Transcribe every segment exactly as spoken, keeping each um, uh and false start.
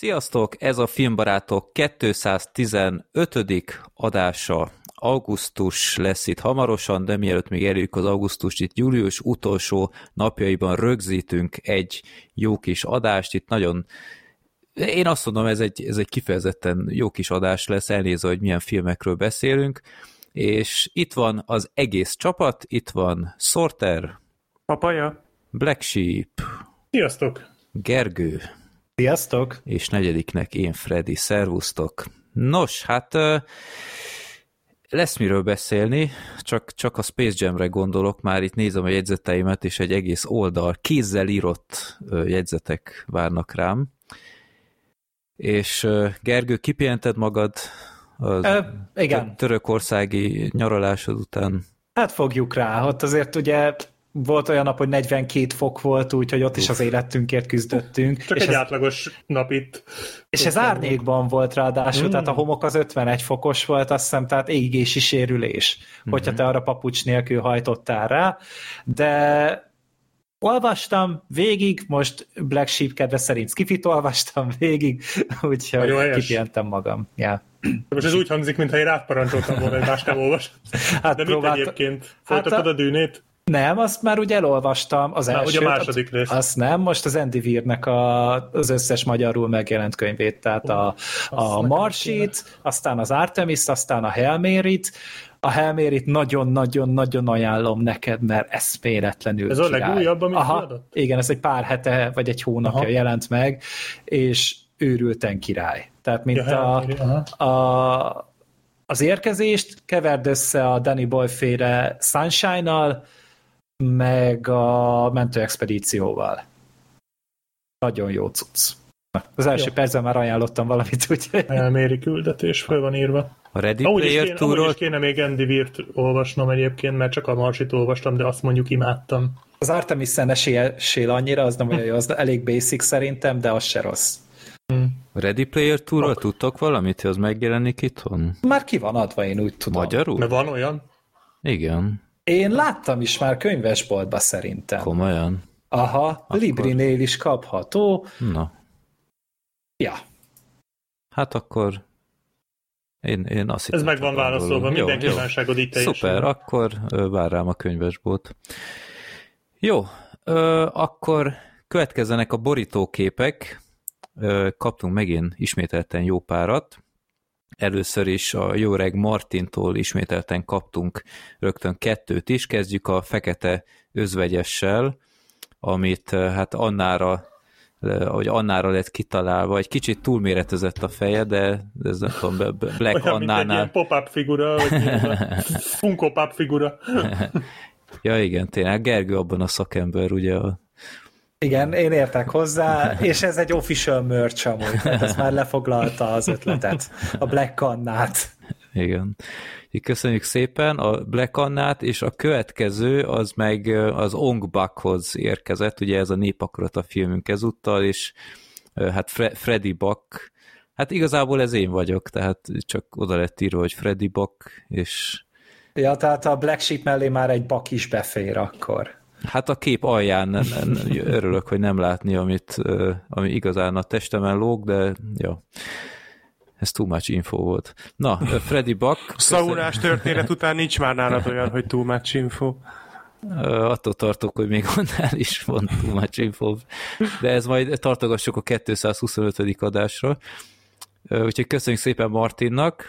Sziasztok! Ez a Filmbarátok kétszáztizenötödik adása. Augusztus lesz itt hamarosan, de mielőtt még elérjük az augusztust, itt július utolsó napjaiban rögzítünk egy jó kis adást. Itt nagyon, én azt mondom, ez egy, ez egy kifejezetten jó kis adás lesz, elnézve, hogy milyen filmekről beszélünk. És itt van az egész csapat, itt van Sorter, Papaja, Black Sheep, Sziasztok! Gergő, sziasztok! és negyediknek én, Freddy. Szervusztok! Nos, hát lesz miről beszélni, csak, csak a Space Jamre gondolok, már itt nézem a jegyzeteimet, és egy egész oldal kézzel írott jegyzetek várnak rám. És Gergő, kipihented magad az Ö, igen. törökországi nyaralásod után? Hát fogjuk rá, ott azért ugye volt olyan nap, hogy negyvenkét fok volt, úgyhogy ott Uf. is az életünkért küzdöttünk. Csak és egy ez, átlagos nap itt. És ez árnyékban volt ráadásul, mm. tehát a homok az ötvenegy fokos volt, azt hiszem, tehát égési sérülés, mm-hmm. hogyha te arra papucs nélkül hajtottál rá. De olvastam végig, most Black Sheep kedve szerint Skifit olvastam végig, úgyhogy kipihentem magam. Yeah. Most ez úgy hangzik, mintha én rátparancsoltam volna, hogy más nem olvasod. Hát de próbált... mit egyébként? Folytatod hát a... a dűnét? Nem, azt már úgy elolvastam, az Na, elsőt. Ugye a második rész. Azt nem, most az Andy Weirnek a, az összes magyarul megjelent könyvét, tehát oh, a, a Marsit, aztán az Artemis, aztán a Hail Mary-t. A Hail Mary-t nagyon-nagyon-nagyon ajánlom neked, mert eszméletlenül Ez király. A legújabb, amit Aha, adott? Igen, ez egy pár hete, vagy egy hónapja Aha. jelent meg, és őrülten király. Tehát mint ja, a, a, az érkezést keverd össze a Danny Boyle-féle Sunshine-nal, meg a mentőexpedícióval. Nagyon jó cucc. Az első jó. percben már ajánlottam valamit, úgyhogy... Elméri küldetés, föl van írva. A Ready Player Tour-ról... Amúgy is kéne még Andy Weir-t olvasnom egyébként, mert csak a Marsit olvastam, de azt mondjuk imádtam. Az Artemis-en esél annyira, az nem olyan jó, az elég basic szerintem, de az se rossz. Hmm. A Ready Player Tour-ról ok. tudtok valamit, hogy az megjelenik itthon? Már ki van adva, én úgy tudom. Magyarul? Mert van olyan? Igen. Én láttam is már könyvesboltba szerintem. Komolyan? Aha, Akkor... Librinél is kapható. Na. Ja. Hát akkor én, én azt hittem. Ez meg van válaszolva, minden kívánságod itt teljesen. Szuper, akkor vár rám a könyvesbolt. Jó, ö, akkor következzenek a borítóképek. Ö, kaptunk megint ismételten jó párat. Először is a jó öreg Martintól ismételten kaptunk rögtön kettőt is. Kezdjük a fekete özvegyessel, amit hát Annára, ahogy Annára lett kitalálva, egy kicsit túlméretezett a feje, de ez nem tudom, Black olyan, Annánál... Olyan, mint egy pop-up figura, vagy Funko Pop figura. Ja igen, tényleg, Gergő abban a szakember, ugye a... Igen, én értek hozzá, és ez egy official merch amúgy, tehát ez már lefoglalta az ötletet, a Black Annát. Igen. Köszönjük szépen a Black Annát, és a következő az meg az Ong Bakhoz érkezett, ugye ez a Népakarat a filmünk ezúttal, és hát Fre- Freddy Bak, hát igazából ez én vagyok, tehát csak oda lett írva, hogy Freddy Bak, és... Ja, tehát a Black Sheep mellé már egy bak is befér akkor. Hát a kép alján nem, nem, örülök, hogy nem látni, amit, ami igazán a testemen lóg, de ja, ez too much info volt. Na, Freddy Bak... Szaurás történet után nincs már nálad olyan, hogy too much info. Attól tartok, hogy még annál is van too much info, de ez majd tartogassuk a kétszázhuszonötödik adásra. Úgyhogy köszönjük szépen Martinnak.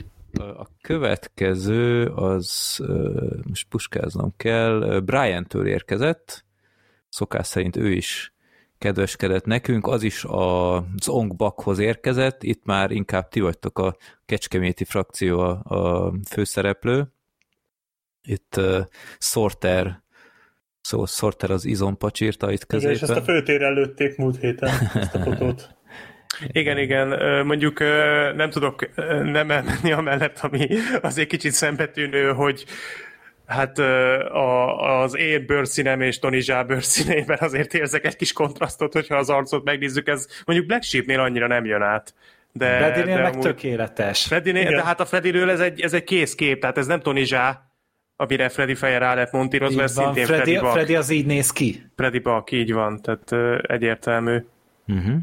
A következő az, most puskáznom kell, Brian-től érkezett, szokás szerint ő is kedveskedett nekünk, az is az Ong Bakhoz érkezett, itt már inkább ti vagytok a kecskeméti frakció a, a főszereplő, itt uh, Sorter, szó, Sorter az izompacsírta itt középen. Igen, és ezt a főtérrel lőtték múlt héten, ezt a fotót. Igen, igen, mondjuk nem tudok nem elmenni amellett, ami azért kicsit szembetűnő, hogy hát a, az én bőrszínem és Tony Zsá bőrszínében azért érzek egy kis kontrasztot, hogyha az arcot megnézzük, ez mondjuk Black Sheepnél annyira nem jön át. De, Freddynél de meg amúgy... tökéletes. Freddynél, de hát a Freddyről ez egy, ez egy kész kép, tehát ez nem Tony Zsá, amire Freddy feje rá lett montírozva, ez szintén Freddy, Freddy Bak. Freddy az így néz ki. Freddy Bak, így van, tehát uh, egyértelmű. Uh-huh.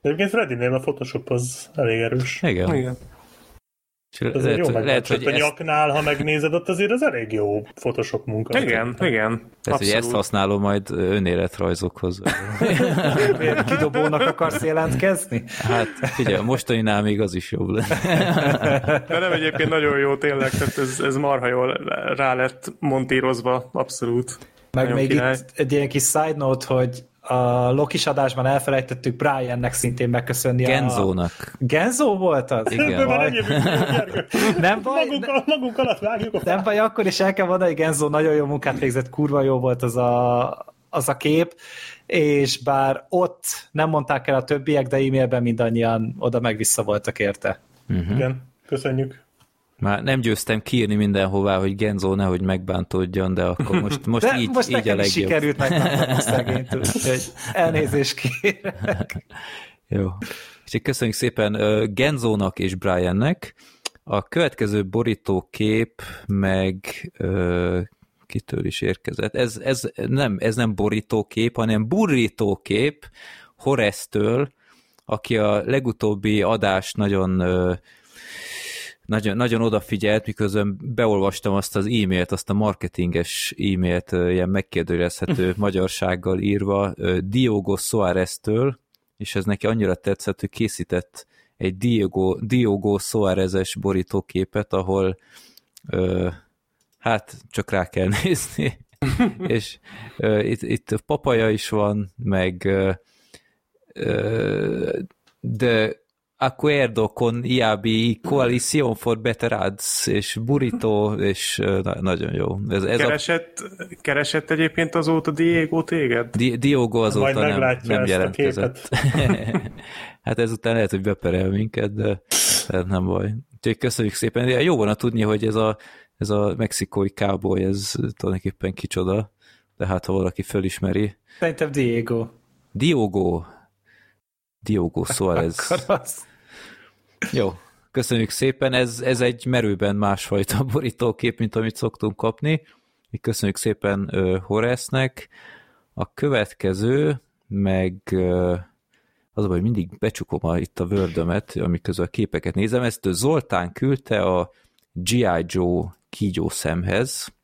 Egyébként Freddynél a Photoshop az elég erős. Igen. Igen. Ez lehet, jó lehet, hogy a nyaknál, ezt... ha megnézed, ott azért az elég jó Photoshop munka. Igen, tehát. igen. Tehát, hogy ezt használom majd önéletrajzokhoz. Kidobónak akarsz jelentkezni? Hát figyelj, mostaninál még az is jobb lenne. De nem, egyébként nagyon jó tényleg, tehát ez, ez marha jól rá lett montírozva, abszolút. Meg nagyon még király. Itt egy ilyen kis side note, hogy a Lokis adásban elfelejtettük Briannek szintén megköszönni. Genzónak. A... Genzó volt az? Igen. Nem baj, magunk, ne... magunk alatt vágjuk a fát. Nem baj, akkor is el kell mondani, hogy Genzó nagyon jó munkát végzett, kurva jó volt az a, az a kép, és bár ott nem mondták el a többiek, de e-mailben mindannyian oda meg-vissza voltak érte. Uh-huh. Igen, köszönjük. Már nem győztem kiírni mindenhová, hogy Genzó nehogy megbántódjon, de akkor most, most de így, most így a legjobb. Most sikerült megbántom a szegényt, úgyhogy elnézést kérek. Jó. És köszönjük szépen uh, Genzónak és Briannek. A következő borítókép meg uh, kitől is érkezett. Ez, ez, nem, ez nem borítókép, hanem burrítókép Horace-től, aki a legutóbbi adást nagyon uh, Nagyon, nagyon odafigyelt, miközben beolvastam azt az e-mailt, azt a marketinges e-mailt, ilyen megkérdőjelezhető magyarsággal írva Diogo Soares-től, és ez neki annyira tetszett, hogy készített egy Diogo, Diogo Soares-es borítóképet, ahol ö, hát csak rá kell nézni. És ö, itt, itt papaja is van, meg ö, ö, de Acuerdo con I A B I, Coalition for Better Ads, és Burrito, és na, nagyon jó. Ez, ez keresett, a... keresett egyébként azóta Diego téged? Di- Diogo azóta nem, nem jelentkezett. Hát ezután lehet, hogy beperel minket, de nem baj. Úgyhogy köszönjük szépen. Jó volna tudni, hogy ez a, ez a mexikói cowboy, ez tulajdonképpen kicsoda, de hát ha valaki fölismeri. Szerintem Diego. Diogo. Diogo Soares. Jó, köszönjük szépen, ez, ez egy merőben másfajta borítókép, mint amit szoktunk kapni. Köszönjük szépen uh, Horace-nek. A következő, meg uh, az a baj, mindig becsukom a, itt a Word-ömet, amiközben a képeket nézem, ezt Zoltán küldte a G I. Joe kígyószemhez.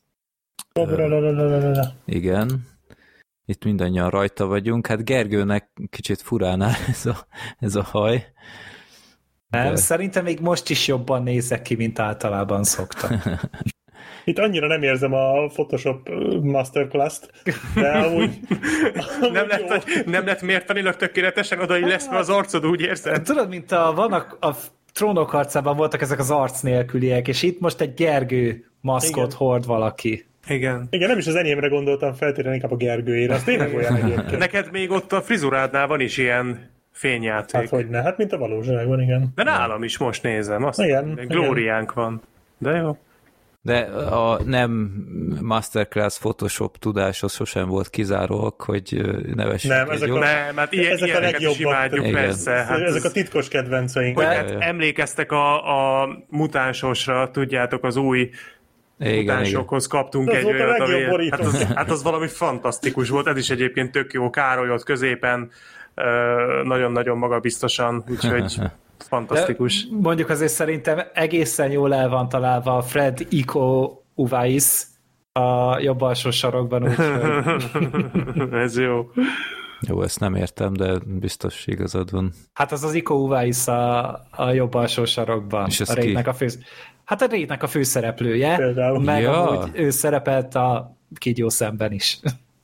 Uh, igen. Itt mindannyian rajta vagyunk. Hát Gergőnek kicsit furán áll ez a, ez a haj. Nem, de... szerintem még most is jobban nézek ki, mint általában szoktam. Itt annyira nem érzem a Photoshop Masterclass-t, de amúgy... nem, lett, nem lett mértanilag tökéletesen odaillesztve az arcod, úgy érzed? Tudod, mint a, vannak a Trónok harcában voltak ezek az arc nélküliek, és itt most egy Gergő maszkot igen. hord valaki. Igen. Igen, nem is az enyémre gondoltam feltétlenül, inkább a Gergőjére. Az tényleg olyan egyébként. Neked még ott a frizurádnál van is ilyen fényjáték. Hát hogyne, hát mint a valóságban, igen. De nálam is most nézem, azt igen, glóriánk igen. van. De jó. De a nem masterclass Photoshop tudás az sosem volt kizáróak, hogy nevessük. Nem, ezek jó, a, nem, hát ilyen, ezek ilyeneket is imádjuk, persze. Hát ezek a titkos kedvenceink. Hogy hát emlékeztek a, a mutánsosra, tudjátok, az új mutánsokhoz kaptunk az egy olyat, ami, hát, az, hát az valami fantasztikus volt, ez is egyébként tök jó, Károly ott középen, nagyon-nagyon magabiztosan, úgyhogy fantasztikus. De mondjuk azért szerintem egészen jól el van találva a Fred Iko Uvais a jobb alsó sarokban, úgyhogy... Ez jó. Jó, ezt nem értem, de biztos igazad van. Hát az az Iko Uvais a, a jobb alsó sarokban. És a Raidnek a fő... Hát a Raidnek a főszereplője, például. Meg ja. amúgy ő szerepelt a Kígyó szemben is.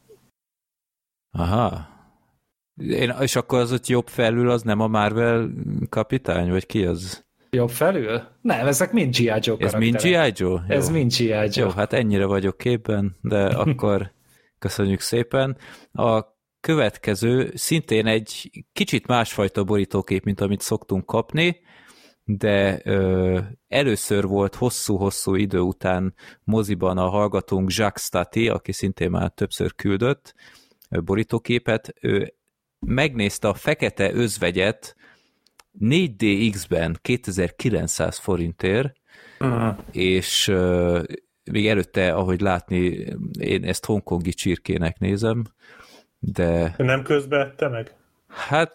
Aha. Én, és akkor az ott jobb felül az nem a Marvel kapitány, vagy ki az? Jobb felül? Nem, ezek mind G I. Joe karakterek. Ez mind G I. Joe? Ez jó. mind G I. Joe. Jó, hát ennyire vagyok képben, de akkor köszönjük szépen. A következő szintén egy kicsit másfajta borítókép, mint amit szoktunk kapni, de ö, először volt hosszú-hosszú idő után moziban a hallgatónk Jacques Stati, aki szintén már többször küldött borítóképet. Ő megnézte a Fekete özvegyet négy dé iksz-ben kétezer-kilencszáz forintért, uh-huh. és uh, még előtte, ahogy látni, én ezt hongkongi csirkének nézem, de... Nem közbe te meg? Hát,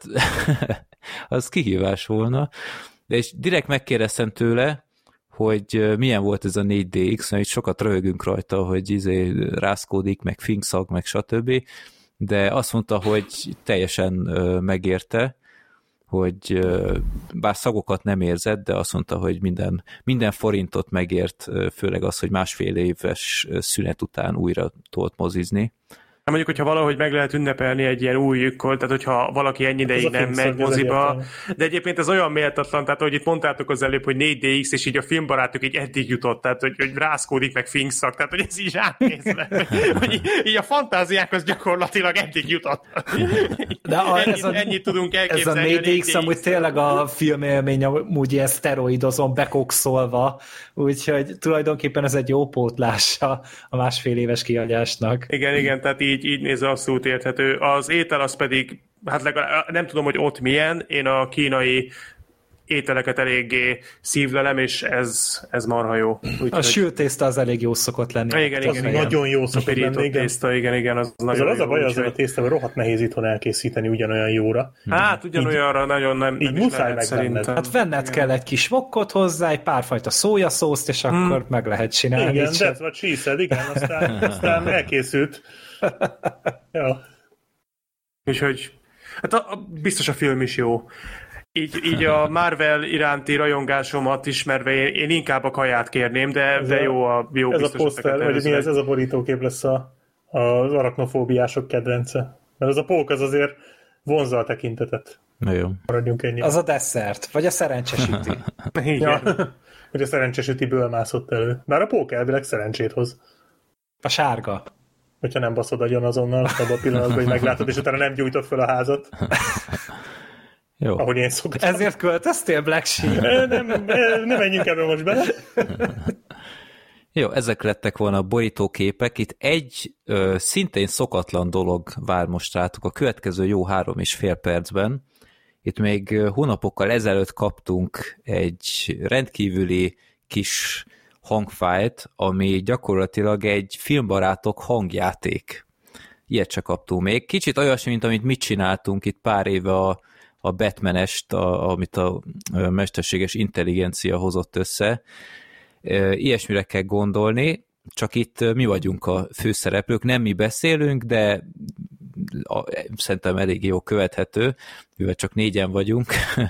az kihívás volna. De és direkt megkérdeztem tőle, hogy milyen volt ez a négy dé iksz, mert sokat röhögünk rajta, hogy izé rászkódik, meg fingszag, meg stb. De azt mondta, hogy teljesen megérte, hogy bár szagokat nem érzett, de azt mondta, hogy minden, minden forintot megért, főleg az, hogy másfél éves szünet után újra tudott mozizni. Mondjuk, hogyha valahogy meg lehet ünnepelni egy ilyen új lyukkol, tehát hogyha valaki ennyi ideig nem megy moziba, de egyébként ez olyan méltatlan, tehát ahogy itt mondtátok az előbb, hogy négy dé iksz, és így a filmbarátok így eddig jutott, tehát hogy, hogy rászkódik meg fingszak, tehát hogy ez így átnézve, hogy így, így a fantáziákhoz gyakorlatilag eddig jutott. De a, ennyit, ez a, ennyit tudunk elképzelni. Ez a négy dé iksz amúgy tényleg a filmélmény amúgy ilyen szteroidozon, bekokszolva, úgyhogy tulajdonképpen ez egy jó pótlása a másfél éves kiagyásnak. Igen, igen, tehát így Így, így nézve abszolút érthető. Az étel az pedig, hát legalább, nem tudom, hogy ott milyen, én a kínai ételeket eléggé szívlelem, és ez, ez marha jó. Úgy, a sült tészta az elég jó szokott lenni. Igen, igen, igen. Nagyon jó szokott lenni, igen. Tészta, igen, igen, az az nagyon az jó. A baj azzal a tésztával rohadt nehéz itthon elkészíteni ugyanolyan jóra. Hát ugyanolyanra így, nagyon nem, így nem is lehet szerintem. Hát venned igen. kell egy kis vokkot hozzá, egy párfajta szójaszószt, és akkor hmm. meg lehet csinálni. Igen, that's what she said, igen, aztán, aztán elkészült. Ja. Úgyhogy hát a, a, biztos a film is jó. Így, így a Marvel iránti rajongásomat ismerve én, én inkább a kaját kérném, de, de jó a jó ez biztos a poszter, vagy mi ez, ez a borítókép lesz a, az arachnofóbiások kedvence. Mert az a pók az azért vonzza a tekintetet. Jó. Maradjunk ennyi. Az a desszert, vagy a szerencsesüti. Ja, hogy a szerencsesütiből mászott elő. Bár a pók elvileg szerencsét hoz. A sárga. Hogyha nem baszod agyon azonnal, abban a pillanatban, hogy meglátod, és utána nem gyújtod fel a házat. Jó. Ahogy én szoktam. Ezért költöztél, Black Sheep? Nem, nem menjünk ebben most bele. Jó, ezek lettek volna a borítóképek. Itt egy ö, szintén szokatlan dolog vár most rátok a következő jó három és fél percben. Itt még hónapokkal ezelőtt kaptunk egy rendkívüli kis hangfájlt, ami gyakorlatilag egy filmbarátok hangjáték. Ilyet csak kaptunk még. Kicsit olyasmi, mint amit mit csináltunk itt pár éve a, a Batman-est, a, amit a mesterséges intelligencia hozott össze. Ilyesmire kell gondolni, csak itt mi vagyunk a főszereplők, nem mi beszélünk, de a, szerintem elég jó követhető, mivel csak négyen vagyunk,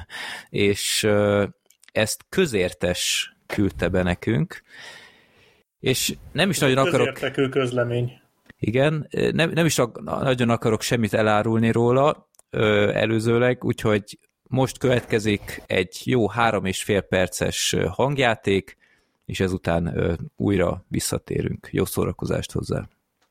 és ezt közértes küldte be nekünk, és nem is nagyon akarok... Közértekű közlemény. Igen, nem, nem is nagyon akarok semmit elárulni róla ö, előzőleg, úgyhogy most következik egy jó három és fél perces hangjáték, és ezután ö, újra visszatérünk. Jó szórakozást hozzá!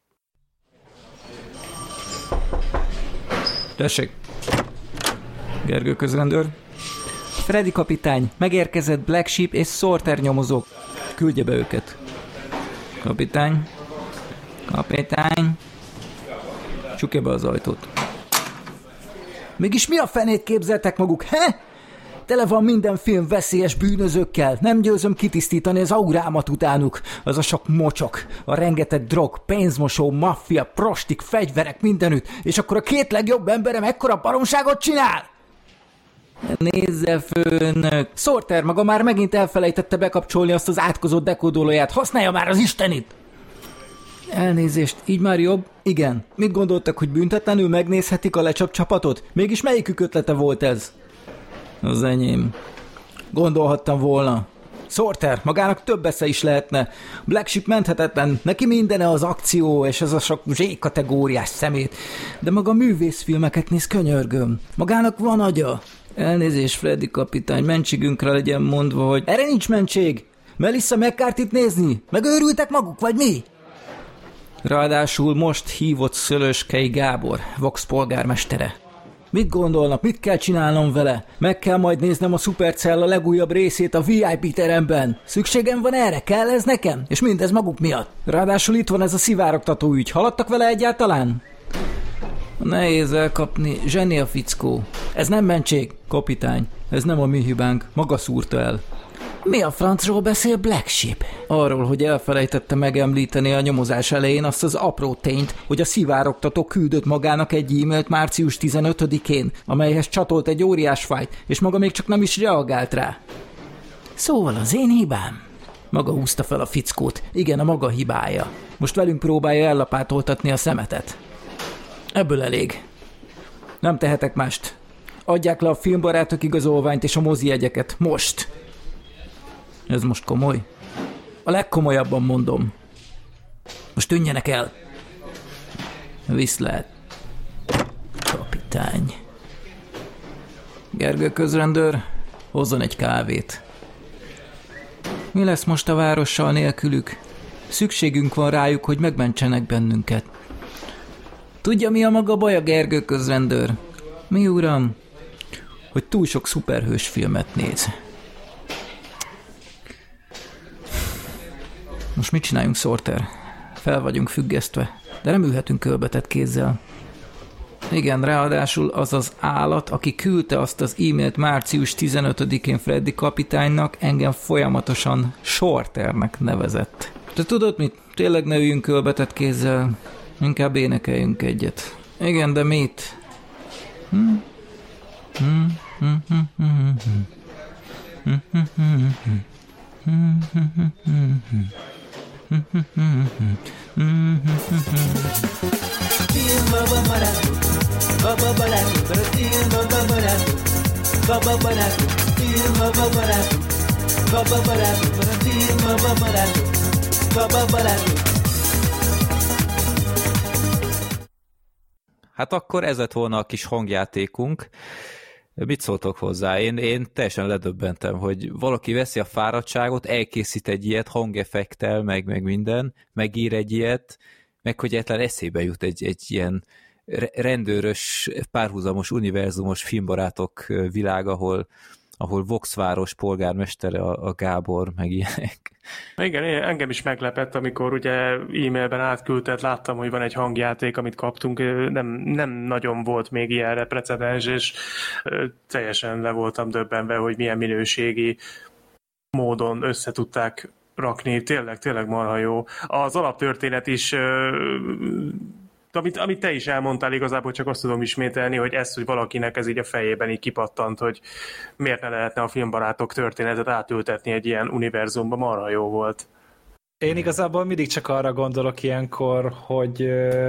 Tessék! Gergő közrendőr. Freddy kapitány, megérkezett Black Sheep és Sorter nyomozók. Küldje be őket. Kapitány. Kapitány. Csukja be az ajtót. Mégis mi a fenét képzeltek maguk, he? Tele van minden film veszélyes bűnözőkkel. Nem győzöm kitisztítani az aurámat utánuk. Az a sok mocsok, a rengeteg drog, pénzmosó, maffia, prostik, fegyverek mindenütt. És akkor a két legjobb emberem ekkora baromságot csinál? Nézze, főnök. Sorter maga már megint elfelejtette bekapcsolni azt az átkozott dekódolóját. Használja már az istenit! Elnézést, így már jobb? Igen. Mit gondoltak, hogy büntetlenül megnézhetik a lecsap csapatot? Mégis melyikük ötlete volt ez? Az enyém. Gondolhattam volna. Sorter, magának több esze is lehetne. Black Sheep menthetetlen, neki mindene az akció és ez a sok zsé-kategóriás szemét. De maga művészfilmeket néz, könyörgöm. Magának van agya. Elnézést, Freddy kapitány, mentségünkre legyen mondva, hogy... Erre nincs mentség! Melissa McCarthy-t nézni? Megőrültek maguk, vagy mi? Ráadásul most hívott Szölöskei Gábor, Vox polgármestere. Mit gondolnak, mit kell csinálnom vele? Meg kell majd néznem a Supercell legújabb részét a vé i pé teremben. Szükségem van erre? Kell ez nekem? És mindez maguk miatt. Ráadásul itt van ez a szivárogtató ügy. Haladtak vele egyáltalán? Nehéz elkapni. Zseni a fickó. Ez nem mentség, kapitány. Ez nem a mi hibánk. Maga szúrta el. Mi a francról beszél Black Sheep? Arról, hogy elfelejtette megemlíteni a nyomozás elején azt az apró tényt, hogy a szivárogtató küldött magának egy e-mailt március tizenötödikén, amelyhez csatolt egy óriás fájt, és maga még csak nem is reagált rá. Szóval az én hibám? Maga húzta fel a fickót. Igen, a maga hibája. Most velünk próbálja ellapátoltatni a szemetet. Ebből elég. Nem tehetek mást. Adják le a filmbarátok igazolványt és a mozi jegyeket. Most! Ez most komoly? A legkomolyabban mondom. Most tűnjenek el. Viszlát. Kapitány. Gergő közrendőr, hozzon egy kávét. Mi lesz most a várossal nélkülük? Szükségünk van rájuk, hogy megmentsenek bennünket. Tudja, mi a maga baja, Gergő közrendőr? Mi, uram? Hogy túl sok szuperhős filmet néz. Most mit csináljunk, Sorter? Fel vagyunk függesztve, de nem ülhetünk kölbetett kézzel. Igen, ráadásul az az állat, aki küldte azt az e-mailt március tizenötödikén Freddy kapitánynak, engem folyamatosan Sorternek nevezett. Te tudod mit? Tényleg ne üljünk kölbetett kézzel, inkább énekeljünk egyet. Igen, de mit? Hm? Hm? Hm? Hm? Hm? Hm? Hm? Hm? Hát akkor ez lett volna a kis hangjátékunk. Mit szóltok hozzá? Én, én teljesen ledöbbentem, hogy valaki veszi a fáradtságot, elkészít egy ilyet hangeffektel, meg, meg minden, megír egy ilyet, meg hogy egyetlen eszébe jut egy, egy ilyen rendőrös, párhuzamos, univerzumos filmbarátok világ, ahol, ahol Voxváros polgármestere a, a Gábor, meg ilyenek. Igen, engem is meglepett, amikor ugye e-mailben átküldted, láttam, hogy van egy hangjáték, amit kaptunk, nem, nem nagyon volt még ilyenre precedens, és teljesen le voltam döbbenve, hogy milyen minőségi módon össze tudták rakni, tényleg, tényleg marha jó. Az alaptörténet is, amit, amit te is elmondtál, igazából csak azt tudom ismételni, hogy ez, hogy valakinek ez így a fejében így kipattant, hogy miért ne lehetne a filmbarátok történetet átültetni egy ilyen univerzumba, marha jó volt. Én igazából mindig csak arra gondolok ilyenkor, hogy,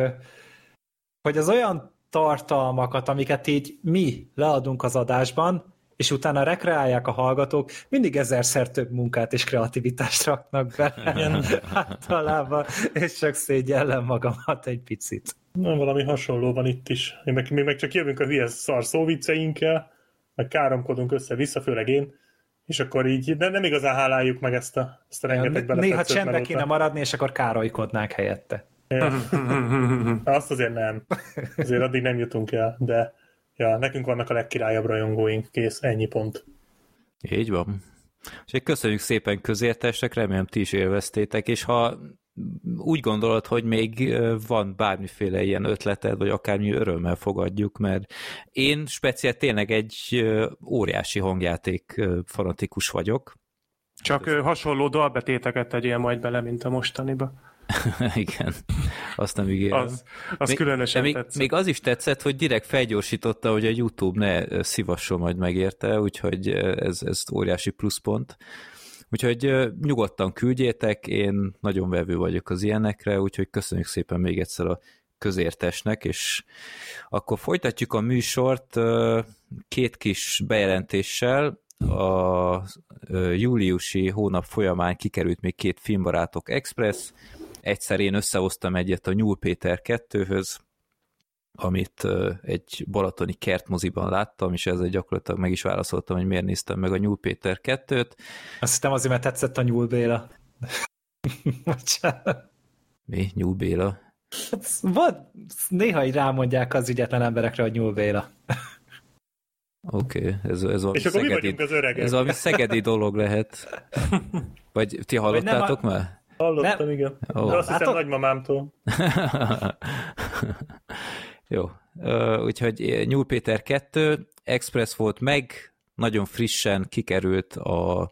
hogy az olyan tartalmakat, amiket így mi leadunk az adásban, és utána rekreálják a hallgatók, mindig ezerszer több munkát és kreativitást raknak bele általában, és csak szégyellem magamat egy picit. Nem, valami hasonló van itt is. Én meg, mi meg csak jövünk a hülye szar szóvicceinkkel, meg káromkodunk össze-vissza, főleg én, és akkor így de nem igazán háláljuk meg ezt a, ezt a rengeteg beletetszőt. Néha csendbe kéne maradni, és akkor károlykodnánk helyette. Ja. Azt azért nem. Azért addig nem jutunk el, de ja, nekünk vannak a legkirályabb rajongóink, kész, ennyi pont. Így van. És köszönjük szépen közértesnek, remélem ti is élveztétek, és ha úgy gondolod, hogy még van bármiféle ilyen ötleted, vagy akármi, örömmel fogadjuk, mert én speciál tényleg egy óriási hangjáték fanatikus vagyok. Csak hát, hasonló dalbetéteket tegyél majd bele, mint a mostaniba. Igen, azt nem ígérem. Az, az még, különösen még, tetszett. Még az is tetszett, hogy direkt felgyorsította, hogy a YouTube ne szívasson majd megérte, úgyhogy ez, ez óriási pluszpont. Úgyhogy nyugodtan küldjétek, én nagyon vevő vagyok az ilyenekre, úgyhogy köszönjük szépen még egyszer a közértesnek, és akkor folytatjuk a műsort két kis bejelentéssel. A júliusi hónap folyamán kikerült még két Filmbarátok Express. Egyszer én összehoztam egyet a Nyúl Péter kettőhöz, amit egy balatoni kertmoziban láttam, és ezzel gyakorlatilag meg is válaszoltam, hogy miért néztem meg a Nyúl Péter kettőt. Azt hiszem azért, mert tetszett a Nyúl Béla. Mi? Nyúl Béla? Vad, néha így rámondják az ügyetlen emberekre, hogy Nyúl Béla. Oké, okay, ez, ez valami és akkor szegedi, mi vagyunk az öregek? Ez valami szegedi dolog lehet. Vagy ti hallottátok a... már? Hallottam, nem. Igen. Oh. De azt hiszem nagymamámtól. Jó. Uh, úgyhogy Nyúl Péter kettő, Express volt meg, nagyon frissen kikerült a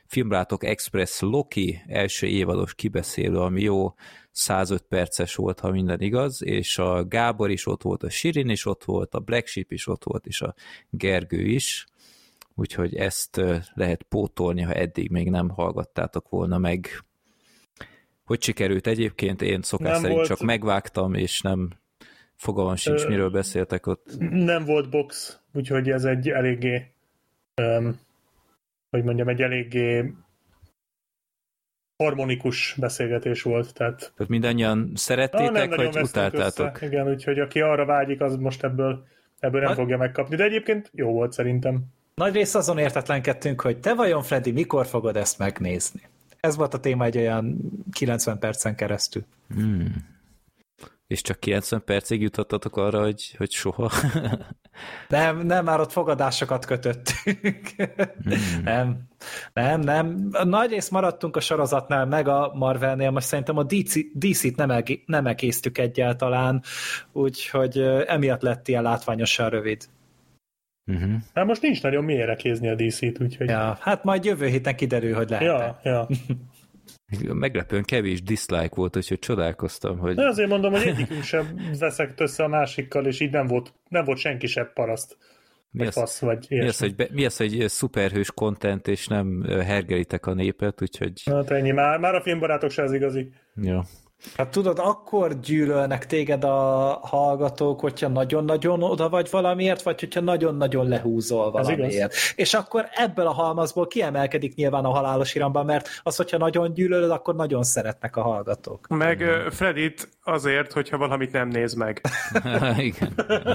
Filmbarátok Express Loki első évados kibeszélő, ami jó százöt perces volt, ha minden igaz, és a Gábor is ott volt, a Sirin is ott volt, a Black Sheep is ott volt, és a Gergő is, úgyhogy ezt lehet pótolni, ha eddig még nem hallgattátok volna meg. Hogy sikerült egyébként? Én szokás nem szerint volt... csak megvágtam, és nem fogalmam sincs, Ö... miről beszéltek ott. Nem volt box, úgyhogy ez egy eléggé um, hogy mondjam, egy eléggé harmonikus beszélgetés volt. Tehát, tehát mindannyian szerettétek, na, vagy utáltátok? Össze. Igen, úgyhogy aki arra vágyik, az most ebből, ebből nem Nagy... fogja megkapni. De egyébként jó volt szerintem. Nagy rész azon értetlenkedtünk, hogy te vajon, Freddy, mikor fogod ezt megnézni? Ez volt a téma egy olyan kilencven percen keresztül. Hmm. És csak kilencven percig juthattatok arra, hogy, hogy soha? Nem, nem, már ott fogadásokat kötöttünk. Hmm. Nem, nem, nem. Nagy rész maradtunk a sorozatnál, meg a Marvelnél, most szerintem a dé cét nem, egé- nem egésztük egyáltalán, úgyhogy emiatt lett ilyen látványosan rövid. Uh-huh. Hát most nincs nagyon mélyre kézni a dé cét, úgyhogy... Ja, hát majd jövő héten kiderül, hogy lehet. Ja, ja. Meglepően kevés dislike volt, úgyhogy csodálkoztam, hogy... De azért mondom, hogy egyikünk sem veszek össze a másikkal, és így nem volt, nem volt senki sem paraszt. Mi az, fasz, vagy mi, az, hogy be, mi az, hogy szuperhős content, és nem hergelitek a népet, úgyhogy... Hát ennyi, már, már a filmbarátok se az igazi. Ja. Hát tudod, akkor gyűlölnek téged a hallgatók, hogyha nagyon-nagyon oda vagy valamiért, vagy hogyha nagyon-nagyon lehúzol valamiért. És akkor ebből a halmazból kiemelkedik nyilván a halálos iramban, mert az, hogyha nagyon gyűlölöd, akkor nagyon szeretnek a hallgatók. Meg uh, Fredit azért, hogyha valamit nem néz meg. Igen.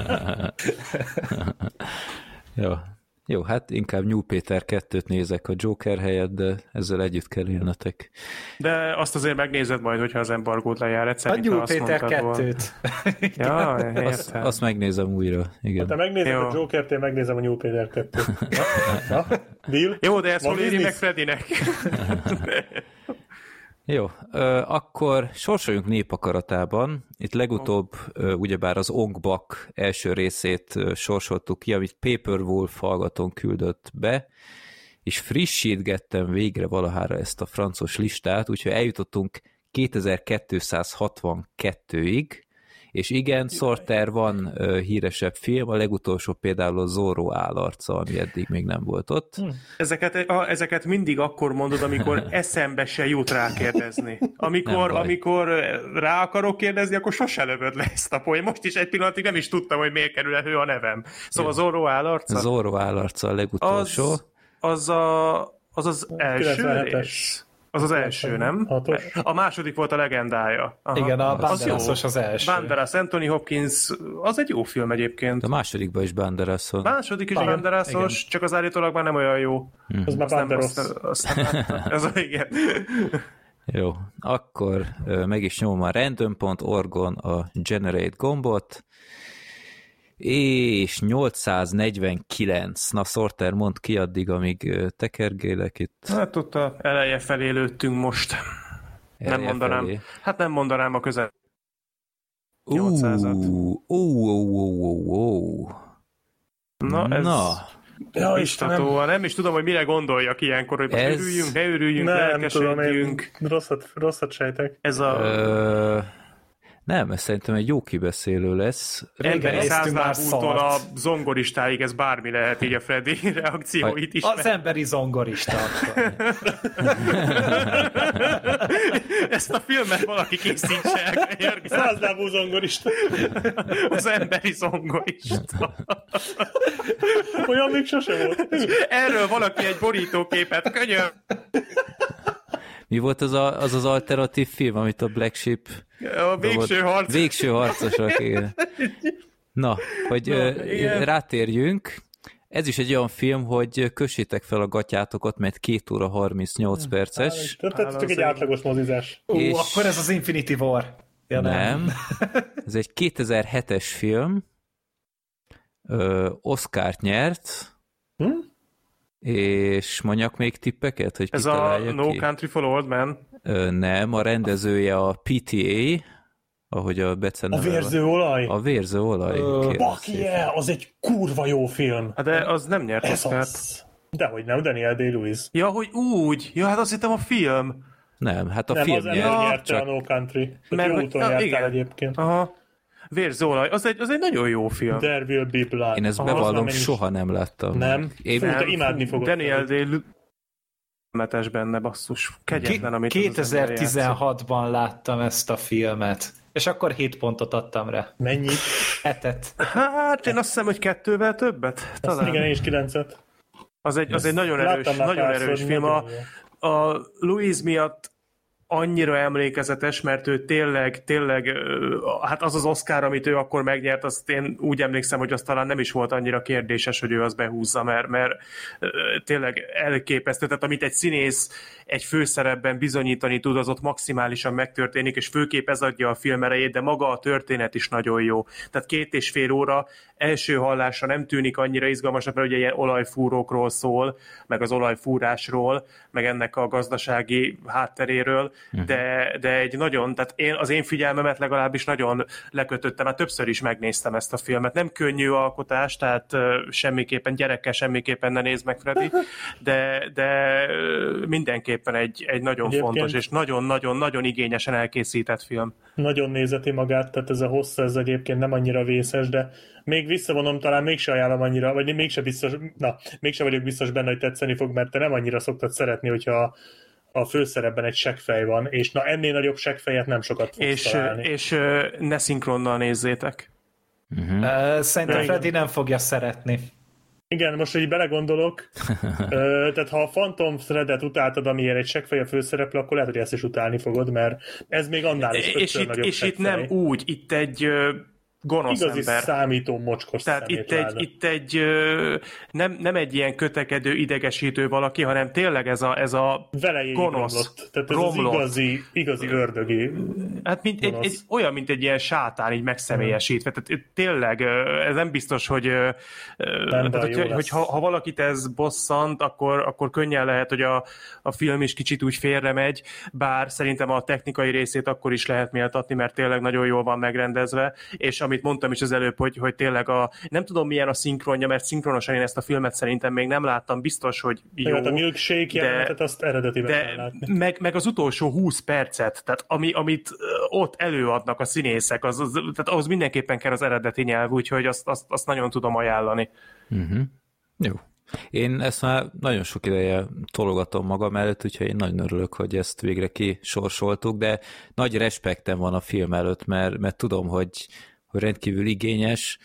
Jó. Jó, hát inkább New Péter kettőt nézek a Joker helyett, de ezzel együtt kell élnetek. De azt azért megnézed majd, hogyha az embargót lejár. Egyszer, a New Péter kettőt. Ja, azt, azt megnézem újra. Igen. Hát te megnézem Jó. a Jokert, én megnézem a New Péter kettőt. Na, na, deal? Jó, de ezt hol éri meg Fredinek? Jó, akkor sorsoljunk népakaratában. Itt legutóbb ugyebár az Ong-Bak első részét sorsoltuk ki, amit Paperwolf hallgatón küldött be, és frissítgettem végre valahára ezt a francos listát, úgyhogy eljutottunk kétezer-kétszázhatvankettőig, és igen, Sorter van uh, híresebb film, a legutolsó például a Zorro állarca, ami eddig még nem volt ott. Ezeket, a, ezeket mindig akkor mondod, amikor eszembe se jut rá kérdezni. Amikor, amikor rá akarok kérdezni, akkor sose lövöd le ezt a poén. Most is egy pillanatig nem is tudtam, hogy miért kerül elő a nevem. Szóval a Zorro állarca? Zorro állarca a legutolsó. Az az, a, az, az első rész. Az az első, nem? Hatos. A második volt a legendája. Aha. Igen, a Banderas az első. Banderas, Anthony Hopkins, az egy jó film egyébként. A másodikban is Banderas. A második is Banderasos, csak az állítólag már nem olyan jó. Hmm. Az már Banderas. Ez a igen. Jó, akkor meg is nyomom a random pont org-on a Generate gombot, és nyolcszáznegyvenkilenc. Na, Sorter, mondd ki addig, amíg tekergélek itt. Hát ott a eleje felé lőttünk most. Eleje nem mondanám. Felé. Hát nem mondanám a közel nyolcszázat. Ó, ó, ó, ó, ó. Na, ez... Na. Ja, Istenem. Nem is tudom, hogy mire gondoljak ilyenkor, hogy ez... ne ürüljünk, ne ürüljünk, lelkesedjünk. Rosszat, rosszat sejtek. Ez a... Ö... Nem, ez szerintem egy jó kibeszélő lesz. Emberi százlábútól a zongoristáig ez bármi lehet, így a Freddy reakcióit is. Az emberi zongorista. Ezt a filmet valaki készítse el. Százlábú zongorista. Az emberi zongorista. Olyan még sose volt. Erről valaki egy borítóképet, könyör. Mi volt az a, az, az alternatív film, amit a Black Sheep... A végső harc. Végső harcosok, igen. Na, hogy Na, ö, rátérjünk. Ez is egy olyan film, hogy kössétek fel a gatyátokat, mert két óra harmincnyolc perces. Tehát csak egy átlagos mozizás. Ó, és... akkor ez az Infinity War. Ja, nem. nem. Ez egy kétezer-hetes film. Ö, Oscart nyert. Hm? És mondjak még tippeket, hogy ez a No ki? Country for Old Men? Ö, nem, a rendezője a pé té á, ahogy a beceneve. A vérzőolaj? A vérzőolaj. Baki, yeah, az egy kurva jó film. De az nem nyert Oscart. Dehogy nem, Daniel Day-Lewis. Ja, hogy úgy. Ja, hát azt hittem a film. Nem, hát a nem, film az nyert, nem nyerte csak... a No Country. Mert, jó úton ja, jártál igen. egyébként. Aha. Vérzólaj, az egy, az egy nagyon jó film. There Will Be Blood. Én ezt Aha, bevallom, az soha nem láttam. Nem? Én... Fú, te imádni fogod. Daniel Day metes benne, basszus. Kegyetlen, amit kétezer-tizenhatban láttam ezt a filmet, és akkor hét pontot adtam rá. Mennyit? Hetet. Hát én azt hiszem, hogy kettővel többet. Talán. Azt igen, én is kilencet. Az egy, az egy nagyon erős, nagyon erős film. A, a Louise miatt annyira emlékezetes, mert ő tényleg, tényleg, hát az az Oscar, amit ő akkor megnyert, azt én úgy emlékszem, hogy az talán nem is volt annyira kérdéses, hogy ő azt behúzza, mert, mert tényleg elképesztő. Tehát amit egy színész egy főszerepben bizonyítani tud, az ott maximálisan megtörténik, és főképp ez adja a film erejét, de maga a történet is nagyon jó. Tehát két és fél óra első hallásra nem tűnik annyira izgalmasnak, mert ugye ilyen olajfúrókról szól, meg az olajfúrásról, meg ennek a gazdasági hátteréről, de, de egy nagyon, tehát én, az én figyelmemet legalábbis nagyon lekötöttem, már többször is megnéztem ezt a filmet. Nem könnyű alkotás, tehát uh, semmiképpen, gyerekkel semmiképpen ne nézd meg, Freddy, de, de mindenképpen egy, egy nagyon Egyébként fontos és nagyon-nagyon-nagyon igényesen elkészített film. Nagyon nézeti magát, tehát ez a hossza, ez egyébként nem annyira vészes, de még visszavonom, talán mégse ajánlom annyira, vagy mégse biztos, na, mégse vagyok biztos benne, hogy tetszeni fog, mert te nem annyira szoktad szeretni, hogyha a főszerepben egy seggfej van, és na ennél nagyobb seggfejet nem sokat fogsz és, találni. És ne szinkronnal nézzétek. Uh-huh. Uh, szerintem Freddy nem fogja szeretni. Igen, most, hogy belegondolok, ö, tehát ha a Phantom Thread-et utáltad, amiért egy seggfej a főszereplő, akkor lehet, hogy ezt is utálni fogod, mert ez még annál is és itt, nagyobb és itt nem úgy, itt egy gonosz igazi ember. számító mocskos Tehát itt egy, itt egy nem, nem egy ilyen kötekedő, idegesítő valaki, hanem tényleg ez a, ez a gonosz, romlott. Tehát ez romlott. az igazi, igazi ördögi Hát mint egy, egy, olyan, mint egy ilyen sátán így megszemélyesítve. Tehát tényleg ez nem biztos, hogy, tehát, hogy, hogy ha, ha valakit ez bosszant, akkor, akkor könnyen lehet, hogy a, a film is kicsit úgy félre megy, bár szerintem a technikai részét akkor is lehet méltatni, mert tényleg nagyon jól van megrendezve, és amit mondtam is az előbb, hogy, hogy tényleg a, nem tudom milyen a szinkronja, mert szinkronosan én ezt a filmet szerintem még nem láttam, biztos, hogy jó. Hát a milkshake jelenetet azt eredetiben de kell látni. Meg, meg az utolsó húsz percet, tehát ami, amit ott előadnak a színészek, az, az, tehát ahhoz mindenképpen kell az eredeti nyelv, úgyhogy azt, azt, azt nagyon tudom ajánlani. Uh-huh. Jó. Én ezt már nagyon sok ideje tologatom magam előtt, úgyhogy én nagyon örülök, hogy ezt végre kisorsoltuk, de nagy respektem van a film előtt, mert, mert tudom, hogy hogy rendkívül igényes,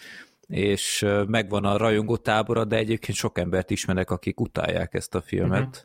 és megvan a rajongó tábora, de egyébként sok embert ismerek, akik utálják ezt a filmet.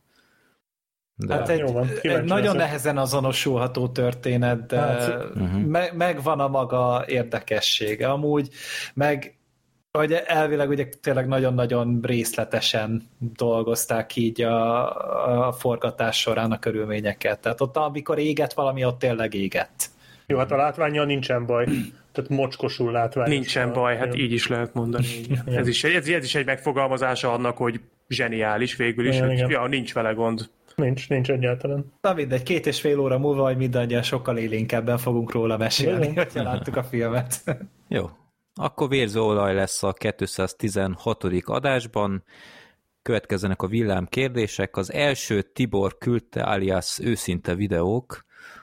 De... Hát egy, egy nagyon nehezen azonosulható történet, de hát, uh-huh. me, megvan a maga érdekessége. Amúgy meg hogy elvileg ugye tényleg nagyon-nagyon részletesen dolgozták így a, a forgatás során a körülményeket. Tehát ott, amikor égett valami, ott tényleg égett. Jó, hát a látvánnyal nincsen baj. Tehát mocskosul látvány. Nincsen baj, hát így is lehet mondani. ez, is, ez, ez is egy megfogalmazása annak, hogy zseniális végül is, igen, hogy igen. Ja, nincs vele gond. Nincs, nincs egyáltalán. Na mindegy, két és fél óra múlva, hogy mindannyian sokkal élénkebben fogunk róla mesélni, hogyha láttuk a filmet. Jó. Akkor vérzőolaj lesz a kétszáztizenhatodik adásban. Következzenek a villám kérdések. Az első Tibor küldte alias őszinte videók,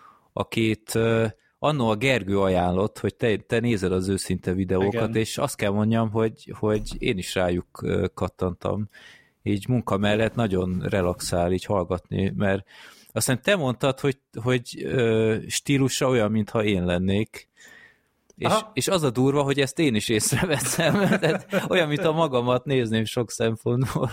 akit annó a Gergő ajánlott, hogy te, te nézed az őszinte videókat, igen. És azt kell mondjam, hogy, hogy én is rájuk kattantam. Így munka mellett nagyon relaxál így hallgatni, mert aztán te mondtad, hogy, hogy stílusa olyan, mintha én lennék, és, és az a durva, hogy ezt én is észreveszem, tehát olyan, mint a magamat nézném sok szempontból.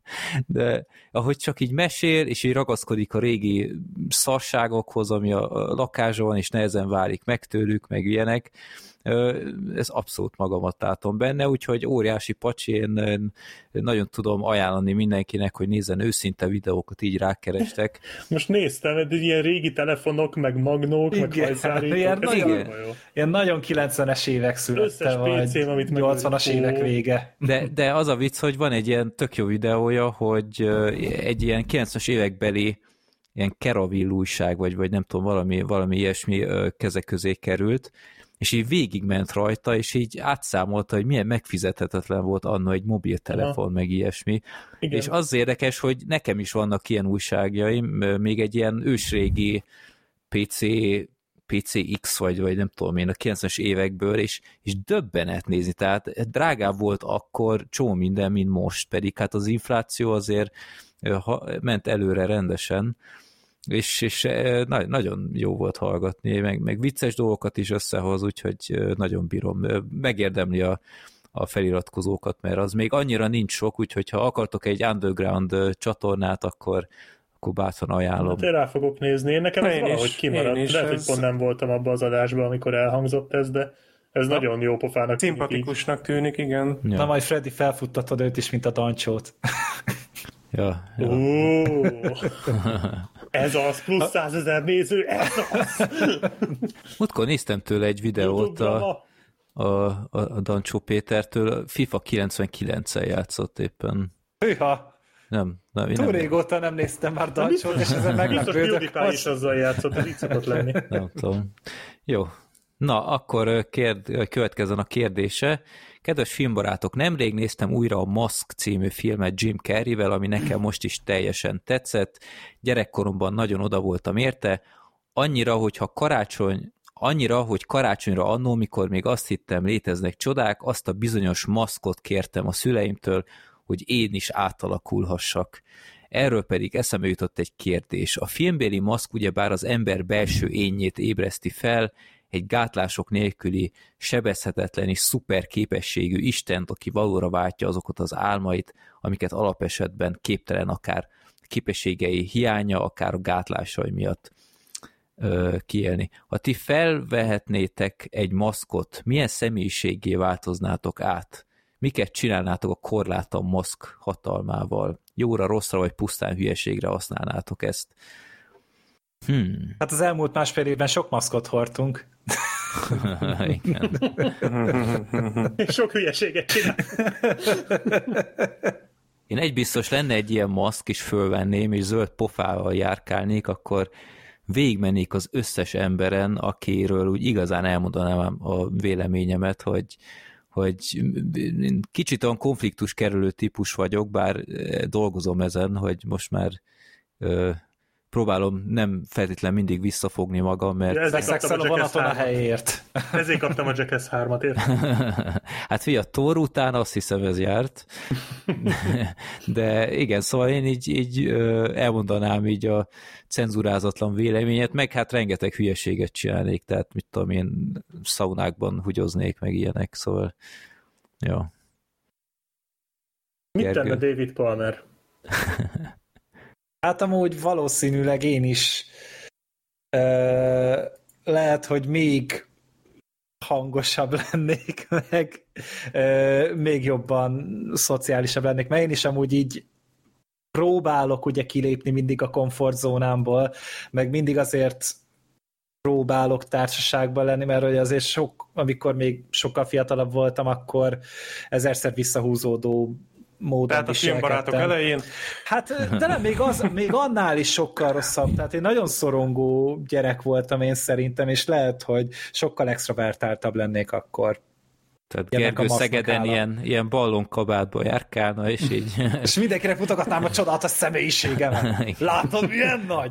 De ahogy csak így mesél, és így ragaszkodik a régi szarságokhoz, ami a lakásban van, és nehezen válik meg tőlük, meg ilyenek, ez abszolút magamat látom benne, úgyhogy óriási pacsi, én nagyon tudom ajánlani mindenkinek, hogy nézzen őszinte videókat, így rákerestek. Most néztem, hogy ilyen régi telefonok, meg magnók, igen, meg hajszárítók. Ilyen, nagyon, ilyen nagyon kilencvenes évek születte, vagy nyolcvanas évek vége. De, de az a vicc, hogy van egy ilyen tök jó videója, hogy egy ilyen kilencvenes évekbeli ilyen Keravil újság, vagy, vagy nem tudom, valami, valami ilyesmi kezek közé került, és így végigment rajta, és így átszámolta, hogy milyen megfizethetetlen volt anna egy mobiltelefon, Aha. meg ilyesmi. Igen. És az érdekes, hogy nekem is vannak ilyen újságjaim, még egy ilyen ősrégi pé cé, pé cé iksz, vagy, vagy nem tudom én, a kilencvenes évekből, és, és döbbenet nézni, tehát drágább volt akkor csomó minden, mint most, pedig hát az infláció azért ha, ment előre rendesen, és, és na, nagyon jó volt hallgatni, meg, meg vicces dolgokat is összehoz, úgyhogy nagyon bírom. Megérdemli a, a feliratkozókat, mert az még annyira nincs sok, úgyhogy ha akartok egy underground csatornát, akkor, akkor bátran ajánlom. Hát én rá fogok nézni. Én nekem ez én valahogy is, kimaradt. Is, Lehet, ez... hogy pont nem voltam abban az adásban, amikor elhangzott ez, de ez Na, nagyon jó pofának tűnik. Szimpatikusnak tűnik, igen. Ja. Na majd Freddy felfuttatod őt is, mint a Dancsót. Ja, ja. Ó, ez az, plusz százezer néző, ez az! Múltkor néztem tőle egy videót a, a, a, a Dancsó Pétertől, FIFA kilencvenkilenccel játszott éppen. Hűha! Nem, nem, Túl nem régóta nem néztem már Dancsót, és ezen meglepődök. Biztos PewDiePie is azzal játszott, ez így szokott lenni. Nem tudom. Jó. Na, akkor kérd, következzen a kérdése. Kedves filmbarátok, nemrég néztem újra a Mask című filmet Jim Carreyvel, ami nekem most is teljesen tetszett. Gyerekkoromban nagyon oda voltam érte. Annyira, hogyha karácsony, annyira, hogy karácsonyra annó, mikor még azt hittem léteznek csodák, azt a bizonyos maszkot kértem a szüleimtől, hogy én is átalakulhassak. Erről pedig eszembe jutott egy kérdés. A filmbéli maszk ugyebár az ember belső énjét ébreszti fel, egy gátlások nélküli, sebezhetetlen és szuper képességű Istent, aki valóra váltja azokat az álmait, amiket alapesetben képtelen akár képességei hiánya, akár a gátlásai miatt ö, kiélni. Ha ti felvehetnétek egy maszkot, milyen személyiséggé változnátok át? Miket csinálnátok a korlátlan maszk hatalmával? Jóra, rosszra vagy pusztán hülyeségre használnátok ezt? Hmm. Hát az elmúlt másfél évben sok maszkot hordtunk. Igen. Sok hülyeséget csinál. Én egy biztos lenne egy ilyen maszk, és fölvenném, és zöld pofával járkálnék, akkor végigmennék az összes emberen, akiről úgy igazán elmondanám a véleményemet, hogy, hogy kicsit olyan konfliktus kerülő típus vagyok, bár dolgozom ezen, hogy most már próbálom nem feltétlen mindig visszafogni magam, mert... Ja, Beszexel a vonaton a helyért. Ezért kaptam a Jackass hármat, érted? Hát figyelj, a Thor után azt hiszem ez járt. De igen, szóval én így, így elmondanám így a cenzurázatlan véleményet, meg hát rengeteg hülyeséget csinálnék, tehát mit tudom én, szaunákban húgyoznék, meg ilyenek, szóval ja. Mit tenne David Palmer? Hát amúgy valószínűleg én is uh, lehet, hogy még hangosabb lennék, meg uh, még jobban szociálisabb lennék, mert én is amúgy így próbálok ugye kilépni mindig a komfortzónámból, meg mindig azért próbálok társaságban lenni, mert hogy azért sok, amikor még sokkal fiatalabb voltam, akkor ezerszer visszahúzódó módon tehát a filmbarátok elején. Hát, de nem, még, az, még annál is sokkal rosszabb. Tehát én nagyon szorongó gyerek voltam én szerintem, és lehet, hogy sokkal extrovertáltabb lennék akkor. Tehát Gergő Szegeden ilyen, ilyen ballonkabátba járkálna, és így... És mindenkinek mutogatnám a csodálatos személyiségemet. Látod, milyen nagy?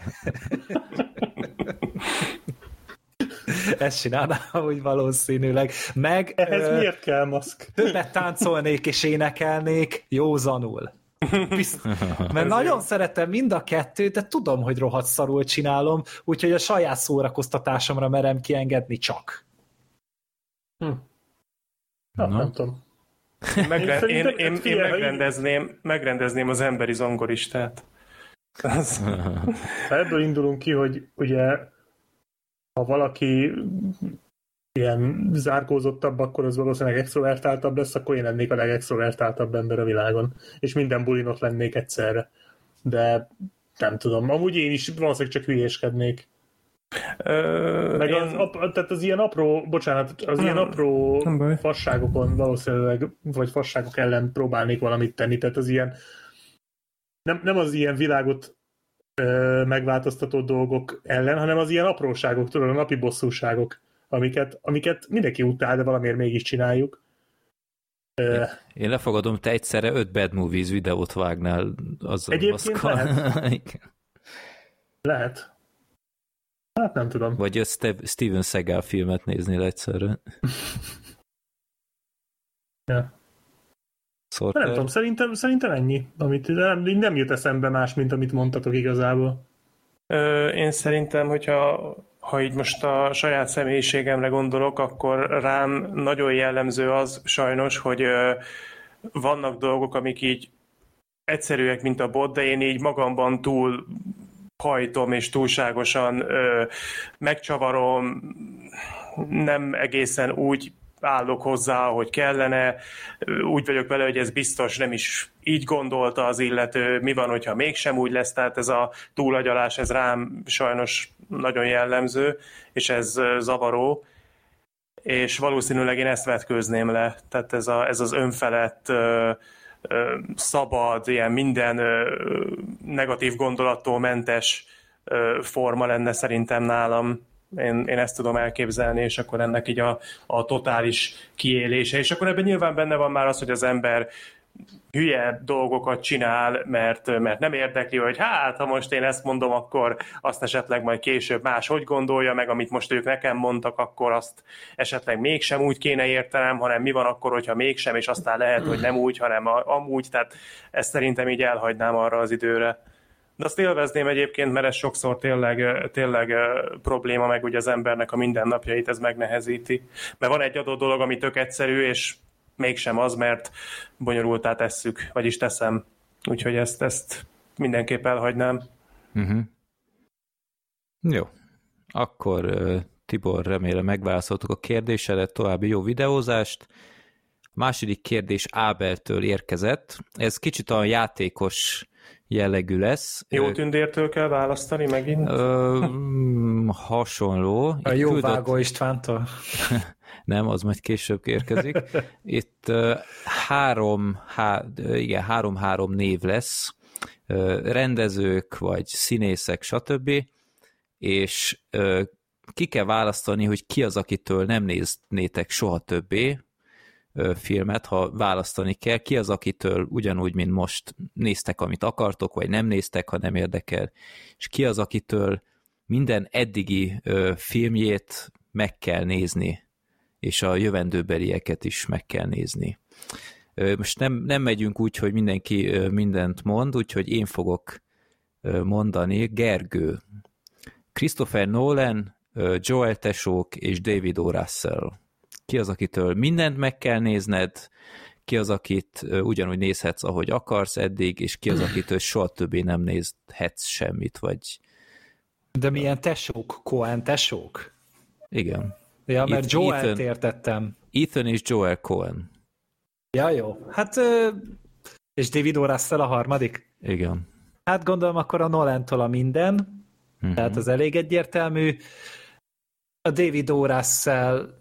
Ezt csinálnám úgy valószínűleg. Meg... Ehhez ö, miért kell maszk? Többet táncolnék és énekelnék józanul. Bizt, mert nagyon szeretem mind a kettőt, de tudom, hogy rohadt szarul csinálom, úgyhogy a saját szórakoztatásomra merem kiengedni csak. Hm. Na, no. Nem tudom. Megre- én, én, én, én megrendezném, megrendezném az emberi zongoristát. Az... Ha ebből indulunk ki, hogy ugye ha valaki ilyen zárkózottabb, akkor az valószínűleg extrovertáltabb lesz, akkor én lennék a legextrovertáltabb ember a világon. És minden bulin ott lennék egyszerre. De nem tudom. Amúgy én is valószínűleg csak hülyéskednék. Ö, Meg én... az, tehát az ilyen apró, bocsánat, az nem, ilyen apró fasságokon valószínűleg, vagy fasságok ellen próbálnék valamit tenni. Tehát az ilyen nem, nem az ilyen világot megváltoztató dolgok ellen, hanem az ilyen apróságok, tudod, a napi bosszúságok, amiket, amiket mindenki utál, de valamiért mégis csináljuk. Én, én lefogadom, te egyszerre öt Bad Movies videót vágnál azzal. Egyébként lehet. Lehet. Hát nem tudom. Vagy a Steven Seagal filmet néznél egyszerre. Ja. Nem tudom, szerintem, szerintem ennyi. Amit nem, nem jut eszembe más, mint amit mondtatok igazából. Ö, én szerintem, hogyha ha így most a saját személyiségemre gondolok, akkor rám nagyon jellemző az sajnos, hogy ö, vannak dolgok, amik így egyszerűek, mint a bot, de én így magamban túl hajtom, és túlságosan ö, megcsavarom, nem egészen úgy állok hozzá, hogy kellene, úgy vagyok vele, hogy ez biztos nem is így gondolta az illető, mi van, hogyha mégsem úgy lesz, tehát ez a túlagyalás, ez rám sajnos nagyon jellemző, és ez zavaró, és valószínűleg én ezt vetkőzném le, tehát ez, a, ez az önfelett, szabad, ilyen minden negatív gondolattól mentes forma lenne szerintem nálam. Én, én ezt tudom elképzelni, és akkor ennek így a, a totális kiélése. És akkor ebben nyilván benne van már az, hogy az ember hülye dolgokat csinál, mert, mert nem érdekli, hogy hát, ha most én ezt mondom, akkor azt esetleg majd később más hogy gondolja, meg amit most ők nekem mondtak, akkor azt esetleg mégsem úgy kéne értenem, hanem mi van akkor, hogyha mégsem, és aztán lehet, hogy nem úgy, hanem amúgy, tehát ezt szerintem így elhagynám arra az időre. De azt élvezném egyébként, mert ez sokszor tényleg, tényleg probléma, meg ugye az embernek a mindennapjait ez megnehezíti. Mert van egy adott dolog, ami tök egyszerű, és mégsem az, mert bonyolultá tesszük, vagyis teszem. Úgyhogy ezt, ezt mindenképp elhagynám. Uh-huh. Jó. Akkor Tibor, remélem megválaszoltuk a kérdésedet, további jó videózást. A második kérdés Ábeltől érkezett. Ez kicsit olyan játékos jellegű lesz. Jó tündértől kell választani megint? Ö, hasonló. A jó küldött... Vágó Istvántól? Nem, az majd később érkezik. Itt uh, három, há, igen, három-három név lesz, uh, rendezők, vagy színészek, stb. És uh, ki kell választani, hogy ki az, akitől nem néznétek soha többé uh, filmet, ha választani kell, ki az, akitől ugyanúgy, mint most néztek, amit akartok, vagy nem néztek, ha nem érdekel, és ki az, akitől minden eddigi uh, filmjét meg kell nézni, és a jövendőbelieket is meg kell nézni. Most nem, nem megyünk úgy, hogy mindenki mindent mond, úgyhogy én fogok mondani. Gergő, Christopher Nolan, Joel Tesók és David O. Russell. Ki az, akitől mindent meg kell nézned, ki az, akit ugyanúgy nézhetsz, ahogy akarsz eddig, és ki az, akitől soha többé nem nézhetsz semmit, vagy... De milyen tesók? Coen tesók? Igen. Ja, mert Joel-t értettem. Ethan és Joel Coen. Ja, jó. Hát, és David O. Russell a harmadik? Igen. Hát gondolom akkor a Nolantól a minden, uh-huh. Tehát az elég egyértelmű. A David O. Russell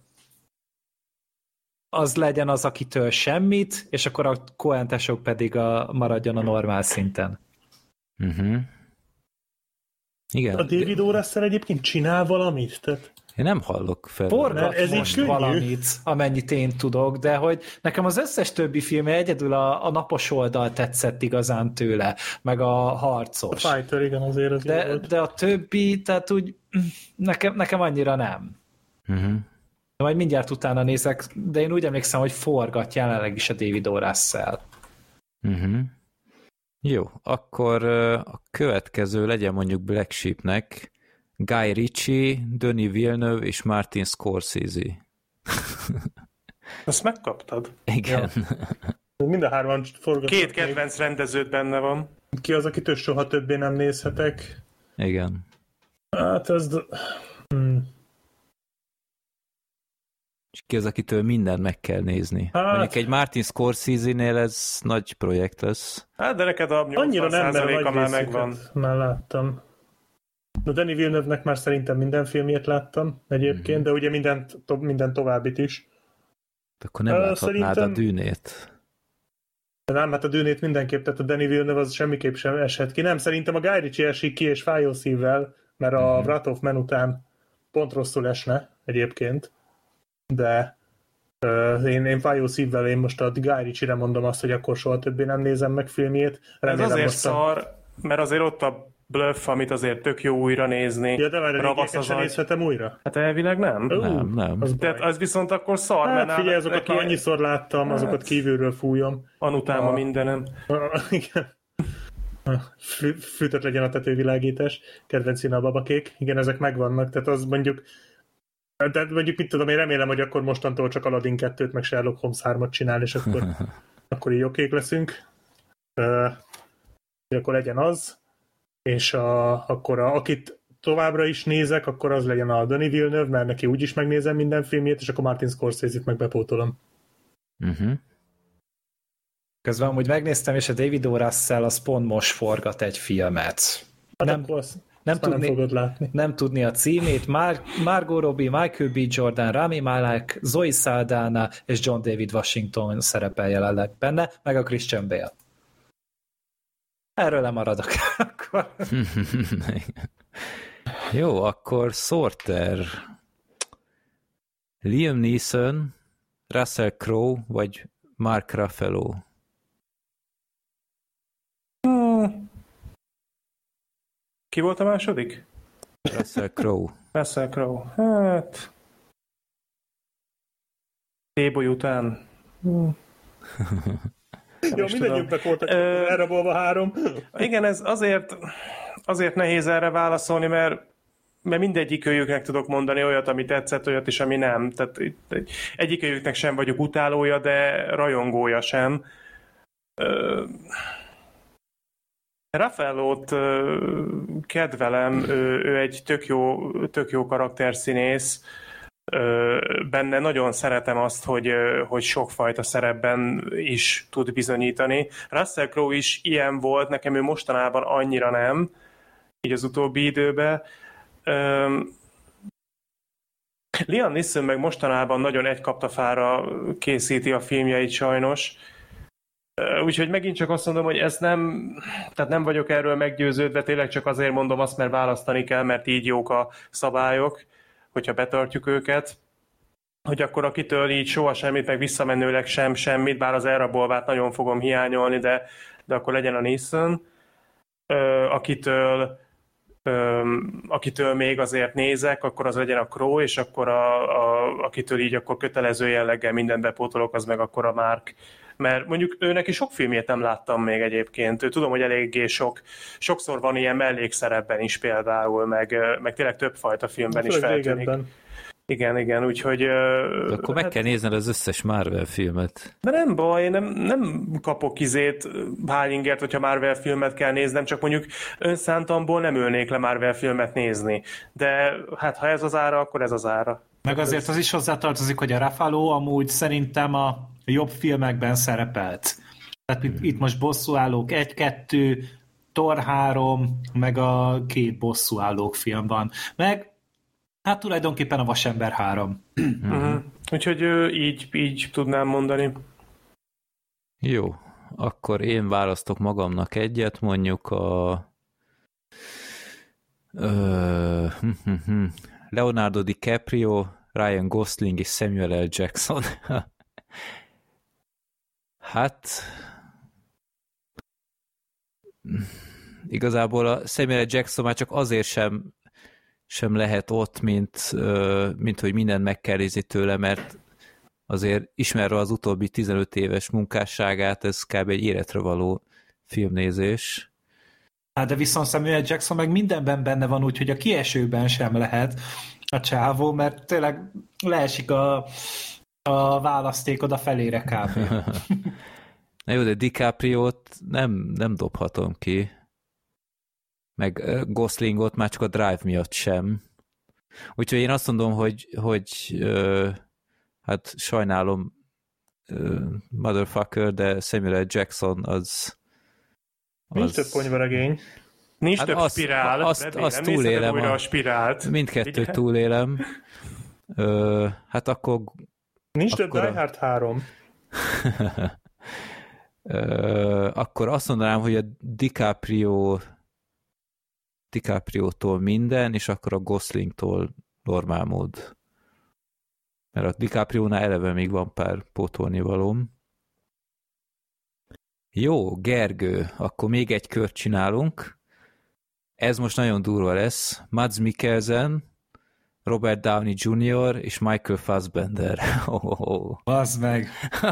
az legyen az, akitől semmit, és akkor a Coen tesók pedig a, maradjon a normál szinten. Uh-huh. Igen. A David O. Russell egyébként csinál valamit? Tehát... Én nem hallok fel. Forgat ez most valamit, amennyit én tudok, de hogy nekem az összes többi filmje egyedül a, a napos oldal tetszett igazán tőle, meg a harcos. A Fighter, igen, azért az de, de a többi, tehát úgy nekem, nekem annyira nem. Uh-huh. De majd mindjárt utána nézek, de én úgy emlékszem, hogy forgat jelenleg is a David O. Russell. Uh-huh. Jó, akkor a következő legyen mondjuk Black Sheepnek Guy Ritchie, Denis Villeneuve és Martin Scorsese. Azt megkaptad? Igen. Ja. Mind a hárman forgatott. Két kedvenc rendeződ benne van. Ki az, akitől soha többé nem nézhetek? Igen. Hát ez... Hmm. És ki az, akitől mindent meg kell nézni? Hát... Mondjuk egy Martin Scorsese-nél ez nagy projekt lesz. Hát de neked a nyolcvan százaléka már megvan. Már láttam. A Denis Villeneuve-nek már szerintem minden filmjét láttam egyébként, mm-hmm. de ugye minden, to- minden továbbit is. De akkor nem uh, láthatnád szerintem... a Dűnét. De nem, hát a Dűnét mindenképp, tehát a Denis Villeneuve az semmiképp sem eshet ki. Nem, szerintem a Guy Ritchie esik ki és fájó szívvel, mert a mm-hmm. Wrath of Man után pont rosszul esne egyébként, de uh, én, én fájó szívvel én most a Guy Ritchie-re mondom azt, hogy akkor soha többé nem nézem meg filmjét. Remélem, ez azért mostan... szar, mert azért ott a Bluff, amit azért tök jó újra nézni. Ja, de már a régieket sem nézhetem újra? Hát elvileg nem. Uh, nem, nem. Az Tehát az viszont akkor szar, hát, mert... figyelj, azokat neki... már annyiszor láttam, hát... azokat kívülről fújom. Anutáma a... mindenem. Igen. Fű, fűtött legyen a tetővilágítás, kedvenc színe a babakék. Igen, ezek megvannak, tehát az mondjuk tehát mondjuk mit tudom, én remélem, hogy akkor mostantól csak Aladdin kettőt, meg Sherlock Holmes hármat csinál, és akkor, akkor így okék leszünk. Uh, akkor legyen az. És a, akkor a, akit továbbra is nézek, akkor az legyen a Denis Villeneuve, mert neki úgyis megnézem minden filmjét, és akkor Martin Scorsese-t meg bepótolom. Uh-huh. Közben amúgy megnéztem, és a David O. Russell az pont most forgat egy filmet. Hát nem, azt, nem, azt tudni, nem fogod látni. Nem tudni a címét. Mar- Margot Robbie, Michael B. Jordan, Rami Malek, Zoe Saldana és John David Washington szerepel jelenleg benne, meg a Christian Bale. Erről lemaradok. Akkor. Jó, akkor Sorter. Liam Neeson, Russell Crowe vagy Mark Ruffalo? Hmm. Ki volt a második? Russell Crowe. Russell Crowe. Hát... Téboly után. Hmm. Jó, mindegyiknek voltak uh, elrabolva három. Igen, ez azért, azért nehéz erre válaszolni, mert, mert mindegyikőjüknek tudok mondani olyat, ami tetszett, olyat is, ami nem. Tehát egyikőjüknek sem vagyok utálója, de rajongója sem. Uh, Raffaellót uh, kedvelem, ő, ő egy tök jó, tök jó karakterszínész. Benne nagyon szeretem azt, hogy, hogy sokfajta szerepben is tud bizonyítani. Russell Crowe is ilyen volt, nekem ő mostanában annyira nem, így az utóbbi időben. Liam Neeson meg mostanában nagyon egy kaptafára készíti a filmjeit sajnos. Úgyhogy megint csak azt mondom, hogy ez nem, tehát nem vagyok erről meggyőződve, tényleg csak azért mondom azt, mert választani kell, mert így jók a szabályok, hogyha betartjuk őket, hogy akkor akitől így soha semmit, meg visszamenőleg sem semmit, bár az elrabolvát nagyon fogom hiányolni, de, de akkor legyen a Neeson, Ö, akitől, ö, akitől még azért nézek, akkor az legyen a Crowe, és akkor a, a, akitől így akkor kötelező jelleggel mindent bepótolok, az meg akkor a Mark. Mert mondjuk ő neki sok filmjét nem láttam még egyébként. Ő tudom, hogy eléggé sok, sokszor van ilyen mellékszerepben is például, meg, meg tényleg többfajta filmben is feltűnik. Régebben. Igen, igen, úgyhogy... De akkor meg hát, kell nézned az összes Marvel filmet. De nem baj, nem, nem kapok izét hányingert, hogyha Marvel filmet kell néznem, csak mondjuk önszántamból nem ülnék le Marvel filmet nézni. De hát ha ez az ára, akkor ez az ára. Meg azért az is hozzátartozik, hogy a Ruffalo amúgy szerintem a jobb filmekben szerepelt. Tehát itt, itt most bosszúállók egy kettő, Thor három, meg a két bosszúállók film van. Meg hát tulajdonképpen a Vasember három. Uh-huh. Úgyhogy így, így tudnám mondani. Jó, akkor én választok magamnak egyet, mondjuk a Leonardo DiCaprio, Ryan Gosling és Samuel L. Jackson. Hát igazából a Samuel L. Jackson már csak azért sem sem lehet ott, mint, mint hogy mindent meg kell nézni tőle, mert azért ismerve az utóbbi tizenöt éves munkásságát, ez kb. Egy életre való filmnézés. Hát de viszont Samuel Jackson meg mindenben benne van, úgyhogy a kiesőben sem lehet a csávó, mert tényleg leesik a, a választékod a felére kb. Na jó, de DiCaprio-t nem, nem dobhatom ki. Meg Goslingot már csak a Drive miatt sem. Úgyhogy én azt mondom, hogy, hogy uh, hát sajnálom uh, motherfucker, de Samuel L. Jackson az... az... Nincs több ponyvaregény. Nincs hát több azt, spirál. Azt, Reddy, azt nem túlélem. Újra a spirált. Mindkettőt igen? túlélem. Uh, hát akkor... Nincs akkor több Die Hard három. uh, akkor azt mondanám, hogy a DiCaprio DiCaprio-tól minden, és akkor a Goslingtól normál mód. Mert a DiCaprio-nál eleve még van pár pótolni valóm. Jó, Gergő, akkor még egy kört csinálunk. Ez most nagyon durva lesz. Mads Mikkelsen, Robert Downey junior és Michael Fassbender. Oh, oh, oh. Bazd meg!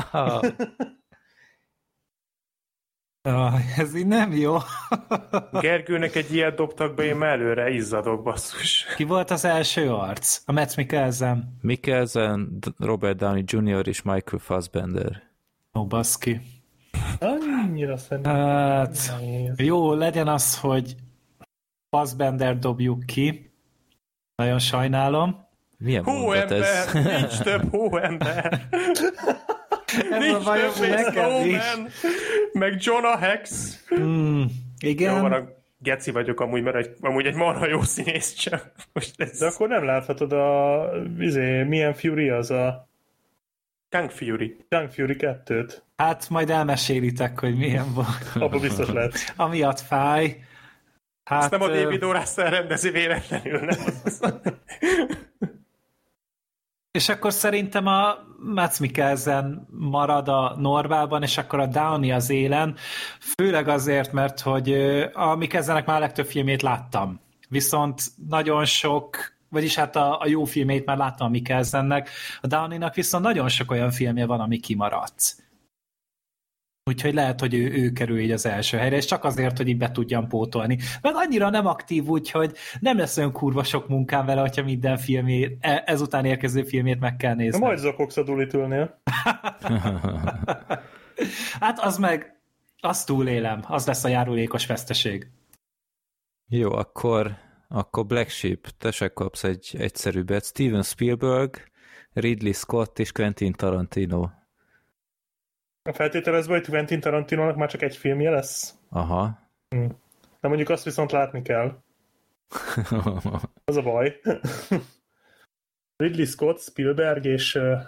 Ah, ez így nem jó. Gergőnek egy ilyet dobtak be, én előre izzadok, basszus. Ki volt az első arc? A Mads Mikkelsen. Mikkelsen, Robert Downey junior és Michael Fassbender. Ó, baszki. Annyira szerintem. Hát, jó, legyen az, hogy Fassbender dobjuk ki. Nagyon sajnálom. Milyen mondat ez? Hóember! Nincs több hóember! Ez Nincs a bajom több nekem is. Snowman! Meg Jonah Hex! Mm, igen. Jó, van, a geci vagyok amúgy, mert egy, amúgy egy marha jó színész, csak most ez... De akkor nem láthatod a... Izé, milyen Fury az a... Kung Fury. Kung Fury kettőt. Hát majd elmesélitek, hogy milyen volt. Abba biztos lehet. Amiatt fáj. Hát, Ezt nem a ö... David O. Russell rendezi véletlenül, nem? És akkor szerintem a Mads Mikkelsen marad a normálban, és akkor a Downey az élen, főleg azért, mert hogy a Mikkelsennek már a legtöbb filmét láttam. Viszont nagyon sok, vagyis hát a, a jó filmét már láttam a Mikkelsennek, a Downeynak viszont nagyon sok olyan filmje van, ami kimaradt. Úgyhogy lehet, hogy ő, ő kerül így az első helyre, és csak azért, hogy így be tudjam pótolni. Mert annyira nem aktív, úgyhogy nem lesz olyan kurva sok munkám vele, hogyha minden filmét, ezután érkező filmét meg kell nézni. Na majd zokogsz a Dolittle-nél. Hát az meg, azt túlélem, az lesz a járulékos veszteség. Jó, akkor, akkor Black Sheep, te se kapsz egy egyszerűbbet. Steven Spielberg, Ridley Scott és Quentin Tarantino. Feltételezve, hogy Quentin Tarantinónak már csak egy filmje lesz. Aha. Hm. De mondjuk azt viszont látni kell. Az a baj. Ridley Scott, Spielberg és... Uh,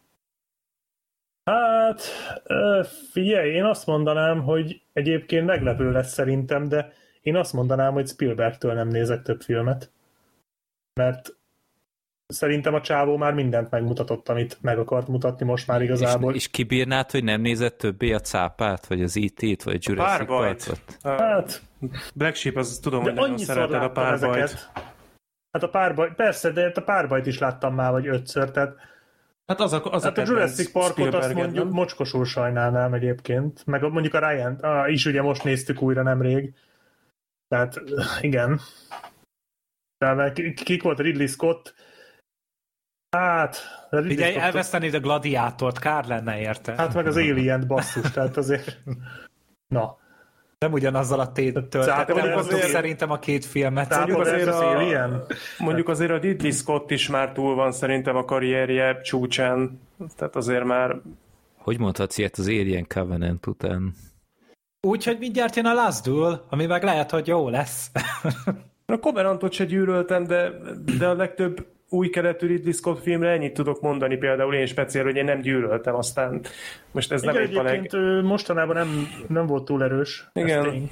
hát... Uh, figyelj, én azt mondanám, hogy egyébként meglepő lesz szerintem, de én azt mondanám, hogy Spielbergtől nem nézek több filmet. Mert szerintem a csávó már mindent megmutatott, amit meg akart mutatni most már igazából. És, és kibírnád, hogy nem nézett többé a cápát, vagy az í té-t, vagy Jurassic Parkot? Hát... Black Sheep, az tudom, hogy de nagyon szereted a párbajt. Ezeket. Hát a párbajt, persze, de a párbajt is láttam már, vagy ötször, tehát hát az a, az hát a, a Jurassic Parkot azt mondjuk nem? Mocskosul sajnálnám egyébként, meg mondjuk a Ryan ah, is ugye most néztük újra nemrég. Tehát igen. De kik volt Ridley Scott? Hát... Ugye elvesztenéd a Gladiátort, kár lenne érte. Hát meg az Alien-t basszus, tehát azért... Na. Nem ugyanazzal a téttől. Tehát nem mondtuk szerintem a két filmet. Mondjuk azért, a, mondjuk azért a Ridley Scott is már túl van szerintem a karrierje csúcsán. Tehát azért már... Hogy mondhatsz ilyet az Alien Covenant után? Úgyhogy mindjárt jön a Last Duel, ami meg lehet, hogy jó lesz. A Covenantot se gyűlöltem, de, de a legtöbb új keletű Ridley Scott filmre ennyit tudok mondani, például én speciál, hogy én nem gyűlöltem, aztán most ez igen, nem épp a leg... mostanában nem, nem volt túl erős. Igen.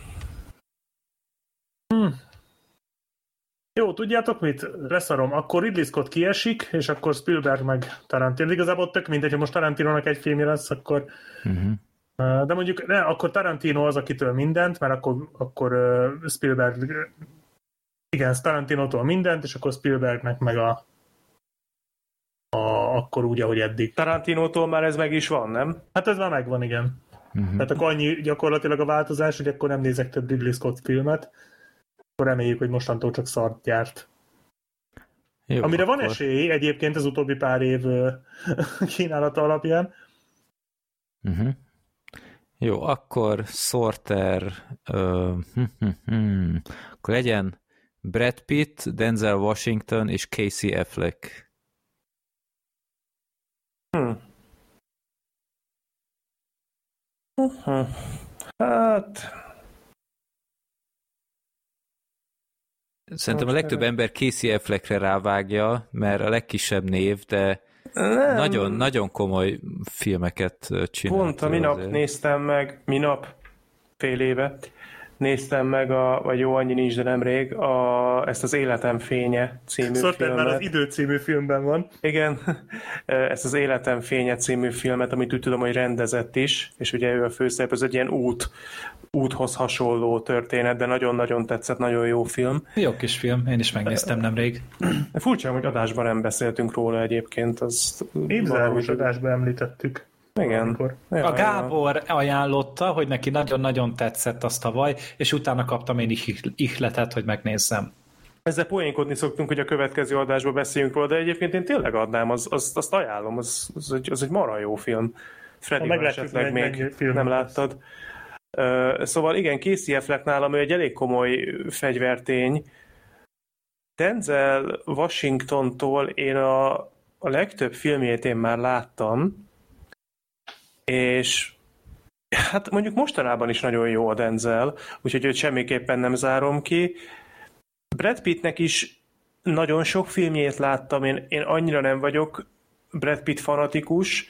Hm. Jó, tudjátok mit? Leszarom. Akkor Ridley Scott kiesik, és akkor Spielberg meg Tarantino. Igazából tök mindegy, hogy most Tarantinónak egy filmje lesz, akkor... Uh-huh. De mondjuk, ne, akkor Tarantino az, akitől mindent, mert akkor, akkor uh, Spielberg... Igen, Tarantinótól mindent, és akkor Spielbergnek meg a, a akkor úgy, ahogy eddig. Tarantinótól már ez meg is van, nem? Hát ez már megvan, igen. Uh-huh. Tehát akkor annyi gyakorlatilag a változás, hogy akkor nem nézek több Ridley Scott filmet, akkor reméljük, hogy mostantól csak szart gyárt. Jó, amire akkor... van esély egyébként az utóbbi pár év kínálata alapján. Uh-huh. Jó, akkor Sorter uh, hm, hm, hm. akkor legyen Brad Pitt, Denzel Washington és Casey Affleck. Hmm. Uh-huh. Hát... Szerintem a legtöbb ember Casey Affleckre rávágja, mert a legkisebb név, de nagyon, nagyon komoly filmeket csinál. Pont a minap azért. Néztem meg, minap, fél éve. néztem meg, a, vagy jó, annyi nincs, de nemrég, a, ezt az Életem fénye című Sorter filmet. már az Idő című filmben van. Igen, ezt az Életem fénye című filmet, amit úgy tudom, hogy rendezett is, és ugye ő a főszerep, ez egy ilyen út, úthoz hasonló történet, de nagyon-nagyon tetszett, nagyon jó film. Jó kis film, én is megnéztem nemrég. Furcsa, hogy adásban nem beszéltünk róla egyébként. Az Évzáros adásban említettük. Igen. A Gábor ajánlotta, hogy neki nagyon-nagyon tetszett azt tavaly, és utána kaptam én ihletet, hogy megnézzem. Ezzel poénkodni szoktunk, hogy a következő adásban beszéljünk róla, de egyébként én tényleg adnám, az, az, azt ajánlom, az, az, egy, az egy marha jó film. Freddy esetleg még nem láttad. Uh, szóval igen, Casey Affleck nálam ő egy elég komoly fegyvertény. Denzel Washingtontól én a, a legtöbb filmjét én már láttam, és hát mondjuk mostanában is nagyon jó a Denzel, úgyhogy őt semmiképpen nem zárom ki. Brad Pittnek is nagyon sok filmjét láttam, én, én annyira nem vagyok Brad Pitt fanatikus,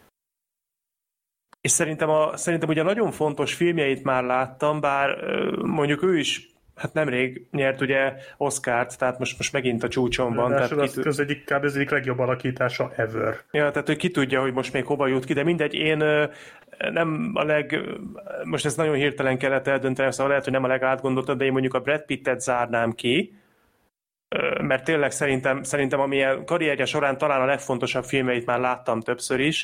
és szerintem, a, szerintem ugye nagyon fontos filmjeit már láttam, bár mondjuk ő is hát nemrég nyert ugye Oscart, tehát most, most megint a csúcson van. Tehát az, tud... az egyik, kb. Az egyik legjobb alakítása ever. Ja, tehát hogy ki tudja, hogy most még hova jut ki, de mindegy, én nem a leg... Most ez nagyon hirtelen kellett eldöntenem, szóval lehet, hogy nem a legátgondoltabb, de én mondjuk a Brad Pittet zárnám ki, mert tényleg szerintem, szerintem amilyen karrierje során talán a legfontosabb filmeit már láttam többször is,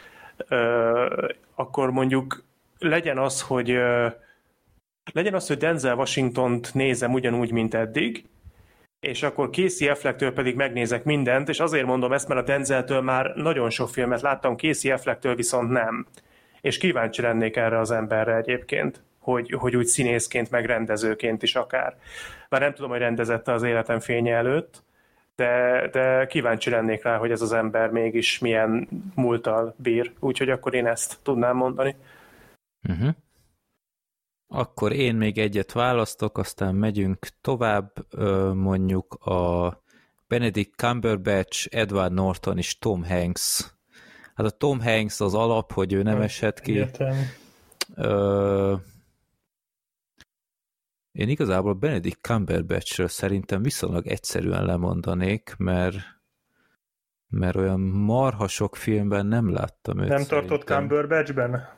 akkor mondjuk legyen az, hogy legyen az, hogy Denzel Washingtont nézem ugyanúgy, mint eddig, és akkor Casey Afflecktől pedig megnézek mindent, és azért mondom ezt, mert a Denzeltől már nagyon sok filmet láttam, Casey Afflecktől viszont nem. És kíváncsi lennék erre az emberre egyébként, hogy, hogy úgy színészként, meg rendezőként is akár. Bár nem tudom, hogy rendezette az Életem fénye előtt, de, de kíváncsi lennék rá, hogy ez az ember mégis milyen múlttal bír. Úgyhogy akkor én ezt tudnám mondani. Uh-huh. Akkor én még egyet választok, aztán megyünk tovább, mondjuk a Benedict Cumberbatch, Edward Norton és Tom Hanks. Hát a Tom Hanks az alap, hogy ő nem esett ki. Ö... Én igazából Benedict Cumberbatchről szerintem viszonylag egyszerűen lemondanék, mert, mert olyan marha sok filmben nem láttam őt. Nem tartott Cumberbatchben?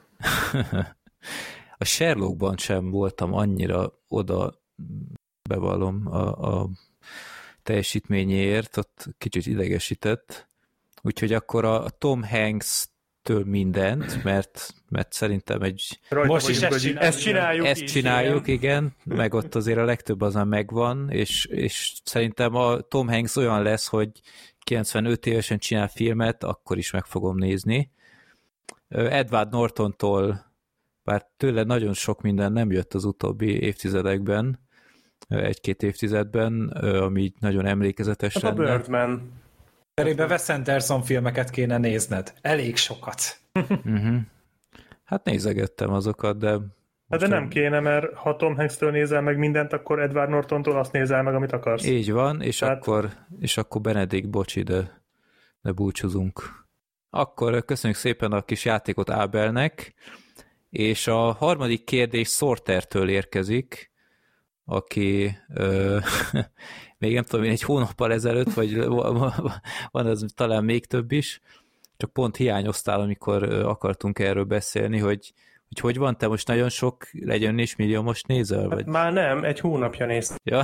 A Sherlockban sem voltam annyira oda, bevallom, a, a teljesítményéért, ott kicsit idegesített. Úgyhogy akkor a Tom Hanks-től mindent, mert, mert szerintem egy... Rajta most is ezt csináljuk. Ezt csináljuk, ezt csináljuk igen. igen, meg ott azért a legtöbb azon megvan, és, és szerintem a Tom Hanks olyan lesz, hogy kilencvenöt évesen csinál filmet, akkor is meg fogom nézni. Edward Nortontól bár tőle nagyon sok minden nem jött az utóbbi évtizedekben, egy-két évtizedben, ami nagyon emlékezetes hát lenne. A Birdman. Cserébe Wes Anderson filmeket kéne nézned. Elég sokat. uh-huh. Hát nézegettem azokat, de... Hát de nem kéne, mert ha Tom Hanks-től nézel meg mindent, akkor Edward Nortontól azt nézel meg, amit akarsz. Így van, és, Tehát... akkor, és akkor Benedikt, bocsi, de, de búcsúzunk. Akkor köszönjük szépen a kis játékot Ábelnek, és a harmadik kérdés Sortertől érkezik, aki ö, még nem tudom én, egy hónappal ezelőtt, vagy van az talán még több is, csak pont hiányoztál, amikor akartunk erről beszélni, hogy hogy, hogy van, te most nagyon sok legyen és millió most nézel? Vagy? Hát már nem, egy hónapja néztem. Ja.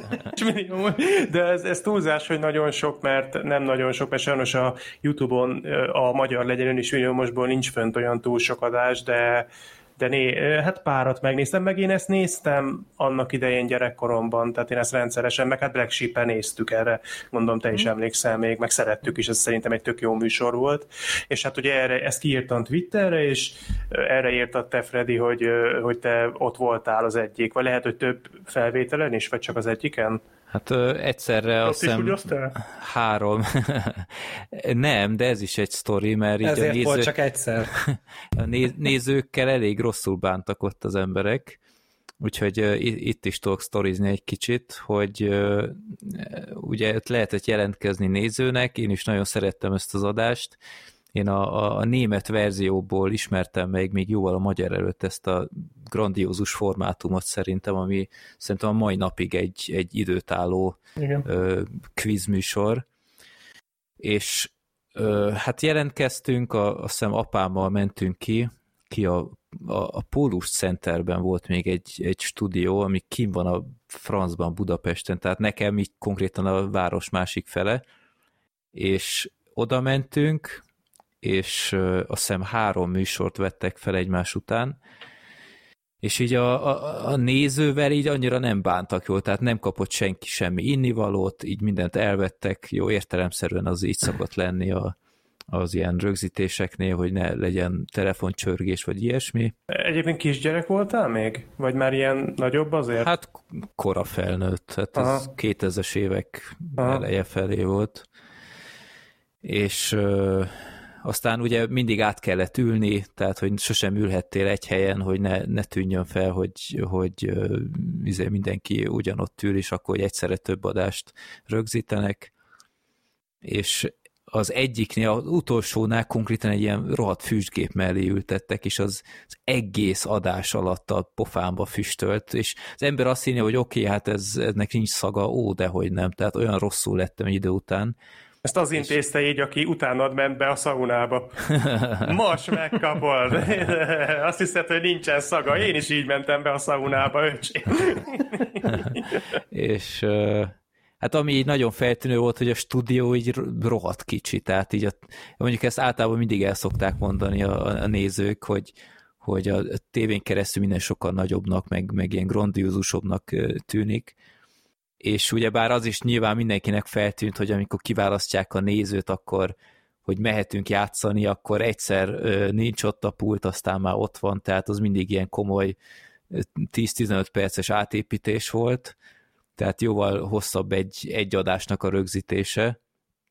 De ez, ez túlzás, hogy nagyon sok, mert nem nagyon sok, mert sajnos a YouTube-on a magyar legyen is millió mostból nincs fönt olyan túl sok adás, de de né, hát párat megnéztem, meg én ezt néztem annak idején gyerekkoromban, tehát én ezt rendszeresen, meg hát Black Sheep-el néztük erre, mondom, te is emlékszel még, meg szerettük is, ez szerintem egy tök jó műsor volt, és hát ugye erre, ezt kiírtam Twitterre, és erre írtad te, Freddy, hogy, hogy te ott voltál az egyik, vagy lehet, hogy több felvételen is, vagy csak az egyiken? Hát ö, egyszerre azt hiszem három. Nem, de ez is egy sztori, mert így ezért a néző... volt csak egyszer. A néz- nézőkkel elég rosszul bántak ott az emberek, úgyhogy uh, itt is tudok sztorizni egy kicsit, hogy uh, ugye lehetett jelentkezni nézőnek, én is nagyon szerettem ezt az adást, én a, a, a német verzióból ismertem meg még jóval a magyar előtt ezt a grandiózus formátumot szerintem, ami szerintem a mai napig egy, egy időtálló ö, quizműsor. És ö, hát jelentkeztünk, a, azt hiszem apámmal mentünk ki, ki a, a, a Pólus Centerben volt még egy, egy stúdió, ami kim van a francban, Budapesten, tehát nekem így konkrétan a város másik fele, és oda mentünk, és ö, azt hiszem három műsort vettek fel egymás után, és így a, a, a nézővel így annyira nem bántak jól, tehát nem kapott senki semmi innivalót, így mindent elvettek, jó értelemszerűen az így szokott lenni a, az ilyen rögzítéseknél, hogy ne legyen telefoncsörgés, vagy ilyesmi. Egyébként kisgyerek voltál még? Vagy már ilyen nagyobb azért? Hát kora felnőtt, hát Aha. ez kétezres évek Aha. eleje felé volt. És ö, aztán ugye mindig át kellett ülni, tehát hogy sosem ülhettél egy helyen, hogy ne, ne tűnjön fel, hogy, hogy ö, mindenki ugyanott ül, és akkor hogy egyszerre több adást rögzítenek. És az egyiknél, az utolsónál konkrétan egy ilyen rohadt füstgép mellé ültettek, és az, az egész adás alatt a pofámba füstölt, és az ember azt hinné, hogy oké, okay, hát ez, ennek nincs szaga, ó, dehogy nem, tehát olyan rosszul lettem egy idő után. Ezt az intézte így, aki utánad ment be a szaunába. Most megkapod. Azt hiszed, hogy nincsen szaga. Én is így mentem be a szaunába, öcsém. És hát ami így nagyon feltűnő volt, hogy a stúdió így rohadt kicsi, tehát így a, mondjuk ezt általában mindig el szokták mondani a, a nézők, hogy, hogy a tévén keresztül minden sokkal nagyobbnak, meg, meg ilyen grandiózusabbnak tűnik, és ugyebár az is nyilván mindenkinek feltűnt, hogy amikor kiválasztják a nézőt, akkor, hogy mehetünk játszani, akkor egyszer nincs ott a pult, aztán már ott van, tehát az mindig ilyen komoly tíz-tizenöt perces átépítés volt, tehát jóval hosszabb egy, egy adásnak a rögzítése,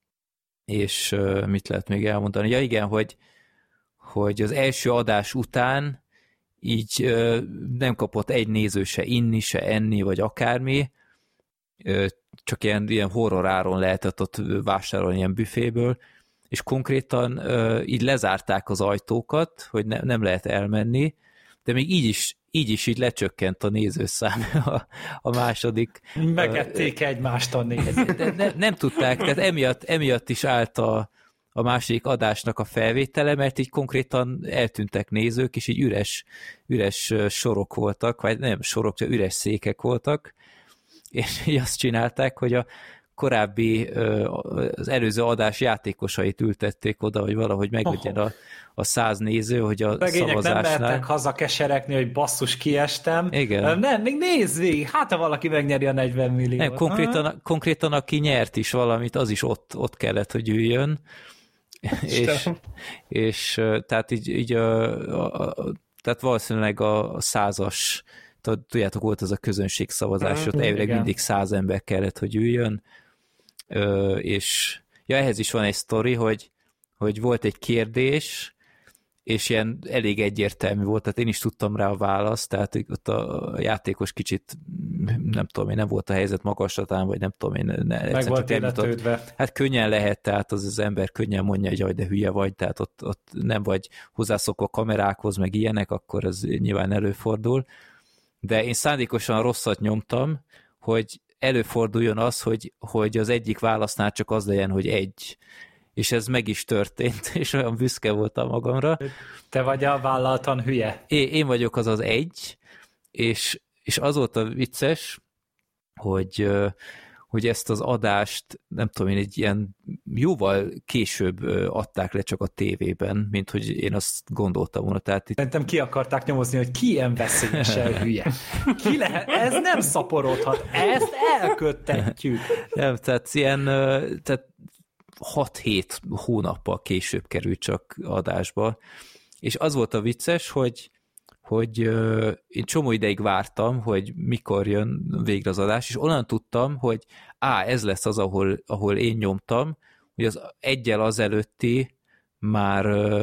és uh, mit lehet még elmondani? Ja igen, hogy, hogy az első adás után így uh, nem kapott egy néző se inni, se enni, vagy akármi, uh, csak ilyen, ilyen horror áron lehetett ott vásárolni ilyen büféből, és konkrétan uh, így lezárták az ajtókat, hogy ne, nem lehet elmenni, de még így is így is így lecsökkent a nézőszám a, a második. Megették egymást a nézőt. De ne, nem tudták, tehát emiatt, emiatt is állt a, a második adásnak a felvétele, mert így konkrétan eltűntek nézők, és így üres, üres sorok voltak, vagy nem sorok, csak üres székek voltak, és így azt csinálták, hogy a korábbi, az előző adás játékosait ültették oda, hogy valahogy meglegyen a, a száz néző, hogy a Regények szavazásnál... nem mertek haza keserekni, hogy basszus, kiestem. Igen. Nem, még nézd végig, hát ha valaki megnyeri a negyven milliót. Nem, konkrétan, konkrétan aki nyert is valamit, az is ott, ott kellett, hogy üljön. és, és tehát így, így a, a, a, tehát valószínűleg a százas, tudjátok, volt az a közönségszavazás, ott elvileg mindig száz ember kellett, hogy üljön, Ö, és ja, ehhez is van egy sztori, hogy, hogy volt egy kérdés, és ilyen elég egyértelmű volt, tehát én is tudtam rá a választ, tehát ott a játékos kicsit, nem tudom én, nem volt a helyzet magaslatán, vagy nem tudom én. Ne, meg volt életődve. Hát könnyen lehet, tehát az az ember könnyen mondja, hogy jaj, de hülye vagy, tehát ott, ott nem vagy hozzászokva a kamerákhoz, meg ilyenek, akkor ez nyilván előfordul. De én szándékosan rosszat nyomtam, hogy előforduljon az, hogy, hogy az egyik válasznál csak az legyen, hogy egy. És ez meg is történt, és olyan büszke voltam magamra. Te vagy a vállaltan hülye. Én, én vagyok az az egy, és, és az volt a vicces, hogy, hogy ezt az adást, nem tudom én, egy ilyen jóval később adták le csak a tévében, mint hogy én azt gondoltam volna. Tehát itt... Szerintem ki akarták nyomozni, hogy ki ilyen veszélyesen hülye. Ki lehet? Ez nem szaporodhat. Ezt elköttetjük. Nem, tehát ilyen, tehát hat-hét hónappal később került csak adásba. És az volt a vicces, hogy hogy uh, én csomó ideig vártam, hogy mikor jön végre az adás, és onnan tudtam, hogy á, ez lesz az, ahol, ahol én nyomtam, hogy az egyel azelőtti már, uh,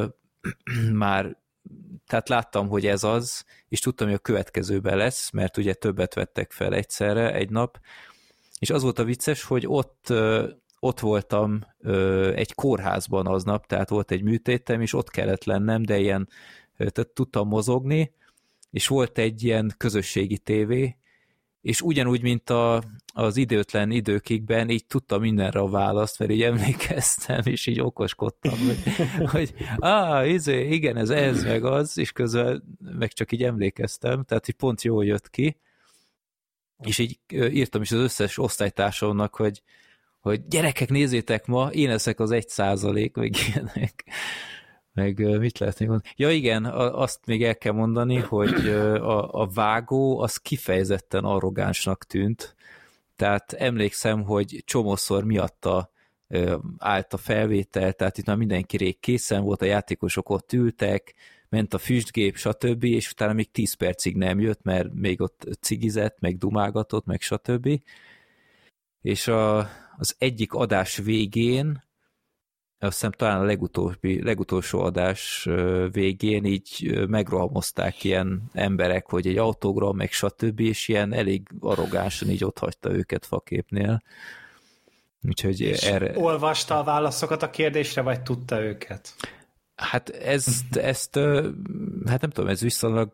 már tehát láttam, hogy ez az, és tudtam, hogy a következőben lesz, mert ugye többet vettek fel egyszerre egy nap, és az volt a vicces, hogy ott, uh, ott voltam ö, egy kórházban aznap, tehát volt egy műtétem, és ott kellett lennem, de ilyen, tehát tudtam mozogni, és volt egy ilyen közösségi tévé, és ugyanúgy, mint a, az időtlen időkigben, így tudtam mindenre a választ, mert így emlékeztem, és így okoskodtam, hogy, hogy á, izé, igen, ez ez, meg az, és közben meg csak így emlékeztem, tehát így pont jól jött ki, és így írtam is az összes osztálytársamnak, hogy, hogy gyerekek, nézzétek ma, én leszek az egy százalék, meg ilyenek. Meg mit lehet még mondani? Ja igen, azt még el kell mondani, hogy a, a vágó az kifejezetten arrogánsnak tűnt, tehát emlékszem, hogy csomószor miatta állt a felvétel, tehát itt már mindenki rég készen volt, a játékosok ott ültek, ment a füstgép, stb., és utána még tíz percig nem jött, mert még ott cigizett, meg dumálgatott, meg stb. És a, az egyik adás végén, azt hiszem talán a legutóbbi, legutolsó adás végén így megrohamozták ilyen emberek, hogy egy autogram, meg stb., és ilyen elég arrogánsan így ott hagyta őket faképnél. Úgyhogy és erre... olvasta a válaszokat a kérdésre, vagy tudta őket? Hát ezt, ezt hát nem tudom, ez viszonylag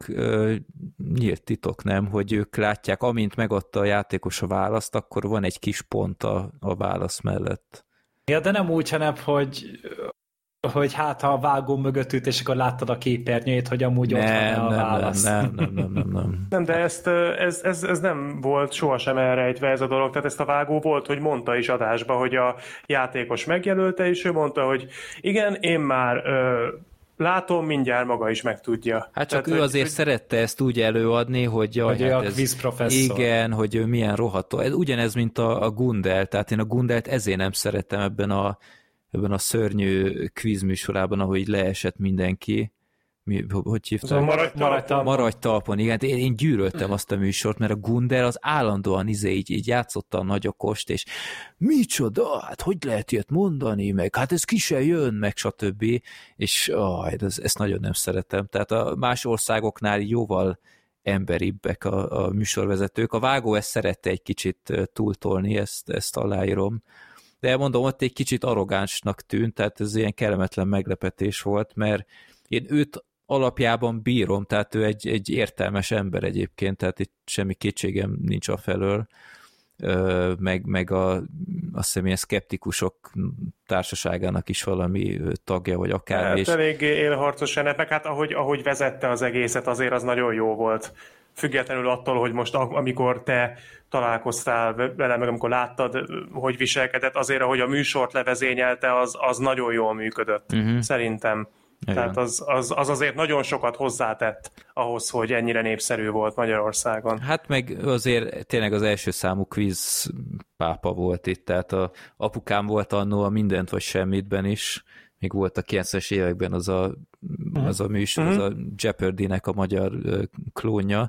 nyílt titok, nem? Hogy ők látják, amint megadta a játékos a választ, akkor van egy kis pont a, a válasz mellett. Ja, de nem úgy, hanem, hogy, hogy hát ha a vágó mögött ült, és akkor láttad a képernyőjét, hogy amúgy nem, ott van a nem, válasz. Nem, nem, nem, nem, nem. Nem, de ezt, ez, ez, ez nem volt sohasem elrejtve ez a dolog, tehát ezt a vágó volt, hogy mondta is adásba, hogy a játékos megjelölte, és ő mondta, hogy igen, én már ö, látom, mindjárt maga is megtudja. Hát csak tehát, ő azért hogy, szerette ezt úgy előadni, hogy jaj, hogy hát a ez, kvízprofesszor. igen, hogy ő milyen rohadtó. Ez ugyanez, mint a, a Gundel, tehát én a Gundelt ezért nem szerettem ebben a, ebben a szörnyű kvízműsorában, ahogy leesett mindenki. Mi, hogy hívták? Maradj talpon. Maradj talpon, igen. Én, én gyűlöltem azt a műsort, mert a Gundel az állandóan izé, így, így játszotta a nagyokost, és micsoda, hát hogy lehet ilyet mondani, meg hát ez ki se jön, meg stb. És ah, ez, ezt nagyon nem szeretem. Tehát a más országoknál jóval emberibbek a, a műsorvezetők. A vágó ezt szerette egy kicsit túltolni, ezt, ezt aláírom. De mondom, ott egy kicsit arrogánsnak tűnt, tehát ez ilyen kellemetlen meglepetés volt, mert én őt alapjában bírom, tehát ő egy, egy értelmes ember egyébként, tehát itt semmi kétségem nincs afelől, meg, meg a, azt hiszem ilyen szkeptikusok társaságának is valami tagja, vagy akármi. Hát eléggé élharcos ennek, meg hát ahogy, ahogy vezette az egészet, azért az nagyon jó volt. Függetlenül attól, hogy most amikor te találkoztál vele, meg amikor láttad, hogy viselkedett, azért, ahogy a műsort levezényelte, az, az nagyon jól működött, uh-huh. szerintem. Igen. Tehát az, az, az azért nagyon sokat hozzátett ahhoz, hogy ennyire népszerű volt Magyarországon. Hát meg azért tényleg az első számú quiz pápa volt itt, tehát a apukám volt annó a Mindent vagy Semmitben is, még volt a kilencvenes években az a, az a műsor, uh-huh. az a Jeopardy-nek a magyar klónja,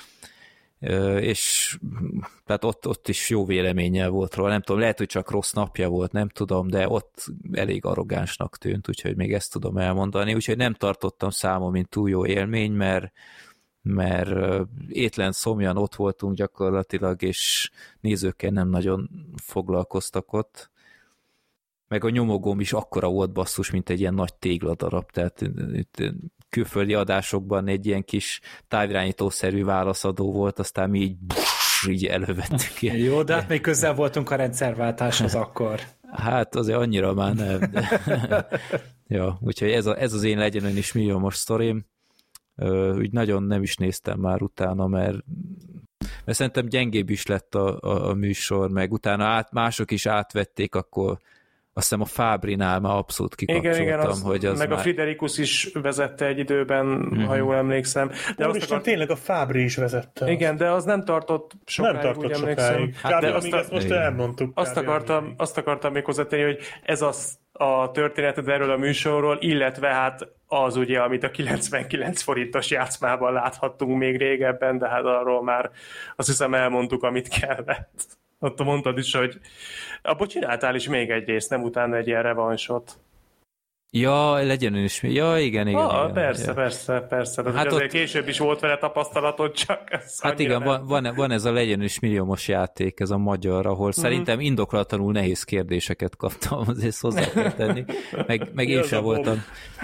és tehát ott, ott is jó véleménnyel volt róla, nem tudom, lehet, hogy csak rossz napja volt, nem tudom, de ott elég arrogánsnak tűnt, úgyhogy még ezt tudom elmondani, úgyhogy nem tartottam számon, mint túl jó élmény, mert, mert étlen szomjan ott voltunk gyakorlatilag, és nézőkkel nem nagyon foglalkoztak ott, meg a nyomogóm is akkora volt basszus, mint egy ilyen nagy tégladarab, tehát itt külföldi adásokban egy ilyen kis távirányítószerű válaszadó volt, aztán mi így, busz, így elővettük. Jó, de hát még közel voltunk a rendszerváltáshoz akkor. Hát azért annyira már nem. De... ja, úgyhogy ez, a, ez az én legyen ön is milliómos sztorim. Úgy nagyon nem is néztem már utána, mert, mert szerintem gyengébb is lett a, a, a műsor, meg utána át, mások is átvették, akkor azt hiszem a Fábrinál már abszolút kikapcsoltam, igen, igen, az, hogy az meg már... a Friderikus is vezette egy időben, mm-hmm. ha jól emlékszem. De most akar... tényleg a Fábri is vezette. Igen, de az nem tartott sokáig, nem tartott úgy sokáig. Hát de amíg ezt most elmondtuk. Azt akartam, azt akartam még hozzátenni, hogy ez az a történeted erről a műsorról, illetve hát az ugye, amit a kilencvenkilenc forintos játszmában láthattunk még régebben, de hát arról már azt hiszem elmondtuk, amit kellett. Ott mondtad is, hogy abból csináltál is még egy részt, nem utána egy ilyen revansot. Ja, legyen is. Ja, igen, igen. Ah, igen persze, ja. persze, persze. De Hát azért ott... később is volt vele tapasztalatod, csak ez Hát igen, van, van, van ez a legyen is milliómos játék, ez a magyar, ahol mm-hmm. szerintem indokolatlanul nehéz kérdéseket kaptam, azért hozzá kell tenni. Meg, meg én sem voltam.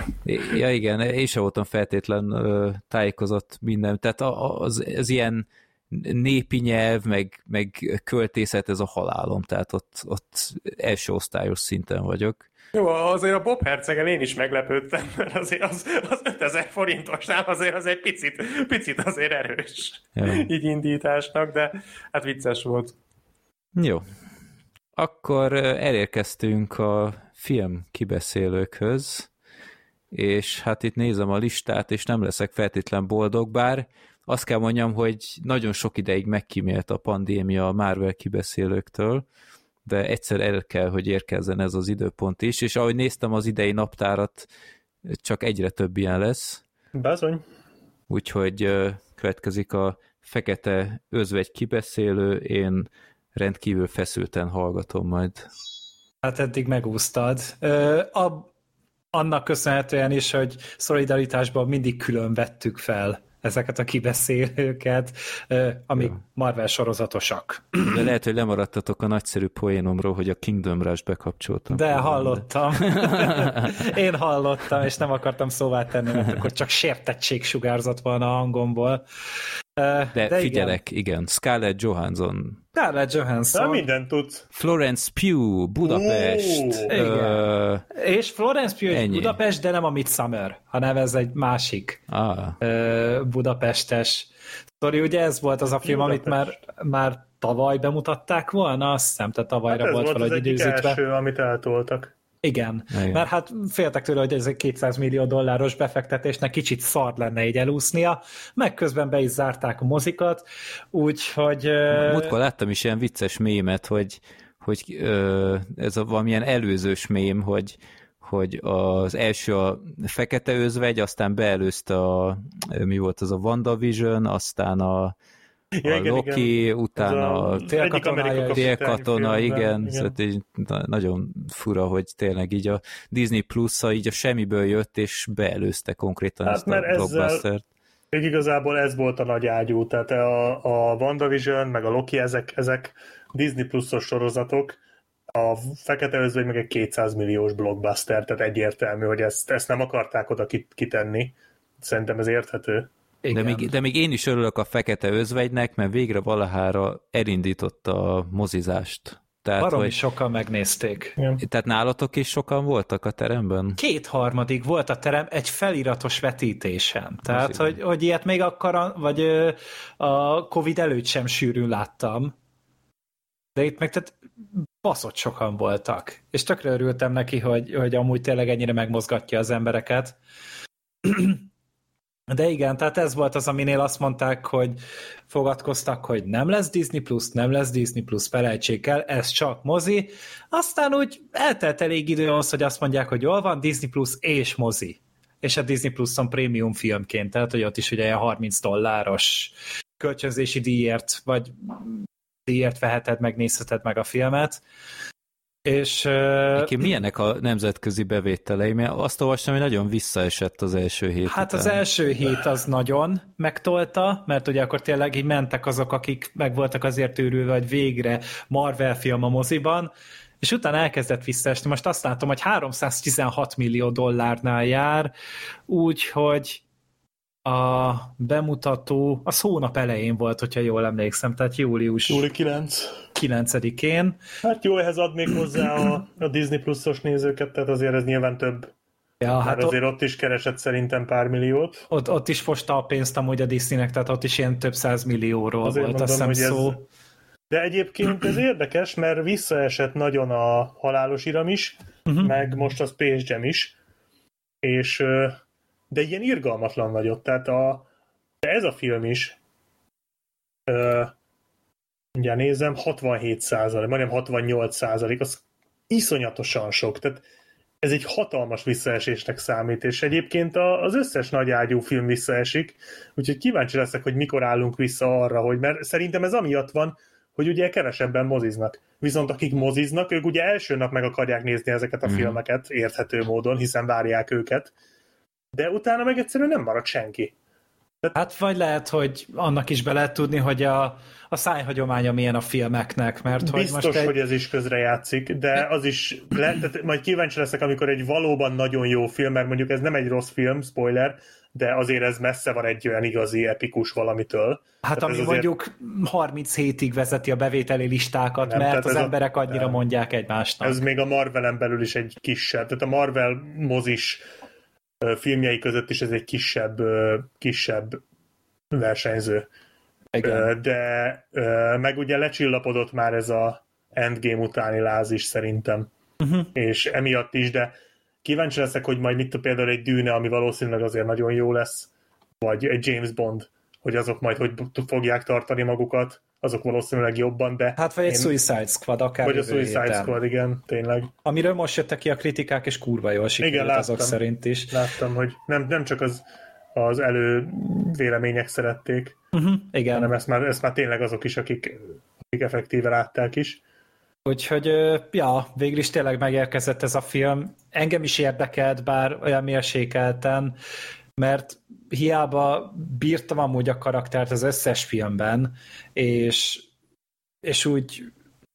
Ja igen, én sem voltam feltétlen uh, tájékozott minden. Tehát az, az ilyen népi nyelv, meg, meg költészet, ez a halálom. Tehát ott, ott első osztályos szinten vagyok. Jó, azért a Bob Hercegen én is meglepődtem, mert azért az, az ötezer forintosnál azért az egy picit, picit azért erős ja. így indításnak, de hát vicces volt. Jó. Akkor elérkeztünk a film kibeszélőkhöz, és hát itt nézem a listát, és nem leszek feltétlen boldog, bár azt kell mondjam, hogy nagyon sok ideig megkímélt a pandémia a Marvel kibeszélőktől, de egyszer el kell, hogy érkezzen ez az időpont is, és ahogy néztem az idei naptárat, csak egyre több ilyen lesz. Bizony. Úgyhogy uh, következik a fekete özvegy kibeszélő, én rendkívül feszülten hallgatom majd. Hát eddig megúsztad. Ö, a, annak köszönhetően is, hogy szolidaritásban mindig külön vettük fel ezeket a kibeszélőket, amik ja. Marvel sorozatosak. De lehet, hogy lemaradtatok a nagyszerű poénomról, hogy a Kingdom Rush bekapcsoltam. De hallottam. Én hallottam, és nem akartam szóvá tenni, mert akkor csak sértettség sugárzott volna a hangomból. De, De figyelek, igen. igen. Scarlett Johansson. Scarlett Johansson. De mindent tudsz. Florence Pugh, Budapest. Oh, uh, és Florence Pugh és Budapest, de nem a Midsommar, hanem ez egy másik ah. uh, budapestes sztori. Ugye ez volt az a film, Budapest. Amit már, már tavaly bemutatták volna, azt hiszem, tehát tavalyra hát volt valahogy időzítve. Ez volt az egyik első, amit eltoltak. Igen, Igen, mert hát féltek tőle, hogy ez egy kétszáz millió dolláros befektetésnek kicsit szar lenne így elúsznia, meg közben be is zárták a mozikat, úgyhogy... Múltkor láttam is ilyen vicces mémet, hogy, hogy ez a valamilyen előzős mém, hogy, hogy az első a fekete özvegy, aztán beelőzte a, mi volt az a WandaVision, aztán a Ja, a igen, Loki, igen. utána a télkatona, igen, igen. Így nagyon fura, hogy tényleg így a Disney Plus-a így a semmiből jött, és beelőzte konkrétan hát, ezt a blockbustert. Még igazából ez volt a nagy ágyú, tehát a, a WandaVision, meg a Loki, ezek, ezek Disney Plus-os sorozatok, a Fekete Özvegy meg egy kétszáz milliós blockbuster, tehát egyértelmű, hogy ezt, ezt nem akarták oda kitenni. Szerintem ez érthető. De még, de még én is örülök a Fekete Özvegynek, mert végre valahára elindította a mozizást. Tehát, Baromi hogy, sokan megnézték. Tehát nálatok is sokan voltak a teremben? Kétharmadig volt a terem egy feliratos vetítésen. Tehát, hogy, hogy ilyet még akkor, vagy a Covid előtt sem sűrűn láttam. De itt meg tehát baszott sokan voltak. És tökre örültem neki, hogy, hogy amúgy tényleg ennyire megmozgatja az embereket. De igen, tehát ez volt az, aminél azt mondták, hogy fogadkoztak, hogy nem lesz Disney Plus, nem lesz Disney Plus, felejtsék el, ez csak mozi. Aztán úgy eltelt elég idő ahhoz, hogy azt mondják, hogy jól van, Disney Plus és mozi. És a Disney Pluson prémium filmként, tehát hogy ott is ugye a harminc dolláros kölcsönzési díjért, vagy díjért veheted, megnézheted meg a filmet. És, uh, milyenek a nemzetközi bevételei? Mert azt olvastam, hogy nagyon visszaesett az első hét Hát után. Az első hét az nagyon megtolta, mert ugye akkor tényleg így mentek azok, akik meg voltak azért őrülve, hogy végre Marvel film a moziban, és utána elkezdett visszaesni. Most azt látom, hogy háromszáztizenhat millió dollárnál jár, úgyhogy a bemutató az hónap elején volt, hogyha jól emlékszem, tehát július július kilencedikén. Hát jó, ehhez ad még hozzá a, a Disney Plus-os nézőket, tehát azért ez nyilván több. Ja, hát azért ott, ott is keresett szerintem pár milliót. Ott, ott is fosta a pénzt amúgy a Disneynek, tehát ott is ilyen több száz millióról azért volt, mondom, azt hiszem szó. Ez... De egyébként ez érdekes, mert visszaesett nagyon a Halálos Iram is, uh-huh. meg most a Space Jam is, és de ilyen irgalmatlan nagyot, tehát a, de ez a film is uh, ugye nézem, hatvanhét százalék, majdnem hatvannyolc százalék, az iszonyatosan sok, tehát ez egy hatalmas visszaesésnek számít, és egyébként az összes nagyágyú film visszaesik, úgyhogy kíváncsi leszek, hogy mikor állunk vissza arra, hogy mert szerintem ez amiatt van, hogy ugye kevesebben moziznak. Viszont akik moziznak, ők ugye első nap meg akarják nézni ezeket a mm. filmeket érthető módon, hiszen várják őket, de utána meg egyszerűen nem marad senki. De... Hát vagy lehet, hogy annak is be lehet tudni, hogy a, a szájhagyománya milyen a filmeknek, mert hogy biztos, most egy... hogy ez is közrejátszik, de az is, le, tehát majd kíváncsi leszek, amikor egy valóban nagyon jó film, mert mondjuk ez nem egy rossz film, spoiler, de azért ez messze van egy olyan igazi epikus valamitől. Hát tehát ami azért... mondjuk harminc hétig vezeti a bevételi listákat, nem, mert az emberek a... annyira nem. mondják egymásnak. Ez még a Marvelen belül is egy kisebb, tehát a Marvel mozis filmjei között is ez egy kisebb, kisebb versenyző. Igen. De meg ugye lecsillapodott már ez a Endgame utáni láz is szerintem. Uh-huh. És emiatt is, de kíváncsi leszek, hogy majd mit például egy Dűne, ami valószínűleg azért nagyon jó lesz, vagy egy James Bond, hogy azok majd hogy fogják tartani magukat, azok valószínűleg jobban, de... Hát vagy egy én... Suicide Squad akár. Vagy a Suicide héten. Squad, igen, tényleg. Amiről most jöttek ki a kritikák, és kurva jól sikerült igen, azok szerint is. Láttam, hogy nem, nem csak az, az elő vélemények szerették, uh-huh, igen. hanem ezt már, ezt már tényleg azok is, akik, akik effektíve látták is. Úgyhogy, ja, végül is tényleg megérkezett ez a film. Engem is érdekelt, bár olyan mérsékelten, mert hiába bírtam amúgy a karaktert az összes filmben, és, és úgy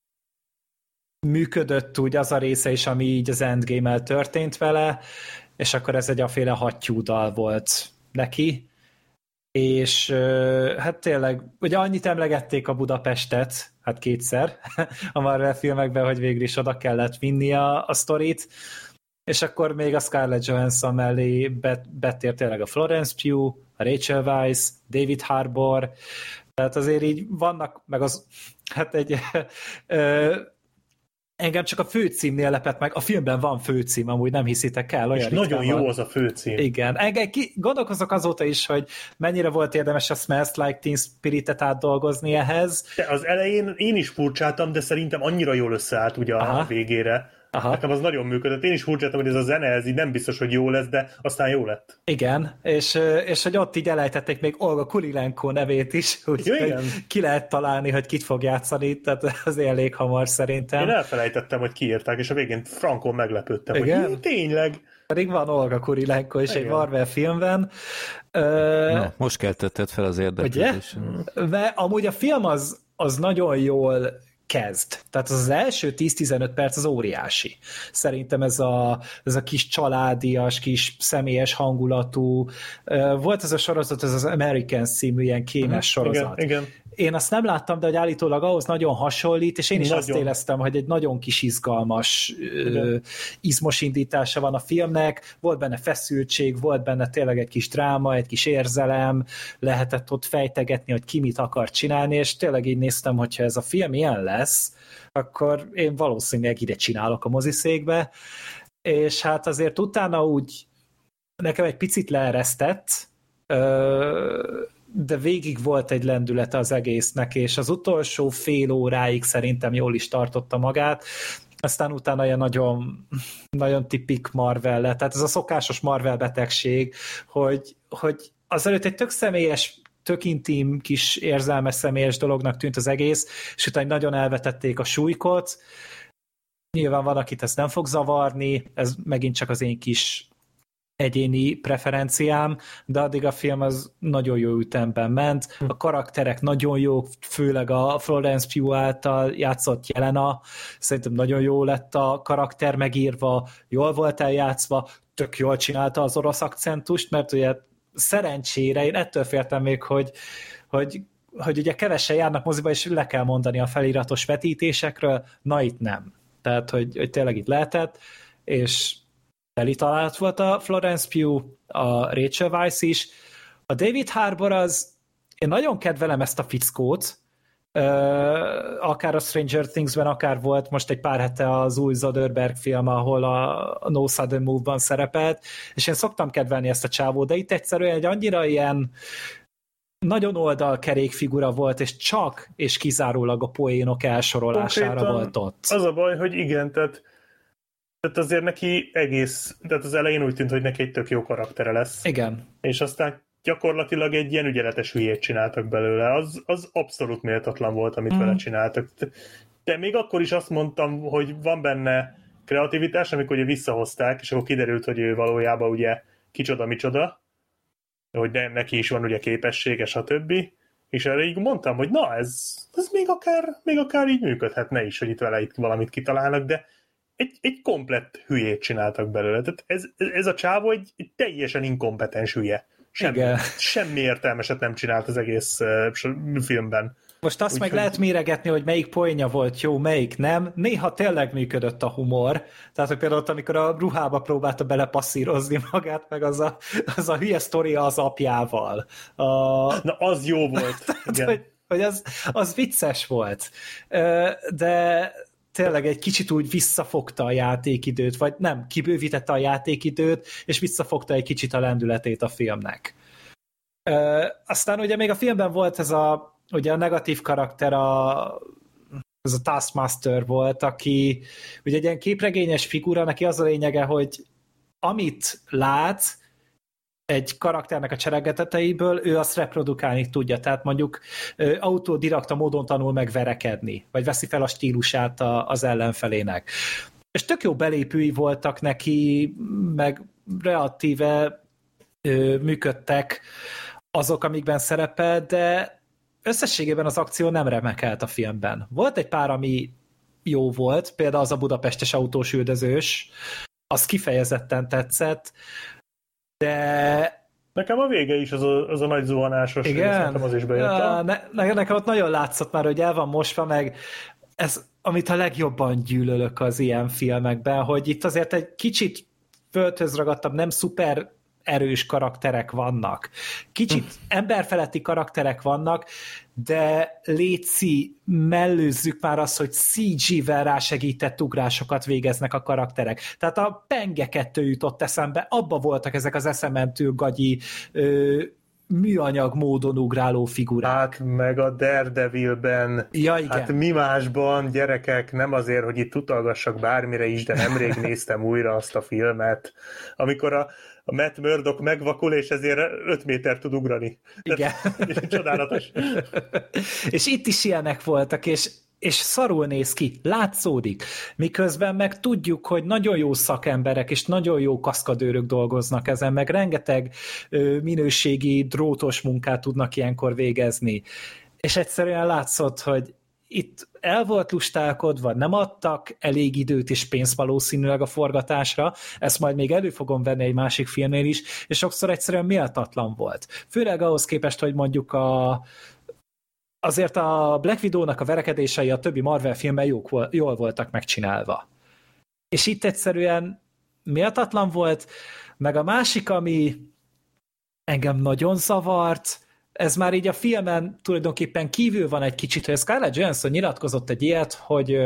működött úgy az a része is, ami így az Endgame-el történt vele, és akkor ez egy aféle hattyúdal volt neki, és hát tényleg, ugye annyit emlegették a Budapestet, hát kétszer a Marvel filmekben, hogy végül is oda kellett vinni a, a sztorit, és akkor még a Scarlett Johansson mellé bet, betér tényleg a Florence Pugh, a Rachel Weisz, David Harbour, tehát azért így vannak, meg az, hát egy ö, engem csak a főcímnél lepett meg, a filmben van főcím, amúgy nem hiszitek el. Olyan és nagyon jó van. Az a főcím. Igen. Engem ki, gondolkozok azóta is, hogy mennyire volt érdemes a Smells Like Teen Spirit-et átdolgozni ehhez. De az elején én is furcsáltam, de szerintem annyira jól összeállt ugye Aha. a végére. Aha. Nekem az nagyon működött. Én is furcsáltam, hogy ez a zene, ez így nem biztos, hogy jó lesz, de aztán jó lett. Igen, és, és hogy ott így elejtették még Olga Kurilenko nevét is, úgyhogy ki lehet találni, hogy kit fog játszani, tehát az elég hamar szerintem. Én elfelejtettem, hogy kiírták, és a végén frankon meglepődtem, Igen? hogy tényleg. Pedig van Olga Kurilenko is Igen. egy Marvel filmben. Na, most keltetted fel az érdeklődést. De amúgy a film az, az nagyon jól kezd. Tehát az, az első tíz-tizenöt perc az óriási. Szerintem ez a, ez a kis családias, kis személyes hangulatú. Volt ez a sorozat, ez az American című ilyen kémes sorozat. Igen, igen. Én azt nem láttam, de hogy állítólag ahhoz nagyon hasonlít, és én is nagyon. Azt éreztem, hogy egy nagyon kis izgalmas ö, izmos indítása van a filmnek, volt benne feszültség, volt benne tényleg egy kis dráma, egy kis érzelem, lehetett ott fejtegetni, hogy ki mit akar csinálni, és tényleg így néztem, hogyha ez a film ilyen lesz, akkor én valószínűleg ide csinálok a moziszékbe, és hát azért utána úgy nekem egy picit leeresztett, ö, de végig volt egy lendülete az egésznek, és az utolsó fél óráig szerintem jól is tartotta magát, aztán utána ilyen nagyon, nagyon tipik Marvel lett, tehát ez a szokásos Marvel betegség, hogy, hogy azelőtt egy tök személyes, tök intim, kis érzelmes személyes dolognak tűnt az egész, és utána nagyon elvetették a súlykot, nyilván van, akit ez nem fog zavarni, ez megint csak az én kis egyéni preferenciám, de addig a film az nagyon jó ütemben ment. A karakterek nagyon jók, főleg a Florence Pugh által játszott Jelena, szerintem nagyon jó lett a karakter megírva, jól volt eljátszva, tök jól csinálta az orosz akcentust, mert ugye szerencsére, én ettől féltem még, hogy, hogy, hogy ugye kevesen járnak moziba, és le kell mondani a feliratos vetítésekről, na itt nem. Tehát, hogy, hogy tényleg itt lehetett, és teli találat volt a Florence Pugh, a Rachel Weisz is. A David Harbour az, én nagyon kedvelem ezt a fickót, akár a Stranger Things-ben, akár volt most egy pár hete az új Soderbergh film, ahol a No Sudden Move-ban szerepelt, és én szoktam kedvelni ezt a csávót, de itt egyszerűen egy annyira ilyen nagyon oldalkerék figura volt, és csak és kizárólag a poénok elsorolására Konkrétan volt ott. Az a baj, hogy igen, tehát Tehát azért neki egész, tehát az elején úgy tűnt, hogy neki egy tök jó karaktere lesz. Igen. És aztán gyakorlatilag egy ilyen ügyeletes hülyét csináltak belőle. Az, az abszolút méltatlan volt, amit mm. vele csináltak. De még akkor is azt mondtam, hogy van benne kreativitás, amikor ugye visszahozták, és akkor kiderült, hogy ő valójában ugye kicsoda-micsoda, hogy de neki is van ugye képessége, stb. És erre így mondtam, hogy na, ez, ez még, akár, még akár így működhetne is, hogy itt vele itt valamit kitalálnak, de egy, egy komplett hülyét csináltak belőle. Tehát ez, ez a csávó egy, egy teljesen inkompetens hülye. Semmi, semmi értelmeset nem csinált az egész uh, filmben. Most azt Úgy meg hogy... lehet méregetni, hogy melyik poénja volt jó, melyik nem. Néha tényleg működött a humor. Tehát, hogy például ott, amikor a ruhába próbálta belepasszírozni magát, meg az a, az a hülye sztoria az apjával. A... Na, az jó volt. Tehát, igen. hogy, hogy az, az vicces volt. De tényleg egy kicsit úgy visszafogta a játékidőt, vagy nem, kibővítette a játékidőt, és visszafogta egy kicsit a lendületét a filmnek. Aztán ugye még a filmben volt ez a ugye a negatív karakter, a, ez a Taskmaster volt, aki ugye egy ilyen képregényes figura, neki az a lényege, hogy amit lát egy karakternek a cselekedeteiből, ő azt reprodukálni tudja, tehát mondjuk autodidakta módon tanul meg verekedni, vagy veszi fel a stílusát a, az ellenfelének. És tök jó belépői voltak neki, meg relatíve ö, működtek azok, amikben szerepel, de összességében az akció nem remekelt a filmben. Volt egy pár, ami jó volt, például az a budapestes autós üldözős, az kifejezetten tetszett, de... Nekem a vége is az a, az a nagy zuhanásos, igen, az is bejött. Ne, ne, nekem ott nagyon látszott már, hogy el van mosva, meg ez, amit a legjobban gyűlölök az ilyen filmekben, hogy itt azért egy kicsit földhöz ragadtabb, nem szuper erős karakterek vannak. Kicsit emberfeletti karakterek vannak, de léci, mellőzzük már azt, hogy cé gé-vel rásegített ugrásokat végeznek a karakterek. Tehát a Penge kettő jutott eszembe, abba voltak ezek az eszementő gagyi ö, műanyag módon ugráló figurák. Hát meg a Daredevilben, ja, igen. Hát mi másban, gyerekek, nem azért, hogy itt utalgassak bármire is, de nemrég néztem újra azt a filmet, amikor a a Matt Murdock megvakul, és ezért öt méter tud ugrani. Igen. Tehát, csodálatos. És itt is ilyenek voltak, és, és szarul néz ki, látszódik. Miközben meg tudjuk, hogy nagyon jó szakemberek, és nagyon jó kaszkadőrök dolgoznak ezen, meg rengeteg ö, minőségi, drótos munkát tudnak ilyenkor végezni. És egyszerűen látszott, hogy itt el volt lustálkodva, nem adtak elég időt és pénzt valószínűleg a forgatásra, ezt majd még elő fogom venni egy másik filmnél is, és sokszor egyszerűen méltatlan volt. Főleg ahhoz képest, hogy mondjuk a, azért a Black Widow-nak a verekedései a többi Marvel filmben jók, jól voltak megcsinálva. És itt egyszerűen méltatlan volt, meg a másik, ami engem nagyon zavart, ez már így a filmen tulajdonképpen kívül van egy kicsit, hogy Scarlett Johansson nyilatkozott egy ilyet, hogy,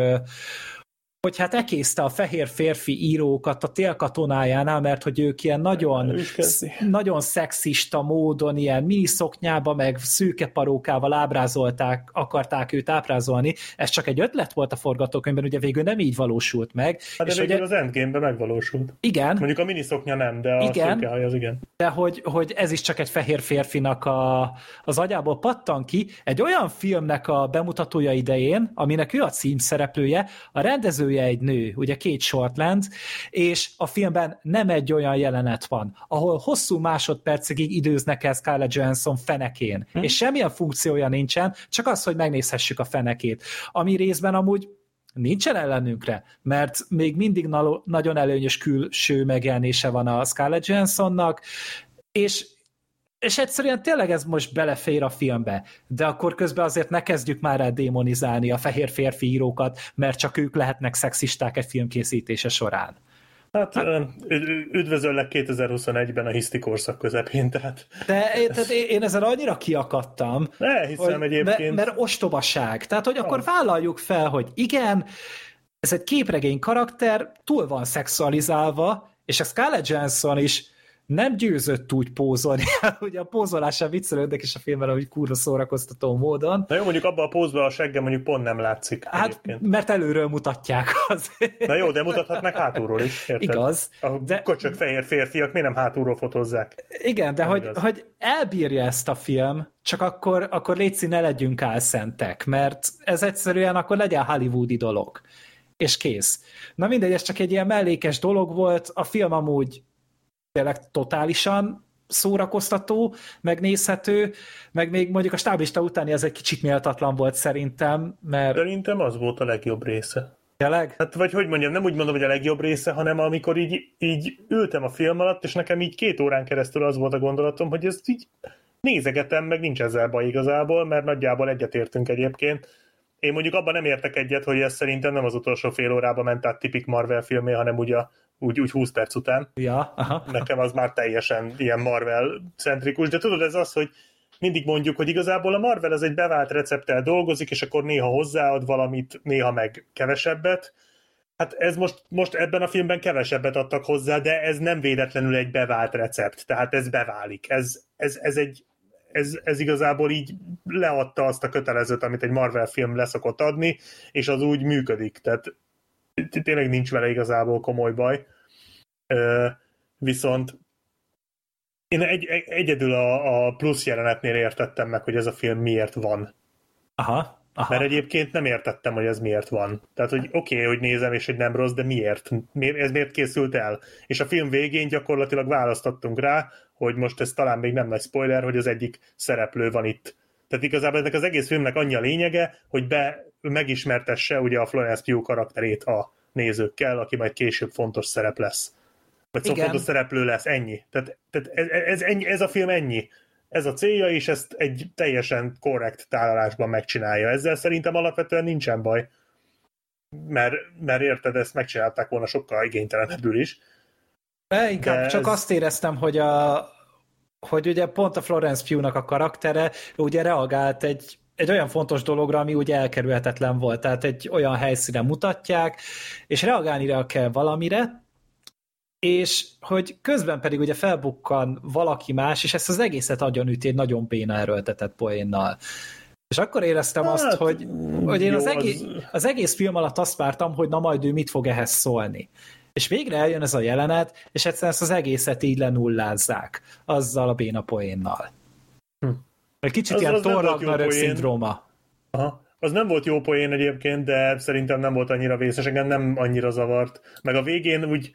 hogy hát ekészte a fehér férfi írókat a télkatonájánál, mert hogy ők ilyen nagyon, nagyon szexista módon, ilyen miniszoknyába, meg szűke parókával ábrázolták, akarták őt ábrázolni. Ez csak egy ötlet volt a forgatókönyvben, ugye végül nem így valósult meg. Hát de és végül ugye, az Endgame-ben megvalósult. Igen. Mondjuk a miniszoknya nem, de a igen, szőkehaj az igen. De hogy, hogy ez is csak egy fehér férfinak a, az agyából pattan ki, egy olyan filmnek a bemutatója idején, aminek ő a címszereplője, a rendezője egy nő, ugye Kate Shortland, és a filmben nem egy olyan jelenet van, ahol hosszú másodpercig időznek el Scarlett Johansson fenekén, hm? és semmilyen funkciója nincsen, csak az, hogy megnézhessük a fenekét. Ami részben amúgy nincsen ellenünkre, mert még mindig na- nagyon előnyös külső megjelenése van a Scarlett Johanssonnak, és És egyszerűen tényleg ez most belefér a filmbe, de akkor közben azért ne kezdjük már el démonizálni a fehér férfi írókat, mert csak ők lehetnek szexisták egy film készítése során. Hát, hát üdvözöllek kétezer-huszonegyben a hiszti korszak közepén, tehát... De tehát én ezen annyira kiakadtam, ne, hiszem hogy, egyébként. Mert, mert ostobaság. Tehát, hogy akkor vállaljuk fel, hogy igen, ez egy képregény karakter, túl van szexualizálva, és a Scarlett Johansson is nem győzött úgy pózolni, ugye a pózolással viccelődnek is a filmben, hogy kurva szórakoztató módon. Na jó, mondjuk abban a pózban a segge mondjuk pont nem látszik. Hát, egyébként. Mert előről mutatják azért. Na jó, de mutathatnak hátulról is, érted? Igaz. A de... kocsök fehér férfiak miért nem hátulról fotózzák? Igen, de hogy, hogy elbírja ezt a film, csak akkor, akkor létszi, ne legyünk álszentek, mert ez egyszerűen akkor legyen hollywoodi dolog. És kész. Na mindegy, ez csak egy ilyen mellékes dolog volt, a film amúgy tényleg totálisan szórakoztató, megnézhető, meg még mondjuk a stáblista utáni ez egy kicsit méltatlan volt szerintem, mert... Szerintem az volt a legjobb része. Tényleg? Hát vagy hogy mondjam, nem úgy mondom, hogy a legjobb része, hanem amikor így, így ültem a film alatt, és nekem így két órán keresztül az volt a gondolatom, hogy ezt így nézegetem, meg nincs ezzel baj igazából, mert nagyjából egyetértünk egyébként. Én mondjuk abban nem értek egyet, hogy ez szerintem nem az utolsó fél órában ment át tipik Marvel filmé, hanem úgy, a, úgy, úgy húsz perc után. Ja, aha. Nekem az már teljesen ilyen Marvel-centrikus, de tudod, ez az, hogy mindig mondjuk, hogy igazából a Marvel az egy bevált recepttel dolgozik, és akkor néha hozzáad valamit, néha meg kevesebbet. Hát ez most, most ebben a filmben kevesebbet adtak hozzá, de ez nem véletlenül egy bevált recept, tehát ez beválik. Ez, ez, ez egy Ez, ez igazából így leadta azt a kötelezőt, amit egy Marvel film leszokott adni, és az úgy működik, tehát tényleg nincs vele igazából komoly baj. Viszont én egy, egyedül a, a plusz jelenetnél értettem meg, hogy ez a film miért van. Aha. Aha. Mert egyébként nem értettem, hogy ez miért van. Tehát, hogy oké, okay, hogy nézem, és hogy nem rossz, de miért? miért? Ez miért készült el? És a film végén gyakorlatilag választottunk rá, hogy most ez talán még nem nagy spoiler, hogy az egyik szereplő van itt. Tehát igazából ennek az egész filmnek annyi a lényege, hogy be megismertesse ugye a Florence Pugh karakterét a nézőkkel, aki majd később fontos szerep lesz. Vagy szóval fontos szereplő lesz, ennyi. Tehát, tehát ez, ez, ennyi, ez a film ennyi. Ez a célja, és ezt egy teljesen korrekt tálalásban megcsinálja. Ezzel szerintem alapvetően nincsen baj. Mert, mert érted, ezt megcsinálták volna sokkal igénytelenebbül is. De inkább de csak ez... azt éreztem, hogy, a, hogy ugye pont a Florence Pugh-nak a karaktere ugye reagált egy, egy olyan fontos dologra, ami ugye elkerülhetetlen volt. Tehát egy olyan helyszínen mutatják, és reagálni kell valamire, és hogy közben pedig ugye felbukkan valaki más, és ezt az egészet agyonüti egy nagyon béna erőltetett poénnal. És akkor éreztem hát, azt, hogy, hogy én jó, az, egész, az egész film alatt azt vártam, hogy na majd ő mit fog ehhez szólni. És végre eljön ez a jelenet, és egyszerűen ezt az egészet így lenullázzák, azzal a béna poénnal. Hm. Egy kicsit az, ilyen az Thor Ragnarök szindróma. Aha. Az nem volt jó poén egyébként, de szerintem nem volt annyira vészes, engem nem annyira zavart. Meg a végén úgy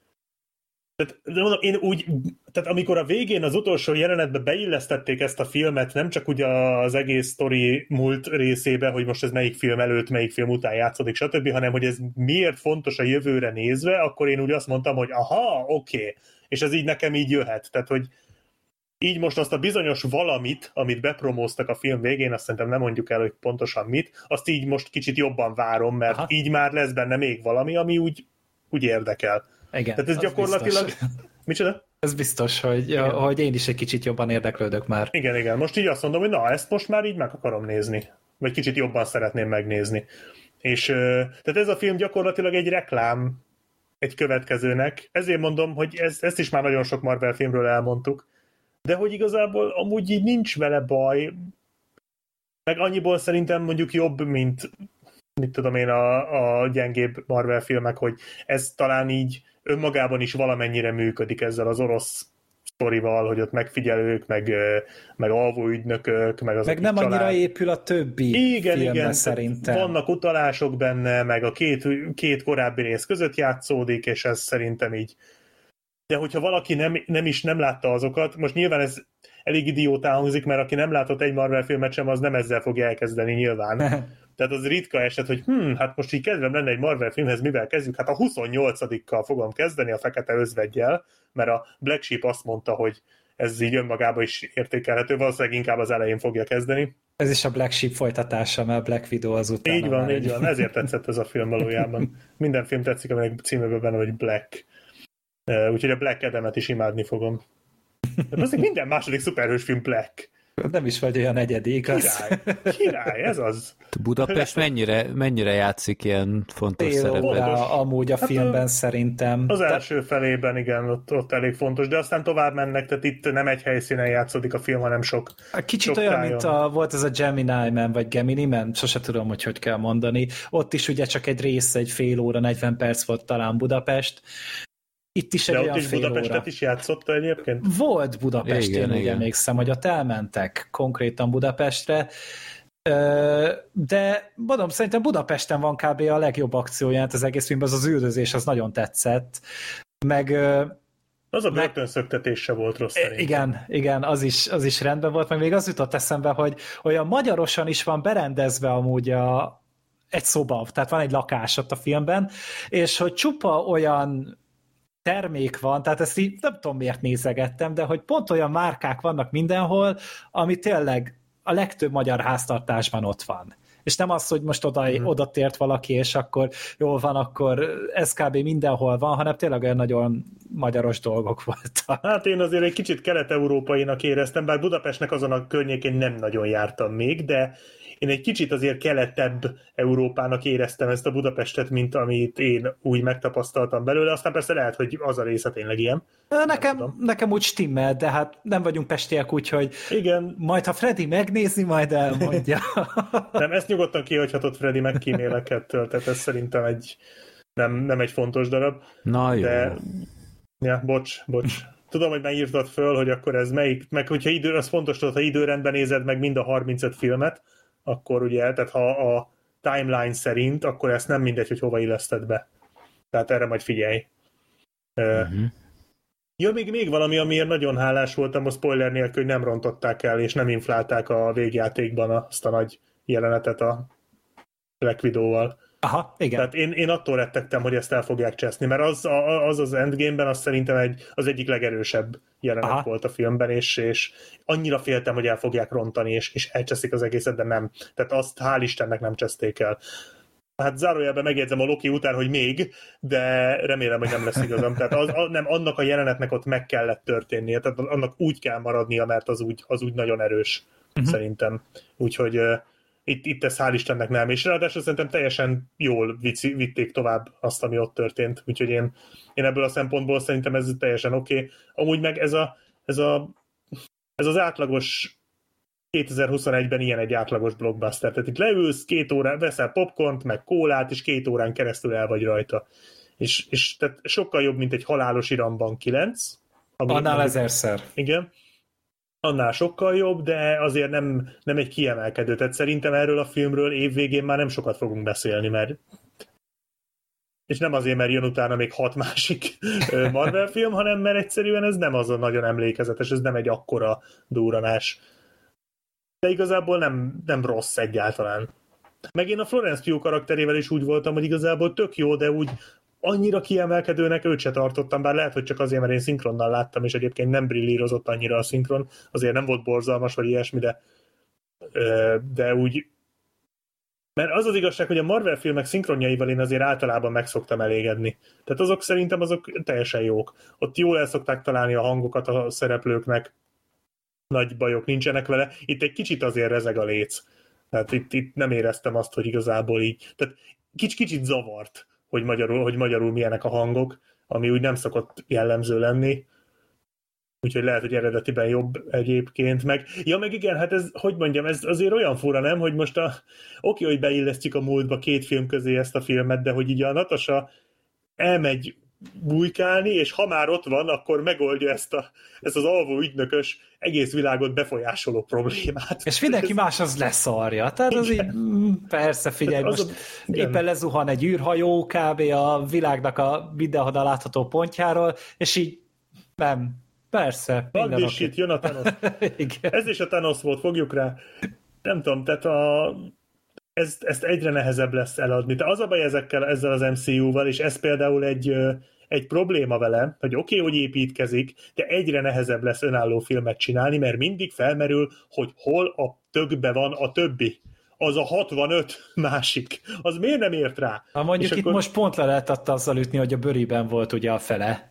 Tehát, de mondom, én úgy, tehát amikor a végén az utolsó jelenetbe beillesztették ezt a filmet, nem csak ugye az egész sztori múlt részébe, hogy most ez melyik film előtt, melyik film után játszódik, stb., hanem hogy ez miért fontos a jövőre nézve, akkor én úgy azt mondtam, hogy aha, oké, okay. És ez így nekem így jöhet. Tehát, hogy így most azt a bizonyos valamit, amit bepromóztak a film végén, azt szerintem nem mondjuk el, hogy pontosan mit, azt így most kicsit jobban várom, mert aha. Így már lesz benne még valami, ami úgy, úgy érdekel. Igen, tehát ez gyakorlatilag... Biztos. Micsoda? Ez biztos, hogy, ja, hogy én is egy kicsit jobban érdeklődök már. Igen, igen. Most így azt mondom, hogy na, ezt most már így meg akarom nézni. Vagy kicsit jobban szeretném megnézni. És tehát ez a film gyakorlatilag egy reklám egy következőnek. Ezért mondom, hogy ez, ezt is már nagyon sok Marvel filmről elmondtuk. De hogy igazából amúgy így nincs vele baj. Meg annyiból szerintem mondjuk jobb, mint mit tudom én, a, a gyengébb Marvel filmek, hogy ez talán így önmagában is valamennyire működik ezzel az orosz sztorival, hogy ott megfigyelők, meg, meg alvóügynökök, meg az meg nem család. Annyira épül a többi igen, filmben igen, szerintem. Vannak utalások benne, meg a két, két korábbi rész között játszódik, és ez szerintem így. De hogyha valaki nem, nem is nem látta azokat, most nyilván ez elég idiótán hangzik, mert aki nem látott egy Marvel filmet sem, az nem ezzel fogja elkezdeni nyilván. Tehát az ritka eset, hogy hm, hát most így kedvem lenne egy Marvel filmhez, mivel kezdjük? Hát a huszonnyolcadikkal fogom kezdeni, a Fekete Özveggyel, mert a Black Sheep azt mondta, hogy ez így önmagában is értékelhető, valószínűleg inkább az elején fogja kezdeni. Ez is a Black Sheep folytatása, mert Black Widow azután. Így van, így van, ezért tetszett ez a film valójában. Minden film tetszik, aminek címében benne, hogy Black. Úgyhogy a Black Adamet is imádni fogom. De azért minden második szuperhős film Black. Nem is vagy olyan negyedik. Király, király, ez az. Budapest mennyire, mennyire játszik ilyen fontos Fél szerepet? óra amúgy a Hát filmben a, szerintem. Az Te... első felében igen, ott, ott elég fontos, de aztán tovább mennek, tehát itt nem egy helyszínen játszódik a film, hanem sok Kicsit sok olyan, tájon. mint a, volt ez a Gemini Man, vagy Gemini Man, sose tudom, hogy hogy kell mondani. Ott is ugye csak egy rész, egy fél óra, negyven perc volt talán Budapest. Itt is egy de olyan ott is fél Budapestet óra. is játszotta egyébként? Volt Budapest, Igen, én úgy igen. emlékszem, hogy ott elmentek konkrétan Budapestre, de mondom, szerintem Budapesten van kb. A legjobb akcióját az egész filmben, az az üldözés, az nagyon tetszett, meg... Az a meg börtönszöktetés se volt rossz szerintem. igen, igen, az is, az is rendben volt, meg még az jutott eszembe, hogy olyan magyarosan is van berendezve amúgy a, egy szoba, tehát van egy lakás ott a filmben, és hogy csupa olyan termék van, tehát ezt így nem tudom miért nézegettem, de hogy pont olyan márkák vannak mindenhol, ami tényleg a legtöbb magyar háztartásban ott van. És nem az, hogy most oda, mm. oda tért valaki, és akkor jól van, akkor ez kb. Mindenhol van, hanem tényleg olyan nagyon magyaros dolgok voltak. Hát én azért egy kicsit kelet-európainak éreztem, bár Budapestnek azon a környékén nem nagyon jártam még, de én egy kicsit azért keletebb Európának éreztem ezt a Budapestet, mint amit én úgy megtapasztaltam belőle, aztán persze lehet, hogy az a része tényleg ilyen. Nekem, nekem úgy stimmel, de hát nem vagyunk pestiek, úgyhogy igen. Majd ha Freddy megnézi, majd elmondja. Nem, ezt nyugodtan kihagyhatott Freddy meg kíméleket, tehát ez szerintem egy, nem, nem egy fontos darab. Na jó. De, ja, bocs, bocs. Tudom, hogy megírtad föl, hogy akkor ez melyik, meg hogyha idő, az fontos, hogy ha időrendben nézed meg mind a harmincöt filmet, akkor ugye, tehát ha a timeline szerint, akkor ezt nem mindegy, hogy hova illeszted be. Tehát erre majd figyelj. Uh-huh. Ja, még, még valami, amiért nagyon hálás voltam, a spoiler nélkül, hogy nem rontották el, és nem inflálták a végjátékban azt a nagy jelenetet a Black Widow-val. Aha, igen. Tehát én, én attól rettegtem, hogy ezt el fogják cseszni, mert az az, az Endgame-ben az szerintem egy, az egyik legerősebb jelenet Aha. volt a filmben, és, és annyira féltem, hogy el fogják rontani, és, és elcseszik az egészet, de nem. Tehát azt hál' Istennek nem cseszték el. Hát zárójelben megjegyzem a Loki után, hogy még, de remélem, hogy nem lesz igazam. Tehát az, a, nem, annak a jelenetnek ott meg kellett történnie, tehát annak úgy kell maradnia, mert az úgy, az úgy nagyon erős, uh-huh. szerintem. Úgyhogy uh, itt, itt ez hál' Istennek nem. És ráadásul szerintem teljesen jól vici, vitték tovább azt, ami ott történt. Úgyhogy én, én ebből a szempontból szerintem ez teljesen oké. Okay. Amúgy meg ez, a, ez, a, ez az átlagos kétezer-huszonegyben ilyen egy átlagos blockbuster. Tehát itt leülsz, két órán, veszel popcornt, meg kólát, és két órán keresztül el vagy rajta. És, és tehát sokkal jobb, mint egy halálos iramban kilenc. Annál ezerszer. Igen. Annál sokkal jobb, de azért nem, nem egy kiemelkedő. Tehát szerintem erről a filmről évvégén már nem sokat fogunk beszélni, mert és nem azért, mert jön utána még hat másik Marvel film, hanem mert egyszerűen ez nem az a nagyon emlékezetes, ez nem egy akkora durranás. De igazából nem, nem rossz egyáltalán. Meg én a Florence Pugh karakterével is úgy voltam, hogy igazából tök jó, de úgy annyira kiemelkedőnek őt se tartottam, bár lehet, hogy csak azért, mert én szinkronnal láttam, és egyébként nem brillírozott annyira a szinkron, azért nem volt borzalmas, vagy ilyesmi, de, de úgy... Mert az az igazság, hogy a Marvel filmek szinkronjaival én azért általában meg szoktam elégedni. Tehát azok szerintem azok teljesen jók. Ott jól el szokták találni a hangokat a szereplőknek, nagy bajok nincsenek vele. Itt egy kicsit azért rezeg a léc. Tehát itt, itt nem éreztem azt, hogy igazából így... Tehát kics, kicsit zavart, hogy magyarul, hogy magyarul milyenek a hangok, ami úgy nem szokott jellemző lenni. Úgyhogy lehet, hogy eredetiben jobb egyébként. Meg, ja, meg igen, hát ez, hogy mondjam, ez azért olyan fura, nem, hogy most a... Oké, hogy beillesztjük a múltba két film közé ezt a filmet, de hogy így a Natasha elmegy bujkálni, és ha már ott van, akkor megoldja ezt, a, ezt az alvó ügynökös egész világot befolyásoló problémát. És mindenki ez... más az leszarja. Tehát az így, persze, figyelj, az most a, éppen lezuhan egy űrhajó kb. A világnak a mindenhol látható pontjáról, és így nem, persze. Minden is itt jön a Thanos. Ez is a Thanos volt, fogjuk rá. Nem tudom, tehát a Ezt, ezt egyre nehezebb lesz eladni. De az a baj ezekkel, ezzel az em cé u-val, és ez például egy, egy probléma vele, hogy oké, okay, hogy építkezik, de egyre nehezebb lesz önálló filmet csinálni, mert mindig felmerül, hogy hol a tökbe van a többi. Az a hatvanöt másik. Az miért nem ért rá? Ha mondjuk és itt akkor... most pont le lehetett azzal ütni, hogy a Bőriben volt ugye a fele.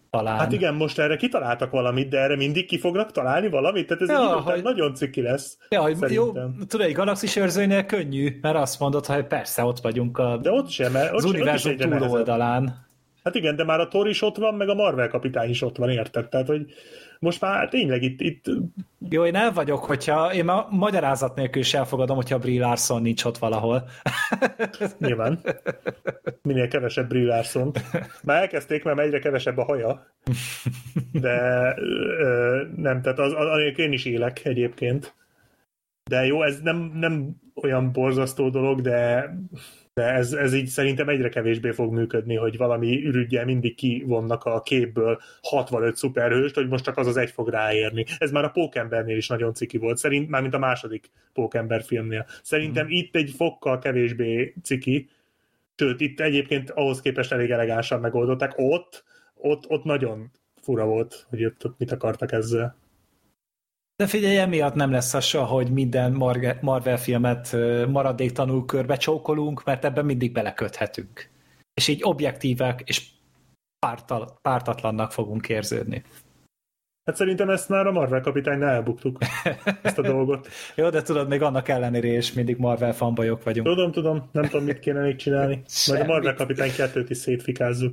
talán. Hát igen, most erre kitaláltak valamit, de erre mindig ki fognak találni valamit? Tehát ez ja, egy hogy... nagyon ciki lesz. Ja, hogy jó, tudod, egy galaxis őrzőnél könnyű, mert azt mondod, hogy persze, ott vagyunk a, de ott sem, mert az ott univerzum túloldalán. Hát igen, de már a Thor is ott van, meg a Marvel kapitány is ott van, érted? Tehát, hogy most már tényleg itt... itt... Jó, én el vagyok, hogyha én a magyarázat nélkül is elfogadom, hogyha Brie Larson nincs ott valahol. Nyilván. Minél kevesebb Brie Larson. Már elkezdték, mert egyre kevesebb a haja. De ö, nem, tehát az, az, az, én is élek egyébként. De jó, ez nem, nem olyan borzasztó dolog, de... de ez, ez így szerintem egyre kevésbé fog működni, hogy valami ürüggyel mindig kivonnak a képből hatvanöt szuperhőst, hogy most csak az az egy fog ráérni. Ez már a Pókembernél is nagyon ciki volt, szerint, mármint a második Pókember filmnél. Szerintem mm. itt egy fokkal kevésbé ciki, sőt, itt egyébként ahhoz képest elég elegánsan megoldották. Ott, ott, ott nagyon fura volt, hogy ott, ott mit akartak ezzel. De figyelj, emiatt nem lesz az soha, hogy minden Marvel filmet maradéktanul körbe csókolunk, mert ebben mindig beleköthetünk. És így objektívek és pártal, pártatlannak fogunk érződni. Hát szerintem ezt már a Marvel kapitánynál elbuktuk, ezt a dolgot. Jó, de tudod, még annak ellenére is mindig Marvel fanbajok vagyunk. Tudom, tudom, nem tudom, mit kéne még csinálni. Majd a Marvel kapitány kettőt is szétfikázzuk.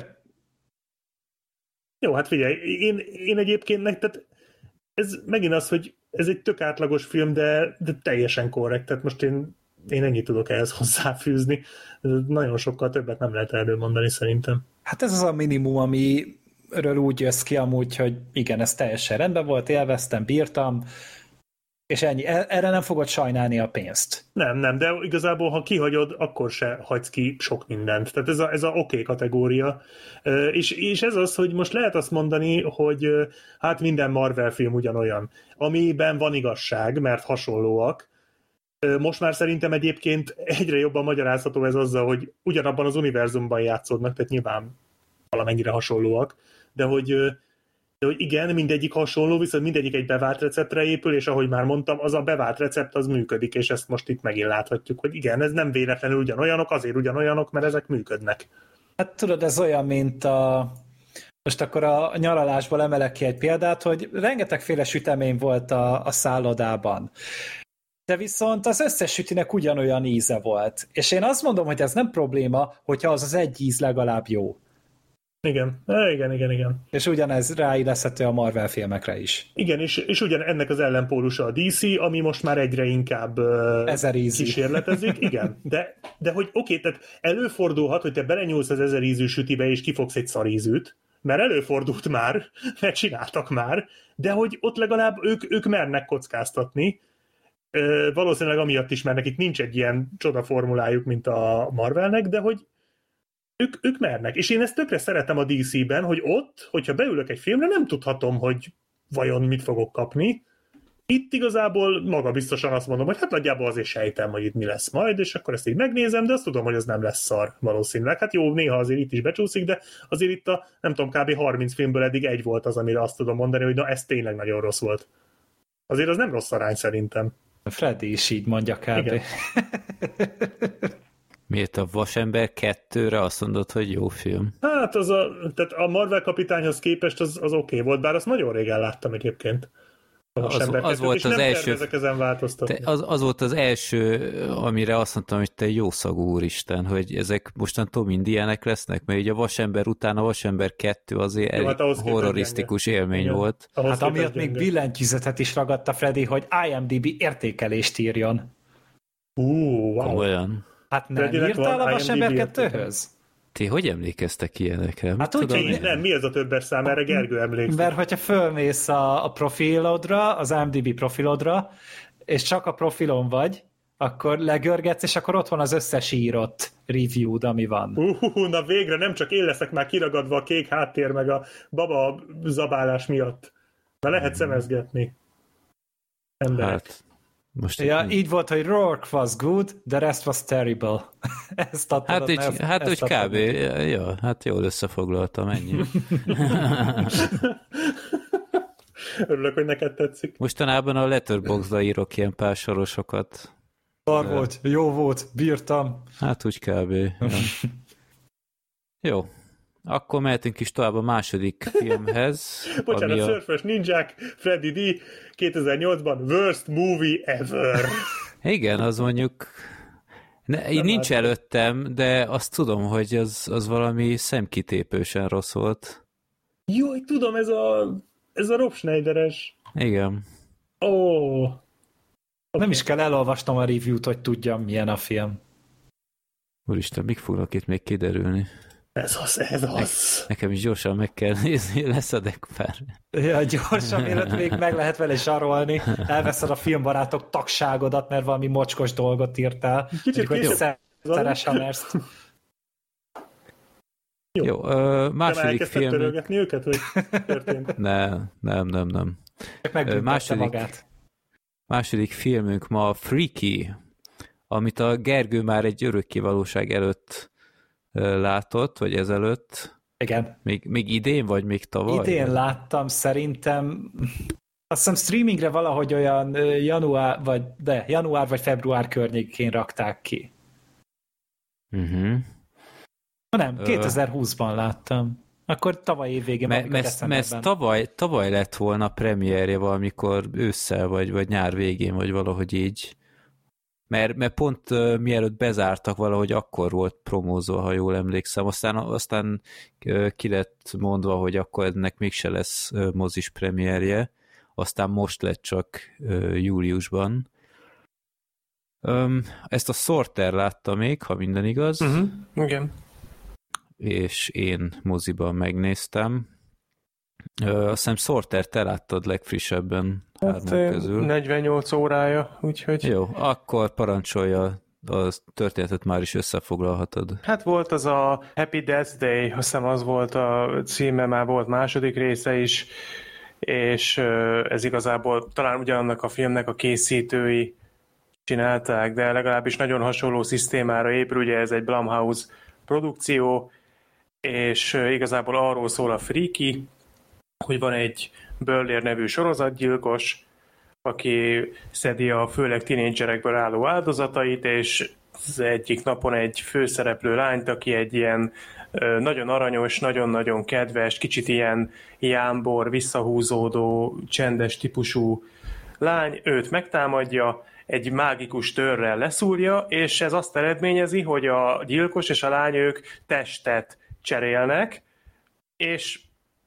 Jó, hát figyelj, én, én egyébként neked ez megint az, hogy ez egy tök átlagos film, de, de teljesen korrekt. Tehát most én, én ennyit tudok ehhez hozzáfűzni. Nagyon sokkal többet nem lehet erről mondani szerintem. Hát ez az a minimum, amiről úgy jössz ki amúgy, hogy igen, ez teljesen rendben volt, élveztem, bírtam, és ennyi. Erre nem fogod sajnálni a pénzt. Nem, nem, de igazából, ha kihagyod, akkor se hagysz ki sok mindent. Tehát ez a, ez a oké okay kategória. És, és ez az, hogy most lehet azt mondani, hogy hát minden Marvel film ugyanolyan. Amiben van igazság, mert hasonlóak. Most már szerintem egyébként egyre jobban magyarázható ez azzal, hogy ugyanabban az univerzumban játszódnak, tehát nyilván valamennyire hasonlóak, de hogy De hogy igen, mindegyik hasonló, viszont mindegyik egy bevált receptre épül, és ahogy már mondtam, az a bevált recept az működik, és ezt most itt megint láthatjuk, hogy igen, ez nem véletlenül ugyanolyanok, azért ugyanolyanok, mert ezek működnek. Hát tudod, ez olyan, mint a... Most akkor a nyaralásból emelek ki egy példát, hogy rengetegféle sütemény volt a, a szállodában. De viszont az összes sütinek ugyanolyan íze volt. És én azt mondom, hogy ez nem probléma, hogyha az az egy íz legalább jó. Igen, e, igen, igen, igen. És ugyanez ráilleszhető a Marvel filmekre is. Igen, és, és ugyan ennek az ellenpólusa a dé cé, ami most már egyre inkább uh, kísérletezik. Igen, de, de hogy oké, okay, tehát előfordulhat, hogy te belenyúlsz az ezer ízű sütibe, és kifogsz egy szarízűt, mert előfordult már, mert csináltak már, de hogy ott legalább ők, ők mernek kockáztatni. Uh, valószínűleg amiatt is, mert nekik nincs egy ilyen csoda formulájuk, mint a Marvelnek, de hogy Ők, ők mernek. És én ezt tökre szeretem a dé cében, hogy ott, hogyha beülök egy filmre, nem tudhatom, hogy vajon mit fogok kapni. Itt igazából magabiztosan azt mondom, hogy hát nagyjából azért sejtem, hogy itt mi lesz majd, és akkor ezt így megnézem, de azt tudom, hogy az nem lesz szar valószínűleg. Hát jó, néha azért itt is becsúszik, de azért itt a, nem tudom, kb. harminc filmből eddig egy volt az, amire azt tudom mondani, hogy na ez tényleg nagyon rossz volt. Azért az nem rossz arány szerintem. Freddy is így mondja kb. Igen. Miért a Vasember kettőre azt mondod, hogy jó film? Hát az a, tehát a Marvel kapitányhoz képest az, az oké okay volt, bár azt nagyon régen láttam egyébként. Az, az volt az első, te, az, az volt az első, amire azt mondtam, hogy te jószagú úristen, hogy ezek mostantól mind ilyenek lesznek, mert ugye a Vasember után a Vasember kettő azért jó, hát horrorisztikus élmény igen. volt. Ahhoz hát amiatt még billentyűzetet is ragadta Freddy, hogy I M D B értékelést írjon. Uh, wow. Olyan. Hát nem írtál a Vasember kettőhöz? Ti hogy emlékeztek ilyenekre? Hát úgy, tudom, én, nem, mi az a többes szám? Erre Gergő emlékszik. Mert hogyha fölmész a, a profilodra, az I M D B profilodra, és csak a profilon vagy, akkor legörgetsz, és akkor ott van az összes írott review-d, ami van. Uh, na végre, nem csak én leszek már kiragadva a kék háttér, meg a baba zabálás miatt. Na lehet szemezgetni. Emberek. Hát. Most ja, így... így volt, hogy Rourke was good, the rest was terrible. Ezt adtad, hát így, ezt, hát ezt úgy kb. Ja, hát jól összefoglaltam, ennyi. Örülök, hogy neked tetszik. Mostanában a Letterboxdra írok ilyen pár sorosokat. Szar volt, jó volt, bírtam. Hát úgy kb. Ja. Jó. akkor mehetünk is tovább a második filmhez. Bocsánat, a... Szörfös Ninják, Freddy D. kétezer-nyolcban Worst Movie Ever. Igen, az mondjuk ne, így nincs látom. Előttem, de azt tudom, hogy az, az valami szemkitépősen rossz volt. Jó, tudom, ez a, ez a Rob Schneideres. Igen. Ó. Oh. Nem is kell elolvasnom a review-t, hogy tudjam, milyen a film. Úristen, mik fognak itt még kiderülni? Ez az, ez az. Ne, nekem is gyorsan meg kell nézni, leszedek pár. Ja, gyorsan, mielőtt még meg lehet vele sarolni. Elveszed a filmbarátok tagságodat, mert valami mocskos dolgot írtál. Kicsit később. Szeresen ezt. Jó, Jó uh, második film... törölgetni őket, vagy történt? Ne, nem, nem, nem. Uh, második, magát. második filmünk ma Freaky, amit a Gergő már egy örökkévalóság előtt látott, vagy ezelőtt. Igen. Még, még idén, vagy még tavaly? Idén láttam, szerintem azt hiszem streamingre valahogy olyan január, vagy de január vagy február környékén rakták ki. Uh-huh. Nem, kétezer-húszban láttam. Akkor tavaly évvégén. Mert me, me ez tavaly, tavaly lett volna premierje valamikor ősszel, vagy, vagy nyár végén, vagy valahogy így. Mert, mert pont uh, mielőtt bezártak, valahogy akkor volt promózva, ha jól emlékszem. Aztán, aztán uh, ki lett mondva, hogy akkor ennek mégse lesz uh, mozis premierje. Aztán most lett csak uh, júliusban. Um, ezt a Sorter látta még, ha minden igaz. Uh-huh. Igen. És én moziban megnéztem. Uh, azt hiszem Sorter, te láttad legfrissebben hát közül. negyvennyolc órája, úgyhogy... Jó, akkor parancsolja, a történetet már is összefoglalhatod. Hát volt az a Happy Death Day, azt hiszem az volt a címe, már volt második része is, és ez igazából talán ugyanannak a filmnek a készítői csinálták, de legalábbis nagyon hasonló szisztémára épül, ugye ez egy Blumhouse produkció, és igazából arról szól a Freaky, hogy van egy Börlér nevű sorozatgyilkos, aki szedi a főleg tinédzserekből álló áldozatait, és az egyik napon egy főszereplő lányt, aki egy ilyen nagyon aranyos, nagyon-nagyon kedves, kicsit ilyen jámbor, visszahúzódó, csendes típusú lány, őt megtámadja, egy mágikus törrel leszúrja, és ez azt eredményezi, hogy a gyilkos és a lány ők testet cserélnek, és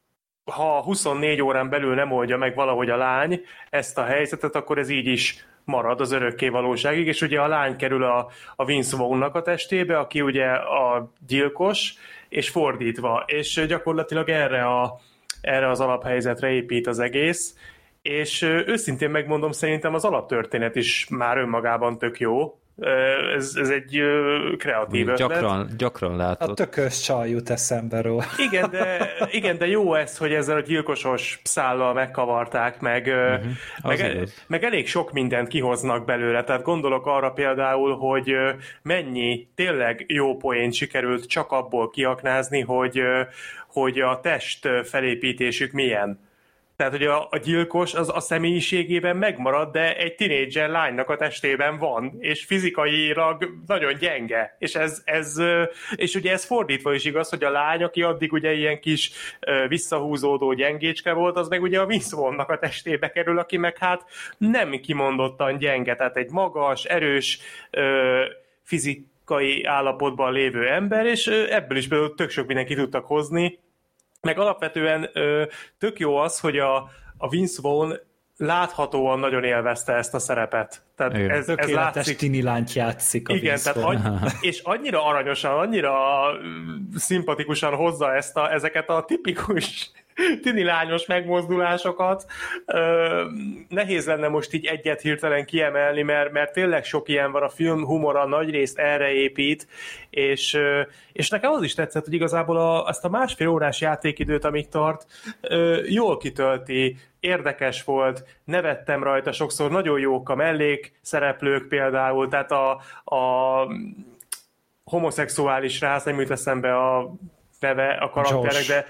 ha huszonnégy órán belül nem oldja meg valahogy a lány ezt a helyzetet, akkor ez így is marad az örökké valóságig, és ugye a lány kerül a, a Vince Vaughn-nak a testébe, aki ugye a gyilkos, és fordítva, és gyakorlatilag erre, a, erre az alaphelyzetre épít az egész, és őszintén megmondom, szerintem az alaptörténet is már önmagában tök jó. Ez, ez egy kreatív ötlet. Gyakran, gyakran látod. A tökös csaj jut eszembe róla. Igen de, igen, de jó ez, hogy ezzel a gyilkosos szállal megkavarták, meg, uh-huh. meg, meg elég sok mindent kihoznak belőle. Tehát gondolok arra például, hogy mennyi tényleg jó poént sikerült csak abból kiaknázni, hogy, hogy a test felépítésük milyen. Tehát, hogy a, a gyilkos az a személyiségében megmarad, de egy tinédzser lánynak a testében van, és fizikailag nagyon gyenge. És, ez, ez, és ugye ez fordítva is igaz, hogy a lány, aki addig ugye ilyen kis visszahúzódó gyengécske volt, az meg ugye a Vince Vaughn-nak a testébe kerül, aki meg hát nem kimondottan gyenge, tehát egy magas, erős fizikai állapotban lévő ember, és ebből is például tök sok mindenki tudtak hozni. Meg alapvetően ö, tök jó az, hogy a, a Vince Vaughn láthatóan nagyon élvezte ezt a szerepet. Tehát igen. ez, ez látszik. Tini lányt játszik a igen, Vince tehát annyi, és annyira aranyosan, annyira szimpatikusan hozza ezt a, ezeket a tipikus tini lányos megmozdulásokat. Ö, nehéz lenne most így egyet hirtelen kiemelni, mert, mert tényleg sok ilyen van, a film humora nagyrészt erre épít, és, és nekem az is tetszett, hogy igazából a, azt a másfél órás játékidőt, amíg tart, ö, jól kitölti, érdekes volt, nevettem rajta sokszor, nagyon jók a mellék szereplők például, tehát a, a homoszexuális rász, nem jut eszembe a neve a karakterek, de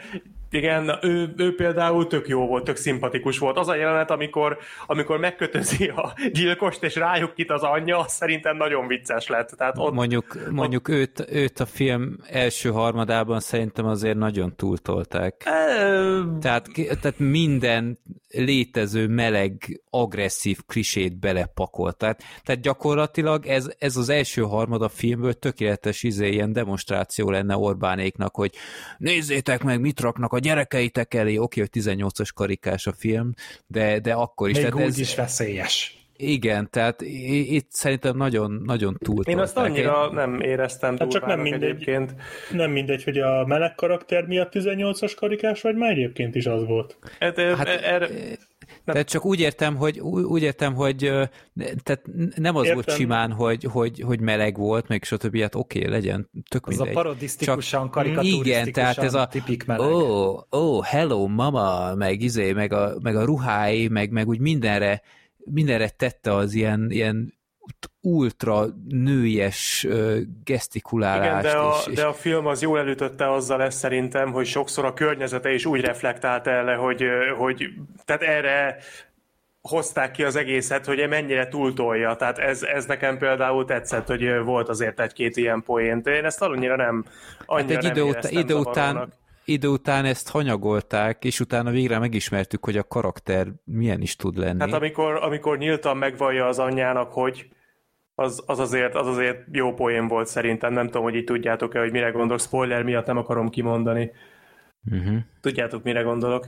Igen, ő, ő például tök jó volt, tök szimpatikus volt. Az a jelenet, amikor, amikor megkötözi a gyilkost, és rájuk kit az anyja, az szerintem nagyon vicces lett. Tehát ott, mondjuk mondjuk ott... őt, őt a film első harmadában szerintem azért nagyon túltolták. E... Tehát, tehát minden létező meleg, agresszív klisét belepakolták. Tehát gyakorlatilag ez, ez az első harmad a filmből tökéletes izé, ilyen demonstráció lenne Orbánéknak, hogy nézzétek meg, mit raknak a gyerekeitek elé. Oké, hogy tizennyolcas karikás a film, de, de akkor is. Még úgy ez, is veszélyes. Igen, tehát itt szerintem nagyon, nagyon túltolták. Én azt annyira Én... nem éreztem hát csak nem mindegy, egyébként. Nem mindegy, hogy a meleg karakter miatt tizennyolcas karikás, vagy már egyébként is az volt. Hát, hát, erre... Tehát csak úgy értem, hogy, úgy értem, hogy tehát nem az értem. Volt simán, hogy, hogy, hogy meleg volt, meg stb. Hát oké, okay, legyen, tök mindegy. Az a parodisztikusan, karikaturisztikusan igen, tehát ez a tipik meleg. Oh, oh, hello mama, meg izé, meg a, meg a ruhái, meg, meg úgy mindenre, mindenre tette az ilyen, ilyen ultra nőies uh, gesztikulálást. Igen, de a, és, és... de a film az jól elütötte azzal lesz szerintem, hogy sokszor a környezete is úgy reflektált erre, hogy, hogy tehát erre hozták ki az egészet, hogy mennyire túltolja. Tehát ez, ez nekem például tetszett, hogy volt azért egy-két ilyen poént. Én ezt annyira nem annyira hát egy idő, után, idő után idő után ezt hanyagolták, és utána végre megismertük, hogy a karakter milyen is tud lenni. Hát amikor, amikor nyíltan megvallja az anyjának, hogy az, az, azért, az azért jó poén volt szerintem. Nem tudom, hogy így tudjátok-e, hogy mire gondolok. Spoiler miatt nem akarom kimondani. Uh-huh. Tudjátok, mire gondolok?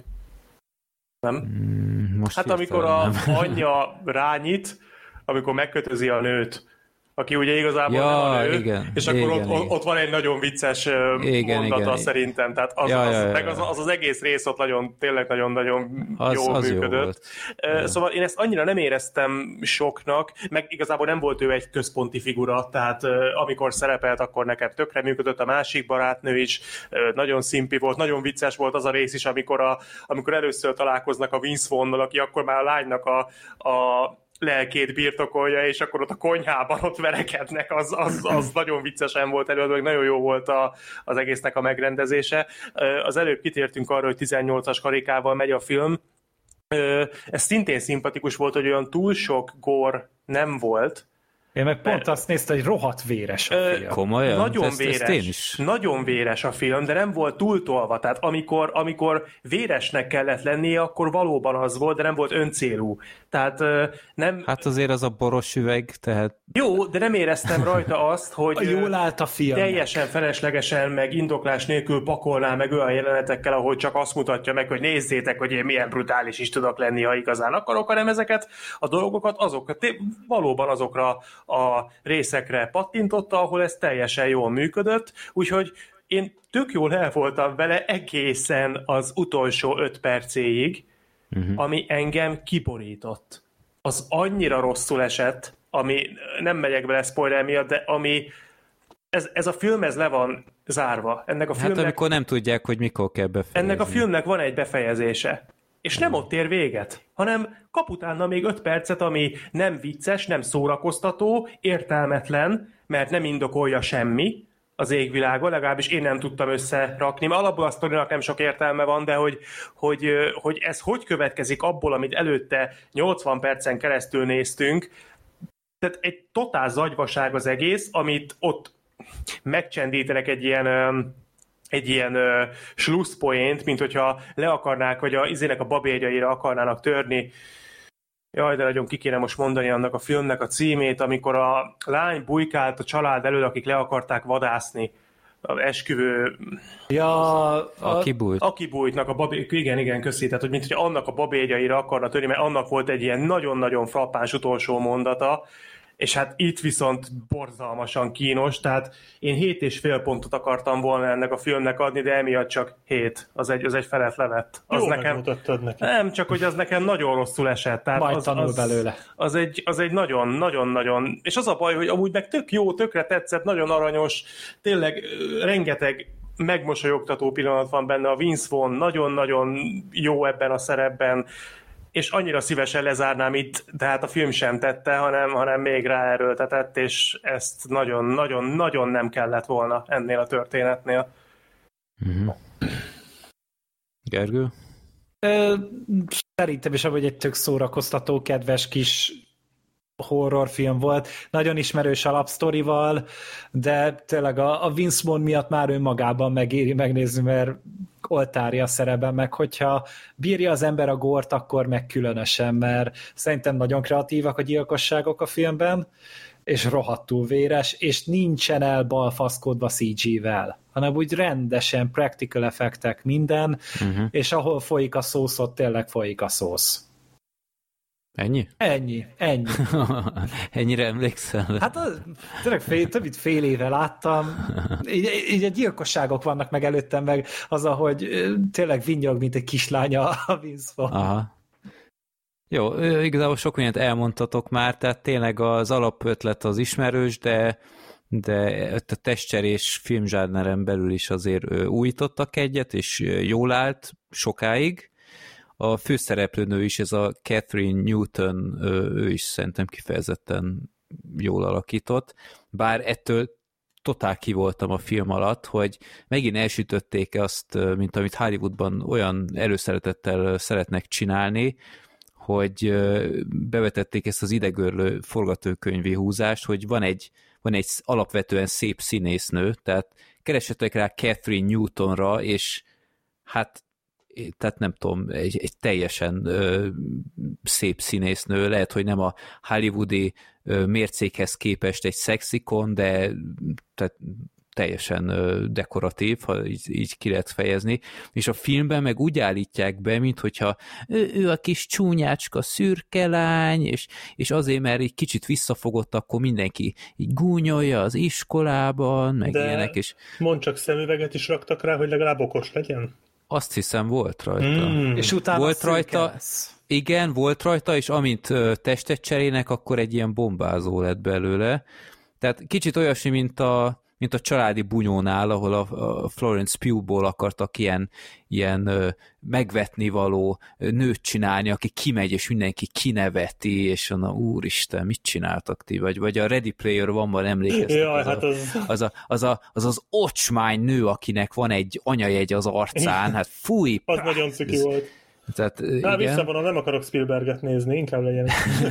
Nem? Mm, most hát amikor a anyja rányit, amikor megkötözi a nőt, aki ugye igazából ja, nem a nő, igen, és akkor igen, ott, igen. ott van egy nagyon vicces igen, mondata igen, szerintem, tehát az, ja, az, ja, meg az, az az egész rész ott nagyon, tényleg nagyon-nagyon az, jól az működött. Jó szóval én ezt annyira nem éreztem soknak, meg igazából nem volt ő egy központi figura, tehát amikor szerepelt, akkor nekem tökre működött, a másik barátnő is nagyon szimpi volt, nagyon vicces volt az a rész is, amikor, a, amikor először találkoznak a Vince Vaughn-nal, aki akkor már a lánynak a, a lelkét birtokolja, és akkor ott a konyhában ott verekednek, az, az, az nagyon viccesen volt előadva, meg nagyon jó volt a, az egésznek a megrendezése. Az előbb kitértünk arra, hogy tizennyolcas karikával megy a film. Ez szintén szimpatikus volt, hogy olyan túl sok gór nem volt. Én meg pont azt néztem, hogy rohadt véres a film. Komolyan? Nagyon ezt, véres. Ezt én is. Nagyon véres a film, de nem volt túltolva. Tehát amikor, amikor véresnek kellett lennie, akkor valóban az volt, de nem volt öncélú. Tehát nem... Hát azért az a boros üveg, tehát... Jó, de nem éreztem rajta azt, hogy jól állt a film. Teljesen feleslegesen, meg indoklás nélkül pakolná meg olyan jelenetekkel, ahogy csak azt mutatja meg, hogy nézzétek, hogy én milyen brutális is tudok lenni, ha igazán akarok, hanem ezeket a dolgokat azokra, valóban azokra a részekre pattintotta, ahol ez teljesen jól működött, úgyhogy én tök jól el voltam vele egészen az utolsó öt percéig, uh-huh. ami engem kiborított. Az annyira rosszul esett, ami nem megyek bele spoiler miatt, de ami ez, ez a film ez le van zárva. Ennek a filmnek, hát amikor nem tudják, hogy mikor kell befejezni. Ennek a filmnek van egy befejezése. És nem ott ér véget, hanem kap utána még öt percet, ami nem vicces, nem szórakoztató, értelmetlen, mert nem indokolja semmi az égvilágon, legalábbis én nem tudtam összerakni, mert alapból a sztorinak nem sok értelme van, de hogy, hogy, hogy ez hogy következik abból, amit előtte nyolcvan percen keresztül néztünk, tehát egy totál zagyvaság az egész, amit ott megcsendítenek egy ilyen... egy ilyen uh, slusszpoént, mint hogyha le akarnák, vagy a izének a babérjaira akarnának törni. Jaj, de nagyon ki kéne most mondani annak a filmnek a címét, amikor a lány bujkált a család elől, akik le akarták vadászni. Az esküvő... Ja, a... Aki bújt. Aki bújtnak a babé... Igen, igen, köszi. Tehát, hogy mint hogy annak a babérjaira akarna törni, mert annak volt egy ilyen nagyon-nagyon frappáns utolsó mondata, és hát itt viszont borzalmasan kínos, tehát én hét és fél pontot akartam volna ennek a filmnek adni, de emiatt csak hét. Az egy, az egy felet levett. Az jó nekem, megmutattad neki. Nem, csak hogy az nekem nagyon rosszul esett. Tehát majd az, tanul az, belőle. Az egy, az egy nagyon, nagyon, nagyon, és az a baj, hogy amúgy meg tök jó, tökre tetszett, nagyon aranyos, tényleg rengeteg megmosolyogtató pillanat van benne, a Vince Vaughn nagyon-nagyon jó ebben a szerepben, és annyira szívesen lezárnám itt, de hát a film sem tette, hanem, hanem még ráerőltetett, és ezt nagyon-nagyon-nagyon nem kellett volna ennél a történetnél. Mm-hmm. Gergő? Ö, szerintem is amúgy egy tök szórakoztató, kedves kis horrorfilm volt, nagyon ismerős alapsztorival, de tényleg a, a Vince Vaughn miatt már önmagában megéri megnézni, mert oltárja szerepben, meg hogyha bírja az ember a górt, akkor meg különösen, mert szerintem nagyon kreatívak a gyilkosságok a filmben, és rohadtul véres, és nincsen elbalfaszkodva cé gé-vel, hanem úgy rendesen practical effektek minden, uh-huh. és ahol folyik a szósz, ott tényleg folyik a szósz. Ennyi? Ennyi, ennyi. Ennyire emlékszel? Hát az, tényleg fél, több mint fél éve láttam, így, így a gyilkosságok vannak meg előttem, meg az, ahogy tényleg vinnyog, mint egy kislánya a Vince Vaughn. Aha. Jó, igazából sok mindent elmondtatok már, tehát tényleg az alapötlet az ismerős, de, de a testcserés filmzsáneren belül is azért újítottak egyet, és jól állt sokáig. A főszereplőnő is, ez a Catherine Newton, ő is szerintem kifejezetten jól alakított, bár ettől totál ki voltam a film alatt, hogy megint elsütötték azt, mint amit Hollywoodban olyan előszeretettel szeretnek csinálni, hogy bevetették ezt az idegörlő forgatókönyvi húzást, hogy van egy, van egy alapvetően szép színésznő, tehát keresetek rá Catherine Newtonra, és hát tehát nem tudom, egy, egy teljesen ö, szép színésznő, lehet, hogy nem a hollywoodi ö, mércékhez képest egy szexikon, de tehát teljesen ö, dekoratív, ha így, így ki lehet fejezni, és a filmben meg úgy állítják be, mint hogyha ő, ő a kis csúnyácska szürke lány, és, és azért, mert egy kicsit visszafogott, akkor mindenki így gúnyolja az iskolában, meg de ilyenek, és... mondd csak, szemüveget is raktak rá, hogy legalább okos legyen? Azt hiszem, volt rajta. Mm. És utána volt rajta, igen, volt rajta, és amint testet cserélnek, akkor egy ilyen bombázó lett belőle. Tehát kicsit olyasmi, mint a, mint a családi bunyónál, ahol a, a Florence Pugh-ból akartak ilyen, ilyen megvetnivaló nőt csinálni, aki kimegy, és mindenki kineveti, és na úristen, mit csináltak ti? Vagy, vagy a Ready Player One-ban emlékeztek, Jaj, az, hát az... A, az, a, az, a, az az ocsmány nő, akinek van egy anyajegy az arcán, hát fúj! Az prá, nagyon ciki ez, volt. Tehát, Na, visszavonom, nem akarok Spielberget nézni, inkább legyen.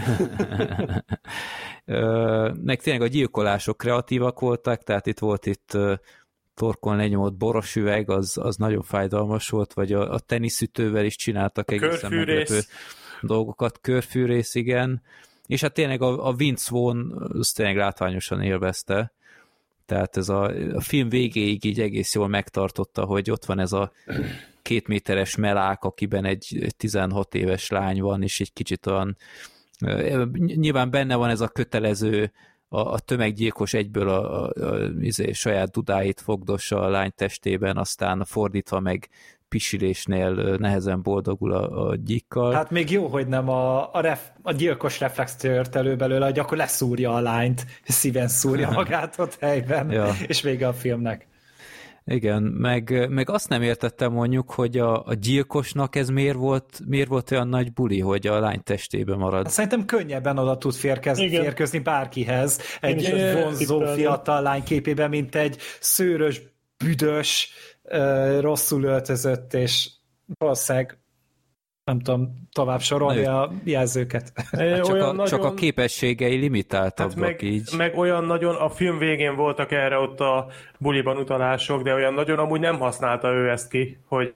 Meg tényleg a gyilkolások kreatívak voltak, tehát itt volt itt torkon lenyomott boros üveg, az, az nagyon fájdalmas volt, vagy a, a teniszütővel is csináltak a egészen meglepő dolgokat, körfűrész, igen, és hát tényleg a, a Vince Vaughn az tényleg látványosan élvezte, tehát ez a, a film végéig így egész jól megtartotta, hogy ott van ez a két méteres melák, akiben egy tizenhat éves lány van, és egy kicsit olyan, nyilván benne van ez a kötelező, a, a tömeggyilkos egyből a, a, a, a saját dudáit fogdossa a lány testében, aztán fordítva meg pisilésnél nehezen boldogul a, a gyíkkal. Hát még jó, hogy nem a, a, ref, a gyilkos reflex tört elő belőle, hogy akkor leszúrja a lányt, szíven szúrja magát ott helyben, ja. És vége a filmnek. Igen, meg, meg azt nem értettem mondjuk, hogy a, a gyilkosnak ez miért volt, miért volt olyan nagy buli, hogy a lány testébe marad. Szerintem könnyebben oda tud férkezni, férkőzni bárkihez egy vonzó fiatal lány képében, mint egy szőrös, büdös, rosszul öltözött, és valószínűleg nem tudom tovább sorolni a jelzőket. Hát csak, a, nagyon... csak a képességei limitáltabbak, hát meg, így. Meg olyan nagyon, a film végén voltak erre ott a buliban utalások, de olyan nagyon amúgy nem használta ő ezt ki, hogy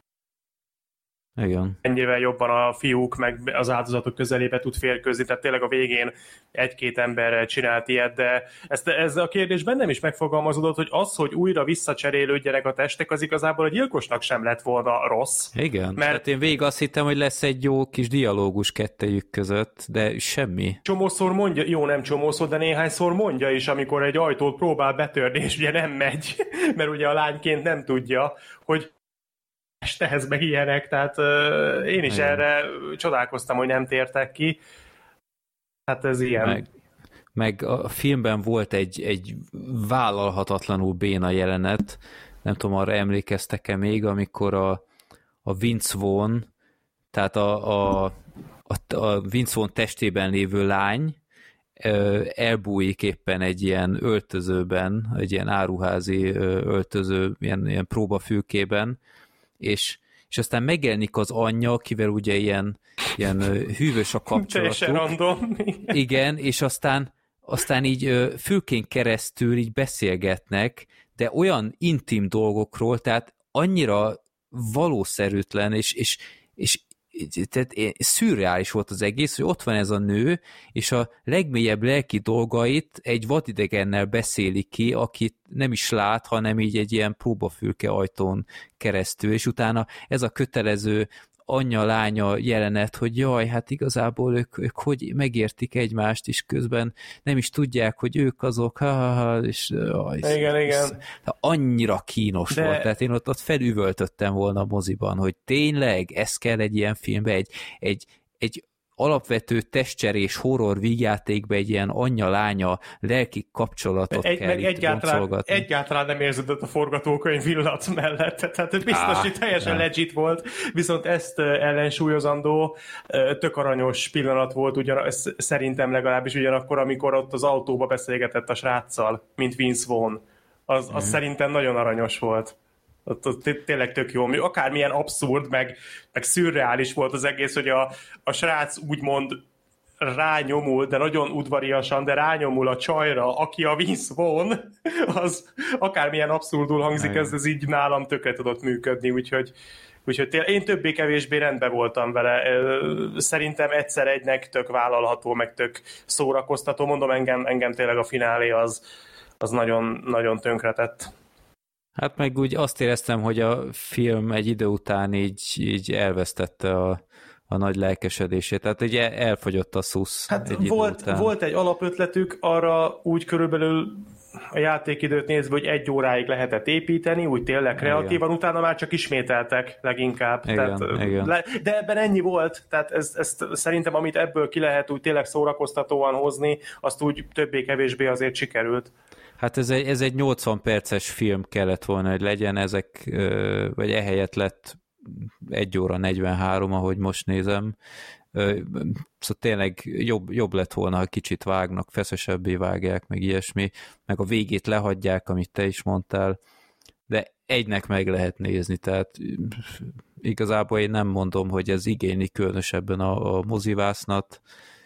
igen. Ennyivel jobban a fiúk meg az áldozatok közelébe tud férkőzni, tehát tényleg a végén egy-két emberrel csinált ilyet, de ezt, ez a kérdés bennem is megfogalmazódott, hogy az, hogy újra visszacserélődjenek a testek, az igazából a gyilkosnak sem lett volna rossz. Igen, mert hát én végig azt hittem, hogy lesz egy jó kis dialógus kettejük között, de semmi. Csomószor mondja, jó nem csomószor, de néhányszor mondja is, amikor egy ajtót próbál betörni, és ugye nem megy, mert ugye a lányként nem tudja, hogy ehhez meg ilyenek, tehát uh, én is igen. Erre csodálkoztam, hogy nem tértek ki. Hát ez ilyen. Meg, meg a filmben volt egy, egy vállalhatatlanul béna jelenet, nem tudom, arra emlékeztek-e még, amikor a, a Vince Vaughn, tehát a, a, a, a Vince Vaughn testében lévő lány elbújik éppen egy ilyen öltözőben, egy ilyen áruházi öltöző, ilyen, ilyen próbafülkében, és, és aztán megjelenik az anyja, akivel ugye ilyen, ilyen hűvös a kapcsolatuk. Igen, és aztán, aztán így fülkén keresztül így beszélgetnek, de olyan intim dolgokról, tehát annyira valószerűtlen, és, és, és tehát szürreális volt az egész, hogy ott van ez a nő, és a legmélyebb lelki dolgait egy vadidegennel beszéli ki, akit nem is lát, hanem így egy ilyen próbafülke ajtón keresztül, és utána ez a kötelező anya-lánya jelenet, hogy jaj, hát igazából ők, ők hogy megértik egymást, és közben nem is tudják, hogy ők azok, ha, ha, ha, és jaj, igen, és, igen. Annyira kínos De... volt, tehát én ott, ott felüvöltöttem volna a moziban, hogy tényleg ez kell egy ilyen filmbe, egy, egy, egy alapvető testcserés horror vígjátékba egy ilyen anya-lánya lelki kapcsolatot egy, kell meg itt egyáltalán, boncolgatni. Egyáltalán nem érződött a forgatókönyv illat mellett, tehát biztos, hogy teljesen nem. legit volt, viszont ezt ellensúlyozandó tök aranyos pillanat volt, ugyan, szerintem legalábbis ugyanakkor, amikor ott az autóba beszélgetett a sráccal, mint Vince Vaughn. Az, az mm. szerintem nagyon aranyos volt. Ott, ott tényleg tök jó. Akármilyen abszurd, meg, meg szürreális volt az egész, hogy a, a srác úgymond rányomul, de nagyon udvariasan, de rányomul a csajra, aki a Vince Vaughn, az akármilyen abszurdul hangzik, ez, ez így nálam tökre tudott működni, úgyhogy, úgyhogy tényleg, én többé-kevésbé rendben voltam vele. Szerintem egyszer egynek tök vállalható, meg tök szórakoztató. Mondom, engem, engem tényleg a finálé az, az nagyon, nagyon tönkretett. Hát meg úgy azt éreztem, hogy a film egy idő után így, így elvesztette a, a nagy lelkesedését. Tehát ugye elfogyott a szusz. Hát egy volt, volt egy alapötletük, arra úgy körülbelül a játékidőt nézve, hogy egy óráig lehetett építeni, úgy tényleg kreatívan, igen. Utána már csak ismételtek leginkább. Igen, tehát, igen. Le, de ebben ennyi volt, tehát ez, ez szerintem, amit ebből ki lehet úgy tényleg szórakoztatóan hozni, azt úgy többé-kevésbé azért sikerült. Hát ez egy, ez egy nyolcvan perces film kellett volna, hogy legyen, ezek, vagy ehelyett lett egy óra negyvenhárom, ahogy most nézem. Szóval tényleg jobb, jobb lett volna, ha kicsit vágnak, feszesebbé vágják, meg ilyesmi, meg a végét lehagyják, amit te is mondtál, de egynek meg lehet nézni, tehát igazából én nem mondom, hogy ez igényli különösebben a, a mozivásznat.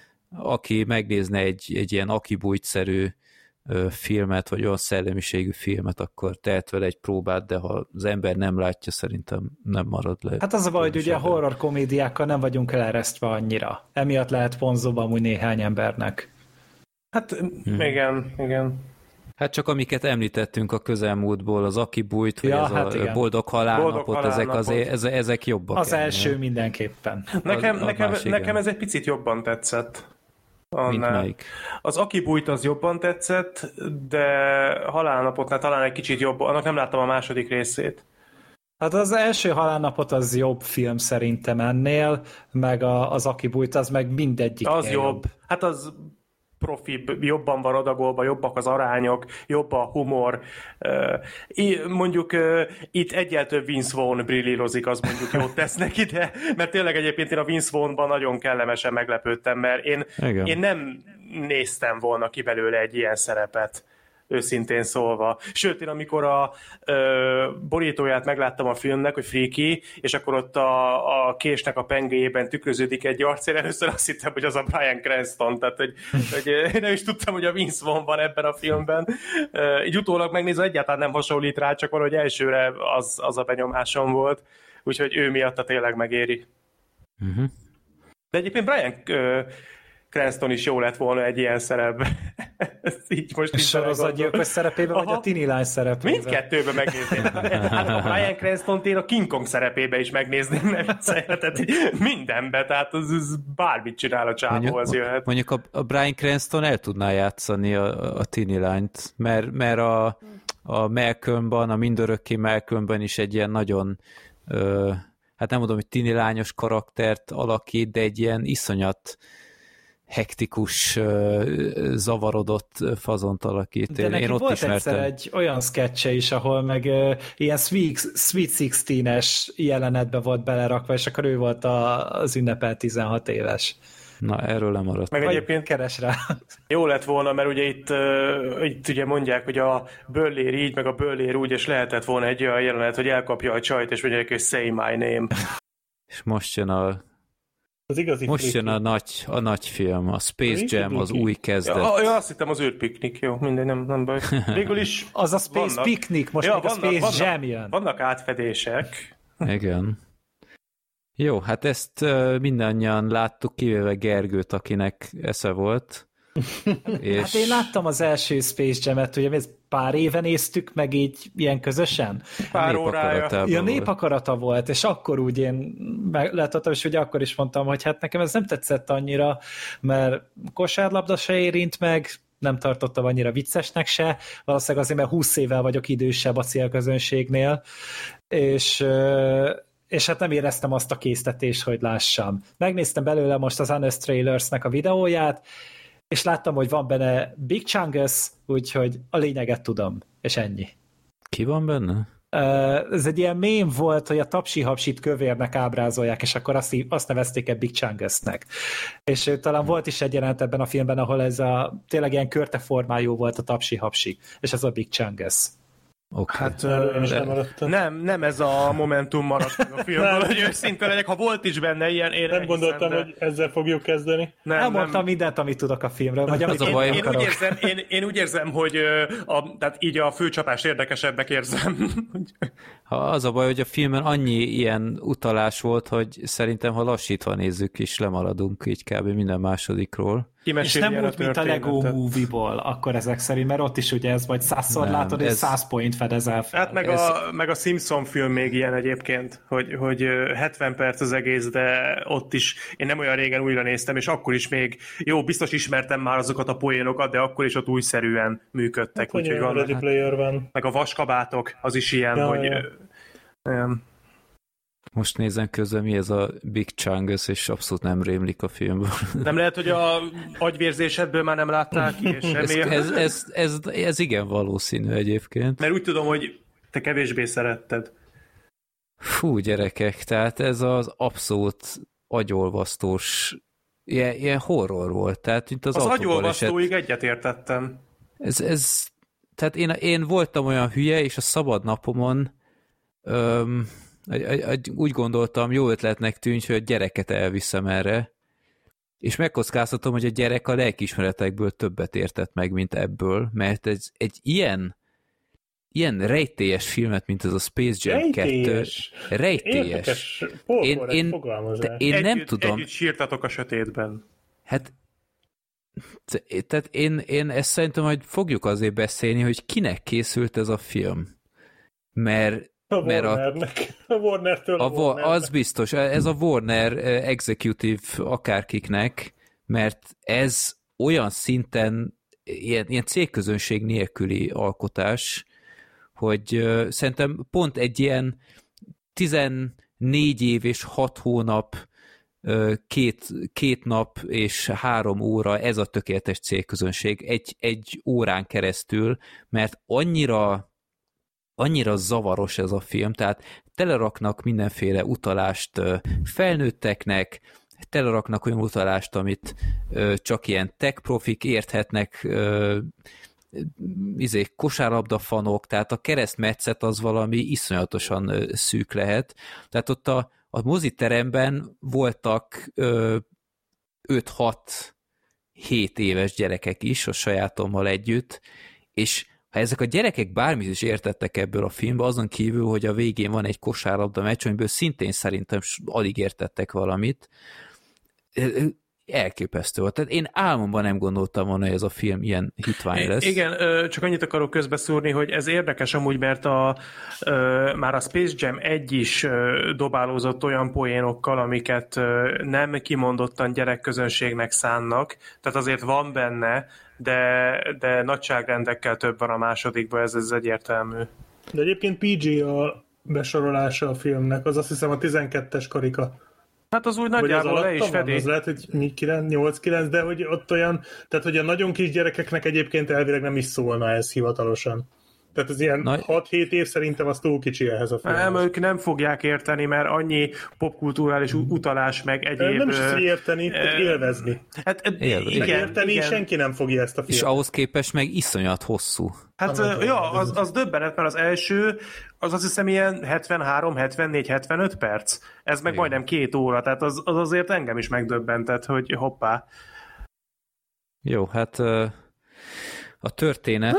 Aki megnézne egy, egy ilyen akibújtszerű filmet, vagy olyan szellemiségű filmet, akkor tehet vele egy próbát, de ha az ember nem látja, szerintem nem marad le. Hát az a baj, hogy ugye horror komédiákkal nem vagyunk eleresztve annyira. Emiatt lehet vonzóban amúgy néhány embernek. Hát hmm. igen, igen. Hát csak amiket említettünk a közelmúltból, az Aki bújt, vagy ja, ez hát a igen. Boldog halálnapot, Boldog halálnapot. Ezek, azért, ezek jobbak. Az ennél. első mindenképpen. Nekem, az, az nekem, más, nekem ez egy picit jobban tetszett. Mint melyik? Az Aki bújt az jobban tetszett, de halálnapotnál talán egy kicsit jobb, annak nem láttam a második részét. Hát az első halálnapot az jobb film szerintem ennél, meg a, az Aki bújt az meg mindegyik. Az jobb. jobb. Hát az profibb, jobban van adagolva, jobbak az arányok, jobb a humor. Mondjuk itt egyel több Vince Vaughn brillírozik, az mondjuk jót tesz neki, de mert tényleg egyébként én a Vince Vaughnban nagyon kellemesen meglepődtem, mert én, én nem néztem volna ki belőle egy ilyen szerepet, őszintén szólva. Sőt, én amikor a ö, borítóját megláttam a filmnek, hogy Freaky, és akkor ott a, a késnek a pengéjében tükröződik egy arc, én először azt hittem, hogy az a Bryan Cranston, tehát hogy, hogy én nem is tudtam, hogy a Vince Vaughn van ebben a filmben. Így utólag megnézve egyáltalán nem hasonlít rá, csak valahogy elsőre az, az a benyomásom volt, úgyhogy ő miatta tényleg megéri. Uh-huh. De egyébként Bryan ö, Cranston is jó lett volna egy ilyen szerepben. Így most is sorozatgyilkos szerepében, vagy a Tini lány szerepében? Mindkettőben megnézném. Hát a Bryan Cranston-t én a King Kong szerepében is megnézném, mert tehát mindenbe, tehát az, az bármit csinál a csávó, az jöhet. Mondjuk a, a Bryan Cranston el tudná játszani a, a Tini lányt, mert, mert a, a Malcolmban, a Mindörökké Malcolmban is egy ilyen nagyon ö, hát nem mondom, hogy tini lányos karaktert alakít, de egy ilyen iszonyat hektikus, zavarodott fazont alakít. De neki Én ott volt ismertem. egyszer egy olyan sketche is, ahol meg uh, ilyen Sweet, Sweet tizenhatos jelenetbe volt belerakva, és akkor ő volt a, az ünnepel tizenhat éves. Na, erről lemaradt. Meg egyébként keres rá. Jó lett volna, mert ugye itt, uh, itt ugye mondják, hogy a böllér így, meg a böllér úgy, és lehetett volna egy olyan jelenet, hogy elkapja a csajt, és mondják, hogy say my name. És most jön a az igazi most jön a nagy, a nagy film, a Space Jam, az új kezdet. Ja, ja, azt hittem az űrpiknik, jó, mindegy, nem, nem baj. Végül is az a Space vannak, Picnic, most ja, még vannak, a Space vannak, Jam jön. Vannak átfedések. Igen. Jó, hát ezt uh, mindannyian láttuk, kivéve Gergőt, akinek esze volt. És... Hát én láttam az első Space Jam-et, ugye ez pár éve néztük meg így ilyen közösen. Pár órája. Ja, népakarata volt, és akkor úgy én látottam, és ugye akkor is mondtam, hogy hát nekem ez nem tetszett annyira, mert kosárlabda se érint meg, nem tartottam annyira viccesnek se, valószínűleg azért, mert húsz évvel vagyok idősebb a célközönségnél, és... és hát nem éreztem azt a késztetést, hogy lássam. Megnéztem belőle most az Honest Trailers-nek a videóját, és láttam, hogy van benne Big Chungus, úgyhogy a lényeget tudom, és ennyi. Ki van benne? Ez egy ilyen mém volt, hogy a tapsi-hapsit kövérnek ábrázolják, és akkor azt, azt nevezték el Big Chungusnek. És talán volt is egy jelent ebben a filmben, ahol ez a tényleg ilyen körteformájú volt a tapsi-hapsi, és ez a Big Chungus. Okay. Hát nem, nem, nem ez a momentum maradt meg a filmből, hogy őszinte legyek, ha volt is benne ilyen, én nem gondoltam, de... hogy ezzel fogjuk kezdeni. Nem, Elmondtam nem. mindent, amit tudok a filmről, vagy amit én, én, én, úgy érzem, én, én úgy érzem, hogy a, tehát így a főcsapást érdekesebbek érzem. Ha az a baj, hogy a filmen annyi ilyen utalás volt, hogy szerintem, ha lassítva nézzük is, lemaradunk így kb. Minden másodikról. És nem úgy, mint a Lego Movie-ból, akkor ezek szerint, mert ott is ugye ez vagy százszor nem, látod, ez... és száz point fedezel fel. Hát meg, ez... a, meg a Simpson film még ilyen egyébként, hogy, hogy hetven perc az egész, de ott is, én nem olyan régen újra néztem, és akkor is még, jó, biztos ismertem már azokat a poénokat, de akkor is ott újszerűen működtek. Hát, úgyhogy van, Ready Player van. Meg a vaskabátok, az is ilyen, ja, hogy... Ja. Olyan. Most nézem közben, mi ez a Big Chungus, és abszolút nem rémlik a filmből. Nem lehet, hogy a agyvérzésedből már nem látták ki, és ez, ez, ez, ez, ez igen valószínű egyébként. Mert úgy tudom, hogy te kevésbé szeretted. Fú, gyerekek, tehát ez az abszolút agyolvasztós, ilyen, ilyen horror volt. Tehát, mint az az agyolvasztóig egyetértettem. Ez, ez, tehát én, én voltam olyan hülye, és a szabad napomon öm, úgy gondoltam, jó ötletnek tűnt, hogy a gyereket elviszem erre, és megkockáztatom, hogy a gyerek a lelkiismeretekből többet értett meg, mint ebből, mert ez egy ilyen ilyen rejtélyes filmet, mint ez a Space Jam rejtélyes. kettő. Rejtélyes. Én, én, én együtt, nem tudom. Együtt sírtatok a sötétben. Hát tehát én, én ezt szerintem, hogy fogjuk azért beszélni, hogy kinek készült ez a film. Mert A Warnernek. A, a Warnertől a, a Warnernek. Az biztos, ez a Warner executive akárkiknek, mert ez olyan szinten ilyen, ilyen célközönség nélküli alkotás, hogy uh, szerintem pont egy ilyen tizennégy év és hat hónap, uh, két, két nap és három óra, ez a tökéletes célközönség egy, egy órán keresztül, mert annyira annyira zavaros ez a film, tehát teleraknak mindenféle utalást felnőtteknek, teleraknak olyan utalást, amit csak ilyen tech profik érthetnek, izé, kosárlabda fanok, tehát a keresztmetszet az valami iszonyatosan szűk lehet. Tehát ott a, a moziteremben voltak öt-hat-hét éves gyerekek is, a sajátommal együtt, és ha ezek a gyerekek bármit is értettek ebből a filmből, azon kívül, hogy a végén van egy kosárlabda meccs, amiből szintén szerintem alig értettek valamit, elképesztő volt. Tehát én álmomban nem gondoltam volna, hogy ez a film ilyen hitvány lesz. Igen, csak annyit akarok közbeszúrni, hogy ez érdekes amúgy, mert a, már a Space Jam egy is dobálózott olyan poénokkal, amiket nem kimondottan gyerekközönségnek szánnak, tehát azért van benne, de, de nagyságrendekkel több van a másodikban, ez, ez egyértelmű. De egyébként pé gé a besorolása a filmnek, az azt hiszem a tizenkettes karika. Hát az úgy nagyjából az le is fedi. Az lehet, hogy nyolc-kilenc, de hogy ott olyan, tehát hogy a nagyon kis gyerekeknek egyébként elvileg nem is szólna ez hivatalosan. Tehát az ilyen Na, hat-hét év szerintem az túl kicsi ehhez a filmhez. Nem, ők nem fogják érteni, mert annyi popkulturális utalás, meg egyéb... Nem is érteni, uh, élvezni. Hát, élvezni. Igen, érteni igen. Senki nem fogja ezt a filmet. És ahhoz képest meg iszonyat hosszú. Hát uh, ja, az, az döbbenet, mert az első, az azt hiszem ilyen hetvenhárom, hetvennégy, hetvenöt perc. Ez meg igen. majdnem két óra, tehát az, az azért engem is megdöbbentett, hogy hoppá. Jó, hát a történet...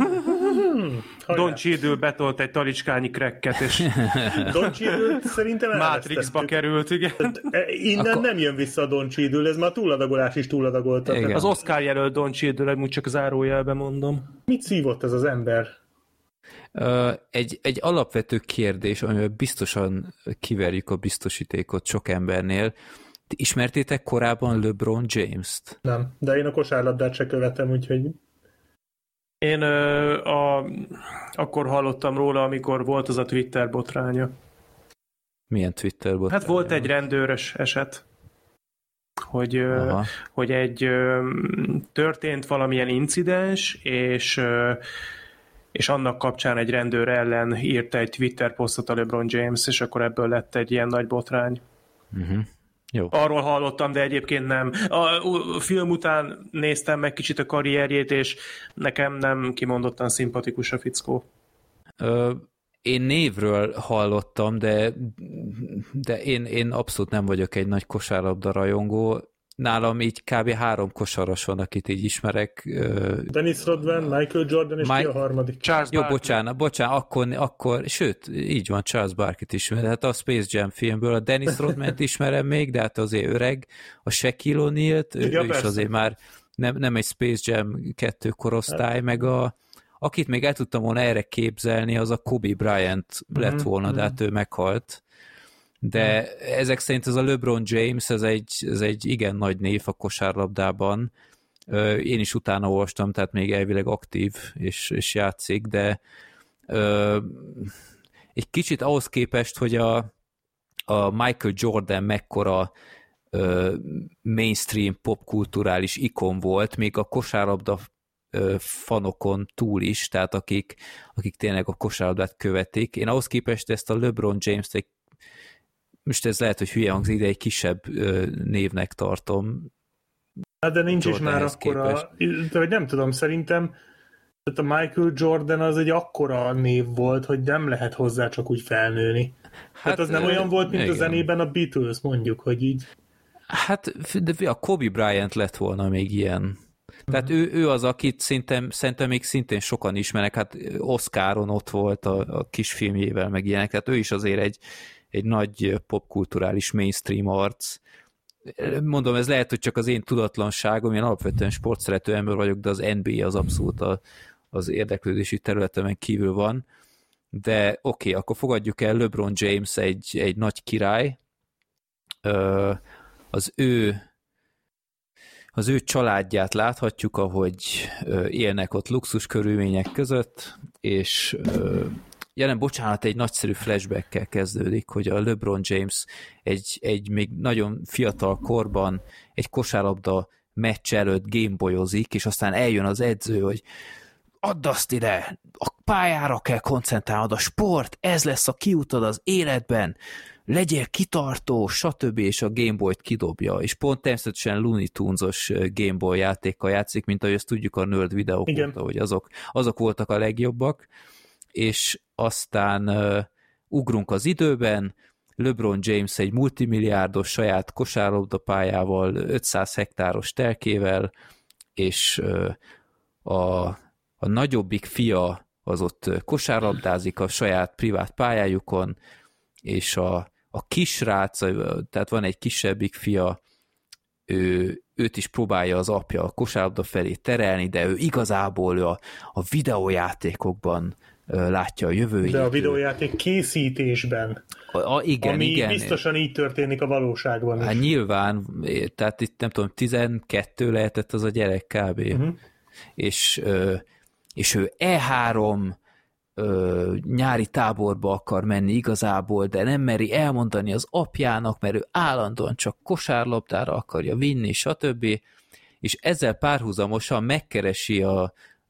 Don Cheadle betolt egy talicskányi krekket, és Don Cheadle szerintem Matrixba került, igen. Innen Akkor... nem jön vissza a Don Cheadle, ez már túladagolás is túladagolta. Az Oscar jelölt Don Cheadle, úgy csak zárójelben mondom. Mit szívott ez az ember? Uh, egy, egy alapvető kérdés, amivel biztosan kiverjük a biztosítékot sok embernél. Ti ismertétek korábban LeBron James-t? Nem, de én a kosárlabdát se követem, úgyhogy... Én ö, a, akkor hallottam róla, amikor volt az a Twitter botránya. Milyen Twitter botránya? Hát volt egy rendőrös eset, hogy, ö, hogy egy ö, történt valamilyen incidens, és, ö, és annak kapcsán egy rendőr ellen írt egy Twitter posztot a LeBron James, és akkor ebből lett egy ilyen nagy botrány. Uh-huh. Jó. Arról hallottam, de egyébként nem. A film után néztem meg kicsit a karrierjét, és nekem nem kimondottan szimpatikus a fickó. Ö, én névről hallottam, de, de én, én abszolút nem vagyok egy nagy kosárlabda rajongó. Nálam így kb. három kosaras van, akit így ismerek. Dennis Rodman, Michael Jordan, és My... ki a harmadik? Charles Jó, Barkley. bocsánat, bocsánat, akkor, akkor, sőt, így van, Charles Barkley-t ismerem. Hát a Space Jam filmből a Dennis Rodman-t ismerem még, de hát azért öreg. A Shaquille O'Neal-t, ő, ő is azért már nem, nem egy Space Jam kettő korosztály, meg a akit még el tudtam volna erre képzelni, az a Kobe Bryant lett volna, mm-hmm. de hát ő meghalt. De mm. ezek szerint ez a LeBron James, ez egy, ez egy igen nagy név a kosárlabdában. Én is utána olvastam, tehát még elvileg aktív, és, és játszik, de ö, egy kicsit ahhoz képest, hogy a, a Michael Jordan mekkora ö, mainstream popkulturális ikon volt, még a kosárlabda ö, fanokon túl is, tehát akik, akik tényleg a kosárlabdát követik. Én ahhoz képest ezt a LeBron James-t egy most ez lehet, hogy hülye hangzik, de egy kisebb ö, névnek tartom. Hát de nincs is már akkora, vagy nem tudom, szerintem a Michael Jordan az egy akkora név volt, hogy nem lehet hozzá csak úgy felnőni. Hát, hát az nem ö, olyan volt, mint igen. a zenében a Beatles, mondjuk, hogy így. Hát, de a Kobe Bryant lett volna még ilyen. Tehát uh-huh. ő, ő az, akit szerintem, szerintem még szintén sokan ismernek, hát Oscaron ott volt a, a kisfilmjével, meg ilyenek, tehát ő is azért egy egy nagy popkulturális mainstream arc. Mondom, ez lehet, hogy csak az én tudatlanságom, én alapvetően sportszerető ember vagyok, de az en bé á az abszolút a, az érdeklődési területemen kívül van. De oké, okay, akkor fogadjuk el, LeBron James egy, egy nagy király. Az ő az ő családját láthatjuk, ahogy élnek ott luxus körülmények között, és ja nem, bocsánat, egy nagyszerű flashback-kel kezdődik, hogy a LeBron James egy, egy még nagyon fiatal korban egy kosárlabda meccs előtt gameboyozik, és aztán eljön az edző, hogy add azt ide, a pályára kell koncentrálnod, a sport, ez lesz a kiutad az életben, legyél kitartó, stb. És a Gameboy-t kidobja, és pont természetesen Looney Tunes-os Gameboy játékkal játszik, mint ahogy ezt tudjuk a nerd videók óta, hogy azok, azok voltak a legjobbak, és aztán uh, ugrunk az időben, LeBron James egy multimilliárdos saját kosárlabdapályával, ötszáz hektáros telkével, és uh, a, a nagyobbik fia az ott kosárlabdázik a saját privát pályájukon, és a, a kisrác, tehát van egy kisebbik fia, ő, őt is próbálja az apja a kosárlabda felé terelni, de ő igazából ő a, a videójátékokban látja a jövőjét. De a videójáték készítésben. A, a, igen, ami igen. biztosan így történik a valóságban is. Hát nyilván, tehát itt nem tudom, tizenkettő lehetett az a gyerek kb. Uh-huh. És, és ő é három nyári táborba akar menni igazából, de nem meri elmondani az apjának, mert ő állandóan csak kosárlabdára akarja vinni, stb. És ezzel párhuzamosan megkeresi a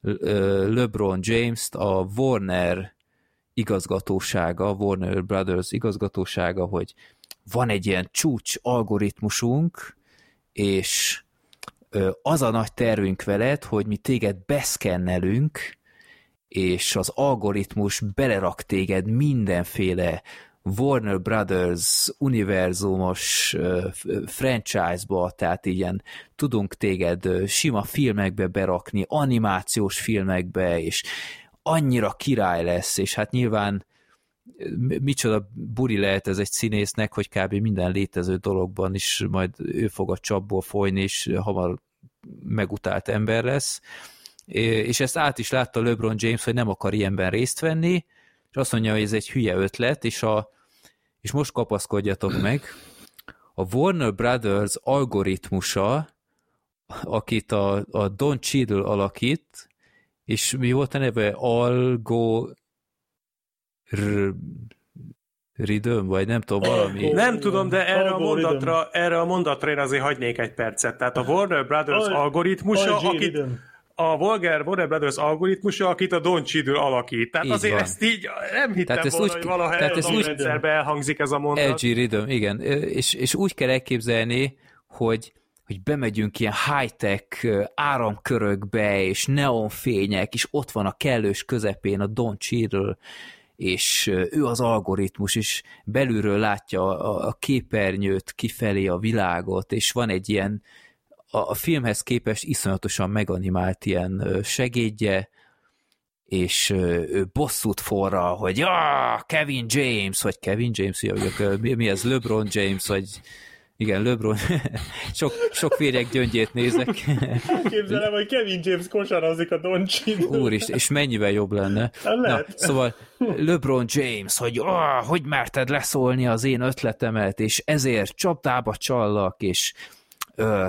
LeBron James-t a Warner igazgatósága, Warner Brothers igazgatósága, hogy van egy ilyen csúcs algoritmusunk, és az a nagy tervünk veled, hogy mi téged beszkennelünk, és az algoritmus belerak téged mindenféle Warner Brothers univerzumos franchise-ba, tehát ilyen tudunk téged sima filmekbe berakni, animációs filmekbe, és annyira király lesz, és hát nyilván micsoda buri lehet ez egy színésznek, hogy kb. Minden létező dologban is majd ő fog a csapból folyni, és hamar megutált ember lesz. És ezt át is látta LeBron James, hogy nem akar ilyenben részt venni, és azt mondja, hogy ez egy hülye ötlet, és, a, és most kapaszkodjatok meg, a Warner Brothers algoritmusa, akit a, a Don Cheadle alakít, és mi volt a neve? Algo... Ridőm, vagy nem tudom, valami. Nem tudom, de erre a mondatra, erre a mondatra én azért hagynék egy percet. Tehát a Warner Brothers algoritmusa, akit a Warner, Warner Brothers algoritmusa, akit a Don Cheadle alakít. Tehát így azért van. Ezt így nem hittem volna, úgy, hogy valaha el a rendszerbe elhangzik ez a mondat. el gé Rhythm, igen. És, és úgy kell elképzelni, hogy hogy bemegyünk ilyen high-tech áramkörökbe, és neonfények, és ott van a kellős közepén a Don Cheadle, és ő az algoritmus, és belülről látja a képernyőt, kifelé a világot, és van egy ilyen a filmhez képest iszonyatosan meganimált ilyen segédje, és ő bosszút forra, hogy ah, Kevin James, vagy Kevin James, vagy mi, mi ez, LeBron James, vagy igen, LeBron, sok, sok férjek gyöngyét nézek. Képzelem, hogy Kevin James kosarazik a Don Cheadle. Úristen, és mennyivel jobb lenne. Na, szóval LeBron James, hogy oh, hogy merted leszólni az én ötletemet, és ezért csapdába csallak, és ö,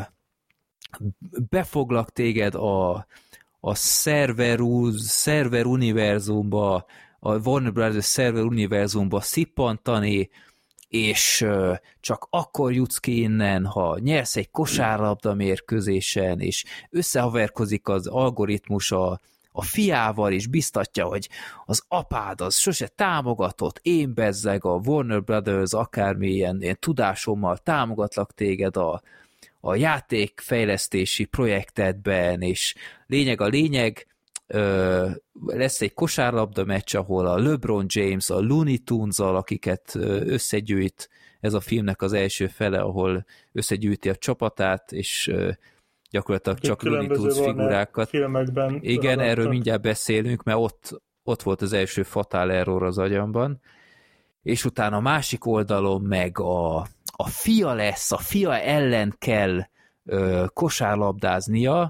befoglak téged a, a szerver, szerver univerzumba, a Warner Brothers szerver univerzumba szippantani, és csak akkor jutsz ki innen, ha nyersz egy kosárlabda mérkőzésen, és összehaverkozik az algoritmus a, a fiával, és biztatja, hogy az apád az sose támogatott, én bezzeg a Warner Brothers akármilyen ilyen tudásommal támogatlak téged a, a játékfejlesztési projektedben, és lényeg a lényeg, Ö, lesz egy kosárlabda meccs, ahol a LeBron James, a Looney Tunes-al, akiket összegyűjt, ez a filmnek az első fele, ahol összegyűjti a csapatát, és ö, gyakorlatilag csak Looney Tunes figurákat. Filmekben igen, erről adtak. Mindjárt beszélünk, mert ott, ott volt az első fatal error az agyamban, és utána a másik oldalon meg a, a fia lesz, a fia ellen kell ö, kosárlabdáznia,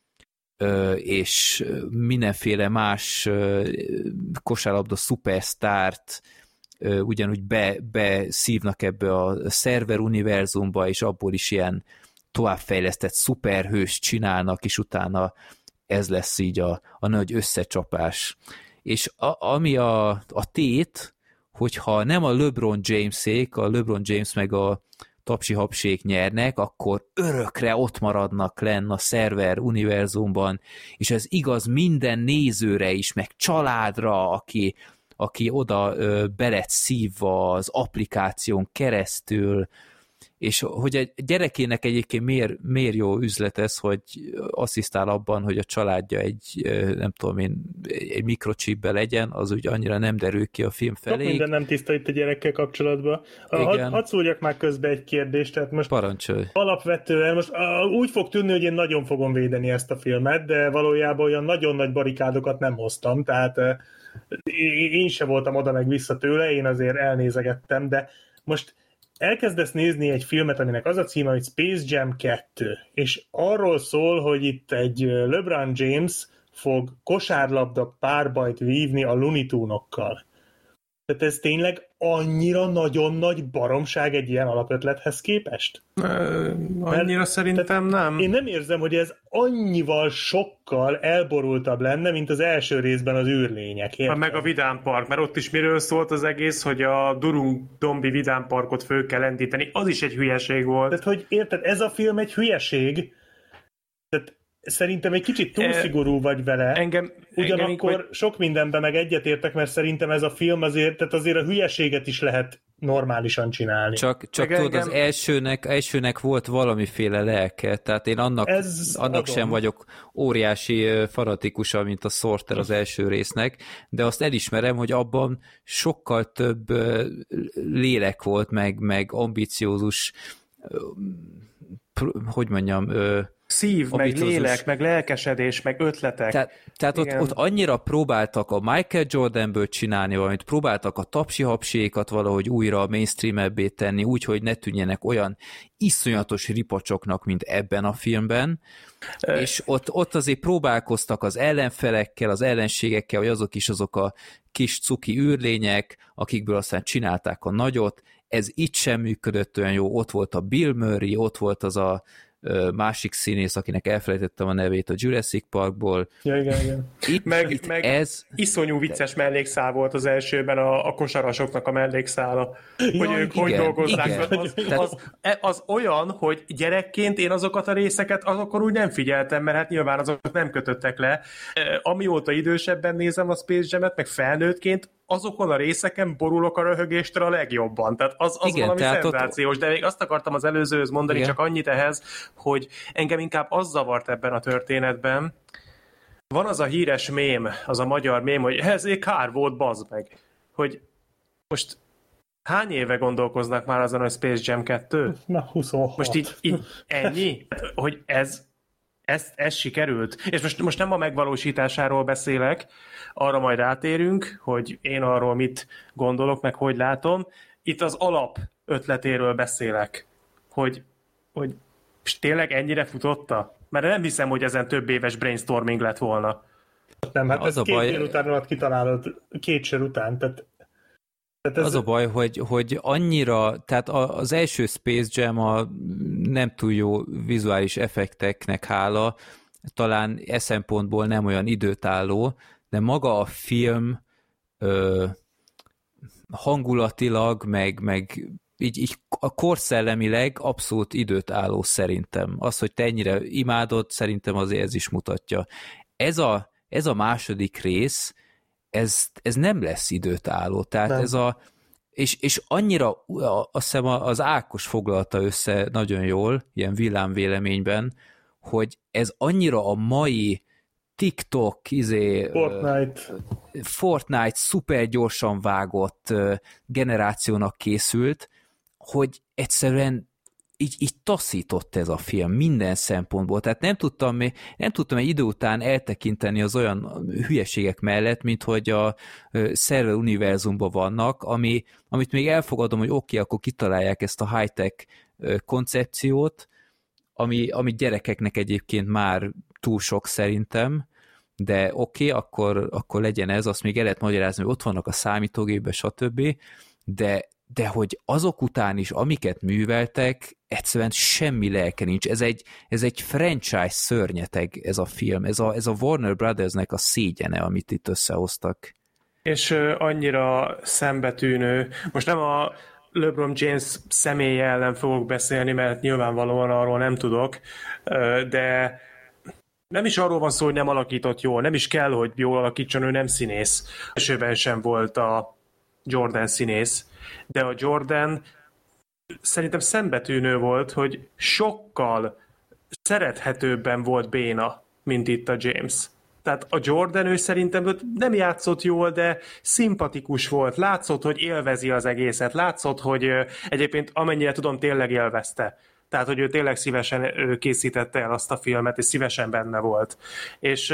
és mindenféle más kosárlabda szupersztárt ugyanúgy be, beszívnak ebbe a szerver univerzumba, és abból is ilyen továbbfejlesztett szuperhős csinálnak, és utána ez lesz így a, a nagy összecsapás. És a, ami a, a tét, hogyha nem a LeBron Jamesék, a LeBron James meg a tapsi-hapsék nyernek, akkor örökre ott maradnak lenn a szerver univerzumban, és ez igaz minden nézőre is, meg családra, aki, aki oda ö, be lett szívva az applikáción keresztül, és hogy egy gyerekének egyébként miért, miért jó üzlet ez, hogy asszisztál abban, hogy a családja egy, nem tudom én, egy mikrochipbe legyen, az úgy annyira nem derül ki a film felé. Minden nem tiszta itt a gyerekkel kapcsolatban. Hadd had szóljak már közbe egy kérdést, tehát most parancsolj. Alapvetően most uh, úgy fog tűnni, hogy én nagyon fogom védeni ezt a filmet, de valójában olyan nagyon nagy barikádokat nem hoztam, tehát uh, én sem voltam oda meg vissza tőle, én azért elnézegettem, de most elkezdesz nézni egy filmet, aminek az a címe, hogy Space Jam kettő, és arról szól, hogy itt egy LeBron James fog kosárlabda párbajt vívni a Looney Tunes-okkal. Tehát ez tényleg annyira nagyon nagy baromság egy ilyen alapötlethez képest? Ö, annyira Mert, szerintem nem. Én nem érzem, hogy ez annyival sokkal elborultabb lenne, mint az első részben az űrlények. Érted? Meg a vidámpark, mert ott is miről szólt az egész, hogy a Durung-Dombi vidámparkot föl kell lendíteni. Az is egy hülyeség volt. Tehát, hogy érted, ez a film egy hülyeség. Tehát szerintem egy kicsit túl szigorú vagy vele, engem, ugyanakkor engem, sok mindenben meg egyetértek, mert szerintem ez a film azért, tehát azért a hülyeséget is lehet normálisan csinálni. Csak, csak tudod, engem... az elsőnek, elsőnek volt valamiféle lelke, tehát én annak, annak sem vagyok óriási fanatikusa, mint a Sorter az első résznek, de azt elismerem, hogy abban sokkal több lélek volt, meg, meg ambiciózus, hogy mondjam, szív, meg lélek, meg lelkesedés, meg ötletek. Te, tehát ott, ott annyira próbáltak a Michael Jordanből csinálni valamit, próbáltak a tapsi-hapsiékat valahogy újra mainstream-ebbé tenni, úgyhogy ne tűnjenek olyan iszonyatos ripacsoknak, mint ebben a filmben, e... és ott, ott azért próbálkoztak az ellenfelekkel, az ellenségekkel, hogy azok is azok a kis cuki űrlények, akikből aztán csinálták a nagyot. Ez itt sem működött olyan jó, ott volt a Bill Murray, ott volt az a másik színész, akinek elfelejtettem a nevét a Jurassic Parkból. Ja, igen, igen. Itt, meg itt meg ez... iszonyú vicces mellékszál volt az elsőben a, a kosarasoknak a mellékszála. Hogy ja, ők igen, hogy dolgozzák. Az, az, az, az olyan, hogy gyerekként én azokat a részeket azokkor úgy nem figyeltem, mert hát nyilván azok nem kötöttek le. Amióta idősebben nézem a Space Jam-et, meg felnőttként, azokon a részeken borulok a röhögéstől a legjobban. Tehát az, az igen, valami szenzációs, ott... de még azt akartam az előzőhöz mondani, igen. Csak annyit ehhez, hogy engem inkább az zavart ebben a történetben. Van az a híres mém, az a magyar mém, hogy ez egy kár volt, bazd meg. Hogy most hány éve gondolkoznak már azon, hogy Space Jam kettő? Na, huszonhat. Most így, így ennyi? Hogy ez Ez, ez sikerült. És most, most nem a megvalósításáról beszélek, arra majd rátérünk, hogy én arról mit gondolok, meg hogy látom. Itt az alap ötletéről beszélek, hogy, hogy tényleg ennyire futotta? Mert nem hiszem, hogy ezen több éves brainstorming lett volna. Nem, hát az ez két baj... után alatt kitalálod, két sor után, tehát Ez... Az a baj, hogy, hogy annyira, tehát az első Space Jam a nem túl jó vizuális effekteknek hála, talán e szempontból nem olyan időtálló, de maga a film ö, hangulatilag, meg, meg így, így a korszellemileg abszolút időtálló szerintem. Az, hogy te ennyire imádod, szerintem azért ez is mutatja. Ez a, ez a második rész, Ez, ez nem lesz időtálló, tehát nem. ez a, és, és annyira, azt hiszem az Ákos foglalta össze nagyon jól, ilyen villámvéleményben, hogy ez annyira a mai TikTok, izé, Fortnite, uh, Fortnite szuper gyorsan vágott uh, generációnak készült, hogy egyszerűen így, így taszított ez a film minden szempontból, tehát nem tudtam, nem tudtam egy idő után eltekinteni az olyan hülyeségek mellett, mint hogy a szerver univerzumban vannak, ami, amit még elfogadom, hogy oké, okay, akkor kitalálják ezt a high-tech koncepciót, ami, ami gyerekeknek egyébként már túl sok szerintem, de oké, okay, akkor, akkor legyen ez, azt még el lehet magyarázni, hogy ott vannak a számítógépben, stb., de de hogy azok után is, amiket műveltek, egyszerűen semmi lelke nincs. Ez egy, ez egy franchise szörnyeteg ez a film, ez a, ez a Warner Brothersnek a szégyene, amit itt összehoztak. És uh, annyira szembetűnő. Most nem a LeBron James személye ellen fogok beszélni, mert nyilvánvalóan arról nem tudok, uh, de nem is arról van szó, hogy nem alakított jól, nem is kell, hogy jól alakítson, ő nem színész. Elsőben sem volt a Jordan színész, de a Jordan szerintem szembetűnő volt, hogy sokkal szerethetőbben volt béna, mint itt a James. Tehát a Jordan ő szerintem nem játszott jól, de szimpatikus volt, látszott, hogy élvezi az egészet, látszott, hogy egyébként amennyire tudom, tényleg élvezte. Tehát, hogy ő tényleg szívesen készítette el azt a filmet, és szívesen benne volt. És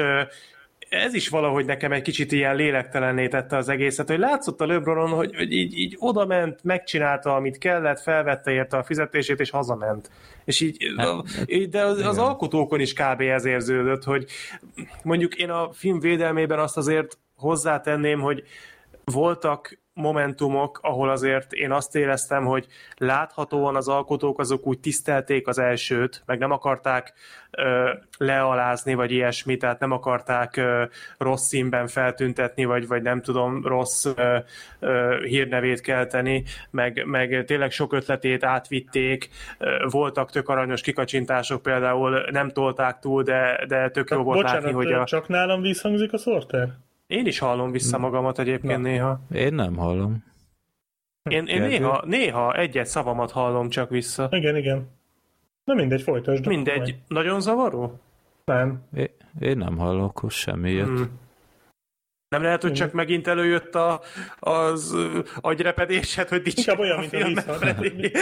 ez is valahogy nekem egy kicsit ilyen lélektelenné tette az egészet, hogy látszott a LeBronon, hogy, hogy így, így odament, megcsinálta, amit kellett, felvette érte a fizetését, és hazament. És így, de az, az alkotókon is kb. Ez érződött, hogy mondjuk én a film védelmében azt azért hozzátenném, hogy voltak momentumok, ahol azért én azt éreztem, hogy láthatóan az alkotók azok úgy tisztelték az elsőt, meg nem akarták ö, lealázni, vagy ilyesmi, tehát nem akarták ö, rossz színben feltüntetni, vagy, vagy nem tudom, rossz ö, ö, hírnevét kelteni, meg, meg tényleg sok ötletét átvitték, ö, voltak tök aranyos kikacsintások, például nem tolták túl, de, de tök jó volt bocsánat, látni, hogy a... csak nálam visszhangzik a Sorter? Én is hallom vissza magamat egyébként Na. néha. Én nem hallom. Én, én néha, néha egy-egy szavamat hallom csak vissza. Igen, igen. Na mindegy, folytasd. Mindegy. Majd. Nagyon zavaró? Nem. É, én nem hallok semmiért. Hmm. Nem lehet, hogy csak megint előjött a, az agyrepedésed, hogy inkább olyan, mint a vízhang.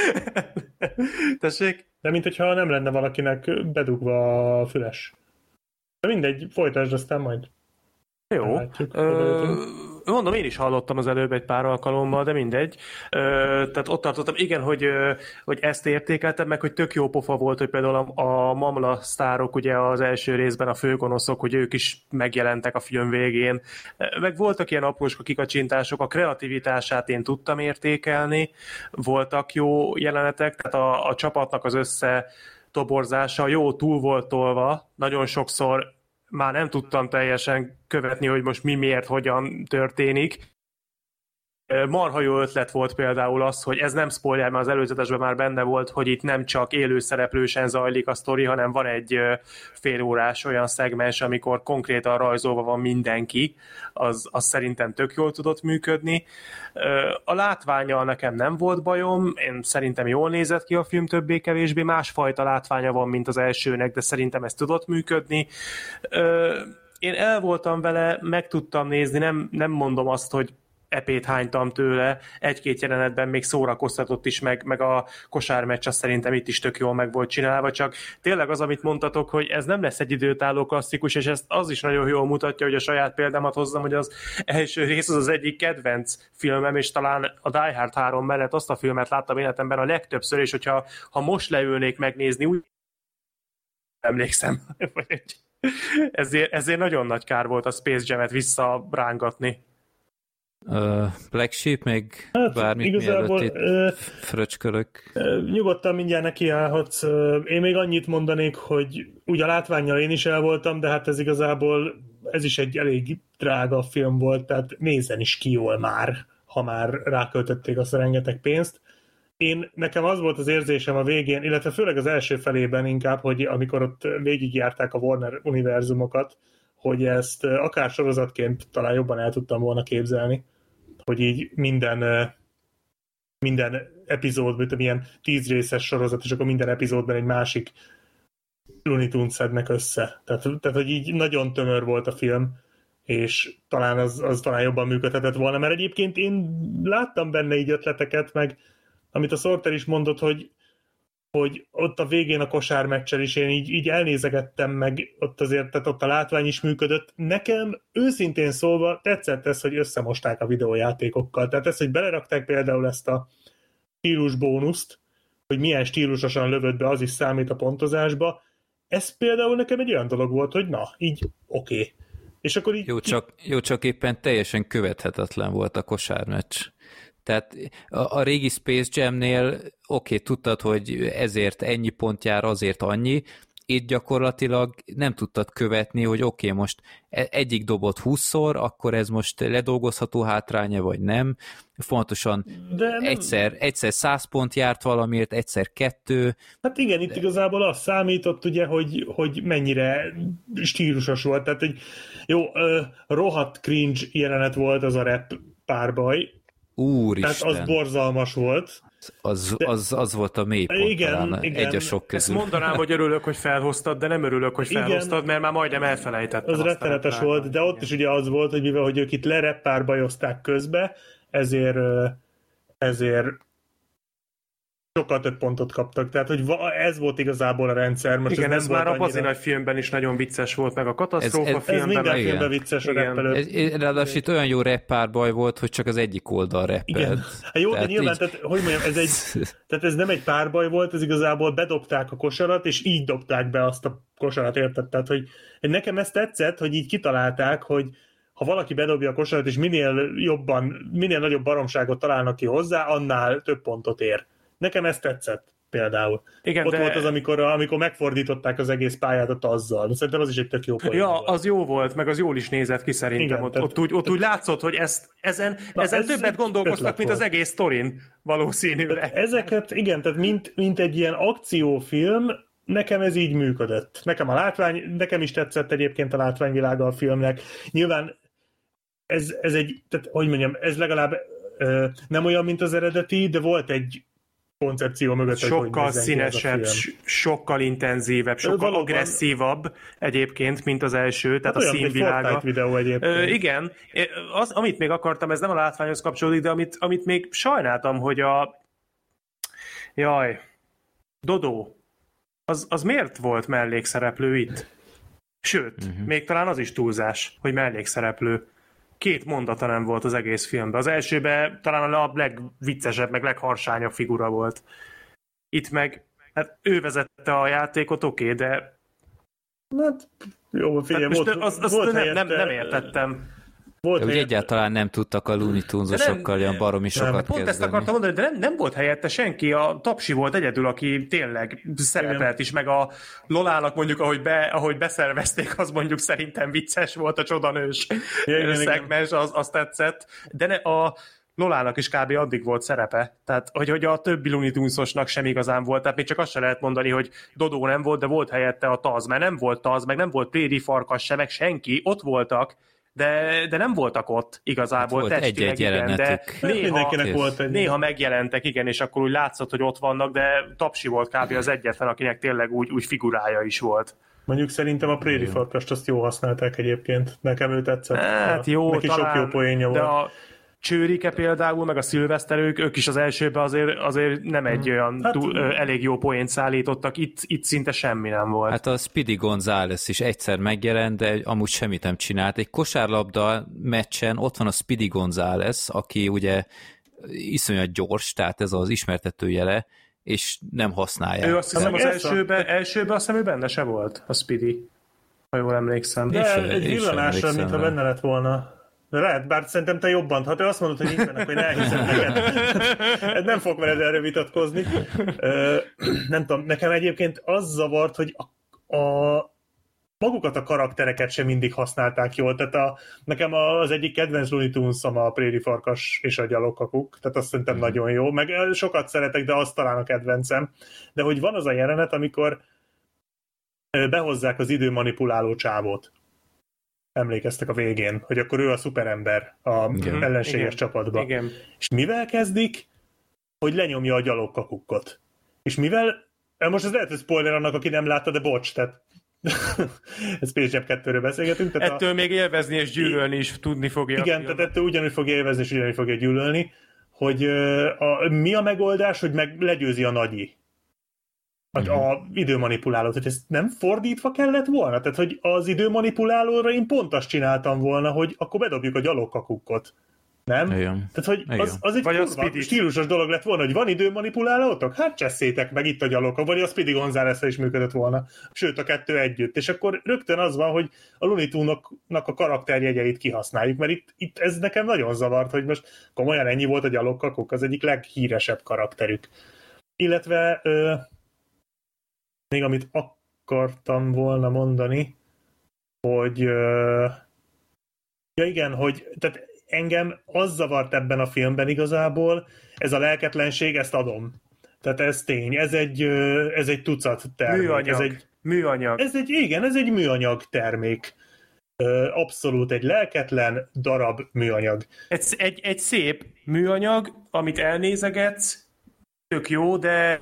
Tessék? De mint hogyha nem lenne valakinek bedugva a füles. De mindegy, folytasd, aztán majd. Jó. Ö, mondom, én is hallottam az előbb egy pár alkalommal, de mindegy. Ö, tehát ott tartottam, igen, hogy, hogy ezt értékeltem, meg hogy tök jó pofa volt, hogy például a, a mamla sztárok, ugye az első részben a főgonoszok, hogy ők is megjelentek a film végén. Meg voltak ilyen apróska kikacsintások, a kreativitását én tudtam értékelni, voltak jó jelenetek, tehát a, a csapatnak az összetoborzása jó túl volt tolva, nagyon sokszor már nem tudtam teljesen követni, hogy most mi, miért, hogyan történik. Marha jó ötlet volt például az, hogy ez nem spoiler, mert az előzetesben már benne volt, hogy itt nem csak élő szereplősen zajlik a sztori, hanem van egy fél órás olyan szegmens, amikor konkrétan rajzolva van mindenki, az, az szerintem tök jól tudott működni. A látvánnyal nekem nem volt bajom, én szerintem jól nézett ki a film, többé-kevésbé másfajta látványa van, mint az elsőnek, de szerintem ez tudott működni. Én el voltam vele, meg tudtam nézni, nem, nem mondom azt, hogy epét hánytam tőle, egy-két jelenetben még szórakoztatott is, meg, meg a kosármeccs azt szerintem itt is tök jól meg volt csinálva, csak tényleg az, amit mondtatok, hogy ez nem lesz egy időtálló klasszikus, és ezt az is nagyon jól mutatja, hogy a saját példámat hozzam, hogy az első rész az az egyik kedvenc filmem, és talán a Die Hard három mellett azt a filmet láttam életemben a legtöbbször, és hogyha ha most leülnék megnézni, úgy emlékszem. ezért, ezért nagyon nagy kár volt a Space Jam-et visszarángatni. Uh, Black Sheep még hát, bármit igazából, mielőtt itt uh, fröcskölök. Uh, nyugodtan mindjárt nekiállhatsz. Uh, én még annyit mondanék, hogy ugye a látvánnyal én is el voltam, de hát ez igazából ez is egy elég drága film volt, tehát nézzen is ki jól már, ha már ráköltötték azt a rengeteg pénzt. Én, nekem az volt az érzésem a végén, illetve főleg az első felében inkább, hogy amikor ott végigjárták a Warner univerzumokat, hogy ezt akár sorozatként talán jobban el tudtam volna képzelni, hogy így minden, minden epizód, mint ilyen tíz részes sorozat, és akkor minden epizódban egy másik Looney Tunes szednek össze. Tehát, tehát, hogy így nagyon tömör volt a film, és talán az, az talán jobban működhetett volna, mert egyébként én láttam benne így ötleteket, meg amit a Sorter is mondott, hogy hogy ott a végén a kosármeccsel is én így, így elnézegettem meg, ott azért, tehát ott a látvány is működött. Nekem őszintén szólva tetszett ez, hogy összemosták a videójátékokkal. Tehát ez, hogy belerakták például ezt a stílus bónuszt, hogy milyen stílusosan lövött be, az is számít a pontozásba. Ez például nekem egy olyan dolog volt, hogy na, így oké. Okay. És akkor így... Jó csak, jó, csak éppen teljesen követhetetlen volt a kosármeccs. Tehát a, a régi Space Jam-nél oké, okay, tudtad, hogy ezért ennyi pont jár, azért annyi, itt gyakorlatilag nem tudtad követni, hogy oké, okay, most egyik dobott húszszor, akkor ez most ledolgozható hátránya, vagy nem. Fontosan nem... egyszer, egyszer száz pont járt valamiért, egyszer kettő. Hát igen, itt de... igazából az számított, ugye, hogy, hogy mennyire stílusos volt. Tehát, hogy jó, uh, rohadt cringe jelenet volt az a rap párbaj, Úristen. Tehát az borzalmas volt. Az, az, az volt a mélypont, igen, talán igen. egy a sok közül. Ezt mondanám, hogy örülök, hogy felhoztad, de nem örülök, hogy felhoztad, igen, mert már majdnem elfelejtettem. Az rettenetes volt, de ott igen. is ugye az volt, hogy mivel hogy ők itt lereppárbajozták közbe, ezért, ezért sokkal több pontot kaptak. Tehát, hogy ez volt igazából a rendszer. Most igen, ez, ez nem már volt a Bazi nagy filmben is nagyon vicces volt, meg a katasztrófa ez, ez, filmben. Ez minden meg... filmben vicces a reppelő. Ráadásul itt olyan jó reppárbaj volt, hogy csak az egyik oldal reppelt. Igen. Hát jó, tehát de nyilván, így... tehát, hogy mondjam, ez, egy, tehát ez nem egy párbaj volt, ez igazából bedobták a kosarat, és így dobták be azt a kosarat, érted? Tehát, hogy nekem ez tetszett, hogy így kitalálták, hogy ha valaki bedobja a kosarat, és minél jobban, minél nagyobb baromságot találnak ki hozzá, annál több pontot ér. Nekem ez tetszett például. Igen, ott de... volt az, amikor, amikor megfordították az egész pályát azzal. Szerintem az is egy tök jó poén. Ja, volt. Az jó volt, meg az jól is nézett ki szerintem. Igen, ott, tehát, ott, úgy, ott úgy látszott, hogy ezt, ezen, na, ezen ez többet gondolkoztak, mint volt. Az egész sztorin valószínűleg. Ezeket, igen, tehát mint, mint egy ilyen akciófilm, nekem ez így működött. Nekem a látvány, nekem is tetszett egyébként a látványvilága a filmnek. Nyilván ez, ez egy, tehát hogy mondjam, ez legalább ö, nem olyan, mint az eredeti, de volt egy koncepció mögött, sokkal hogy színesebb, sokkal intenzívebb, sokkal valóban agresszívabb egyébként, mint az első, tehát hát a színvilága. Videó Ö, igen, az, amit még akartam, ez nem a látványhoz kapcsolódik, de amit, amit még sajnáltam, hogy a jaj, Dodó, az, az miért volt mellékszereplő itt? Sőt, uh-huh. még talán az is túlzás, hogy mellékszereplő. Két mondata nem volt az egész filmben. Az elsőben talán a legviccesebb, meg legharsányabb figura volt. Itt meg, hát ő vezette a játékot, oké, okay, de... Hát, jó, figyelj, hát volt, azt, azt volt nem, helyette... nem, nem értettem. Volt de úgy egyáltalán nem tudtak a Looney Tunes-osokkal olyan baromi sokat nem, kezdeni. Pont ezt akartam mondani, de nem, nem volt helyette senki. A Tapsi volt egyedül, aki tényleg szerepelt is, meg a Lolának mondjuk, ahogy, be, ahogy beszervezték, az mondjuk szerintem vicces volt a csodanős szegmens, az, az tetszett. De ne, a Lolának is kb. Addig volt szerepe. Tehát, hogy, hogy a többi Looney Tunes-osnak sem igazán volt. Tehát még csak azt se lehet mondani, hogy Dodó nem volt, de volt helyette a Taz, mert nem volt Taz, meg nem volt Préri Farkas se, meg senki. Ott voltak, De, de nem voltak ott igazából hát testileg, igen, de néha, volt egy néha megjelentek, igen, és akkor úgy látszott, hogy ott vannak, de Tapsi volt kb. Az egyetlen, akinek tényleg úgy, úgy figurája is volt. Mondjuk szerintem a Préri Farkast azt jól használták egyébként. Nekem ő tetszett. Hát jó, neki talán, sok jó poénja de volt. A Csőrike például, meg a Szilveszter, ők, ők is az elsőben azért, azért nem egy olyan hát, túl, ö, elég jó poént szállítottak, itt, itt szinte semmi nem volt. Hát a Speedy González is egyszer megjelent, de amúgy semmit nem csinált. Egy kosárlabda meccsen ott van a Speedy González, aki ugye iszonyat gyors, tehát ez az ismertetőjele, és nem használják. Ő azt hiszem az elsőben, elsőben azt hiszem, ő benne se volt, a Speedy, ha jól emlékszem. De én egy villanásra, mintha benne lett volna. De lehet, bár szerintem te jobban, ha te azt mondod, hogy nincs benne, akkor én elhiszem neked. Nem fogok veled erről vitatkozni. Ö, nem tudom, nekem egyébként az zavart, hogy a, a magukat a karaktereket sem mindig használták jól. Tehát a, nekem az egyik kedvenc Looney Tunes-om a Préri Farkas és a Gyalogkakuk, tehát azt szerintem mm. nagyon jó. Meg sokat szeretek, de azt talán a kedvencem. De hogy van az a jelenet, amikor behozzák az időmanipuláló csávót. Emlékeztek a végén, hogy akkor ő a szuperember a igen. ellenséges igen. csapatba. Igen. És mivel kezdik? Hogy lenyomja a Gyalogkakukkot. És mivel, most ez lehet, hogy spoiler annak, aki nem látta, de bocs, tehát ez Space Jam kettőről beszélgetünk. Tehát ettől a... még élvezni és gyűlölni is tudni fogja. Igen, tehát ettől ugyanúgy fogja élvezni és ugyanúgy fogja gyűlölni, hogy a, mi a megoldás, hogy meg legyőzi a nagyi. Uh-huh. A időmanipulálót, hogy ezt nem fordítva kellett volna? Tehát, hogy az időmanipulálóra én pont azt csináltam volna, hogy akkor bedobjuk a Gyalogkakukkot. Nem? Igen. Tehát, hogy az, az egy kurva stílusos dolog lett volna, hogy van időmanipulálótok? Hát cseszétek meg itt a Gyalogkakuk, vagy a Speedy González-re is működött volna. Sőt, a kettő együtt. És akkor rögtön az van, hogy a Looney Tunes-nak a karakterjegyeit kihasználjuk, mert itt, itt ez nekem nagyon zavart, hogy most komolyan ennyi volt a Gyalogkakuk, az egyik leghíresebb karakterük. Illetve ö, még amit akartam volna mondani, hogy ö, ja igen, hogy tehát engem az zavart ebben a filmben igazából, ez a lelketlenség, ezt adom. Tehát ez tény, ez egy, ez egy tucat termék. Műanyag. Ez egy, műanyag. Ez egy, igen, ez egy műanyag termék. Abszolút egy lelketlen darab műanyag. Egy, egy, egy szép műanyag, amit elnézegetsz, tök jó, de...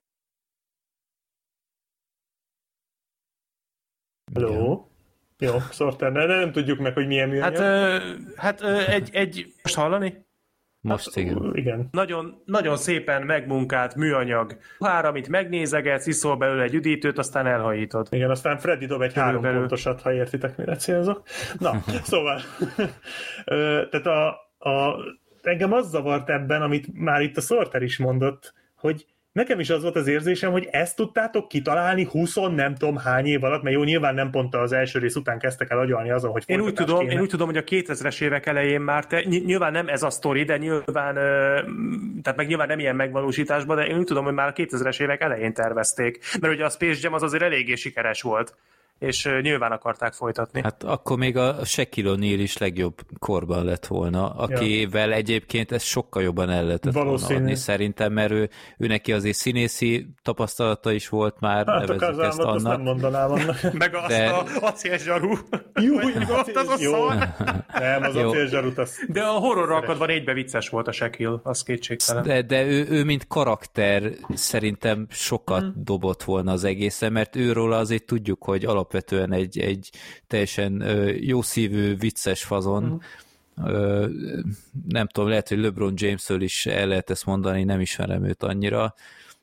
Hello? Jó, Sorter, nem, nem tudjuk meg, hogy milyen műanyag. Hát, ö, hát ö, egy, egy... Most hallani? Most hát, igen. igen. Nagyon, nagyon szépen megmunkált műanyag. Pohár, amit megnézegetsz, iszol belőle egy üdítőt, aztán elhajítod. Igen, aztán Freddy dob egy három belül. Pontosat, ha értitek, mire célzok. Na, szóval, tehát a, a, engem az zavart ebben, amit már itt a Sorter is mondott, hogy nekem is az volt az érzésem, hogy ezt tudtátok kitalálni húsz nem tudom hány év alatt, mert jó, nyilván nem pont az első rész után kezdtek el agyalni azon, hogy én úgy tudom, én úgy tudom, hogy a kétezres évek elején már te, nyilván nem ez a sztori, de nyilván, tehát meg nyilván nem ilyen megvalósításban, de én úgy tudom, hogy már a kétezres évek elején tervezték, mert ugye a Space Jam az azért eléggé sikeres volt, és nyilván akarták folytatni. Hát akkor még a Shaquille O'Neal is legjobb korban lett volna, akivel ja. egyébként ez sokkal jobban el lehetett volna adni szerintem, mert ő, ő neki azért színészi tapasztalata is volt már, hát nevezzük ezt annak. Nem mondanám annak. Meg azt de... a acélzsarú. Jó, ott az a szar. Nem, az acélzsarút az... De a horrorra akadva négybe vicces volt a Shaquille, az kétségtelen. De, de ő, ő mint karakter szerintem sokat hmm. dobott volna az egészen, mert őről azért tudjuk, hogy alap alapvetően egy, egy teljesen jó szívű, vicces fazon. Uh-huh. Nem tudom, lehet, hogy LeBron Jamesről is el lehet ezt mondani, nem ismerem őt annyira,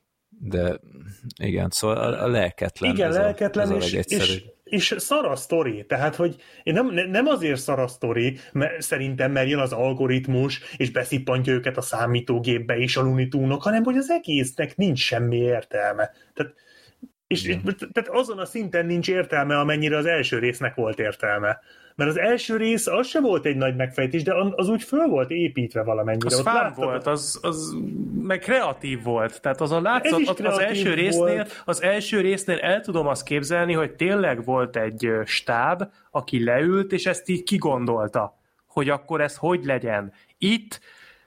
de igen, szóval a, a lelketlen. Igen, ez lelketlen, a, ez és, és, és szar a sztori, tehát, hogy én nem, nem azért szar a sztori, mert szerintem, mert jön az algoritmus, és beszippantja őket a számítógépbe és a Looney Tunes-ok, hanem hogy az egésznek nincs semmi értelme. Tehát És, és tehát azon a szinten nincs értelme, amennyire az első résznek volt értelme. Mert az első rész az se volt egy nagy megfejtés, de az úgy föl volt építve valamennyire. Az fán volt, az, az meg kreatív volt. Tehát az a látszott, az, az, első résznél, az első résznél el tudom azt képzelni, hogy tényleg volt egy stáb, aki leült, és ezt így kigondolta, hogy akkor ez hogy legyen. Itt,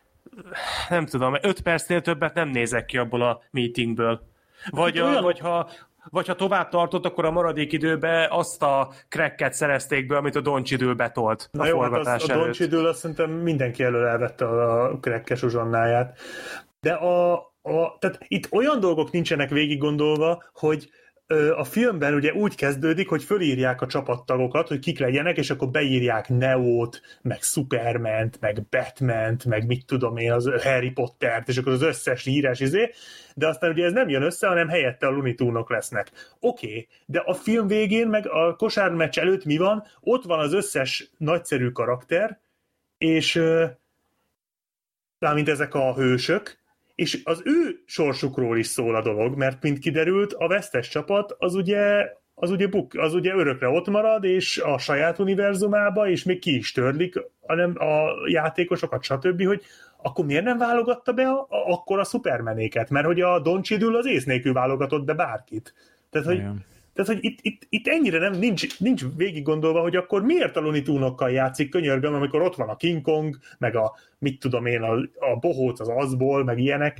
nem tudom, öt percnél többet nem nézek ki abból a meetingből. Vagy, a, vagy ha Vagy ha tovább tartott, akkor a maradék időben azt a cracket szerezték be, amit a Doncsidül betolt a Na jó, forgatás hát az, előtt. A Doncsidül azt szerintem mindenki elől elvette a crackes uzsonnáját. De a, a, tehát itt olyan dolgok nincsenek végig gondolva, hogy a filmben ugye úgy kezdődik, hogy fölírják a csapattagokat, hogy kik legyenek, és akkor beírják Neót, meg Supermant, meg Batmant, meg mit tudom én, az Harry Pottert, és akkor az összes írás izé, de aztán ugye ez nem jön össze, hanem helyette a Looney Tunes-ok lesznek. Oké, okay, de a film végén, meg a kosármeccs előtt mi van? Ott van az összes nagyszerű karakter, és mármint ezek a hősök, és az ő sorsukról is szól a dolog, mert mint kiderült, a vesztes csapat az ugye, az ugye, buk, az ugye örökre ott marad, és a saját univerzumába, és még ki is törlik hanem a játékosokat, stb., hogy akkor miért nem válogatta be a, a, akkor a szupermenéket? Mert hogy a Doncsidül az ész nélkül válogatott be bárkit. Tehát, hogy, tehát, hogy itt, itt, itt ennyire nem, nincs, nincs végig gondolva, hogy akkor miért a Looney Tunes-okkal játszik, könyörgöm, amikor ott van a King Kong, meg a, mit tudom én, a, a bohóc az azból, meg ilyenek.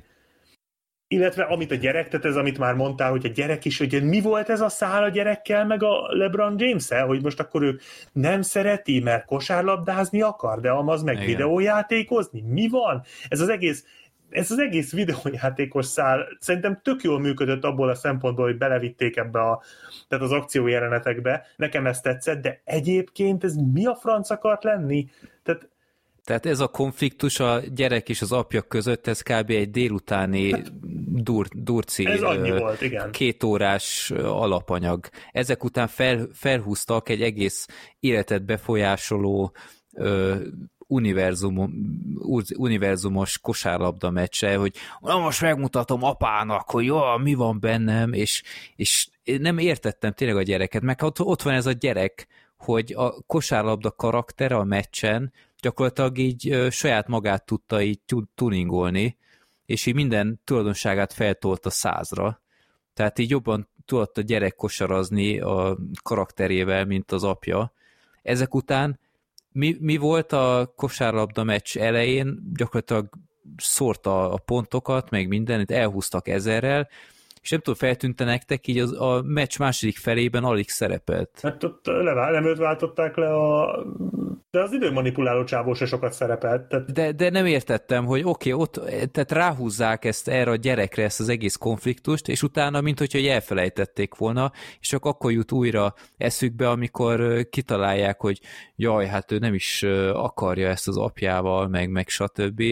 Illetve amit a gyerek, tehát ez, amit már mondtál, hogy a gyerek is, hogy mi volt ez a szál a gyerekkel, meg a LeBron James-el, hogy most akkor ő nem szereti, mert kosárlabdázni akar, de amaz meg Igen. videójátékozni? Mi van? Ez az egész Ez az egész videójátékos szál szerintem tök jól működött abból a szempontból, hogy belevitték ebbe a, tehát az akciójelenetekbe. Nekem ez tetszett, de egyébként ez mi a franc akart lenni? Tehát Tehát ez a konfliktus a gyerek és az apja között, ez kb. Egy délutáni hát, dur, durci, ez annyi volt, igen. két órás alapanyag. Ezek után fel, felhúztak egy egész életet befolyásoló ö, univerzum, univerzumos kosárlabda meccse, hogy na most megmutatom apának, hogy jó, mi van bennem, és, és nem értettem tényleg a gyereket, meg ott, ott van ez a gyerek, hogy a kosárlabda karaktere a meccsen gyakorlatilag így ö, saját magát tudta így tuningolni, és így minden tulajdonságát feltolt a százra. Tehát így jobban tudott a gyerek kosarazni a karakterével, mint az apja. Ezek után mi, mi volt a kosárlabda meccs elején? Gyakorlatilag szórta a pontokat, meg mindenit, elhúztak ezerrel, és nem tudom, feltűnte nektek, így az, a meccs második felében alig szerepelt. Hát ott levál, nem őt váltották le a... De az időmanipuláló csávó se sokat szerepelt. Tehát... De, de nem értettem, hogy oké, okay, ott tehát ráhúzzák ezt erre a gyerekre, ezt az egész konfliktust, és utána, mint hogyha elfelejtették volna, és csak akkor jut újra eszükbe, amikor kitalálják, hogy jaj, hát ő nem is akarja ezt az apjával, meg, meg stb.,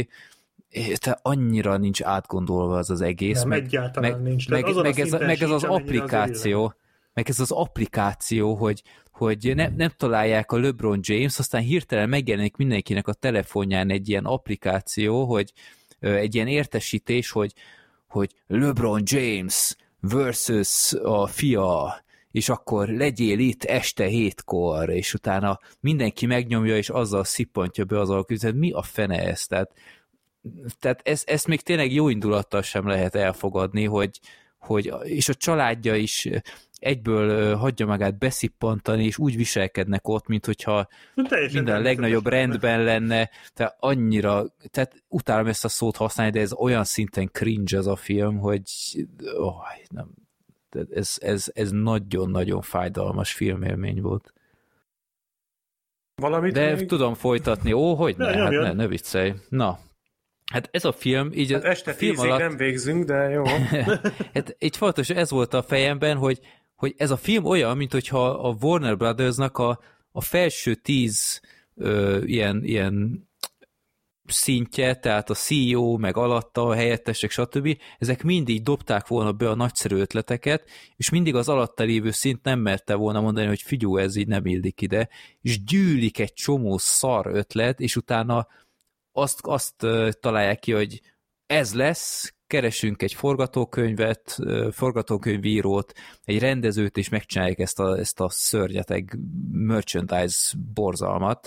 te annyira nincs átgondolva az az egész. Nem, meg, egyáltalán meg, nincs. Meg, meg, ez, meg ez az applikáció, az meg ez az applikáció, hogy, hogy ne, nem találják a LeBron James, aztán hirtelen megjelenik mindenkinek a telefonján egy ilyen applikáció, hogy egy ilyen értesítés, hogy, hogy LeBron James versus a fia, és akkor legyél itt este hétkor, és utána mindenki megnyomja, és azzal szippantja be az alkotmányt. Mi a fene ez? Tehát, tehát ezt, ezt még tényleg jó indulattal sem lehet elfogadni, hogy, hogy és a családja is egyből hagyja magát beszippantani, és úgy viselkednek ott, mint hogyha minden a legnagyobb rendben lenne, tehát annyira, tehát utálom ezt a szót használni, de ez olyan szinten cringe ez a film, hogy oh, nem, ez, ez, ez nagyon-nagyon fájdalmas filmélmény volt. Valamit de még? Tudom folytatni, ó, hogy ne, ne hát ne, ne viccelj. Na, hát ez a film, így hát este a film tízig alatt... nem végzünk, de jó. Hát így fontos, ez volt a fejemben, hogy hogy ez a film olyan, mint hogyha a Warner Brothersnak a, a felső tíz ö, ilyen, ilyen szintje, tehát a cé e o, meg alatta, a helyettesek, stb. Ezek mindig dobták volna be a nagyszerű ötleteket, és mindig az alatta lévő szint nem merte volna mondani, hogy figyú, ez így nem illik ide, és gyűlik egy csomó szar ötlet, és utána azt, azt találják ki, hogy ez lesz, keresünk egy forgatókönyvet, forgatókönyvírót, egy rendezőt, és megcsinálják ezt a, ezt a szörnyeteg merchandise borzalmat,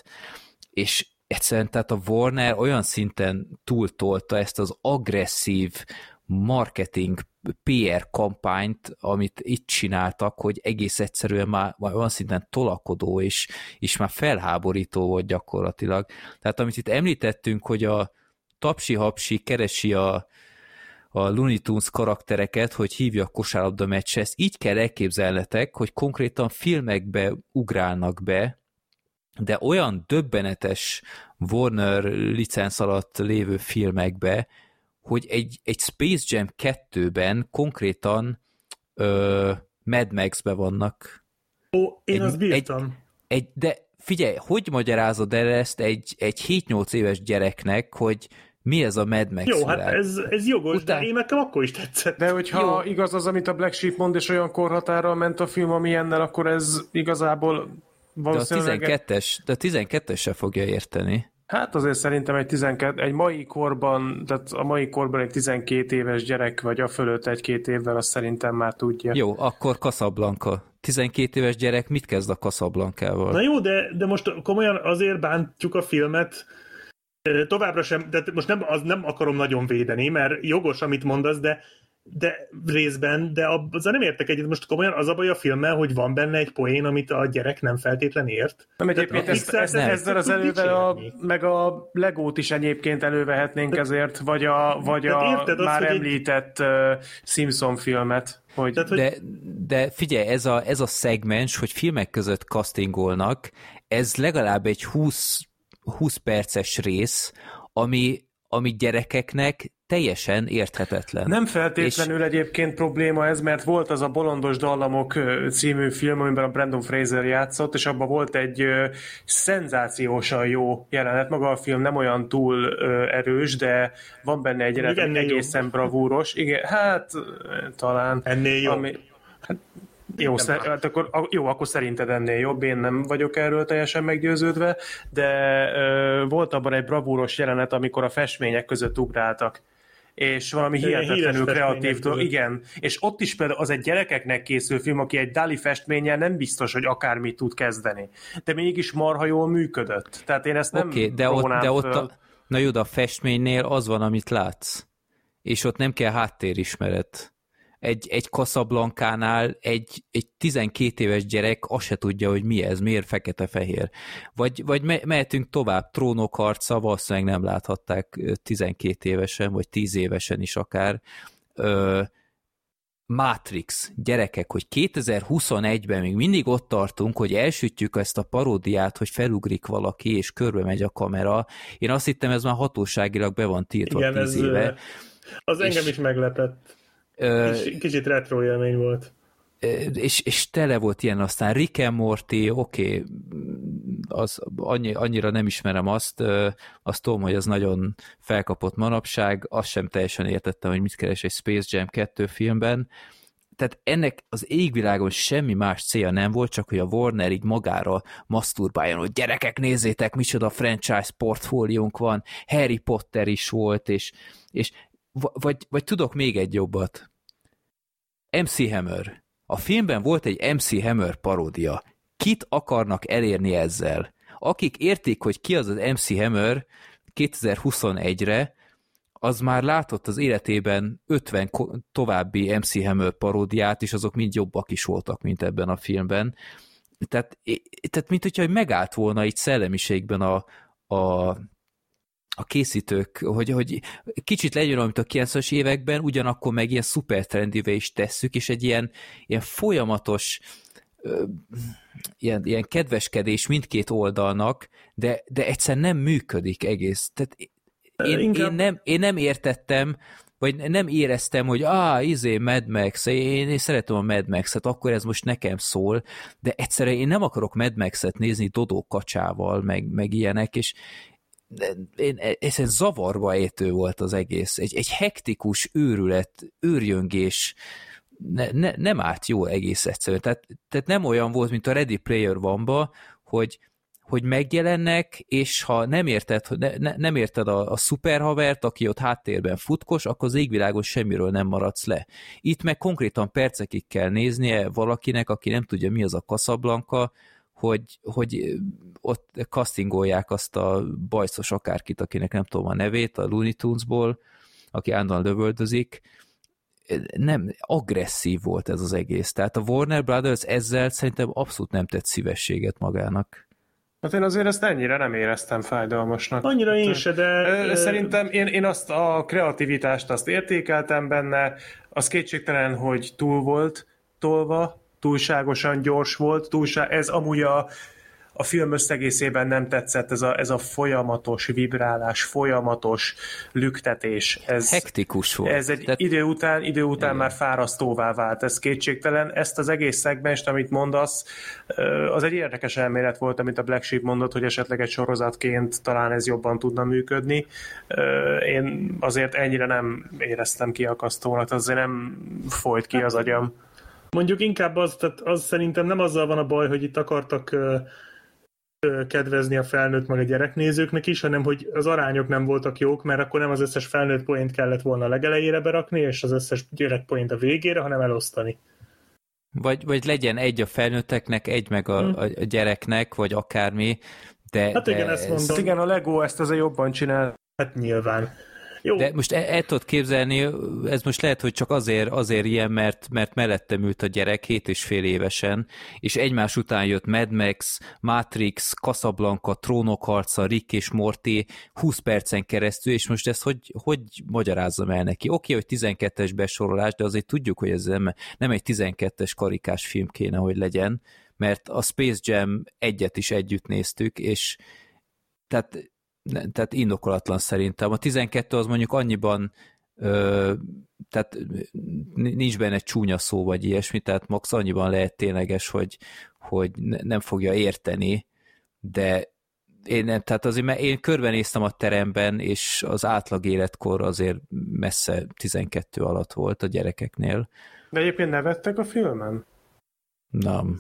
és egyszerűen tehát a Warner olyan szinten túltolta ezt az agresszív marketing pé er kampányt, amit itt csináltak, hogy egész egyszerűen már, már olyan szinten tolakodó, és, és már felháborító volt gyakorlatilag. Tehát amit itt említettünk, hogy a Tapsi-Hapsi keresi a a Looney Tunes karaktereket, hogy hívja a kosárlabda meccsre, ezt így kell elképzelnetek, hogy konkrétan filmekbe ugrálnak be, de olyan döbbenetes Warner licenc alatt lévő filmekbe, hogy egy, egy Space Jam kettőben konkrétan ö, Mad Max-be vannak. Ó, én egy, azt bírtam. Egy, egy, de figyelj, hogy magyarázod el ezt egy, egy hét-nyolc éves gyereknek, hogy mi ez a Mad Max Jó, hát ez, ez jogos, Után... de én nekem akkor is tetszett. De hogyha Jó. igaz az, amit a Black Sheep mond, és olyan korhatárral ment a film, amilyennel, akkor ez igazából valószínűleg... De a tizenkettes, de a tizenkettes se fogja érteni. Hát azért szerintem egy, tizenkét, egy mai korban, tehát a mai korban egy tizenkét éves gyerek, vagy a fölött egy-két évvel, azt szerintem már tudja. Jó, akkor Casablanca. tizenkét éves gyerek mit kezd a Casablancával? Na jó, de, de most komolyan azért bántjuk a filmet, továbbra sem, de most nem, az nem akarom nagyon védeni, mert jogos, amit mondasz, de, de részben, de azzal nem értek egyet. Most komolyan az a baj a filmmel, hogy van benne egy poén, amit a gyerek nem feltétlen ért. Nem, egyébként ezt, ezt, ezt, ezzel az elővel a, meg a Legót is egyébként elővehetnénk de, ezért, vagy a, vagy a az, már említett egy... uh, Simpson filmet. Hogy... Tehát, hogy... De, de figyelj, ez a, ez a szegmens, hogy filmek között castingolnak, ez legalább egy húsz húsz perces rész, ami, ami gyerekeknek teljesen érthetetlen. Nem feltétlenül és... egyébként probléma ez, mert volt az a Bolondos dallamok című film, amiben a Brandon Fraser játszott, és abban volt egy ö, szenzációsan jó jelenet. Maga a film nem olyan túl ö, erős, de van benne egy jelenet, ami egészen jobb. Bravúros. Igen, hát talán. Ennél jobb. Ami, hát, Jó, szer- hát akkor, jó, akkor szerinted ennél jobb, én nem vagyok erről teljesen meggyőződve, de ö, volt abban egy bravúros jelenet, amikor a festmények között ugráltak, és valami de hihetetlenül kreatív, igen, és ott is például az egy gyerekeknek készül film, aki egy Dali festménnyel nem biztos, hogy akármit tud kezdeni, de mégis marha jól működött, tehát én ezt nem okay, de ott, de ott a, na jó, de a festménynél az van, amit látsz, és ott nem kell háttérismeret. Egy, egy Casablancánál egy, egy tizenkét éves gyerek azt se tudja, hogy mi ez, miért fekete-fehér. Vagy, vagy me- mehetünk tovább, Trónok harca, valószínűleg nem láthatták tizenkét évesen, vagy tíz évesen is akár. Ö, Matrix, gyerekek, hogy kétezer-huszonegyben még mindig ott tartunk, hogy elsütjük ezt a paródiát, hogy felugrik valaki, és körbe megy a kamera. Én azt hittem, ez már hatóságilag be van tiltva. Igen, tíz ez, éve. Az és... engem is meglepett. Kicsit, kicsit retro élmény volt. És, és tele volt ilyen, aztán Rick and Morty, oké, okay, az annyi, annyira nem ismerem azt, azt tudom, hogy ez nagyon felkapott manapság, azt sem teljesen értettem, hogy mit keres egy Space Jam kettő filmben, tehát ennek az égvilágon semmi más célja nem volt, csak hogy a Warner így magára maszturbáljon, hogy gyerekek, nézzétek, micsoda franchise portfóliónk van, Harry Potter is volt, és, és vagy, vagy tudok még egy jobbat. em cé Hammer. A filmben volt egy em cé Hammer paródia. Kit akarnak elérni ezzel? Akik értik, hogy ki az az em cé Hammer kétezer-huszonegyre, az már látott az életében ötven további em cé Hammer paródiát, és azok mind jobbak is voltak, mint ebben a filmben. Tehát, tehát mint hogyha megállt volna itt szellemiségben a, a, a készítők, hogy, hogy kicsit legyen, amit a kilencvenes években, ugyanakkor meg ilyen szuper trendivé is tesszük, és egy ilyen, ilyen folyamatos ilyen, ilyen kedveskedés mindkét oldalnak, de, de egyszer nem működik egész. Tehát én, Inkább... én, nem, én nem értettem, vagy nem éreztem, hogy ah, izé, Mad Max, én, én szeretem a Mad Max-et, akkor ez most nekem szól, de egyszerűen én nem akarok Mad Max-et nézni Dodó kacsával, meg, meg ilyenek, és én, ez egy zavarba ejtő volt az egész. Egy, egy hektikus őrület, őrjöngés, ne, ne, nem állt jó egész egyszerűen. Tehát, tehát nem olyan volt, mint a Ready Player One-ba, hogy hogy megjelennek, és ha nem érted, ne, ne, nem érted a, a szuperhavert, aki ott háttérben futkos, akkor az égvilágon semmiről nem maradsz le. Itt meg konkrétan percekig kell néznie valakinek, aki nem tudja, mi az a Casablanca, hogy, hogy ott castingolják azt a bajszos akárkit, akinek nem tudom a nevét, a Looney Tunesból, aki állandóan lövöldözik. Nem, agresszív volt ez az egész. Tehát a Warner Brothers ezzel szerintem abszolút nem tett szívességet magának. Hát én azért ezt ennyire nem éreztem fájdalmasnak. Annyira én se, de... Szerintem én, én azt a kreativitást azt értékeltem benne, az kétségtelen, hogy túl volt tolva, túlságosan gyors volt, túlság, ez amúgy a, a film összegészében nem tetszett, ez a, ez a folyamatos vibrálás, folyamatos lüktetés. Ez, hektikus volt. Ez egy Tehát... idő után, idő után igen. már fárasztóvá vált, ez kétségtelen. Ezt az egész szegmest, amit mondasz, az egy érdekes elmélet volt, amit a Black Sheep mondott, hogy esetleg egy sorozatként talán ez jobban tudna működni. Én azért ennyire nem éreztem kiakasztónak, azért nem folyt ki az agyam. Mondjuk inkább az, tehát az szerintem nem azzal van a baj, hogy itt akartak kedvezni a felnőtt meg a gyereknézőknek is, hanem hogy az arányok nem voltak jók, mert akkor nem az összes felnőtt poént kellett volna a legelejére berakni, és az összes gyerek poént a végére, hanem elosztani. Vagy, vagy legyen egy a felnőtteknek, egy meg a, hmm. a gyereknek, vagy akármi, de... Hát igen, de ezt mondom. Hát igen, a Lego ezt azért jobban csinál. Hát nyilván. Jó. De most el, el tudod képzelni, ez most lehet, hogy csak azért, azért ilyen, mert, mert mellettem ült a gyerek hét és fél évesen, és egymás után jött Mad Max, Matrix, Casablanca, Trónok harca, Rick és Morty húsz percen keresztül, és most ezt hogy, hogy magyarázzam el neki? Oké, okay, hogy tizenkettes besorolás, de azért tudjuk, hogy ez nem, nem egy tizenkettes karikás film kéne, hogy legyen, mert a Space Jam egyet is együtt néztük, és tehát tehát indokolatlan szerintem. A tizenkettő az mondjuk annyiban ö, tehát nincs benne csúnya szó, vagy ilyesmi, tehát max annyiban lehet tényleges, hogy, hogy nem fogja érteni, de én nem, tehát azért mert én körbenéztem a teremben, és az átlag életkor azért messze tizenkettő alatt volt a gyerekeknél. De egyébként nevettek a filmen? Nem.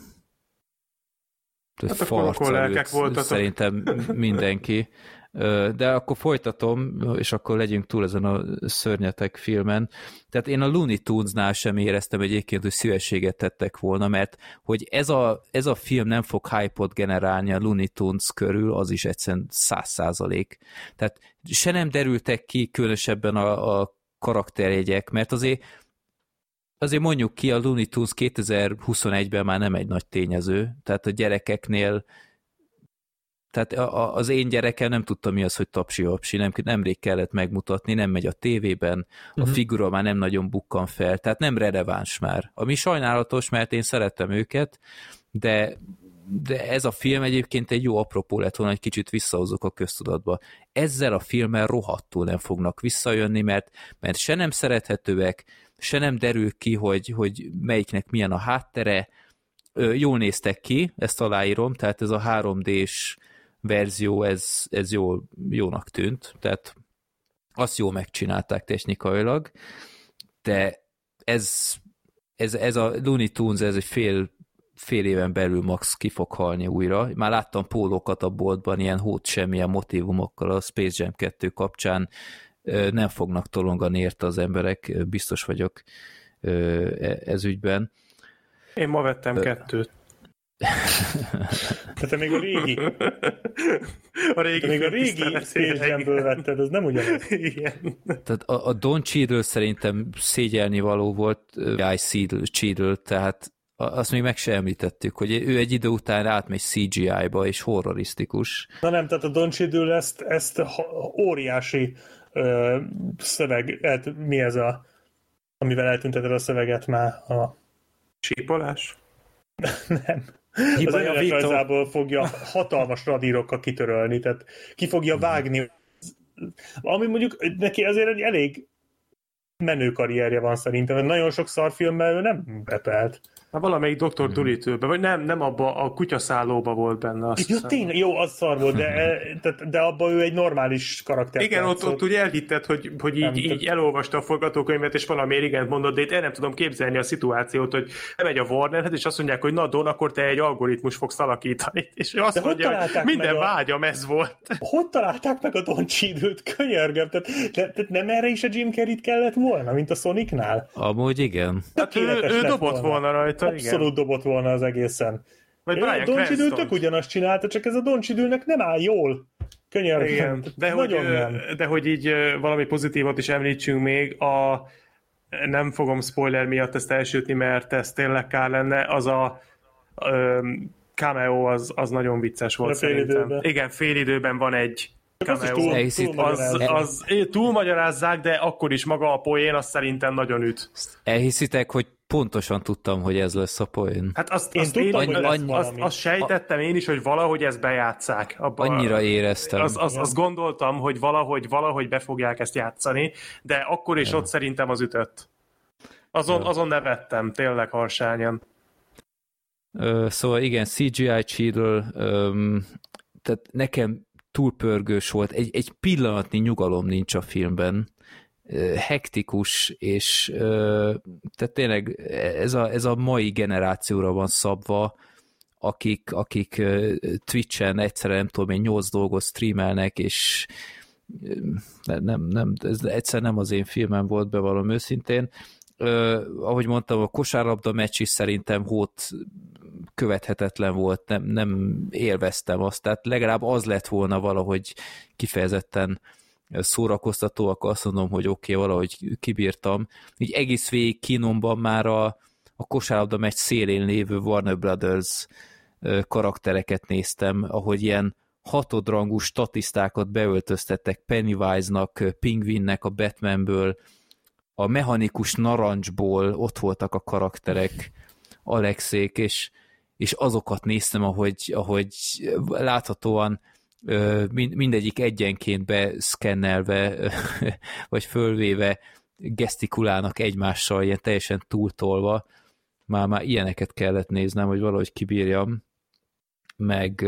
Hát akkor, akkor lelkek voltatok. Szerintem mindenki. De akkor folytatom, és akkor legyünk túl ezen a szörnyetek filmen. Tehát én a Looney Tunes-nál sem éreztem egyébként, hogy szívességet tettek volna, mert hogy ez a, ez a film nem fog hype-ot generálni a Looney Tunes körül, az is egyszerűen száz százalék. Tehát se nem derültek ki különösebben a, a karakterjegyek, mert azért azért mondjuk ki, a Looney Tunes kétezer-huszonegyben már nem egy nagy tényező, tehát a gyerekeknél tehát az én gyerekem nem tudta, mi az, hogy tapsi-hapsi, nem, nemrég kellett megmutatni, nem megy a tévében, a uh-huh. figura már nem nagyon bukkan fel, tehát nem releváns már. Ami sajnálatos, mert én szerettem őket, de, de ez a film egyébként egy jó apropó lett volna, egy kicsit visszahozok a köztudatba. Ezzel a filmmel rohadtul nem fognak visszajönni, mert, mert se nem szerethetőek, se nem derül ki, hogy, hogy melyiknek milyen a háttere. Jól néztek ki, ezt aláírom, tehát ez a három dés verzió, ez, ez jó, jónak tűnt, tehát azt jól megcsinálták technikailag, de ez, ez, ez a Looney Tunes, ez egy fél, fél éven belül max ki fog halni újra. Már láttam pólókat a boltban, ilyen hót semmilyen motivumokkal a Space Jam kettő kapcsán, nem fognak tolongani érte az emberek, biztos vagyok ez ügyben. Én ma vettem kettőt. Tehát még a régi a régi, még a régi Space Jamből vetted, ez nem ugyanaz. Igen. Tehát a, a Don Cheadle szerintem szégyelni való volt Guy Cheadle, tehát azt még meg se említettük, hogy ő egy idő után átmegy cé gé í-ba, és horrorisztikus. Na nem, tehát a Don Cheadle ezt, ezt óriási ö, szöveg, hát mi ez a, amivel eltünteted a szöveget már a... Sípolás? Nem. Az önéletrajzából fogja hatalmas radírokkal kitörölni, tehát ki fogja vágni. Ami mondjuk neki azért egy elég menő karrierje van szerintem, nagyon sok szarfilmmel ő nem repelt. Hát valamelyik doktor hmm. Dolittle-be, vagy nem, nem abba a kutyaszállóba volt benne. Azt jó, tényleg, jó, az szar volt, de, de, de abban ő egy normális karakter. Igen, ott, ott ugye elhitted, hogy, hogy így, nem, így elolvasta a forgatókönyvet, és valami igent mondott, de itt el nem tudom képzelni a szituációt, hogy megy a Warnerhez, és azt mondják, hogy na Don, akkor te egy algoritmus fogsz alakítani. És ő azt de mondja, hogy minden a... vágyam ez volt. Hogy találták meg a Don Cheadle-t? Könyörgöm. Tehát, tehát nem erre is a Jim Carrey-t kellett volna, mint a Sonicnál? Amúgy igen. Hát ő, ő dobott volna, volna rajta. Abszolút igen. dobott volna az egészen. Vagy a Don Cheadle tök ugyanazt csinálta, csak ez a Don Cheadle-nek nem áll jól. Könyörgöm. De, hogy, de hogy így valami pozitívot is említsünk még, a nem fogom spoiler miatt ezt elsütni, mert ez tényleg kár lenne, az a um, cameo az, az nagyon vicces volt szerintem. Időben. Igen, fél időben van egy cameo. Túl, az, az, az túlmagyarázzák, de akkor is maga a poén, az szerintem nagyon üt. Elhiszitek, hogy pontosan tudtam, hogy ez lesz a poén. Hát azt, én azt, tudtam, én, hogy azt, azt, azt sejtettem én is, hogy valahogy ezt bejátsszák. Abba, annyira éreztem. Azt, azt, azt gondoltam, hogy valahogy, valahogy be fogják ezt játszani, de akkor is ja. ott szerintem az ütött. Azon, ja. azon nevettem, tényleg harsányan. Ö, szóval igen, cé gé í Cheadle, öm, tehát nekem túlpörgős volt, egy, egy pillanatnyi nyugalom nincs a filmben, hektikus, és tehát tényleg ez a, ez a mai generációra van szabva, akik, akik Twitch-en egyszerűen nem tudom én nyolc dolgot streamelnek, és nem, nem, ez egyszer nem az én filmem volt, bevallom őszintén. Ahogy mondtam, a kosárlabda meccs is szerintem hót követhetetlen volt, nem, nem élveztem azt, tehát legalább az lett volna valahogy kifejezetten szórakoztató, akkor azt mondom, hogy oké, okay, valahogy kibírtam. Így egész végig kínomban már a, a kosárlabda meccs szélén lévő Warner Brothers karaktereket néztem, ahogy ilyen hatodrangú statisztákat beöltöztettek Pennywise-nak, Pingvinnek a Batmanből, a mechanikus narancsból ott voltak a karakterek, Alexék, és, és azokat néztem, ahogy, ahogy láthatóan mindegyik egyenként beszkennelve, vagy fölvéve gesztikulálnak egymással, ilyen teljesen túltolva. Már, már ilyeneket kellett néznem, hogy valahogy kibírjam. Meg,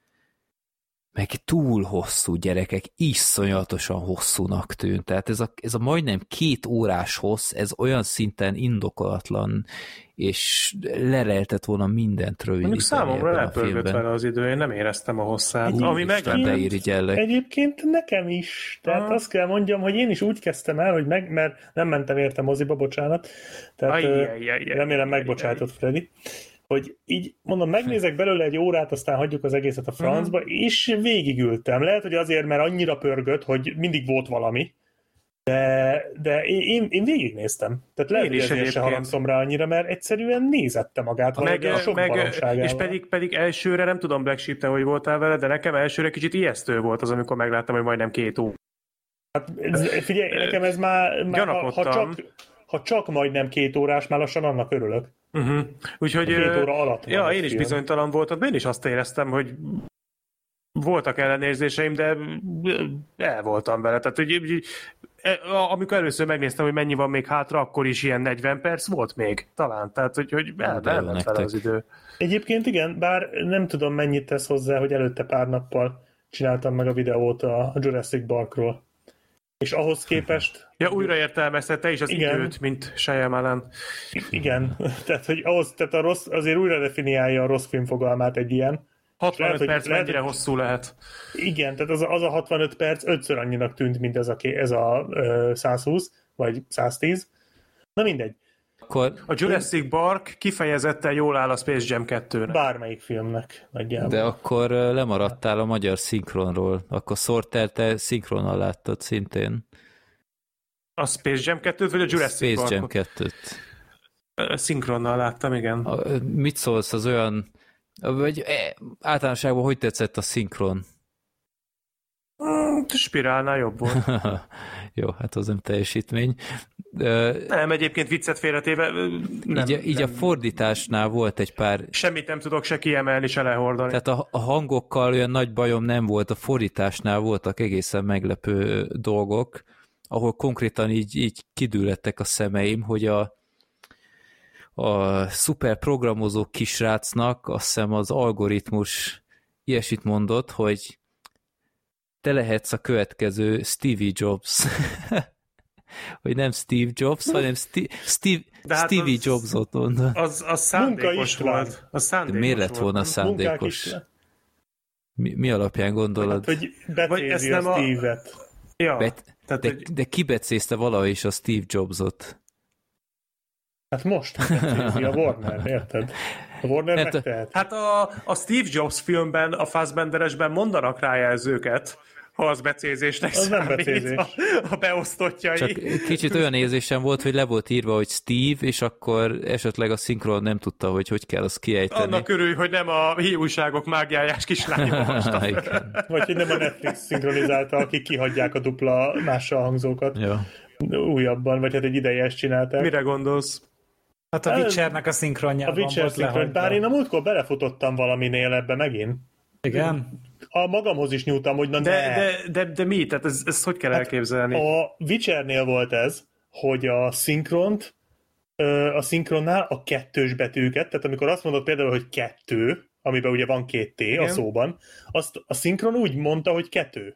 meg túl hosszú gyerekek, iszonyatosan hosszúnak tűnt. Tehát ez a, ez a majdnem két órás hossz, ez olyan szinten indokolatlan, és lereltett volna mindent rövidíteni. Mondjuk számomra lepörgött vele az idő, én nem éreztem a hosszát. Egyébként, ami meg egyébként nekem is. Tehát ah. azt kell mondjam, hogy én is úgy kezdtem el, hogy meg, mert nem mentem érte moziba, bocsánat. Tehát ajj, remélem megbocsájtott Freddy. Hogy így, mondom, megnézek belőle egy órát, aztán hagyjuk az egészet a francba, uh-huh. és végigültem. Lehet, hogy azért, mert annyira pörgött, hogy mindig volt valami, de, de én, én végignéztem. Tehát lehet, hogy ezért se haragszom rá annyira, mert egyszerűen nézette magát meg, a sok meg, és pedig, pedig elsőre, nem tudom Black Sheep, te hogy voltál vele, de nekem elsőre kicsit ijesztő volt az, amikor megláttam, hogy majdnem két óra. Hát figyelj, nekem ez már, már ha, ha, csak, ha csak majdnem két órás, már lassan annak örülök. Uh-huh. Úgyhogy két óra alatt ja, én is film. Bizonytalan voltam, én is azt éreztem, hogy voltak ellenérzéseim, de el voltam vele. Tehát, hogy, amikor először megnéztem, hogy mennyi van még hátra, akkor is ilyen negyven perc volt még, talán. Tehát, hogy, hogy el, elment vele az idő. Egyébként igen, bár nem tudom mennyit tesz hozzá, hogy előtte pár nappal csináltam meg a videót a Jurassic Parkról. És ahhoz képest... Ja, újra értelmezte te is az igen. időt, mint Shyamalan. Igen, tehát, hogy ahhoz, tehát a rossz, azért újra definiálja a rossz film fogalmát egy ilyen, hatvanöt lehet, perc lehet, mennyire hogy... hosszú lehet. Igen, tehát az a, az a hatvanöt perc ötször annyinak tűnt, mint ez a, ez a uh, száz húsz, vagy száz tíz. Na mindegy. Akkor... A Jurassic Park kifejezetten jól áll a Space Jam kettőnek. Bármelyik filmnek nagyjából. De akkor lemaradtál a magyar szinkronról. Akkor Sorter, te szinkronnal láttad szintén. A Space Jam kettőt, vagy a Jurassic Space Jam Parkot? kettőt. Szinkronnal láttam, igen. A, mit szólsz az olyan... Vagy e, általánosságban hogy tetszett a szinkron? Mm, spirálnál jobb volt. Jó, hát az nem teljesítmény. Nem, egyébként viccet félretéve. Nem, így, így nem. A fordításnál volt egy pár... Semmit nem tudok se kiemelni, se lehordani. Tehát a, a hangokkal olyan nagy bajom nem volt, a fordításnál voltak egészen meglepő dolgok, ahol konkrétan így, így kidüllettek a szemeim, hogy a a szuper programozó kisrácnak azt hiszem az algoritmus ilyesit mondott, hogy te lehetsz a következő Stevie Jobs. Hogy nem Steve Jobs, hanem Sti- Steve, hát Stevie az, Jobsot mondta. Az, az szándékos volt. Az szándékos miért lett volna szándékos? Mi, mi alapján gondolod? Hát, hogy becézi a Steve-et. Ja, Bet, tehát, de, hogy... de ki becézte valahogy is a Steve Jobsot? Hát most becézi a Warner, érted? A Warner hát, megtehet. Hát a, a Steve Jobs filmben, a Fassbenderesben mondanak rájelzőket, ha az becézésnek az számít, nem becézés. A, a beosztottjai. Csak kicsit olyan érzésem volt, hogy le volt írva, hogy Steve, és akkor esetleg a szinkron nem tudta, hogy hogy kell azt kiejteni. Annak örülj, hogy nem a híjúságok mágiájás kislány olvasta. Vagy hogy nem a Netflix szinkronizálta, akik kihagyják a dupla mással hangzókat. Ja. Újabban, vagy hát egy ideje ezt csinálták. Mire gondolsz? Hát a Witchernek a szinkronjában A Witcher szinkron, bár én a múltkor belefutottam valaminél ebbe megint. Igen? A magamhoz is nyúltam, hogy na de, ne. De, de, de mi? Tehát ezt, ezt hogy kell hát elképzelni? A Witchernél volt ez, hogy a szinkront, a szinkronnál a kettős betűket, tehát amikor azt mondod például, hogy kettő, amiben ugye van két T igen. a szóban, azt a szinkron úgy mondta, hogy kettő.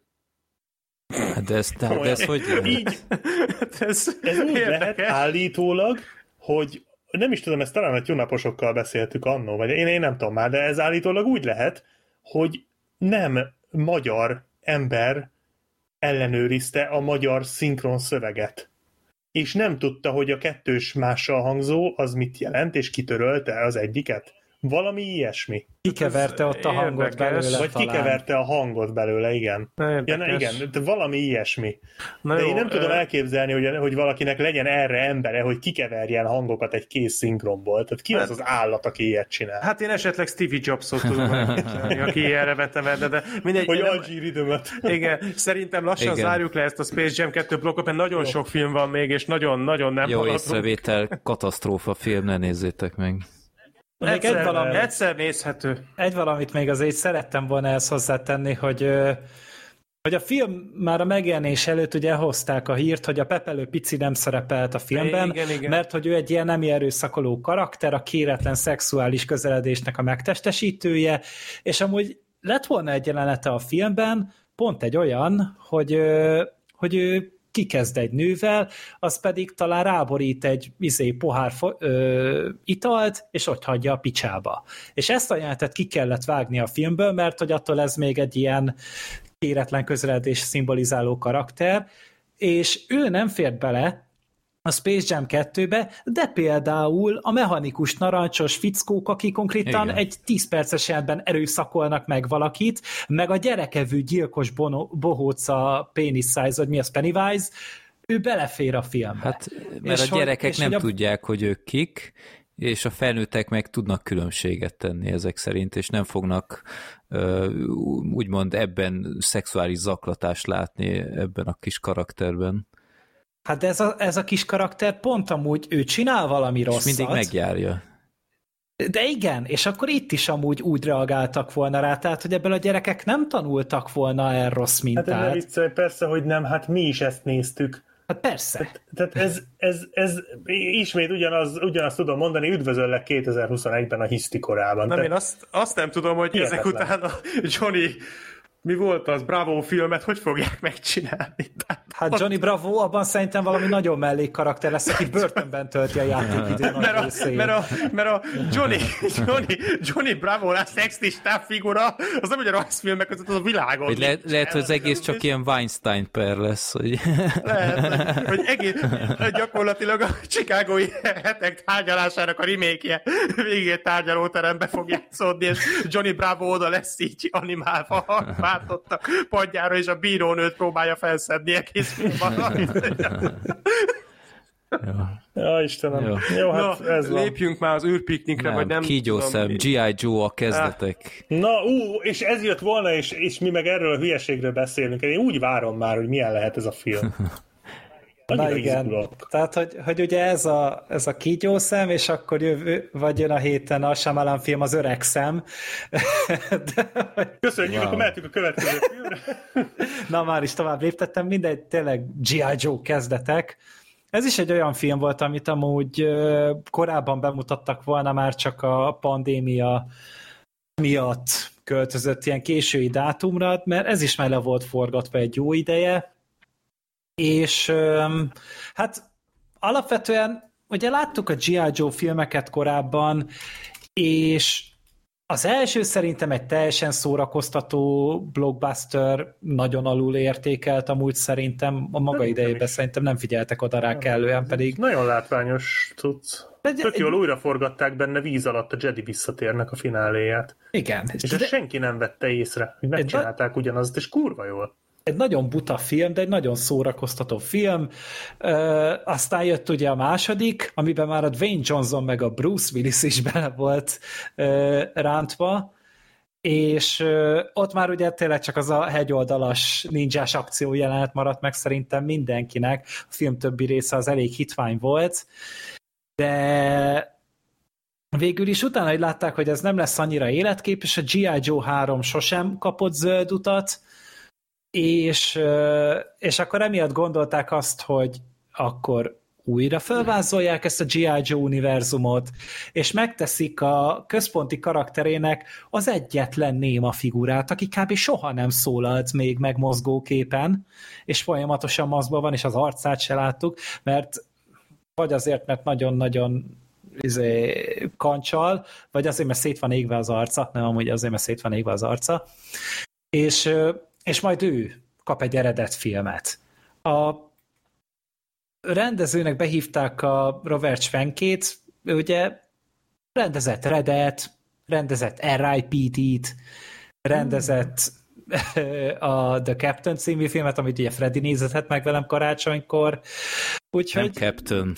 Hát de ez, de, de ez hogy lehet? Így, ez, ez úgy érdekes. Lehet állítólag, hogy nem is tudom, ezt talán a tyúnaposokkal beszéltük annó, vagy én, én nem tudom már, de ez állítólag úgy lehet, hogy nem magyar ember ellenőrizte a magyar szinkron szöveget. És nem tudta, hogy a kettős mással hangzó az mit jelent, és kitörölte az egyiket. Valami ilyesmi. Kikeverte ott a hangot érdekes. Belőle Vagy talán. Kikeverte a hangot belőle, igen. Ja, na, igen, de valami ilyesmi. Na de jó, én nem ö... tudom elképzelni, hogy, hogy valakinek legyen erre embere, hogy kikeverjen hangokat egy kész szinkronból. Tehát ki hát, az az állat, aki ilyet csinál? Hát én esetleg Stevie Jobsot tudom, aki erre vettem, de mindegy. Hogy Algyír időmet. Igen, szerintem lassan igen. zárjuk le ezt a Space Jam kettő blokkot, mert nagyon jó. sok film van még, és nagyon-nagyon nem jó haladunk. észrevétel, katasztrófa film, ne nézzétek meg. Egyszer, egy valami, egyszer nézhető. Egy valamit még azért szerettem volna ezt hozzátenni, hogy, hogy a film már a megjelenés előtt ugye hozták a hírt, hogy a Pepelő Pici nem szerepelt a filmben, igen, igen. mert hogy ő egy ilyen nemi erőszakoló karakter, a kéretlen szexuális közeledésnek a megtestesítője, és amúgy lett volna egy jelenete a filmben, pont egy olyan, hogy, hogy ő kikezd egy nővel, az pedig talán ráborít egy izé, pohár ö, italt, és ott hagyja a picsába. És ezt a jelenetet ki kellett vágni a filmből, mert hogy attól ez még egy ilyen kéretlen közeledés szimbolizáló karakter, és ő nem fért bele a Space Jam kettőbe, de például a mechanikus narancsos fickók, akik konkrétan igen. egy tíz perces jelenetben erőszakolnak meg valakit, meg a gyerekevű gyilkos bono, bohóca penis size, vagy mi az Pennywise, ő belefér a filmbe. Hát, mert és a gyerekek hogy, nem hogy a... tudják, hogy ők kik, és a felnőttek meg tudnak különbséget tenni ezek szerint, és nem fognak uh, úgymond ebben szexuális zaklatást látni ebben a kis karakterben. Hát de ez a, ez a kis karakter pont amúgy ő csinál valami rosszat. És mindig megjárja. De igen, és akkor itt is amúgy úgy reagáltak volna rá, tehát hogy ebből a gyerekek nem tanultak volna el rossz mintát. Hát ez viccelj, persze, hogy nem, hát mi is ezt néztük. Hát persze. Tehát, tehát ez, ez, ez ismét ugyanaz, ugyanazt tudom mondani, üdvözöllek kétezer-huszonegyben a hisztikorában. Nem, én azt, azt nem tudom, hogy hihetetlen. Ezek után a Johnny... Mi volt az Bravo filmet, hogy fogják megcsinálni? Hát Hát Johnny Bravo abban szerintem valami nagyon mellék karakter lesz, aki börtönben tölti a játékidő nagy mert, a, részét. mert, a, mert a Johnny, Johnny, Johnny Bravo a szexistább figura, az nem ugye rajzfilmek között, az a világon. Hogy le, lehet, hogy az egész csak ilyen Weinstein per lesz. Hogy... Lehet, hogy egész, gyakorlatilag a chicagói hetek tárgyalásának a remake-je végig tárgyalóterembe fog játszódni, és Johnny Bravo oda lesz így animálva váltott a padjára, és a bírónőt próbálja felszedni egész film alatt. Ja. Ja, Istenem. Jó, Jó hát Na, ez van. lépjünk már az űrpiknikre, nem, vagy nem kígyószem, G I. Joe a kezdetek. Na, ú, és ez jött volna, és, és mi meg erről a hülyeségről beszélünk. Én úgy várom már, hogy milyen lehet ez a film. Na igen, tehát hogy, hogy ugye ez a, ez a kígyószem, és akkor jövő, vagy jön a héten a Shyamalan film, az öreg szem. De, Köszönjük, wow. Akkor mehetünk a következő filmre. Na már is tovább léptettem, mindegy, tényleg G I. Joe kezdetek. Ez is egy olyan film volt, amit amúgy korábban bemutattak volna, már csak a pandémia miatt költözött ilyen késői dátumra, mert ez is már le volt forgatva egy jó ideje, és hát alapvetően ugye láttuk a G I. Joe filmeket korábban, és az első szerintem egy teljesen szórakoztató blockbuster, nagyon alul értékelt amúgy szerintem a maga idejében, szerintem nem figyeltek oda rá kellően, pedig... Nagyon látványos tudsz. Tök jól újra forgatták benne víz alatt a Jedi visszatérnek a fináléját. Igen. És de... ezt senki nem vette észre, hogy megcsinálták ugyanazt, és kurva jól. Egy nagyon buta film, de egy nagyon szórakoztató film. Uh, aztán jött ugye a második, amiben már a Dwayne Johnson meg a Bruce Willis is bele volt uh, rántva, és uh, ott már ugye tényleg csak az a hegyoldalas ninjás akció jelenet maradt meg szerintem mindenkinek. A film többi része az elég hitvány volt, de végül is utána, hogy látták, hogy ez nem lesz annyira életképes, a G I. Joe három sosem kapott zöld utat, És, és akkor emiatt gondolták azt, hogy akkor újra felvázolják ezt a G I. Joe univerzumot, és megteszik a központi karakterének az egyetlen néma figurát, aki kb. Soha nem szólalt még meg mozgóképen, és folyamatosan maszkban van, és az arcát se láttuk, mert vagy azért, mert nagyon-nagyon izé, kancsal, vagy azért, mert szét van égve az arca, nem amúgy azért, mert szét van égve az arca, és és majd ő kap egy eredet filmet. A rendezőnek behívták a Robert Schwenkét, ő ugye rendezett Redet, rendezett R I P D-t, rendezett a The Captain című filmet, amit ugye Freddy nézett meg velem karácsonykor. Úgyhogy... Nem Captain.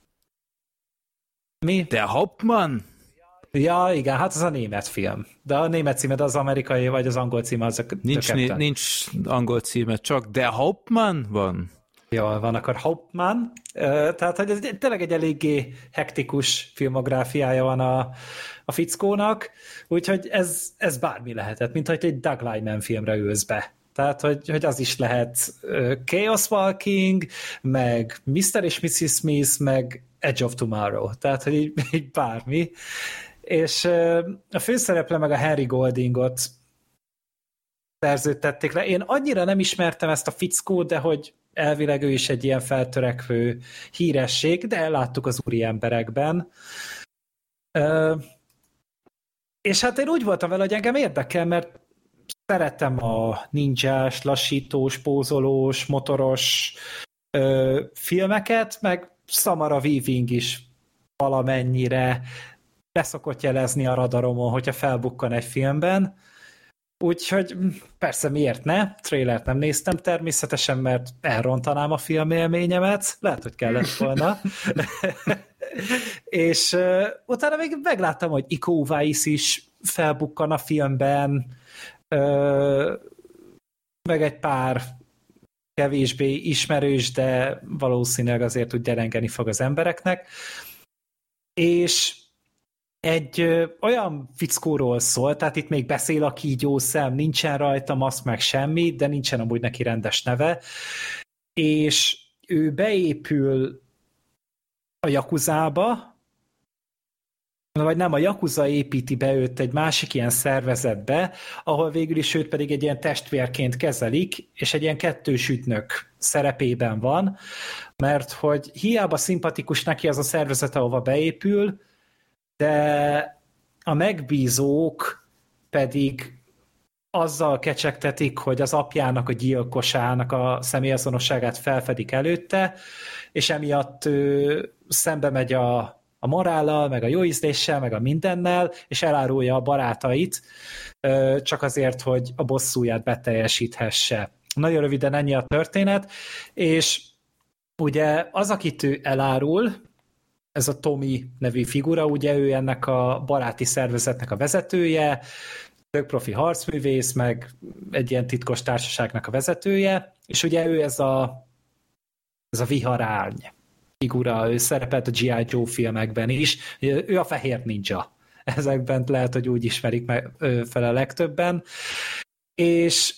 Mi? De Hauptmann? Ja, igen, hát az a német film. De a német címed az amerikai, vagy az angol címe az a nincs, né- nincs angol címe, csak De Hauptmann van. Jól van, akkor Hauptmann. Tehát, hogy ez tényleg egy eléggé hektikus filmográfiája van a, a fickónak, úgyhogy ez, ez bármi lehetett, mint hogy egy Doug Liman filmre ülsz be. Tehát, hogy, hogy az is lehet Chaos Walking, meg miszter és missziz Smith, meg Edge of Tomorrow. Tehát, hogy így, így bármi. És a főszereplő meg a Henry Goldingot szerződtették le. Én annyira nem ismertem ezt a fickót, de hogy elvileg ő is egy ilyen feltörekvő híresség, de láttuk az úri emberekben. És hát én úgy voltam vele, hogy engem érdekel, mert szeretem a ninjás, lassítós, pózolós, motoros filmeket, meg Samara Weaving is valamennyire beszokott jelezni a radaromon, hogyha felbukkan egy filmben. Úgyhogy persze miért ne? Trailert nem néztem természetesen, mert elrontanám a filmélményemet. Lehet, hogy kellett volna. És uh, utána még megláttam, hogy Iko Uwais is felbukkan a filmben, uh, meg egy pár kevésbé ismerős, de valószínűleg azért úgy derengeni fog az embereknek. És egy ö, olyan fickóról szól, tehát itt még beszél a kígyószem, nincsen rajta maszk meg semmi, de nincsen amúgy neki rendes neve, és ő beépül a Yakuzába, vagy nem, a Yakuza építi be őt egy másik ilyen szervezetbe, ahol végül is őt pedig egy ilyen testvérként kezelik, és egy ilyen kettős ügynök szerepében van, mert hogy hiába szimpatikus neki az a szervezet, ahova beépül, de a megbízók pedig azzal kecsegtetik, hogy az apjának, a gyilkosának a személyazonosságát felfedik előtte, és emiatt ő szembe megy a, a morállal, meg a jó ízléssel, meg a mindennel, és elárulja a barátait, csak azért, hogy a bosszúját beteljesíthesse. Nagyon röviden ennyi a történet, és ugye az, akit ő elárul, ez a Tommy nevű figura, ugye ő ennek a baráti szervezetnek a vezetője, tök profi harcművész, meg egy ilyen titkos társaságnak a vezetője, és ugye ő ez a, ez a viharárny figura, ő szerepelt a gé i. Joe filmekben is, ő a fehér ninja. Ezekben lehet, hogy úgy ismerik meg fel a legtöbben. És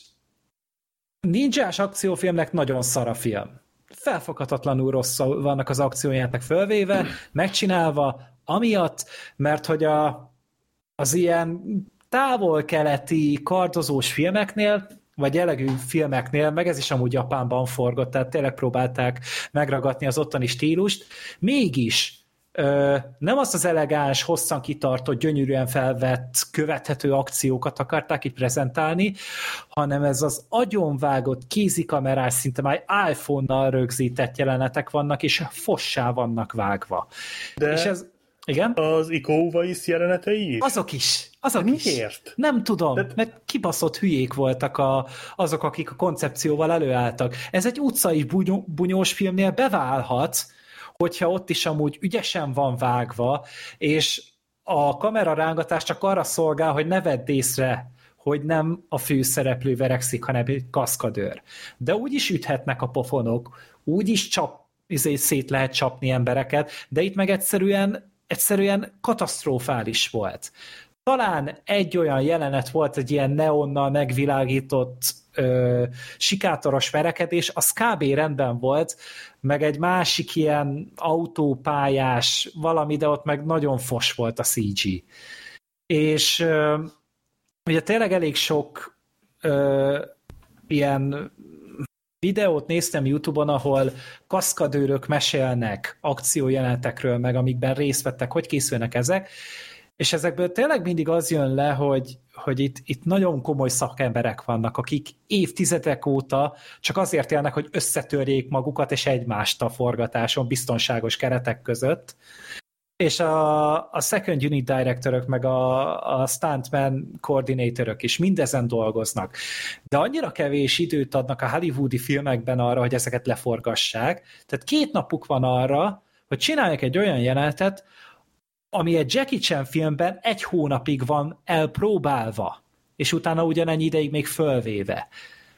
ninjás akciófilmnek nagyon szar a film. Felfoghatatlanul rossz vannak az akciójának fölvéve, megcsinálva, amiatt, mert hogy a, az ilyen távol-keleti kardozós filmeknél, vagy jellegű filmeknél, meg ez is amúgy Japánban forgott, tehát tényleg próbálták megragadni az ottani stílust, mégis ö, nem azt az elegáns, hosszan kitartott, gyönyörűen felvett, követhető akciókat akarták itt prezentálni, hanem ez az agyonvágott, kézikamerás, szinte már iPhone-nal rögzített jelenetek vannak, és fossá vannak vágva. De és ez, igen? Az Iko Uwais jelenetei is? Azok is. Azok Miért? is. Nem tudom, De... mert kibaszott hülyék voltak a, azok, akik a koncepcióval előálltak. Ez egy utcai bunyó, bunyós filmnél beválhat, hogyha ott is amúgy ügyesen van vágva, és a kamerarángatás csak arra szolgál, hogy ne vedd észre, hogy nem a főszereplő verekszik, hanem egy kaszkadőr. De úgy is üthetnek a pofonok, úgy is csap, izé, szét lehet csapni embereket, de itt meg egyszerűen, egyszerűen katasztrofális volt. Talán egy olyan jelenet volt, egy ilyen neonnal megvilágított ö, sikátoros verekedés, az kb. Rendben volt, meg egy másik ilyen autópályás valami, de ott meg nagyon fos volt a cé gé. És ö, ugye tényleg elég sok ö, ilyen videót néztem YouTube-on, ahol kaszkadőrök mesélnek akciójelenetekről, meg amikben részt vettek, hogy készülnek ezek, és ezekből tényleg mindig az jön le, hogy, hogy itt, itt nagyon komoly szakemberek vannak, akik évtizedek óta csak azért élnek, hogy összetörjék magukat és egymást a forgatáson biztonságos keretek között. És a, a second unit directorök, meg a, a stuntman koordinátorok is mindezen dolgoznak. De annyira kevés időt adnak a hollywoodi filmekben arra, hogy ezeket leforgassák. Tehát két napuk van arra, hogy csinálják egy olyan jelenetet, ami egy Jackie Chan filmben egy hónapig van elpróbálva, és utána ugyanennyi ideig még fölvéve.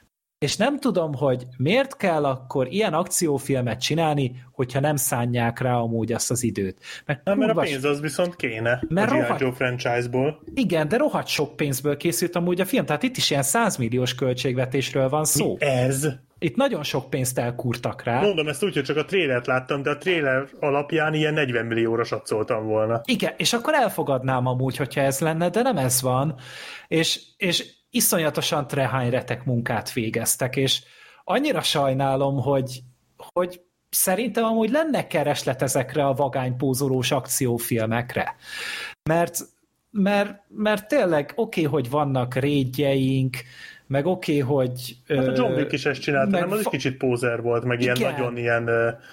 És nem tudom, hogy miért kell akkor ilyen akciófilmet csinálni, hogyha nem szánják rá amúgy azt az időt. Mert, nem, mert a pénz az viszont kéne mert a gé i. Joe franchise-ból. Igen, de rohadt sok pénzből készült amúgy a film, tehát itt is ilyen százmilliós költségvetésről van szó. Mi ez? Itt nagyon sok pénzt elkúrtak rá. Mondom ezt úgy, hogy csak a trélert láttam, de a tréler alapján ilyen negyven millióra satszoltam volna. Igen, és akkor elfogadnám amúgy, hogyha ez lenne, de nem ez van. És, és iszonyatosan trehányretek munkát végeztek, és annyira sajnálom, hogy, hogy szerintem amúgy lenne kereslet ezekre a vagánypózolós akciófilmekre. Mert, mert, mert tényleg oké, okay, hogy vannak rédjeink, meg oké, okay, hogy... Hát a John Wick is ezt csinálta, nem? Az fa- egy kicsit pózer volt, meg igen. ilyen nagyon ilyen,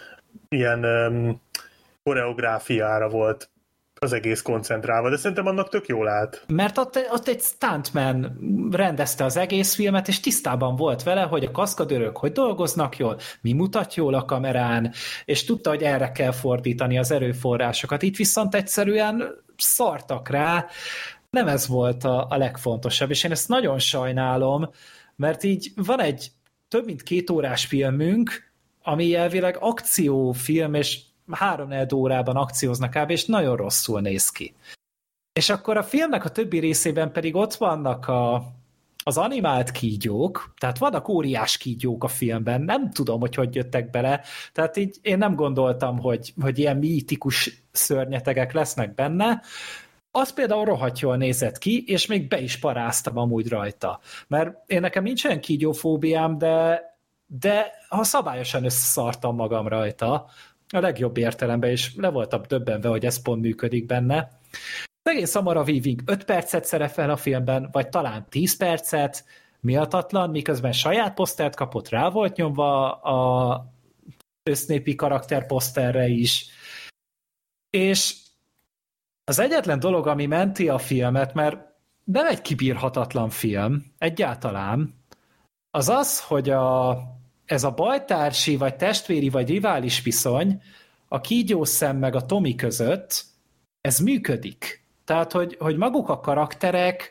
ilyen um, koreográfiára volt az egész koncentrálva, de szerintem annak tök jól állt. Mert ott, ott egy stuntman rendezte az egész filmet, és tisztában volt vele, hogy a kaszkadőrök hogy dolgoznak jól, mi mutat jól a kamerán, és tudta, hogy erre kell fordítani az erőforrásokat. Itt viszont egyszerűen szartak rá, nem ez volt a, a legfontosabb, és én ezt nagyon sajnálom, mert így van egy több mint két órás filmünk, ami elvileg akciófilm, és három órában akcióznak kb. És nagyon rosszul néz ki. És akkor a filmnek a többi részében pedig ott vannak a, az animált kígyók, tehát vannak óriás kígyók a filmben, nem tudom, hogy hogy jöttek bele, tehát így én nem gondoltam, hogy, hogy ilyen mítikus szörnyetegek lesznek benne, az például rohadt jól nézett ki, és még be is paráztam amúgy rajta. Mert én nekem nincs olyan kígyófóbiám, de, de ha szabályosan összeszartam magam rajta, a legjobb értelemben, és le voltam döbbenve, hogy ez pont működik benne. Szegény Samara Weaving öt percet szerepel a filmben, vagy talán tíz percet, miatatlan, miközben saját posztert kapott, rá volt nyomva a össznépi karakter poszterre is. És az egyetlen dolog, ami menti a filmet, mert nem egy kibírhatatlan film, egyáltalán, az az, hogy a, ez a bajtársi, vagy testvéri, vagy rivális viszony a kígyószem meg a Tommy között, ez működik. Tehát, hogy, hogy maguk a karakterek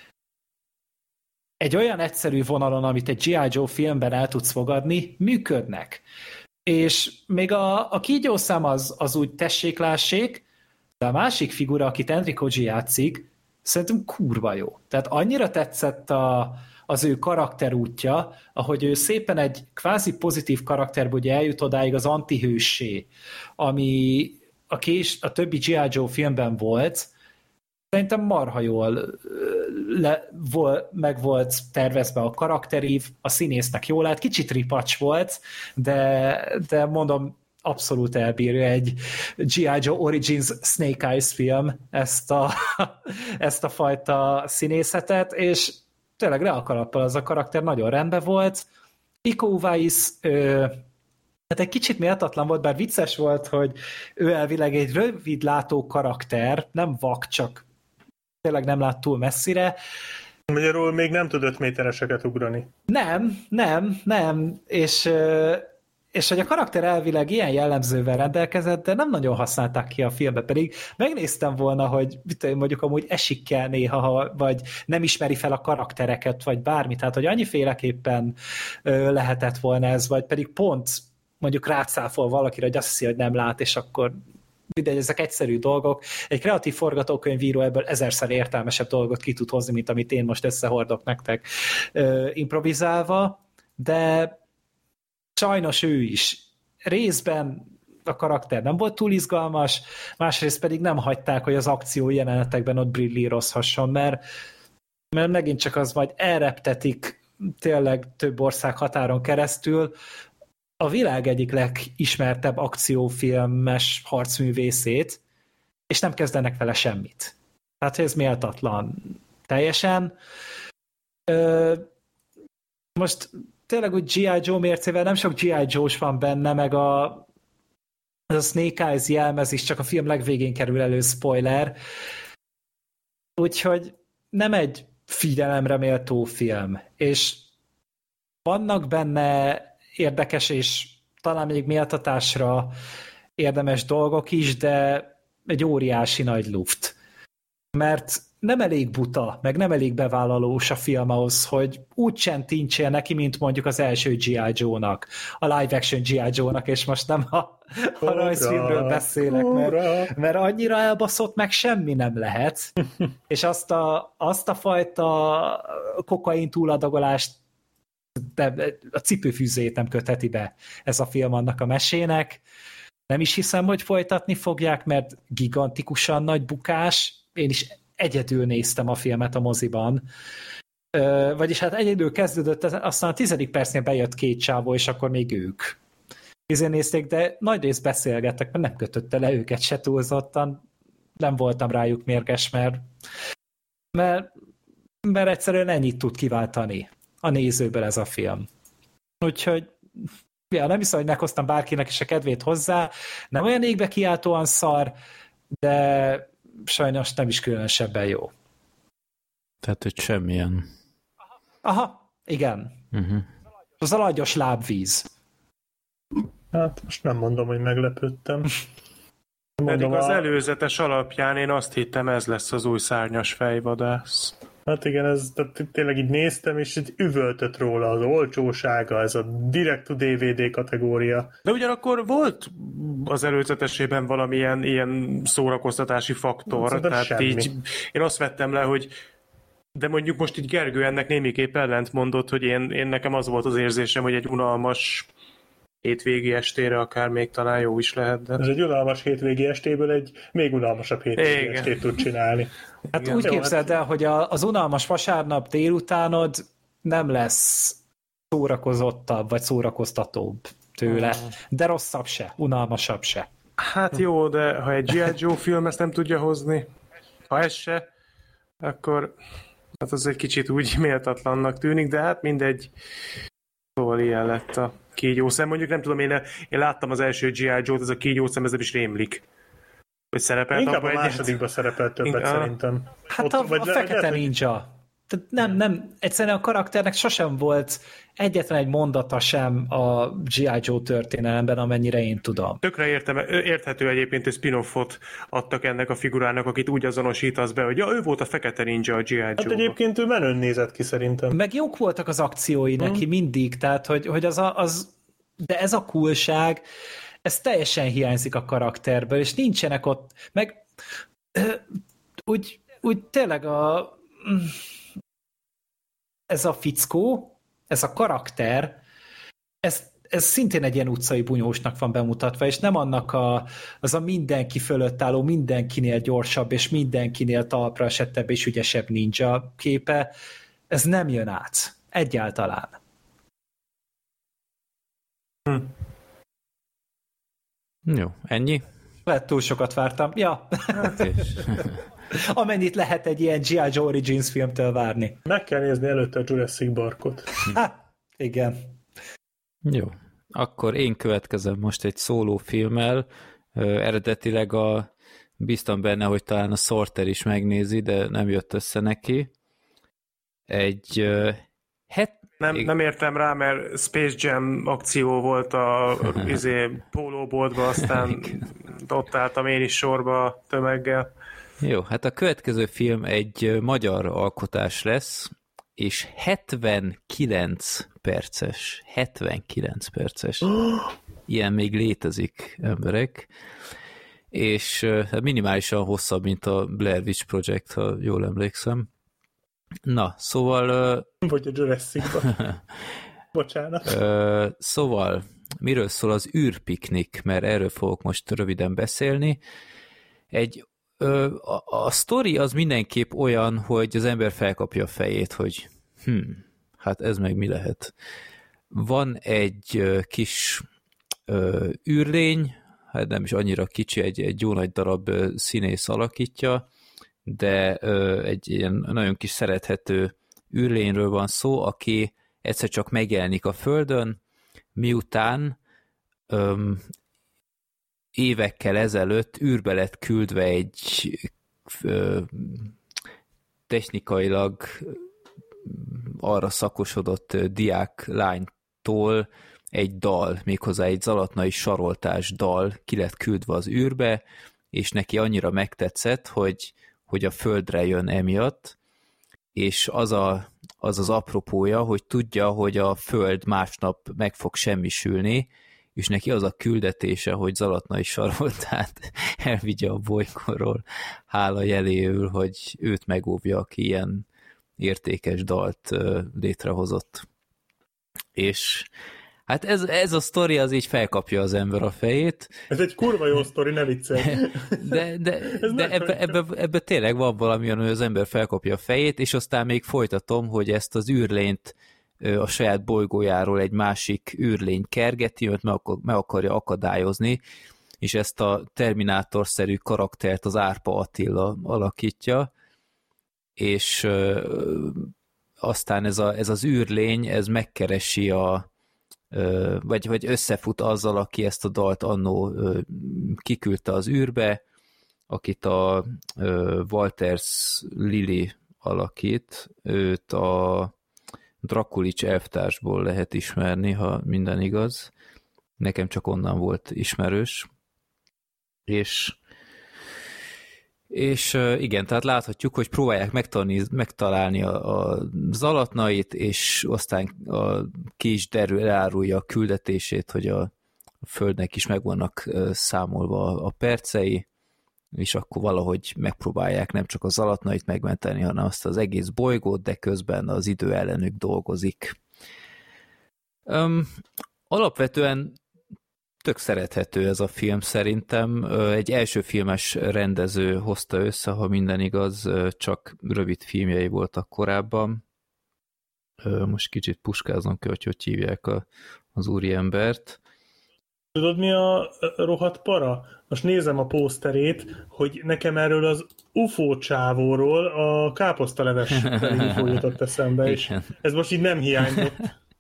egy olyan egyszerű vonalon, amit egy gé i. Joe filmben el tudsz fogadni, működnek. És még a, a kígyószem az, az úgy tessék-lássék, de a másik figura, akit Henry Koji játszik, szerintem kurva jó. Tehát annyira tetszett a, az ő karakterútja, ahogy ő szépen egy kvázi pozitív karakterből ugye eljut odáig az antihőssé, ami a, kés, a többi gé i. Joe filmben volt, szerintem marha jól le, vol, meg volt tervezve a karakterív, a színésznek jól lett, kicsit ripacs volt, de, de mondom, abszolút elbírja egy gé i. Joe Origins Snake Eyes film ezt a, ezt a fajta színészetet, és tényleg le a kalappal az a karakter nagyon rendben volt. Iko Uwais hát egy kicsit méltatlan volt, bár vicces volt, hogy ő elvileg egy rövidlátó karakter, nem vak, csak tényleg nem lát túl messzire. Magyarul még nem tud öt métereseket ugrani. Nem, nem, nem, és, és hogy a karakter elvileg ilyen jellemzővel rendelkezett, de nem nagyon használták ki a filmbe, pedig megnéztem volna, hogy mit mondjuk amúgy esik kell néha, vagy nem ismeri fel a karaktereket, vagy bármit, tehát hogy annyiféleképpen lehetett volna ez, vagy pedig pont mondjuk rátszáfol valakire, hogy azt hiszi, hogy nem lát, és akkor mindegy, ezek egyszerű dolgok. Egy kreatív forgatókönyvíró ebből ezerszer értelmesebb dolgot ki tud hozni, mint amit én most összehordok nektek ö, improvizálva, de sajnos ő is. Részben a karakter nem volt túl izgalmas, másrészt pedig nem hagyták, hogy az akció jelenetekben ott brillírozhasson, mert, mert megint csak az majd elreptetik tényleg több ország határon keresztül, a világ egyik legismertebb akciófilmes harcművészét, és nem kezdenek vele semmit. Tehát ez méltatlan teljesen. Ö, most tényleg úgy gé i. Joe mércével nem sok gé i. Joe-s van benne, meg a, az a Snake Eyes jelmez is csak a film legvégén kerül elő, spoiler. Úgyhogy nem egy figyelemre méltó film. És vannak benne érdekes és talán még méltatásra érdemes dolgok is, de egy óriási nagy luft. Mert nem elég buta, meg nem elég bevállalós a film ahhoz, hogy úgy sem tincsél neki, mint mondjuk az első gé i. Joe-nak, a live action gé i. Joe-nak, és most nem a, a rajzfilmről beszélek, mert, mert annyira elbaszott, meg semmi nem lehet. És azt a, azt a fajta kokain túladagolást de a cipőfűzét nem kötheti be ez a film annak a mesének. Nem is hiszem, hogy folytatni fogják, mert gigantikusan nagy bukás. Én is egyedül néztem a filmet a moziban. Ö, vagyis hát egyedül kezdődött, aztán a tizedik percnél bejött két csávó, és akkor még ők. Izé nézték, de nagy részt beszélgettek, mert nem kötötte le őket se túlzottan. Nem voltam rájuk mérges, mert, mert, mert egyszerűen ennyit tud kiváltani a nézőből ez a film. Úgyhogy ja, nem hiszem, hogy meghoztam bárkinek is a kedvét hozzá. Nem olyan égbe kiáltóan szar, de sajnos nem is különösebben jó. Tehát, hogy semmilyen. Aha, igen. Uh-huh. Az a lagyos lábvíz. Hát most nem mondom, hogy meglepődtem. Pedig Mondom, az a... előzetes alapján én azt hittem, ez lesz az új szárnyas fejvadász. Hát igen, ez, tehát tényleg így néztem, és így üvöltött róla az olcsósága, ez a direct-to-dé vé dé kategória. De ugyanakkor volt az előzetesében valamilyen ilyen szórakoztatási faktor, Szerintem tehát semmi. így én azt vettem le, hogy De mondjuk most így Gergő ennek némiképp ellent mondott, hogy én, én nekem az volt az érzésem, hogy egy unalmas hétvégi estére akár még talán jó is lehet. De... Ez egy unalmas hétvégi estéből egy még unalmasabb hétvégi Igen. estét tud csinálni. Hát Igen. úgy Jó, képzeld el, hogy a, az unalmas vasárnap délutánod nem lesz szórakozottabb, vagy szórakoztatóbb tőle, de rosszabb se, unalmasabb se. Hát jó, de ha egy G I. Joe film ezt nem tudja hozni, ha ez se, akkor hát az egy kicsit úgy méltatlannak tűnik, de hát mindegy. Szóval ilyen lett a kígyószem. Mondjuk nem tudom, én, én láttam az első G I. Joe-t, ez a kígyószem, ez nem is rémlik. Hogy szerepelt Inkább a abban másodikban szerepelt többet Inkább. szerintem. Hát Ott, a, vagy a le- Fekete lehet, hogy- Ninja. Tehát nem, nem, egyszerűen a karakternek sosem volt egyetlen egy mondata sem a G I. Joe történelemben, amennyire én tudom. Tökre értem, érthető egyébként, hogy spin-offot adtak ennek a figurának, akit úgy azonosítasz be, hogy ja, ő volt a Fekete Ninja a G I. Joe-ban. Hát egyébként ő menőn nézett ki szerintem. Meg jók voltak az akciói neki mindig, tehát hogy, hogy az, a, az, de ez a coolság, ez teljesen hiányzik a karakterből, és nincsenek ott, meg ö, úgy, úgy tényleg a ez a fickó, ez a karakter, ez, ez szintén egy ilyen utcai bunyósnak van bemutatva, és nem annak a, az a mindenki fölött álló, mindenkinél gyorsabb, és mindenkinél talpra esettebb és ügyesebb ninja képe, ez nem jön át. Egyáltalán. Hm. Jó, ennyi? Lehet túl sokat vártam. Ja. Hát és... Amennyit lehet egy ilyen G I. Joe Origins filmtől várni. Meg kell nézni előtte a Jurassic Parkot. Ha, igen. Jó. Akkor én következem most egy szóló filmmel. Ö, eredetileg a, bíztam benne, hogy talán a Sorter is megnézi, de nem jött össze neki. Egy ö, het... Nem, nem értem rá, mert Space Jam akció volt a izé, pólóboltban, aztán ott álltam én is sorba a tömeggel. Jó, hát a következő film egy magyar alkotás lesz, és hetvenkilenc perces. hetvenkilenc perces. Ilyen még létezik, emberek. És minimálisan hosszabb, mint a Blair Witch Project, ha jól emlékszem. Na, szóval... Vagy a Jurassicban. Bocsánat. Ö, szóval, miről szól az űrpiknik, mert erről fogok most röviden beszélni. Egy Ö, a, a sztori az mindenképp olyan, hogy az ember felkapja a fejét, hogy hm, hát ez meg mi lehet. Van egy ö, kis ö, űrlény, hát nem is annyira kicsi, egy, egy jó nagy darab ö, színész alakítja, de ö, egy ilyen nagyon kis szerethető űrlényről van szó, aki egyszer csak megjelenik a Földön, miután ö, évekkel ezelőtt űrbe lett küldve egy ö, technikailag arra szakosodott diák lánytól egy dal, méghozzá egy zalatnai saroltás dal ki lett küldve az űrbe, és neki annyira megtetszett, hogy, hogy a Földre jön emiatt, és az, a, az az apropója, hogy tudja, hogy a Föld másnap meg fog semmisülni, és neki az a küldetése, hogy Zalatnai Saroltát elvigye a bolygóról, hála jeléül, hogy őt megóvja, aki ilyen értékes dalt létrehozott. És hát ez, ez a sztori az így felkapja az ember a fejét. Ez egy kurva jó sztori, ne viccelj. De, de, de ebbe, ebbe, ebbe tényleg van valami, hogy az ember felkapja a fejét, és aztán még folytatom, hogy ezt az űrlényt a saját bolygójáról egy másik űrlény kergeti, mert meg, akar, meg akarja akadályozni, és ezt a Terminátor-szerű karaktert az Árpa Attila alakítja, és ö, aztán ez, a, ez az űrlény, ez megkeresi a ö, vagy, vagy összefut azzal, aki ezt a dalt annó ö, kiküldte az űrbe, akit a ö, Walters Lily alakít, őt a Drakulics elvtársból lehet ismerni, ha minden igaz. Nekem csak onnan volt ismerős. És, és igen, tehát láthatjuk, hogy próbálják megtalálni, megtalálni a, a Zalatnait, és aztán a, ki is derül, elárulja a küldetését, hogy a, a Földnek is meg vannak számolva a percei, és akkor valahogy megpróbálják nem csak az Zalatnait megmenteni, hanem azt az egész bolygót, de közben az idő ellenük dolgozik. Um, alapvetően tök szerethető ez a film szerintem. Egy első filmes rendező hozta össze, ha minden igaz, csak rövid filmjei voltak korábban. Most kicsit puskázom ki, hogy hogy hívják a, az úriembert. Tudod, mi a rohadt para? Most nézem a pószterét, hogy nekem erről az u f o csávóról a káposztaleves felé u f o jutott eszembe, és ez most így nem hiányzott.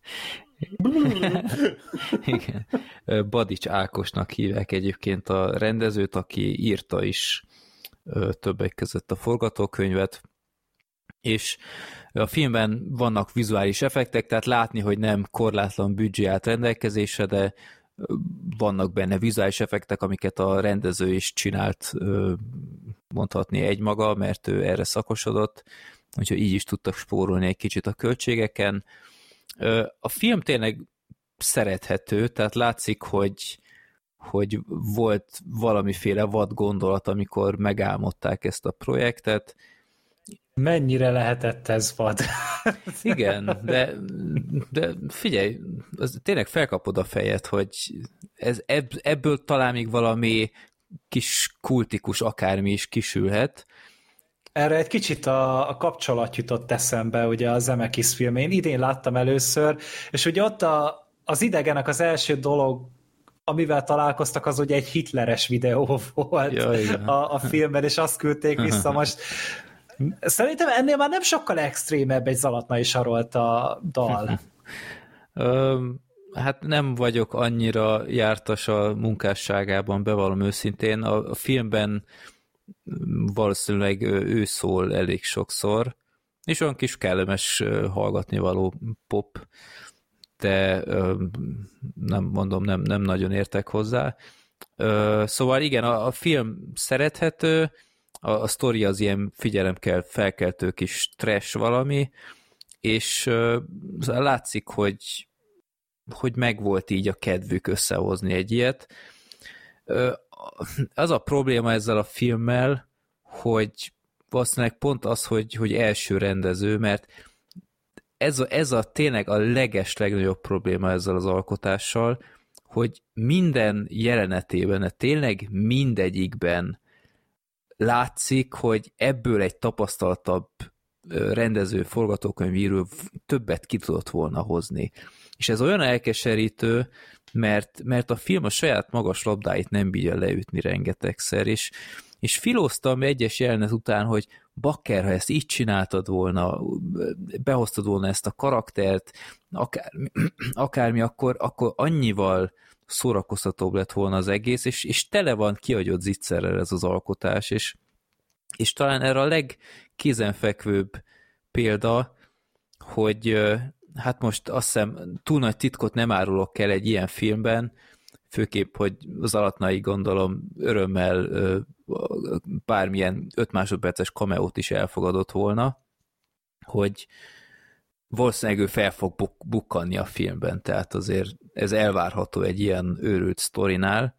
Igen. Badics Ákosnak hívják egyébként a rendezőt, aki írta is többek között a forgatókönyvet, és a filmben vannak vizuális effektek, tehát látni, hogy nem korlátlan büdzsé állt rendelkezésre, de vannak benne vizuális effektek, amiket a rendező is csinált, mondhatni egymaga, mert ő erre szakosodott, úgyhogy így is tudtak spórolni egy kicsit a költségeken. A film tényleg szerethető, tehát látszik, hogy, hogy volt valamiféle vad gondolat, amikor megálmodták ezt a projektet. Mennyire lehetett ez vad? Igen, de, de figyelj, az tényleg felkapod a fejed, hogy ez, ebből talán még valami kis kultikus akármi is kisülhet. Erre egy kicsit a, a kapcsolat jutott eszembe, ugye a Zemeckis filmén. Idén láttam először, és ugye ott a, az idegenek az első dolog, amivel találkoztak, az ugye egy hitleres videó volt ja, a, a filmben, és azt küldték vissza. Most szerintem ennél már nem sokkal extrémebb egy Zalatnai Sarolta dal. Hát nem vagyok annyira jártas a munkásságában, bevallom őszintén. A, a filmben valószínűleg ő szól elég sokszor, és olyan kis kellemes hallgatnivaló pop, de nem mondom, nem, nem nagyon értek hozzá. Szóval igen, a, a film szerethető, a, a sztori az ilyen figyelemkel felkeltő kis trash valami, és látszik, hogy, hogy megvolt így a kedvük összehozni egy ilyet. Az a probléma ezzel a filmmel, hogy valószínűleg pont az, hogy, hogy első rendező, mert ez a, ez a tényleg a leges legnagyobb probléma ezzel az alkotással, hogy minden jelenetében, tényleg mindegyikben látszik, hogy ebből egy tapasztaltabb rendező, forgatókönyvíró többet ki tudott volna hozni. És ez olyan elkeserítő, mert, mert a film a saját magas labdáit nem bírja leütni rengetegszer, és, és filóztam egyes jelenet után, hogy bakker, ha ezt így csináltad volna, behoztad volna ezt a karaktert, akármi, akármi akkor, akkor annyival szórakoztatóbb lett volna az egész, és, és tele van kiagyott zicserrel ez az alkotás, és, és talán erre a legkézenfekvőbb példa, hogy hát most azt hiszem túl nagy titkot nem árulok el egy ilyen filmben, főképp, hogy az Zalatnai gondolom örömmel bármilyen öt másodperces cameót is elfogadott volna, hogy valószínűleg ő fel fog buk- bukkanni a filmben, tehát azért ez elvárható egy ilyen őrült sztorinál,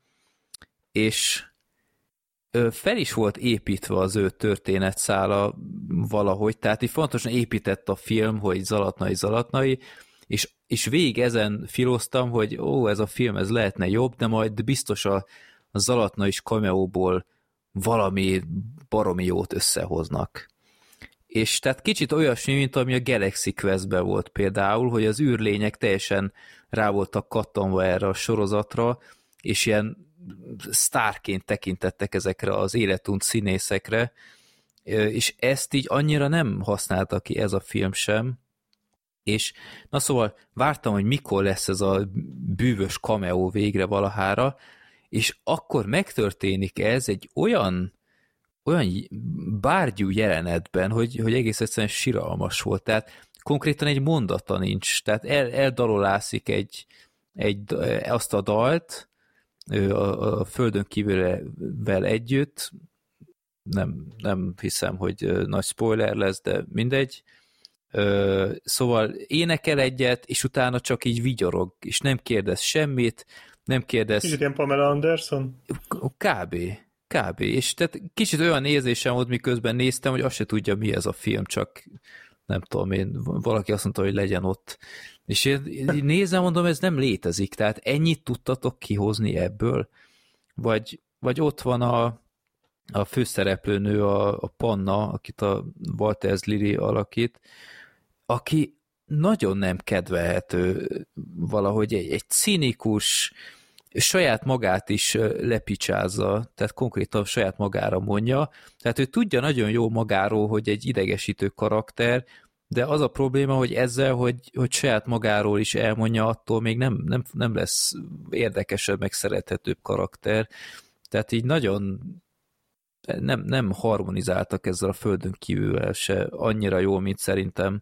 és fel is volt építve az ő történetszála valahogy, tehát így fontosan épített a film, hogy Zalatnai, Zalatnai, és, és végig ezen filoztam, hogy ó, ez a film, ez lehetne jobb, de majd biztos a, a Zalatnai is cameóból valami baromi jót összehoznak. És tehát kicsit olyasmi, mint ami a Galaxy Quest-ben volt például, hogy az űrlények teljesen rá voltak kattanva erre a sorozatra, és ilyen sztárként tekintettek ezekre az életunt színészekre, és ezt így annyira nem használta ki ez a film sem, és na szóval vártam, hogy mikor lesz ez a bűvös cameo végre valahára, és akkor megtörténik ez egy olyan olyan bárgyú jelenetben, hogy, hogy egész egyszerűen siralmas volt, tehát konkrétan egy mondata nincs, tehát el, eldalolászik egy, egy, azt a dalt a, a földön kívülvel együtt, nem, nem hiszem, hogy nagy spoiler lesz, de mindegy, szóval énekel egyet, és utána csak így vigyorog, és nem kérdez semmit, nem kérdez... Kicsit ilyen Pamela Anderson? Kb. Kb. És tehát kicsit olyan érzésem volt, miközben néztem, hogy azt se tudja, mi ez a film, csak nem tudom én, valaki azt mondta, hogy legyen ott. És én nézem, mondom, ez nem létezik, tehát ennyit tudtatok kihozni ebből? Vagy, vagy ott van a, a főszereplőnő, a, a Panna, akit a Walter Lily alakít, aki nagyon nem kedvelhető valahogy egy, egy cinikus, saját magát is lepicsázza, tehát konkrétan saját magára mondja, tehát ő tudja nagyon jó magáról, hogy egy idegesítő karakter, de az a probléma, hogy ezzel, hogy, hogy saját magáról is elmondja, attól még nem, nem, nem lesz érdekesebb, meg szerethetőbb karakter, tehát így nagyon nem, nem harmonizáltak ezzel a földön kívül se annyira jól, mint szerintem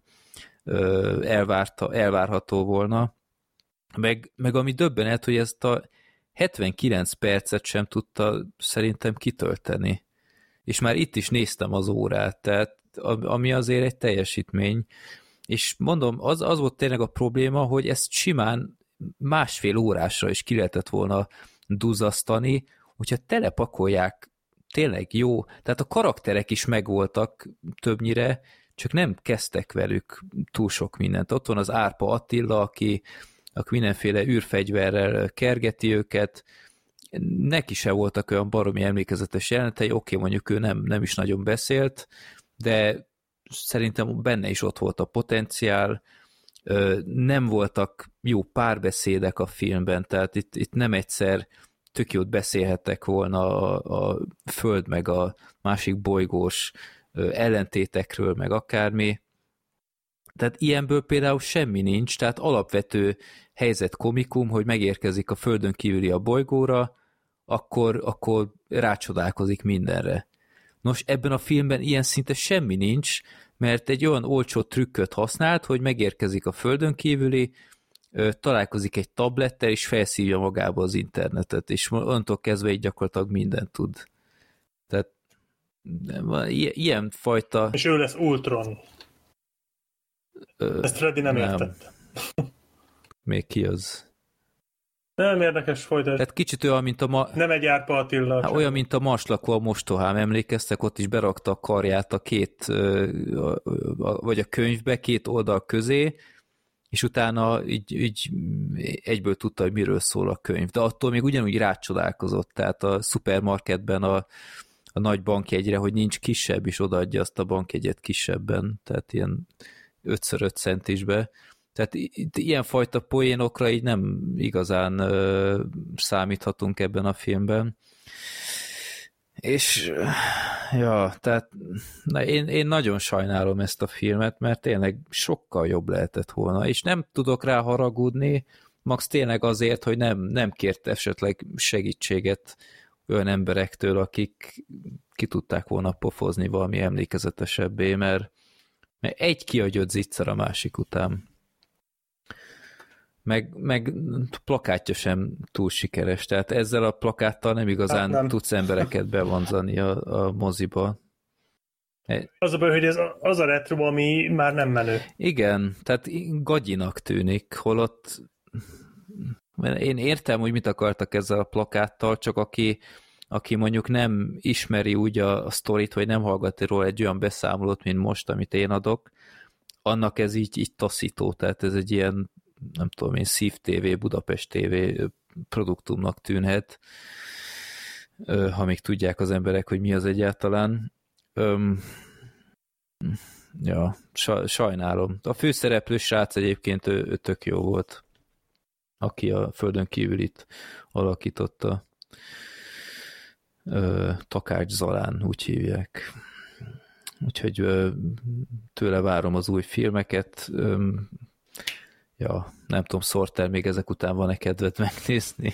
elvárta, elvárható volna. Meg, meg ami döbbenet, hogy ezt a hetvenkilenc percet sem tudta szerintem kitölteni. És már itt is néztem az órát, tehát ami azért egy teljesítmény. És mondom, az, az volt tényleg a probléma, hogy ezt simán másfél órásra is ki lehetett volna duzzasztani, hogyha telepakolják tényleg jó, tehát a karakterek is megvoltak többnyire, csak nem kezdtek velük túl sok mindent. Ott van az Árpa Attila, aki, aki mindenféle űrfegyverrel kergeti őket, neki se voltak olyan baromi emlékezetes jelenetei, oké, mondjuk ő nem, nem is nagyon beszélt, de szerintem benne is ott volt a potenciál, nem voltak jó párbeszédek a filmben, tehát itt, itt nem egyszer tök jót beszélhettek volna a, a Föld meg a másik bolygós ellentétekről, meg akármi. Tehát ilyenből például semmi nincs, tehát alapvető helyzet komikum, hogy megérkezik a Földön kívüli a bolygóra, akkor, akkor rácsodálkozik mindenre. Nos, ebben a filmben ilyen szinte semmi nincs, mert egy olyan olcsó trükköt használt, hogy megérkezik a Földön kívüli, találkozik egy tablettel, és felszívja magába az internetet, és onnantól kezdve így gyakorlatilag mindent tud. Tehát ilyen fajta... És ő lesz Ultron. Ezt Freddy nem, nem. értette. Még ki az? Nem érdekes folytatás. Tehát kicsit olyan, mint a... Ma... Nem egy Árpa Attila. Hát olyan, mint a Maslakó a mostohám. Emlékeztek, ott is berakta a karját a két, vagy a könyvbe, két oldal közé, és utána így, így egyből tudta, hogy miről szól a könyv. De attól még ugyanúgy rácsodálkozott, tehát a szupermarketben a, a nagy bankjegyre, hogy nincs kisebb, és odaadja azt a bankjegyet kisebben, tehát ilyen ötször öt centisbe. Tehát itt ilyenfajta poénokra így nem igazán ö, számíthatunk ebben a filmben. És ja, tehát na, én, én nagyon sajnálom ezt a filmet, mert tényleg sokkal jobb lehetett volna, és nem tudok rá haragudni, max tényleg azért, hogy nem, nem kért esetleg segítséget olyan emberektől, akik ki tudták volna pofozni valami emlékezetesebbé, mert, mert egy kiagyott zicser a másik után. Meg, meg plakátja sem túl sikeres, tehát ezzel a plakáttal nem igazán hát nem. tudsz embereket bevonzani a, a moziba. Az a baj, hogy ez az a retro, ami már nem menő. Igen, tehát gagyinak tűnik, holott én értem, hogy mit akartak ezzel a plakáttal, csak aki, aki mondjuk nem ismeri úgy a, a sztorit, vagy nem hallgat róla egy olyan beszámolót, mint most, amit én adok, annak ez így, így taszító, tehát ez egy ilyen nem tudom én, Szív té vé, Budapest té vé produktumnak tűnhet, ha még tudják az emberek, hogy mi az egyáltalán. Öm, ja, sajnálom. A főszereplő srác egyébként ő, ő tök jó volt, aki a Földön kívülit alakította. Ö, Takács Zalán, úgy hívják. Úgyhogy ö, tőle várom az új filmeket. Öm, Ja, nem tudom, Sorter, még ezek után van-e kedved megnézni?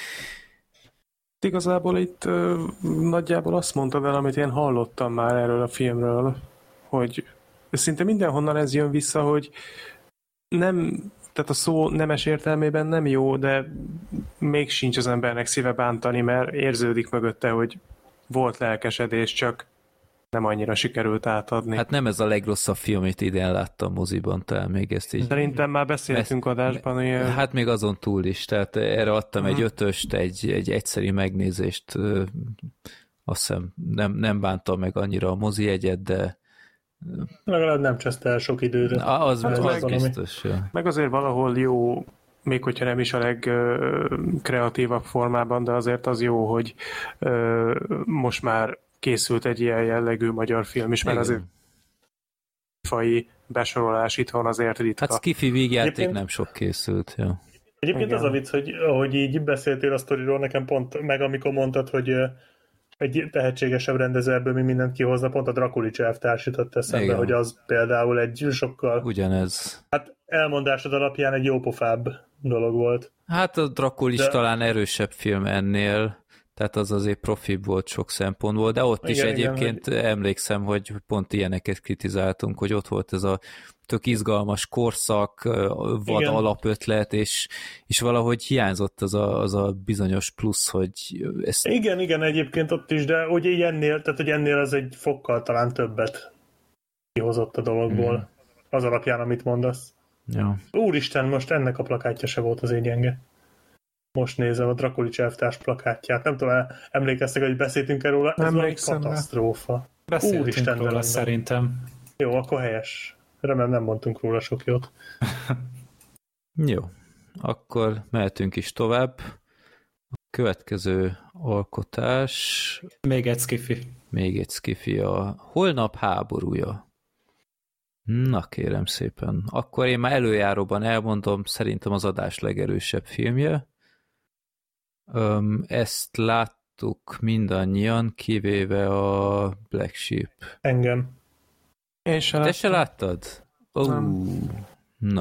Igazából itt ö, nagyjából azt mondtad el, amit én hallottam már erről a filmről, hogy szinte mindenhonnan ez jön vissza, hogy nem, tehát a szó nemes értelmében nem jó, de még sincs az embernek szíve bántani, mert érződik mögötte, hogy volt lelkesedés, csak nem annyira sikerült átadni. Hát nem ez a legrosszabb film, amit idén láttam moziban, tehát még ezt így... Szerintem már beszéltünk ezt, adásban. Ilyen... Hát még azon túl is, tehát erre adtam uh-huh. egy ötöst, egy, egy egyszeri megnézést azt hiszem nem, nem bánta meg annyira a mozi egyet, de legalább nem cseszte el sok időre. Az, hát az meg, biztos. Ja. Meg azért valahol jó, még hogyha nem is a legkreatívabb formában, de azért az jó, hogy ö, most már készült egy ilyen jellegű magyar film is, mert azért fai besorolás itthon azért ritka. Hát skifi vígjáték Egyébként... nem sok készült. Ja. Egyébként igen. Az a vicc, hogy ahogy így beszéltél a sztoriról, nekem pont, meg amikor mondtad, hogy egy tehetségesebb rendező ebből mi mindent kihozna, pont a Drakulics elvtárs jutott eszembe, igen. Hogy az például egy sokkal... Ugyanez. Hát elmondásod alapján egy jópofább dolog volt. Hát a Drakulics de... talán erősebb film ennél, tehát az azért profibb volt sok szempontból, de ott igen, is egyébként igen, emlékszem, hogy pont ilyeneket kritizáltunk, hogy ott volt ez a tök izgalmas korszak, vad igen. alapötlet, és, és valahogy hiányzott az a, az a bizonyos plusz, hogy ezt... Igen, igen, egyébként ott is, de hogy így ennél, tehát hogy ennél az egy fokkal talán többet kihozott a dologból, hmm. az alapján, amit mondasz. Ja. Úristen, most ennek a plakátja se volt az én gyenge. Most nézem a Drakulics elvtárs plakátját. Nem tudom, emlékeztek, hogy beszéltünk erről róla? Ez valami katasztrófa. Beszéltünk Úristen, róla szerintem. Jó, akkor helyes. Remélem nem mondtunk róla sok jót. Jó, akkor mehetünk is tovább. A következő alkotás... Még egy skifi. Még egy skifi, a Holnap háborúja. Na kérem szépen. Akkor én már előjáróban elmondom, szerintem az adás legerősebb filmje. Öm, ezt láttuk mindannyian, kivéve a Black Sheep. Engem. Én se Te se láttad? Oh. Na.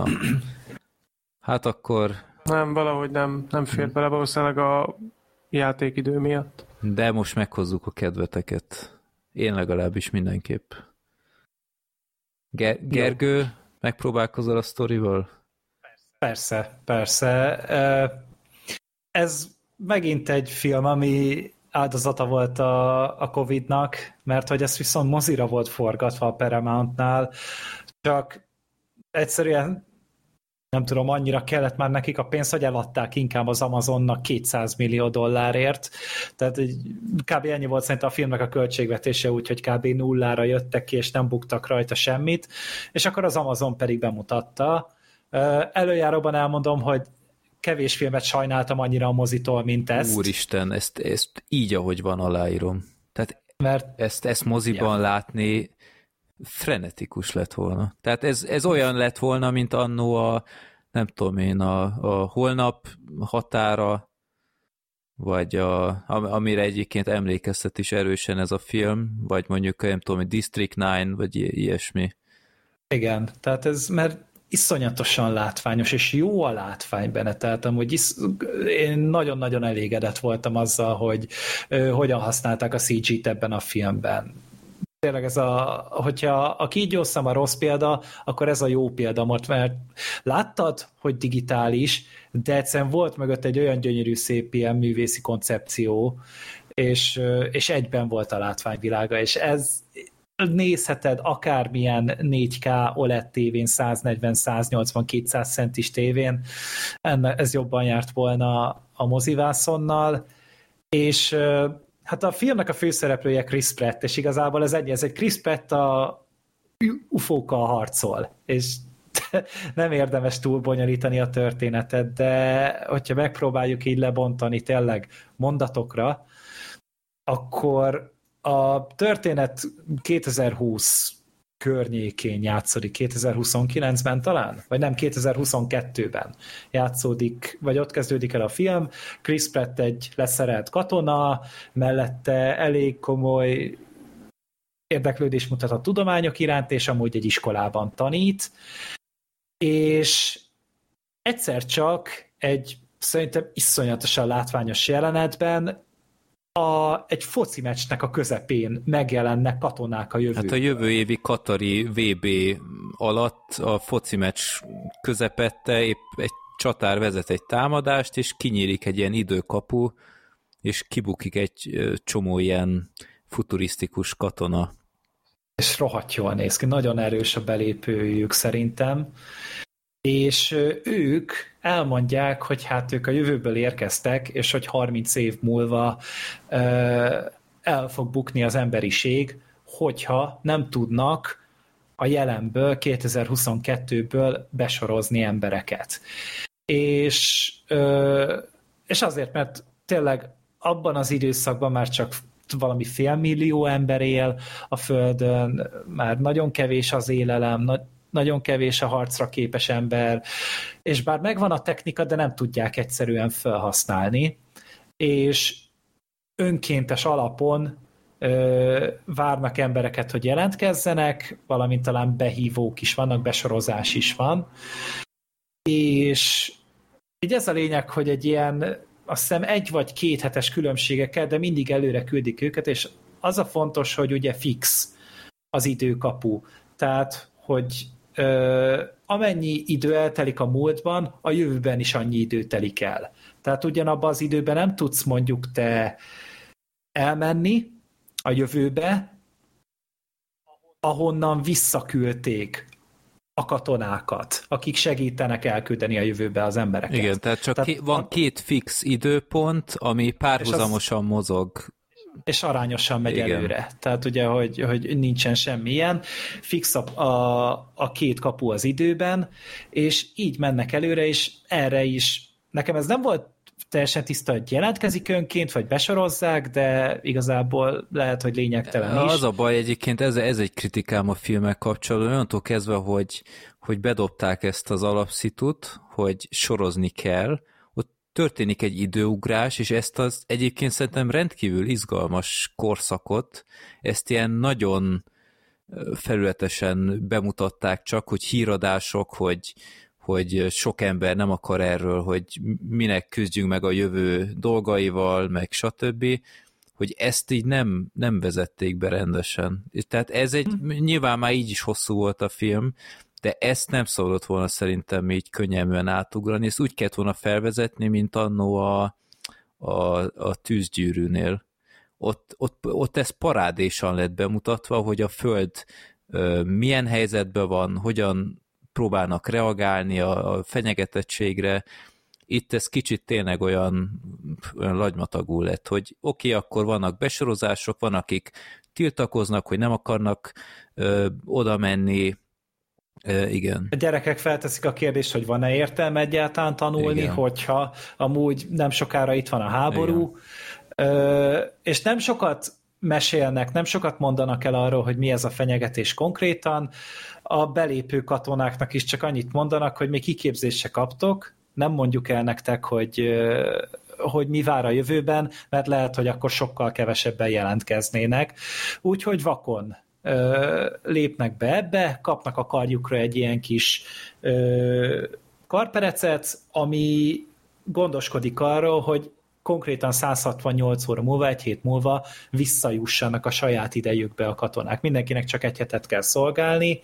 Hát akkor... Nem, valahogy nem, nem fér bele, valószínűleg a játékidő miatt. De most meghozzuk a kedveteket. Én legalábbis mindenképp. Ger- Gergő, jó. Megpróbálkozol a sztorival? Persze, persze. Ez megint egy film, ami áldozata volt a, a Covidnak, mert hogy ez viszont mozira volt forgatva a Paramountnál, csak egyszerűen nem tudom, annyira kellett már nekik a pénz, hogy eladták inkább az Amazonnak kétszáz millió dollárért, tehát kb. Ennyi volt szerintem a filmnek a költségvetése, úgyhogy kb. Nullára jöttek ki, és nem buktak rajta semmit, és akkor az Amazon pedig bemutatta. Előjáróban elmondom, hogy kevés filmet sajnáltam annyira a mozitól, mint ezt. Úristen, ezt, ezt így, ahogy van, aláírom. Tehát mert, ezt, ezt moziban ja. látni frenetikus lett volna. Tehát ez, ez olyan lett volna, mint annó a, nem tudom én, a, a Holnap határa, vagy a, amire egyébként emlékeztet is erősen ez a film, vagy mondjuk, nem tudom, hogy District kilenc, vagy ilyesmi. Igen, tehát ez, mert iszonyatosan látványos, és jó a látvány benne, tehát amúgy isz, én nagyon-nagyon elégedett voltam azzal, hogy ö, hogyan használták a cé gét ebben a filmben. Tényleg ez a, hogyha a kígyószem a rossz példa, akkor ez a jó példa, mert láttad, hogy digitális, de egyszerűen volt mögött egy olyan gyönyörű, szép ilyen művészi koncepció, és, és egyben volt a látványvilága, és ez nézheted akármilyen négy ká o el e dé tévén, száznegyven, száznyolcvan, kétszáz centis tévén, ez jobban járt volna a mozivászonnal, és hát a filmnek a főszereplője Chris Pratt, és igazából ez egy, ez egy Chris Pratt a ufókkal harcol, és nem érdemes túl bonyolítani a történetet, de hogyha megpróbáljuk így lebontani tényleg mondatokra, akkor a történet kétezer-húsz környékén játszódik, kétezer-huszonkilencben talán? Vagy nem, kétezer-huszonkettőben játszódik, vagy ott kezdődik el a film. Chris Pratt egy leszerelt katona, mellette elég komoly érdeklődés mutat a tudományok iránt, és amúgy egy iskolában tanít, és egyszer csak egy szerintem iszonyatosan látványos jelenetben A, egy foci meccsnek a közepén megjelennek katonák a jövőben. Hát a jövő évi katari vé bé alatt a foci meccs közepette épp egy csatár vezet egy támadást, és kinyílik egy ilyen időkapu, és kibukik egy csomó ilyen futurisztikus katona. És rohadt jól néz ki, nagyon erős a belépőjük szerintem. És ők elmondják, hogy hát ők a jövőből érkeztek, és hogy harminc év múlva el fog bukni az emberiség, hogyha nem tudnak a jelenből, kétezer-huszonkettőből besorozni embereket. És, és azért, mert tényleg abban az időszakban már csak valami félmillió ember él a Földön, már nagyon kevés az élelem, nagyon kevés a harcra képes ember, és bár megvan a technika, de nem tudják egyszerűen felhasználni, és önkéntes alapon ö, várnak embereket, hogy jelentkezzenek, valamint talán behívók is vannak, besorozás is van, és így ez a lényeg, hogy egy ilyen, azt hiszem egy vagy két hetes különbségekkel, de mindig előre küldik őket, és az a fontos, hogy ugye fix az időkapu. Tehát, hogy ö, amennyi idő eltelik a múltban, a jövőben is annyi idő telik el. Tehát ugyanabban az időben nem tudsz mondjuk te elmenni a jövőbe, ahonnan visszaküldték a katonákat, akik segítenek elküldeni a jövőbe az embereket. Igen, tehát csak tehát van a... két fix időpont, ami párhuzamosan az... mozog. És arányosan megy Igen. előre. Tehát ugye, hogy, hogy nincsen semmilyen. Fix a, a, a két kapu az időben, és így mennek előre, és erre is. Nekem ez nem volt teljesen tiszta, hogy jelentkezik önként, vagy besorozzák, de igazából lehet, hogy lényegtelen is. Az a baj egyébként, ez, ez egy kritikám a filmek kapcsolatban, olyantól kezdve, hogy, hogy bedobták ezt az alapszitut, hogy sorozni kell, ott történik egy időugrás, és ezt az egyébként szerintem rendkívül izgalmas korszakot, ezt ilyen nagyon felületesen bemutatták csak, hogy híradások, hogy hogy sok ember nem akar erről, hogy minek küzdjünk meg a jövő dolgaival, meg stb., hogy ezt így nem, nem vezették be rendesen. Tehát ez egy, hm. nyilván már így is hosszú volt a film, de ezt nem szabadott volna szerintem így könnyelműen átugrani, ezt úgy kellett volna felvezetni, mint annó a, a, a tűzgyűrűnél. Ott, ott, ott ez parádésan lett bemutatva, hogy a Föld ö, milyen helyzetben van, hogyan próbálnak reagálni a, a fenyegetettségre. Itt ez kicsit tényleg olyan, olyan lagymatagú lett, hogy oké, okay, akkor vannak besorozások, van, akik tiltakoznak, hogy nem akarnak ö, oda menni. Ö, igen. A gyerekek felteszik a kérdést, hogy van-e értelme egyáltalán tanulni, igen. hogyha amúgy nem sokára itt van a háború. Ö, és nem sokat mesélnek, nem sokat mondanak el arról, hogy mi ez a fenyegetés konkrétan. A belépő katonáknak is csak annyit mondanak, hogy még kiképzést se kaptok, nem mondjuk el nektek, hogy, hogy mi vár a jövőben, mert lehet, hogy akkor sokkal kevesebben jelentkeznének. Úgyhogy vakon lépnek be ebbe, kapnak a karjukra egy ilyen kis karperecet, ami gondoskodik arról, hogy konkrétan száz hatvannyolc óra múlva, egy hét múlva visszajussanak a saját idejükbe a katonák. Mindenkinek csak egy hetet kell szolgálni,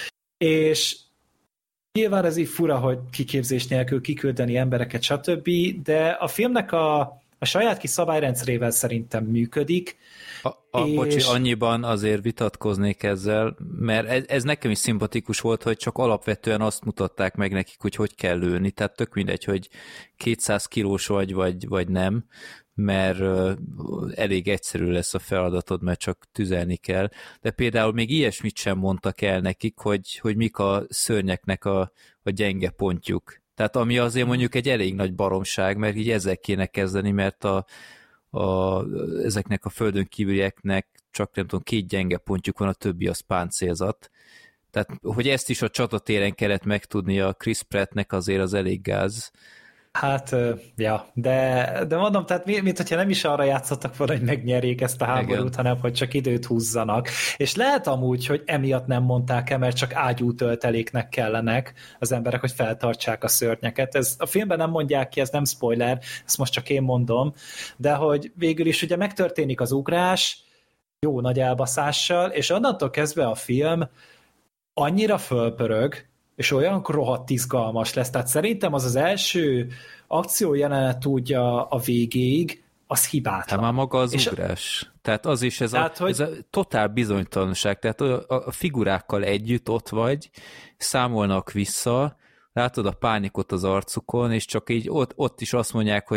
és nyilván ez így fura, hogy kiképzés nélkül kiküldeni embereket, stb., de a filmnek a, a saját kis szabályrendszerével szerintem működik. A, a, és... Bocsi, annyiban azért vitatkoznék ezzel, mert ez, ez nekem is szimpatikus volt, hogy csak alapvetően azt mutatták meg nekik, hogy hogy kell lőni, tehát tök mindegy, hogy kétszáz kilós vagy, vagy, vagy nem, mert uh, elég egyszerű lesz a feladatod, mert csak tüzelni kell. De például még ilyesmit sem mondtak el nekik, hogy, hogy mik a szörnyeknek a, a gyenge pontjuk. Tehát ami azért mondjuk egy elég nagy baromság, mert így ezzel kéne kezdeni, mert a A, ezeknek a földön kívülieknek csak nem tudom, két gyenge pontjuk van, a többi az páncélzat. Tehát, hogy ezt is a csatatéren kellett megtudnia a Chris Prattnek, azért az elég gáz. Hát, ja, de, de mondom, tehát mint hogyha nem is arra játszottak volna, hogy megnyerjék ezt a háborút, igen. hanem hogy csak időt húzzanak. És lehet amúgy, hogy emiatt nem mondták el, mert csak ágyútölteléknek kellenek az emberek, hogy feltartsák a szörnyeket. Ez a filmben nem mondják ki, ez nem spoiler, ezt most csak én mondom, de hogy végül is ugye megtörténik az ugrás, jó nagy elbaszással, és onnantól kezdve a film annyira fölpörög, és olyan rohadt izgalmas lesz. Tehát szerintem az az első akciójelenet úgy a, a végéig, az hibátlan. Tehát már maga az és ugrás. A... Tehát az is ez, tehát, a, hogy... ez a totál bizonytalanság. Tehát a, a figurákkal együtt ott vagy, számolnak vissza, látod a pánikot az arcukon, és csak így ott, ott is azt mondják, hogy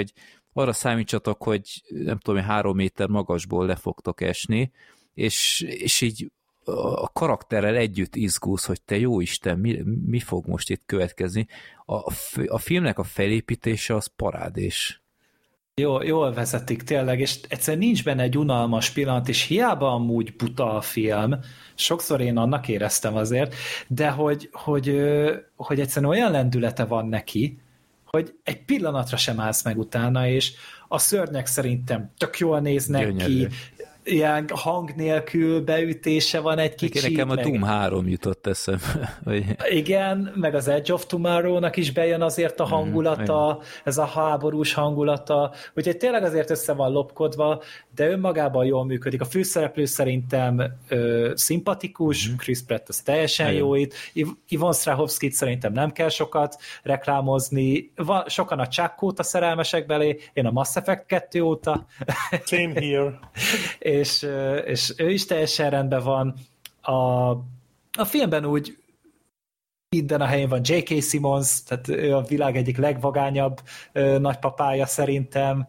arra számítsatok, hogy nem tudom, három méter magasból le fogtok esni, és, és így a karakterrel együtt izgulsz, hogy te jó Isten, mi, mi fog most itt következni. A, a filmnek a felépítése az parádés. Jó, jól vezetik tényleg, és egyszerűen nincs benne egy unalmas pillanat, és hiába amúgy buta a film, sokszor én annak éreztem azért, de hogy, hogy, hogy egyszerűen olyan lendülete van neki, hogy egy pillanatra sem állsz meg utána, és a szörnyek szerintem tök jól néznek Gyönyörű. ki, ilyen hang nélkül beütése van egy kicsit. Nekem a meg... Doom három jutott eszembe. Vagy... Igen, meg az Edge of Tomorrow-nak is bejön azért a hangulata, mm, ez a háborús hangulata, úgyhogy tényleg azért össze van lopkodva, de önmagában jól működik. A főszereplő szerintem ö, szimpatikus, mm. Chris Pratt az teljesen igen. jó itt, Ivon Strahovskit szerintem nem kell sokat reklámozni, van, sokan a Chuck óta szerelmesek belé, én a Mass Effect kettő óta. Same here. És, és ő is teljesen rendben van. A, a filmben úgy minden a helyén van jé ká. Simmons, tehát ő a világ egyik legvagányabb ö, nagypapája szerintem,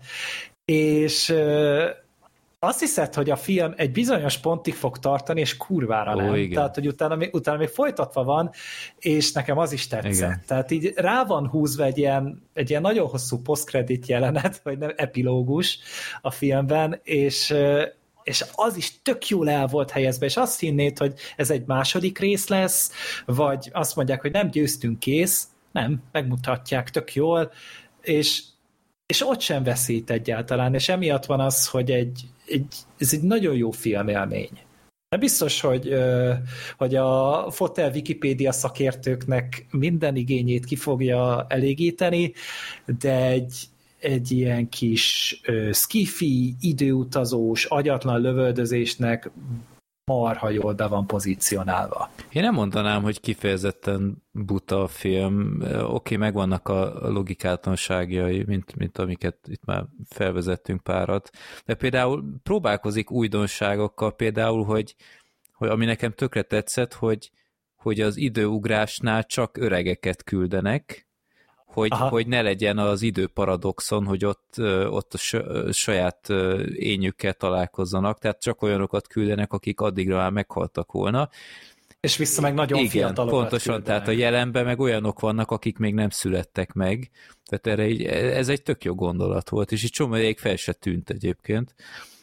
és ö, azt hiszed, hogy a film egy bizonyos pontig fog tartani, és kurvára nem. Ó, tehát, hogy utána még, utána még folytatva van, és nekem az is tetszett. Igen. Tehát így rá van húzva egy ilyen, egy ilyen nagyon hosszú post-credit jelenet, vagy nem epilógus a filmben, és és az is tök jól el volt helyezve, és azt hinnéd, hogy ez egy második rész lesz, vagy azt mondják, hogy nem győztünk, kész, nem, megmutatják tök jól, és, és ott sem veszít egyáltalán, és emiatt van az, hogy egy, egy, ez egy nagyon jó filmélmény. De biztos, hogy, hogy a Fotel Wikipédia szakértőknek minden igényét ki fogja elégíteni, de egy egy ilyen kis uh, skifi, időutazós, agyatlan lövöldözésnek marha jól be van pozícionálva. Én nem mondanám, hogy kifejezetten buta a film. Oké, okay, megvannak a logikátlanságjai, mint, mint amiket itt már felvezettünk párat, de például próbálkozik újdonságokkal, például, hogy, hogy ami nekem tökre tetszett, hogy, hogy az időugrásnál csak öregeket küldenek, Hogy, hogy ne legyen az időparadoxon, hogy ott, ott a saját ényükkel találkozzanak, tehát csak olyanokat küldenek, akik addigra már meghaltak volna. És vissza meg nagyon igen, fiatalokat pontosan, küldenek. Tehát a jelenben meg olyanok vannak, akik még nem születtek meg, tehát erre így, ez egy tök jó gondolat volt, és így csomóig fel se tűnt egyébként.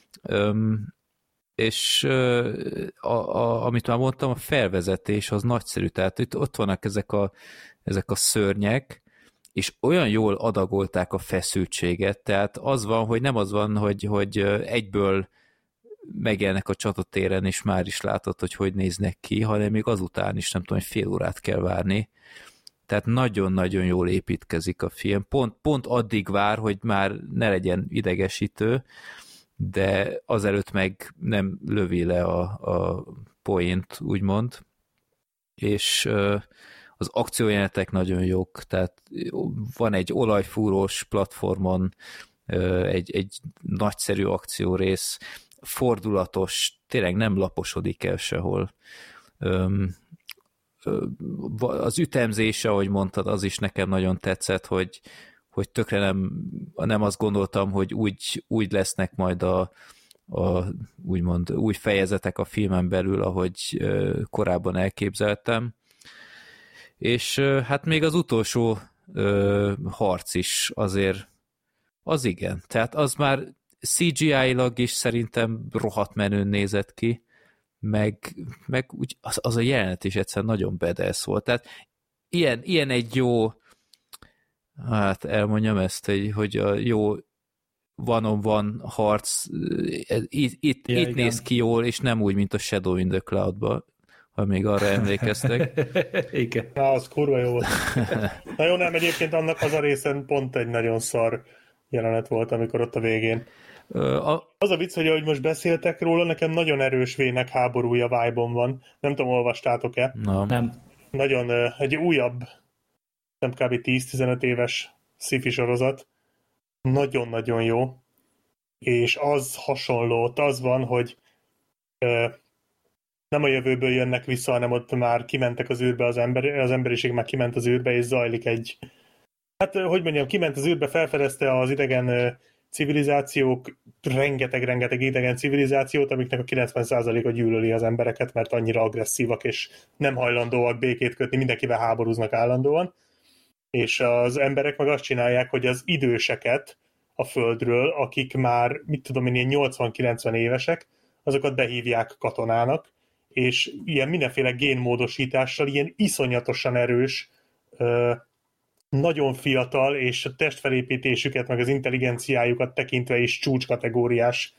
Öm, és a, a, amit már mondtam, a felvezetés az nagyszerű, tehát itt ott vannak ezek a, ezek a szörnyek, és olyan jól adagolták a feszültséget, tehát az van, hogy nem az van, hogy, hogy egyből megjelennek a csatatéren, és már is látod, hogy hogy néznek ki, hanem még azután is, nem tudom, hogy fél órát kell várni. Tehát nagyon-nagyon jól építkezik a film. Pont, pont addig vár, hogy már ne legyen idegesítő, de azelőtt meg nem lövi le a, a poént, úgymond. És az akciójelenetek nagyon jók, tehát van egy olajfúrós platformon egy, egy nagyszerű akciórész, fordulatos, tényleg nem laposodik el sehol. Az ütemzése, ahogy mondtad, az is nekem nagyon tetszett, hogy, hogy tökre nem, nem azt gondoltam, hogy úgy, úgy lesznek majd a, a úgymond új fejezetek a filmen belül, ahogy korábban elképzeltem. És hát még az utolsó ö, harc is azért, az igen. Tehát az már cé gé í-lag is szerintem rohadt menőn nézett ki, meg, meg úgy, az, az a jelenet is egyszerűen nagyon badass volt. Tehát ilyen, ilyen egy jó, hát elmondjam ezt, egy, hogy a jó one-on-one harc itt, itt, ja, itt néz ki jól, és nem úgy, mint a Shadow in the Cloud-ban, ha még arra emlékeztek. Igen. Na, az kurva jó volt. Na jó, nem, egyébként annak az a részen pont egy nagyon szar jelenet volt, amikor ott a végén. A... Az a vicc, hogy ahogy most beszéltek róla, nekem nagyon erős Vének háborúja vibe-on van. Nem tudom, olvastátok-e? No. Nem. Nagyon, egy újabb, nem kb. tíz-tizenöt éves sci-fi sorozat. Nagyon-nagyon jó. És az hasonló, az van, hogy nem a jövőből jönnek vissza, hanem ott már kimentek az űrbe az ember, az emberiség már kiment az űrbe, és zajlik egy Hát, hogy mondjam, kiment az űrbe, felfedezte az idegen civilizációk, rengeteg-rengeteg idegen civilizációt, amiknek a kilencven százaléka gyűlöli az embereket, mert annyira agresszívak, és nem hajlandóak békét kötni, mindenkivel háborúznak állandóan. És az emberek meg azt csinálják, hogy az időseket a Földről, akik már, mit tudom én, ilyen nyolcvan-kilencven évesek, azokat behívják katonának, és ilyen mindenféle génmódosítással, ilyen iszonyatosan erős, nagyon fiatal, és a testfelépítésüket, meg az intelligenciájukat tekintve is csúcskategóriás,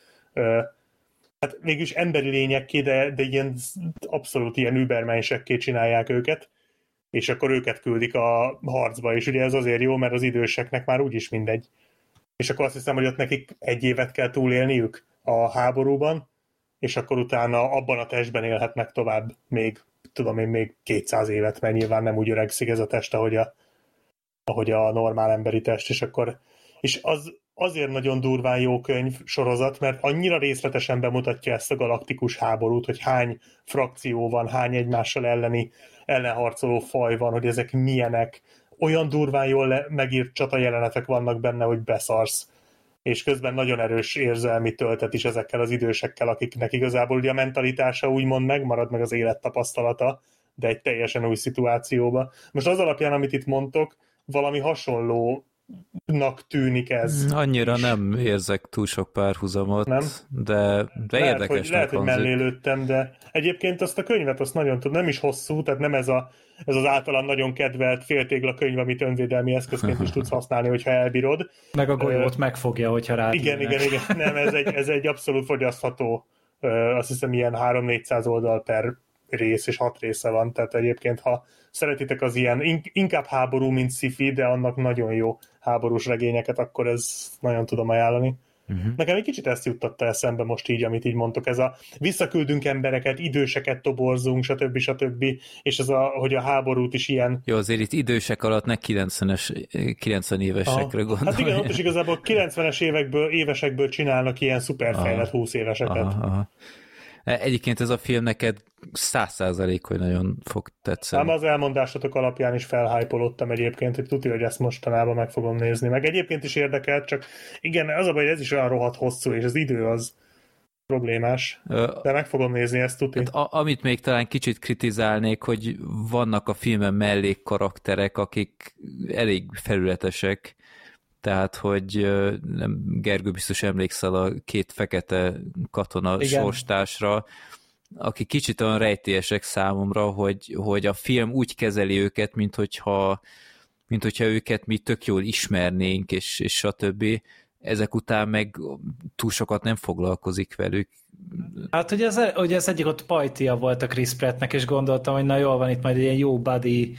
hát mégis emberi lényekké, de, de ilyen abszolút ilyen übermensekké csinálják őket, és akkor őket küldik a harcba, és ugye ez azért jó, mert az időseknek már úgyis mindegy. És akkor azt hiszem, hogy ott nekik egy évet kell túlélniük a háborúban, és akkor utána abban a testben élhetnek tovább még, tudom én, még kétszáz évet, mert nyilván nem úgy öregszik ez a test, ahogy a, ahogy a normál emberi test, és akkor és az azért nagyon durván jó könyv sorozat, mert annyira részletesen bemutatja ezt a galaktikus háborút, hogy hány frakció van, hány egymással elleni ellenharcoló faj van, hogy ezek milyenek. Olyan durván jól le- megírt csatajelenetek vannak benne, hogy beszarsz. És közben nagyon erős érzelmi töltet is ezekkel az idősekkel, akiknek igazából ugye a mentalitása úgymond megmarad, meg az élettapasztalata, de egy teljesen új szituációba. Most az alapján, amit itt mondtok, valami hasonló nak tűnik ez. Annyira is. Nem érzek túl sok párhuzamot, nem? de, de lehet, érdekesnek hogy, lehet, hogy mellé lőttem, de egyébként azt a könyvet azt nagyon tudom, nem is hosszú, tehát nem ez, a, ez az általán nagyon kedvelt féltégla könyv, amit önvédelmi eszközként is tudsz használni, hogyha elbírod. Meg a golyót uh, megfogja, hogyha rád Igen, igen, igen, nem, ez egy, ez egy abszolút fogyasztható, uh, azt hiszem ilyen három-négyszáz oldal per rész, és hat része van, tehát egyébként, ha szeretitek az ilyen, inkább háború, mint sci-fi, de annak nagyon jó háborús regényeket, akkor ez nagyon tudom ajánlani. Uh-huh. Nekem egy kicsit ezt juttatta eszembe most így, amit így mondtok, ez a visszaküldünk embereket, időseket toborzunk, stb. stb. És ez a, hogy a háborút is ilyen... Jó, azért itt idősek alatt ne kilencvenes, kilencven évesekre gondolj. Hát igen, ott is igazából kilencvenes évekből, évesekből csinálnak ilyen szuperfejlett húsz éveseket. Aha, aha. Egyébként ez a film neked száz százalék, hogy nagyon fog tetszeni. Ám az elmondásatok alapján is felhájpolódtam egyébként, hogy tudja, hogy ezt mostanában meg fogom nézni. Meg egyébként is érdekelt, csak igen, az a baj, hogy ez is olyan rohadt hosszú, és az idő az problémás. De meg fogom nézni ezt, tuti. Hát, a, amit még talán kicsit kritizálnék, hogy vannak a filmen mellékkarakterek, akik elég felületesek, tehát, hogy nem, Gergő biztos emlékszel a két fekete katona igen. sorstársra, akik kicsit olyan rejtélyesek számomra, hogy, hogy a film úgy kezeli őket, mint hogyha, mint hogyha őket mi tök jól ismernénk, és, és stb. Ezek után meg túl sokat nem foglalkozik velük. Hát ugye ez, ugye ez egyik ott pajtia volt a Chris Prattnek, és gondoltam, hogy na jól van, itt majd egy ilyen jó buddy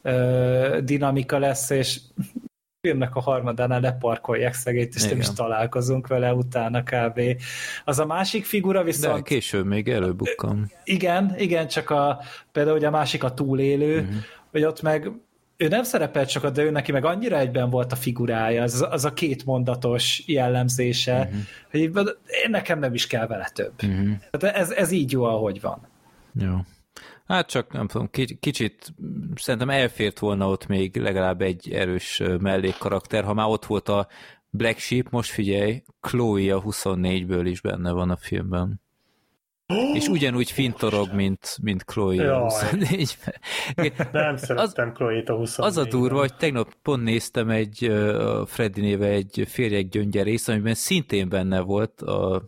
uh, dinamika lesz, és filmnek a harmadánál leparkolják szegélyt, és nem is találkozunk vele utána kb. Az a másik figura viszont... De később még előbukkan. Igen, igen, csak a, például ugye a másik a túlélő, uh-huh. hogy ott meg ő nem szerepelt sokat, de ő neki meg annyira egyben volt a figurája, az, az a két mondatos jellemzése, uh-huh. hogy én nekem nem is kell vele több. Uh-huh. Tehát ez, ez így jó, ahogy van. Jó. Hát csak nem tudom, kicsit szerintem elfért volna ott még legalább egy erős mellékkarakter, ha már ott volt a Black Sheep, most figyelj, Chloe a huszonnégyből is benne van a filmben. Oh, és ugyanúgy fintorog, mint, mint Chloe jaj. A huszonnégyben. Nem szerettem az, Chloe-t a huszonnégyben. Az a durva, hogy tegnap pont néztem egy a Freddy néve egy Férjek gyöngye rész, amiben szintén benne volt a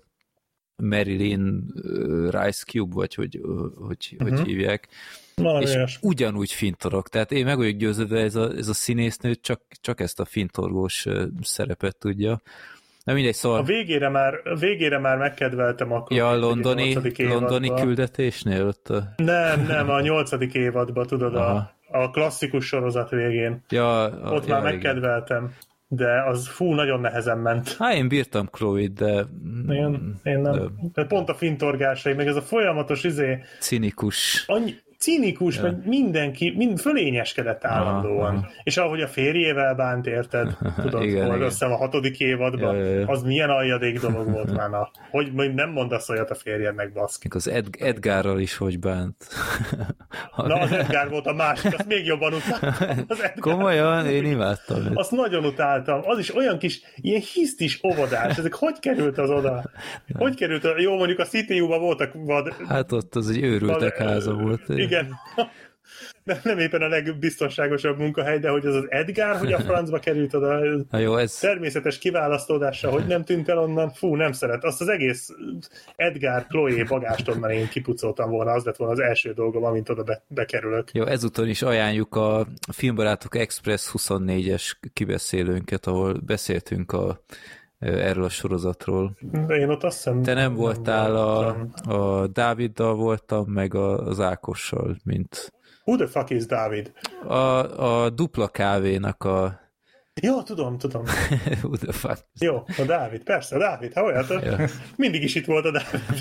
Marilyn Rice Cube, vagy hogy, hogy, uh-huh. hogy hívják. Valami és olyas. Ugyanúgy fintorog. Tehát én meg vagyok győződve, ez a, ez a színésznő csak, csak ezt a fintorgós szerepet tudja. Na mindegy, szóval... A végére már, a végére már megkedveltem a ja, a londoni, londoni küldetésnél ott a... Nem, nem, a nyolcadik évadban, tudod, a, a klasszikus sorozat végén. Ja, a, ott ja, már megkedveltem. De az fú, nagyon nehezen ment. Hát én bírtam Chloe-t, de... Én, én nem. De... Pont a fintorgásai, meg ez a folyamatos izé... Cinikus. Annyi, cinikus, ja. meg mindenki, mind fölényeskedett állandóan. Aha. És ahogy a férjével bánt, érted? Tudod, igen, igen. Azt hiszem a hatodik évadban, ja, ja, ja. az milyen aljadék dolog volt már. Na. Hogy nem mondasz olyat a férjednek, baszki. Az Ed- Edgarral is hogy bánt. Na, az Edgar volt a másik, azt még jobban utáltam. Komolyan? Én imádtam. Azt nagyon utáltam. Az is olyan kis, ilyen hisztis óvodás. Ezek hogy került az oda? Hogy került? Jó, mondjuk a cé té u-ban voltak vad... Hát ott az egy őrültek vad... háza volt. Igen. De nem éppen a legbiztonságosabb munkahely, de hogy az az Edgar, hogy a francba került oda. Na jó, ez... Természetes kiválasztódással, hogy nem tűnt el onnan. Fú, nem szeret. Azt az egész Edgar, Chloe bagást onnan én kipucoltam volna. Az lett volna az első dolgom, amint oda be- bekerülök. Jó, ezúton is ajánljuk a Filmbarátok Express huszonnégyes kibeszélőnket, ahol beszéltünk a erről a sorozatról. De én ott azt hiszem... Te nem voltál, nem a, a Dáviddal voltam, meg a, az Ákossal, mint... Who the fuck is Dávid? A, a dupla kávénak a... Jó, tudom, tudom. Who the fuck? Jó, a Dávid, persze, a Dávid, ha olyat, ja. Mindig is itt volt a Dávid.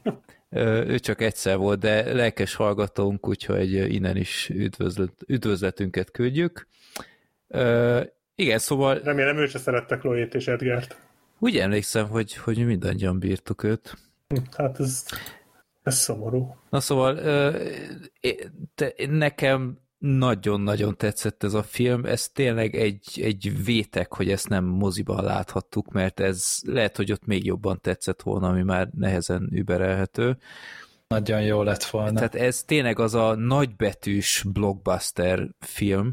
Ő csak egyszer volt, de lelkes hallgatónk, úgyhogy innen is üdvözlet, üdvözletünket küldjük. Igen, szóval... Remélem ő se szerette Chloe-t és Edgart. Úgy emlékszem, hogy, hogy mindannyian bírtuk őt. Hát ez, ez szomorú. Na szóval te, nekem nagyon-nagyon tetszett ez a film. Ez tényleg egy, egy vétek, hogy ezt nem moziban láthattuk, mert ez lehet, hogy ott még jobban tetszett volna, ami már nehezen überelhető. Nagyon jó lett volna. Tehát ez tényleg az a nagybetűs blockbuster film,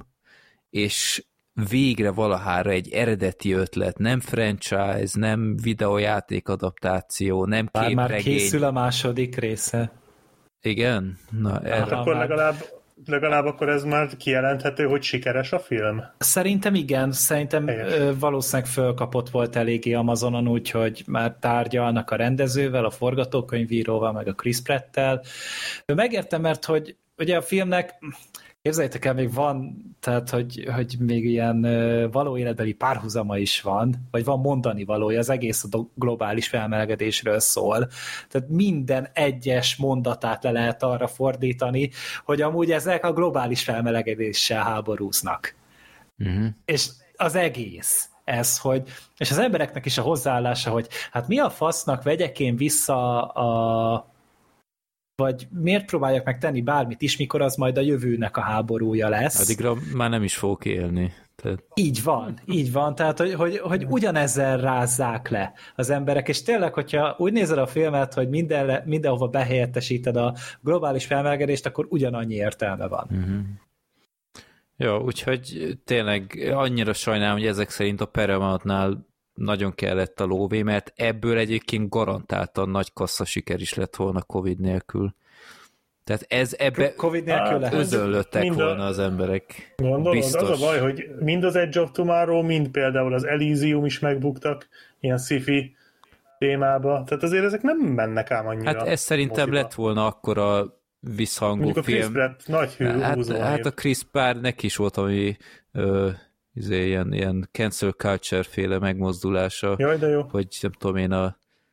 és végre valahára egy eredeti ötlet, nem franchise, nem videójáték adaptáció, nem képregény. Már, már készül a második része. Igen? Na, erre... Hát akkor legalább, legalább akkor ez már kijelenthető, hogy sikeres a film? Szerintem igen, szerintem ö, valószínűleg fölkapott volt eléggé Amazonon, úgyhogy már tárgyalnak a rendezővel, a forgatókönyvíróval, meg a Chris Pratt-tel. Megértem, mert hogy ugye a filmnek képzeljétek el, még van, tehát, hogy, hogy még ilyen való életbeli párhuzama is van, vagy van mondani valója, az egész a globális felmelegedésről szól. Tehát minden egyes mondatát le lehet arra fordítani, hogy amúgy ezek a globális felmelegedéssel háborúznak. Uh-huh. És az egész ez, hogy, és az embereknek is a hozzáállása, hogy hát mi a fasznak vegyek én vissza a vagy miért próbáljak meg tenni bármit is, mikor az majd a jövőnek a háborúja lesz. Addigra már nem is fogok élni. Tehát... Így van, így van, tehát hogy, hogy, hogy ugyanezzel rázzák le az emberek, és tényleg, hogyha úgy nézed a filmet, hogy minden, mindenhova behelyettesíted a globális felmelegedést, akkor ugyanannyi értelme van. Uh-huh. Jó, úgyhogy tényleg annyira sajnálom, hogy ezek szerint a Paramountnál nagyon kellett a lóvé, mert ebből egyébként garantáltan nagy kassza siker is lett volna Covid nélkül. Tehát ez ebbe Covid nélkül hát, özönlöttek volna az emberek. Gondolod, biztos. Az a baj, hogy mind az Edge of Tomorrow, mind például az Elysium is megbuktak ilyen sci-fi témába. Tehát azért ezek nem mennek ám annyira. Hát ez szerintem moziba. Lett volna akkor a visszhangú Mondjuk film. A Chris Pratt nagy hű hát, hát a Chris Pratt neki is volt, ami ö, izé, ilyen, ilyen cancel culture féle megmozdulása. Jaj, de jó. Hogy nem tudom én a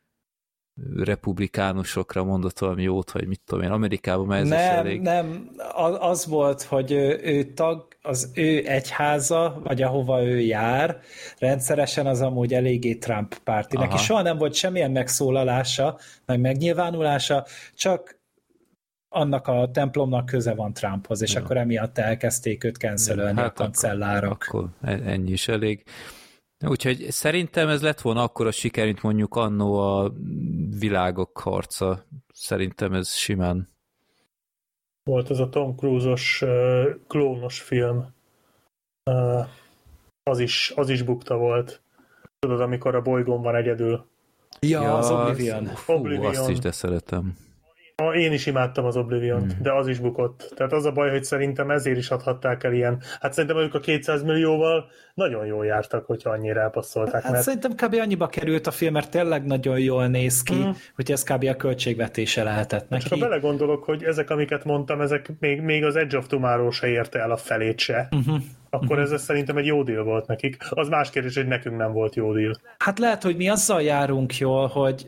republikánusokra mondott valami jót, vagy mit tudom én, Amerikában már ez nem, is elég. Nem, az volt, hogy ő, ő tag, az ő egyháza, vagy ahova ő jár, rendszeresen az amúgy eléggé Trump párti. Neki soha nem volt semmilyen megszólalása, meg megnyilvánulása, csak annak a templomnak köze van Trumphoz, és ja. akkor emiatt elkezdték őt cancelölni hát a kancellárok. Akkor, akkor ennyi is elég. Úgyhogy szerintem ez lett volna akkora siker, mint mondjuk annó a Világok harca. Szerintem ez simán. Volt ez a Tom Cruise-os uh, klónos film. Uh, az, is, az is bukta volt. Tudod, amikor a bolygón van egyedül. Ja, ja az Oblivion. Fú, Oblivion. Azt is de szeretem. Én is imádtam az Obliviont, hmm. de az is bukott. Tehát az a baj, hogy szerintem ezért is adhatták el ilyen. Hát szerintem ők a kétszáz millióval nagyon jól jártak, hogyha annyira elpasszolták. Hát mert... szerintem kb. Annyiba került a film, mert tényleg nagyon jól néz ki, hmm. hogy ez kb. A költségvetése lehetett neki. Csak ha belegondolok, hogy ezek, amiket mondtam, ezek még, még az Edge of Tomorrow se érte el a felét se, uh-huh. akkor uh-huh. ez szerintem egy jó deal volt nekik. Az más kérdés, hogy nekünk nem volt jó deal. Hát lehet, hogy mi azzal járunk jól, hogy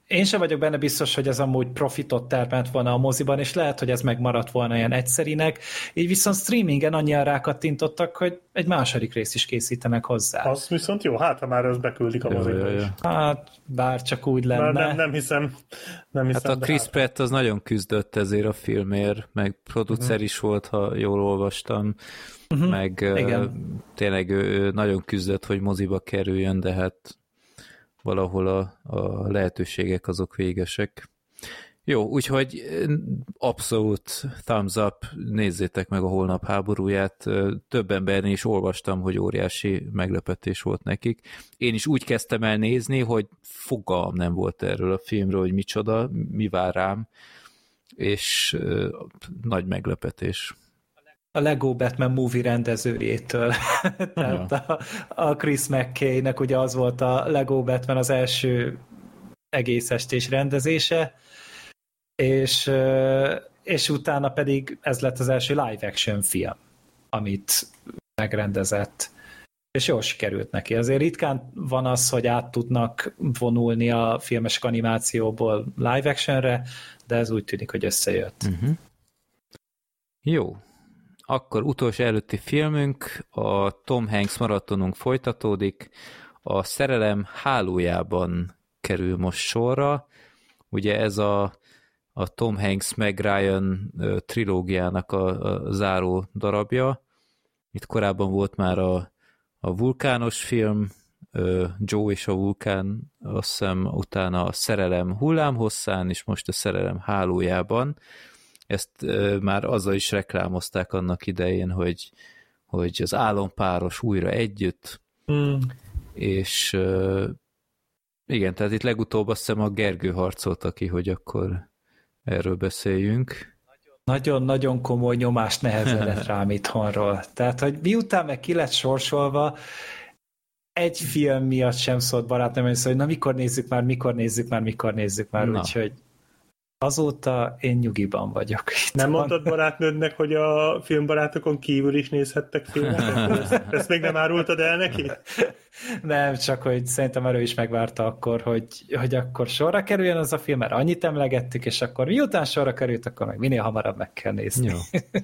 én sem vagyok benne biztos, hogy ez amúgy profitot termelt volna a moziban, és lehet, hogy ez megmaradt volna ilyen egyszerinek, így viszont streamingen annyian rákattintottak, hogy egy második részt is készítenek hozzá. Az viszont jó, hát ha már ezt beküldik a moziba is. Hát, bár csak úgy lenne. Nem, nem hiszem. Nem hiszem hát a Chris hát... Pratt az nagyon küzdött ezért a filmért, meg producer uh-huh. is volt, ha jól olvastam, uh-huh. meg uh, tényleg ő, ő nagyon küzdött, hogy moziba kerüljön, de hát valahol a, a lehetőségek azok végesek. Jó, úgyhogy abszolút thumbs up, nézzétek meg a Holnap háborúját. Több embernél is olvastam, hogy óriási meglepetés volt nekik. Én is úgy kezdtem el nézni, hogy fogalmam nem volt erről a filmről, hogy micsoda, mi vár rám, és uh, nagy meglepetés. A Lego Batman movie rendezőjétől. Tehát a, a Chris McKay-nek ugye az volt a Lego Batman az első egész estés rendezése, és, és utána pedig ez lett az első live action film, amit megrendezett. És jól sikerült neki. Azért ritkán van az, hogy át tudnak vonulni a filmes animációból live actionre, de ez úgy tűnik, hogy összejött. Uh-huh. Jó. Akkor utolsó előtti filmünk, a Tom Hanks maratonunk folytatódik, a Szerelem hálójában kerül most sorra. Ugye ez a, a Tom Hanks meg Ryan trilógiának a, a záró darabja. Itt korábban volt már a, a vulkános film, Joe és a vulkán, azt hiszem utána a Szerelem hullámhosszán, és most a Szerelem hálójában. Ezt uh, már azzal is reklámozták annak idején, hogy, hogy az álompáros újra együtt, mm. és uh, igen, tehát itt legutóbb azt hiszem a Gergő harcolta ki, hogy akkor erről beszéljünk. Nagyon-nagyon komoly nyomást nehezedett rám itthonról. Tehát, hogy miután meg ki lett sorsolva, egy film miatt sem szólt barátnőm, hogy na mikor nézzük már, mikor nézzük már, mikor nézzük már, úgyhogy azóta én nyugiban vagyok. Nem mondtad barátnődnek, hogy a filmbarátokon kívül is nézhettek filmeket? Ezt, ezt még nem árultad el neki? Nem, csak hogy szerintem erő is megvárta akkor, hogy, hogy akkor sorra kerüljön az a film, mert annyit emlegettük, és akkor miután sorra került, akkor meg minél hamarabb meg kell nézni. Jó.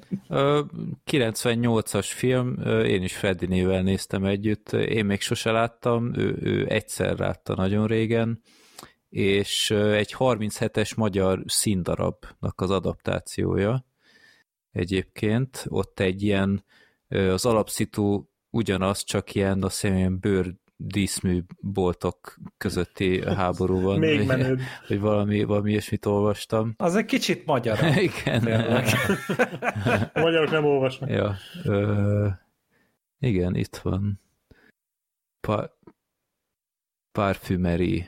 kilencvennyolcas film, én is Freddinével néztem együtt, én még sose láttam, ő, ő egyszer látta nagyon régen, és egy harminchetes magyar színdarabnak az adaptációja egyébként. Ott egy ilyen, az alapszitu ugyanaz, csak ilyen, azt hiszem, ilyen bőrdíszmű boltok közötti háború van. Még menőbb. Hogy valami, valami ilyesmit olvastam. Az egy kicsit magyar. Igen. A magyarok nem olvasnak. Ja. Ö, igen, itt van. Pa, parfümerie.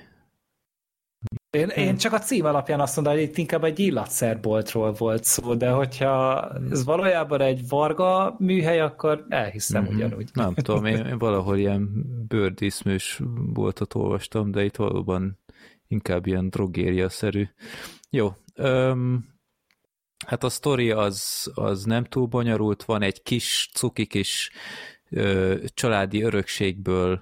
Én, én csak a cím alapján azt mondom, hogy itt inkább egy illatszerboltról volt szó, de hogyha ez valójában egy varga műhely, akkor elhiszem mm-hmm. ugyanúgy. Nem tudom, én, én valahol ilyen bőrdíszműs boltot olvastam, de itt valóban inkább ilyen drogéria-szerű. Jó, öm, hát a sztori az, az nem túl bonyolult, van egy kis, cuki kis ö, családi örökségből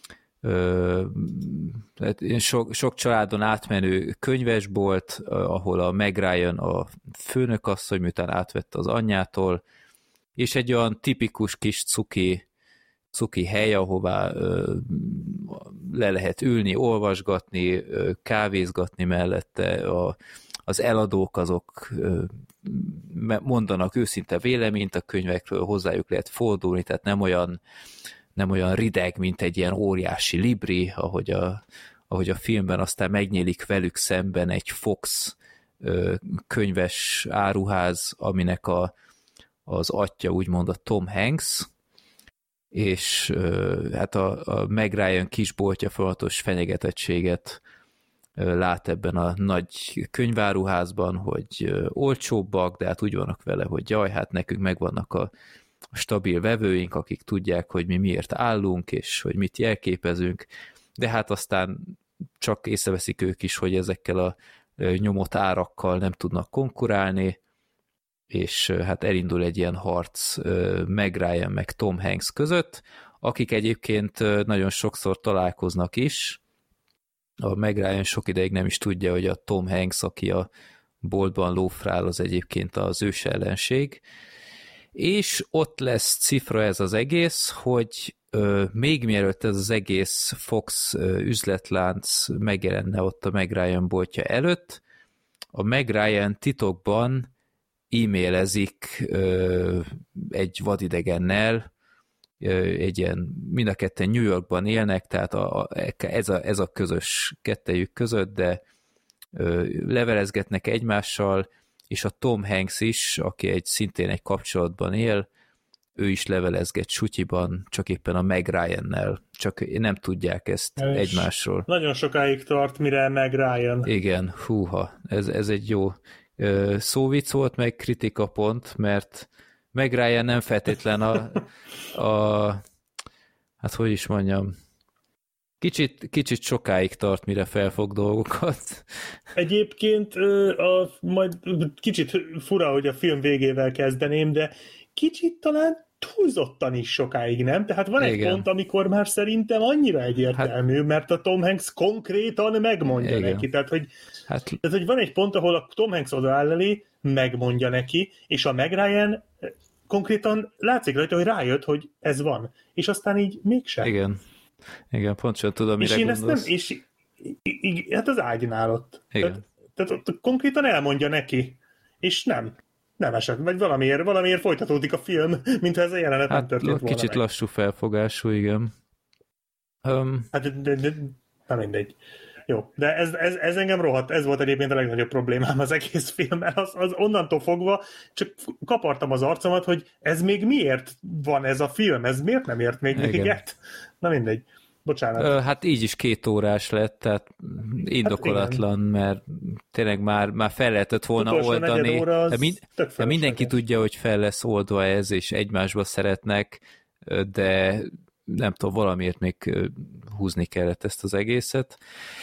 sok, sok családon átmenő könyvesbolt, ahol a Meg Ryan a főnökasszony, miután átvette az anyjától, és egy olyan tipikus kis cuki, cuki hely, ahová ö, le lehet ülni, olvasgatni, ö, kávézgatni mellette. A, az eladók azok ö, mondanak őszinte véleményt a könyvekről, hozzájuk lehet fordulni, tehát nem olyan nem olyan rideg, mint egy ilyen óriási libri, ahogy a, ahogy a filmben aztán megnyílik velük szemben egy Fox ö, könyves áruház, aminek a, az atya úgymond a Tom Hanks, és ö, hát a, a Meg Ryan kisboltja folyamatos fenyegetettséget ö, lát ebben a nagy könyváruházban, hogy ö, olcsóbbak, de hát úgy vannak vele, hogy jaj, hát nekünk megvannak a stabil vevőink, akik tudják, hogy mi miért állunk, és hogy mit jelképezünk, de hát aztán csak észreveszik ők is, hogy ezekkel a nyomott árakkal nem tudnak konkurálni, és hát elindul egy ilyen harc Meg Ryan meg Tom Hanks között, akik egyébként nagyon sokszor találkoznak is a Meg Ryan sok ideig nem is tudja, hogy a Tom Hanks, aki a boltban lófrál, az egyébként az ős ellenség. És ott lesz cifra ez az egész, hogy ö, még mielőtt ez az egész Fox ö, üzletlánc megjelenne ott a Meg Ryan boltja előtt, a Meg Ryan titokban e-mailezik ö, egy vadidegennel, ö, egy ilyen, mind a ketten New Yorkban élnek, tehát a, a, ez, a, ez a közös kettejük között, de ö, levelezgetnek egymással, és a Tom Hanks is, aki egy szintén egy kapcsolatban él, ő is levelezget sutyiban, csak éppen a Meg Ryannel, csak nem tudják ezt és egymásról. Nagyon sokáig tart, mire Meg Ryan. Igen, húha, ez, ez egy jó szóvic volt, meg kritika pont, mert Meg Ryan nem feltétlen a, a hát hogy is mondjam, Kicsit, kicsit sokáig tart, mire felfog dolgokat. Egyébként a, majd kicsit fura, hogy a film végével kezdeném, de kicsit talán túlzottan is sokáig, nem? Tehát van egy Igen. pont, amikor már szerintem annyira egyértelmű, hát, mert a Tom Hanks konkrétan megmondja Igen. neki. Tehát hogy, hát, tehát, hogy van egy pont, ahol a Tom Hanks odaáll elé, megmondja neki, és a Meg Ryan konkrétan látszik rajta, hogy rájött, hogy ez van. És aztán így mégsem. Igen. Igen, pontosan tudom, mire és én gondolsz. Ezt nem, és í- í- hát az ágynál ott. Igen. Tehát, tehát ott konkrétan elmondja neki, és nem. Nem esett, vagy valamiért, valamiért folytatódik a film, mintha ez a jelenet hát, nem történt volna kicsit meg. lassú felfogású, igen. Um, hát, de, de, nem mindegy. Jó, de ez, ez, ez engem rohadt, ez volt egyébként a legnagyobb problémám az egész filmmel, az, az onnantól fogva csak kapartam az arcomat, hogy ez még miért van ez a film, ez miért nem ért még véget? Na mindegy. Bocsánat. Hát így is két órás lett, tehát indokolatlan, hát mert tényleg már, már fel lehetett volna oldani. De, mind, de mindenki tudja, hogy fel lesz oldva ez, és egymásba szeretnek, de nem tudom, valamiért még húzni kellett ezt az egészet.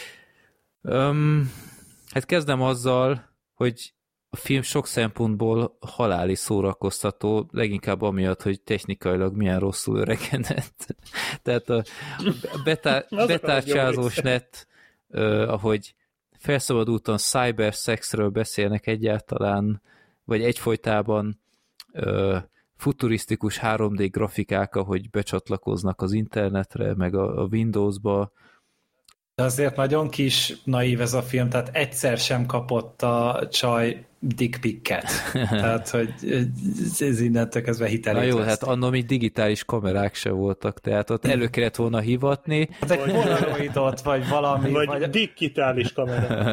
Um, hát kezdem azzal, hogy a film sok szempontból haláli szórakoztató, leginkább amiatt, hogy technikailag milyen rosszul öregedett. Tehát a betá- betárcsázós net, uh, ahogy felszabadultan cybersexről beszélnek egyáltalán, vagy egyfolytában uh, futurisztikus három dé grafikák, ahogy becsatlakoznak az internetre, meg a, a Windowsba. De azért nagyon kis naív ez a film, tehát egyszer sem kapott a csaj dick pic-et. Tehát, hogy ez innentől kezdve hitelét. Na jó, veszt. hát annak még digitális kamerák se voltak, tehát ott elő kellett volna hivatni. Hát egy polaroidot, vagy valami. Vagy, vagy... digitális kamera.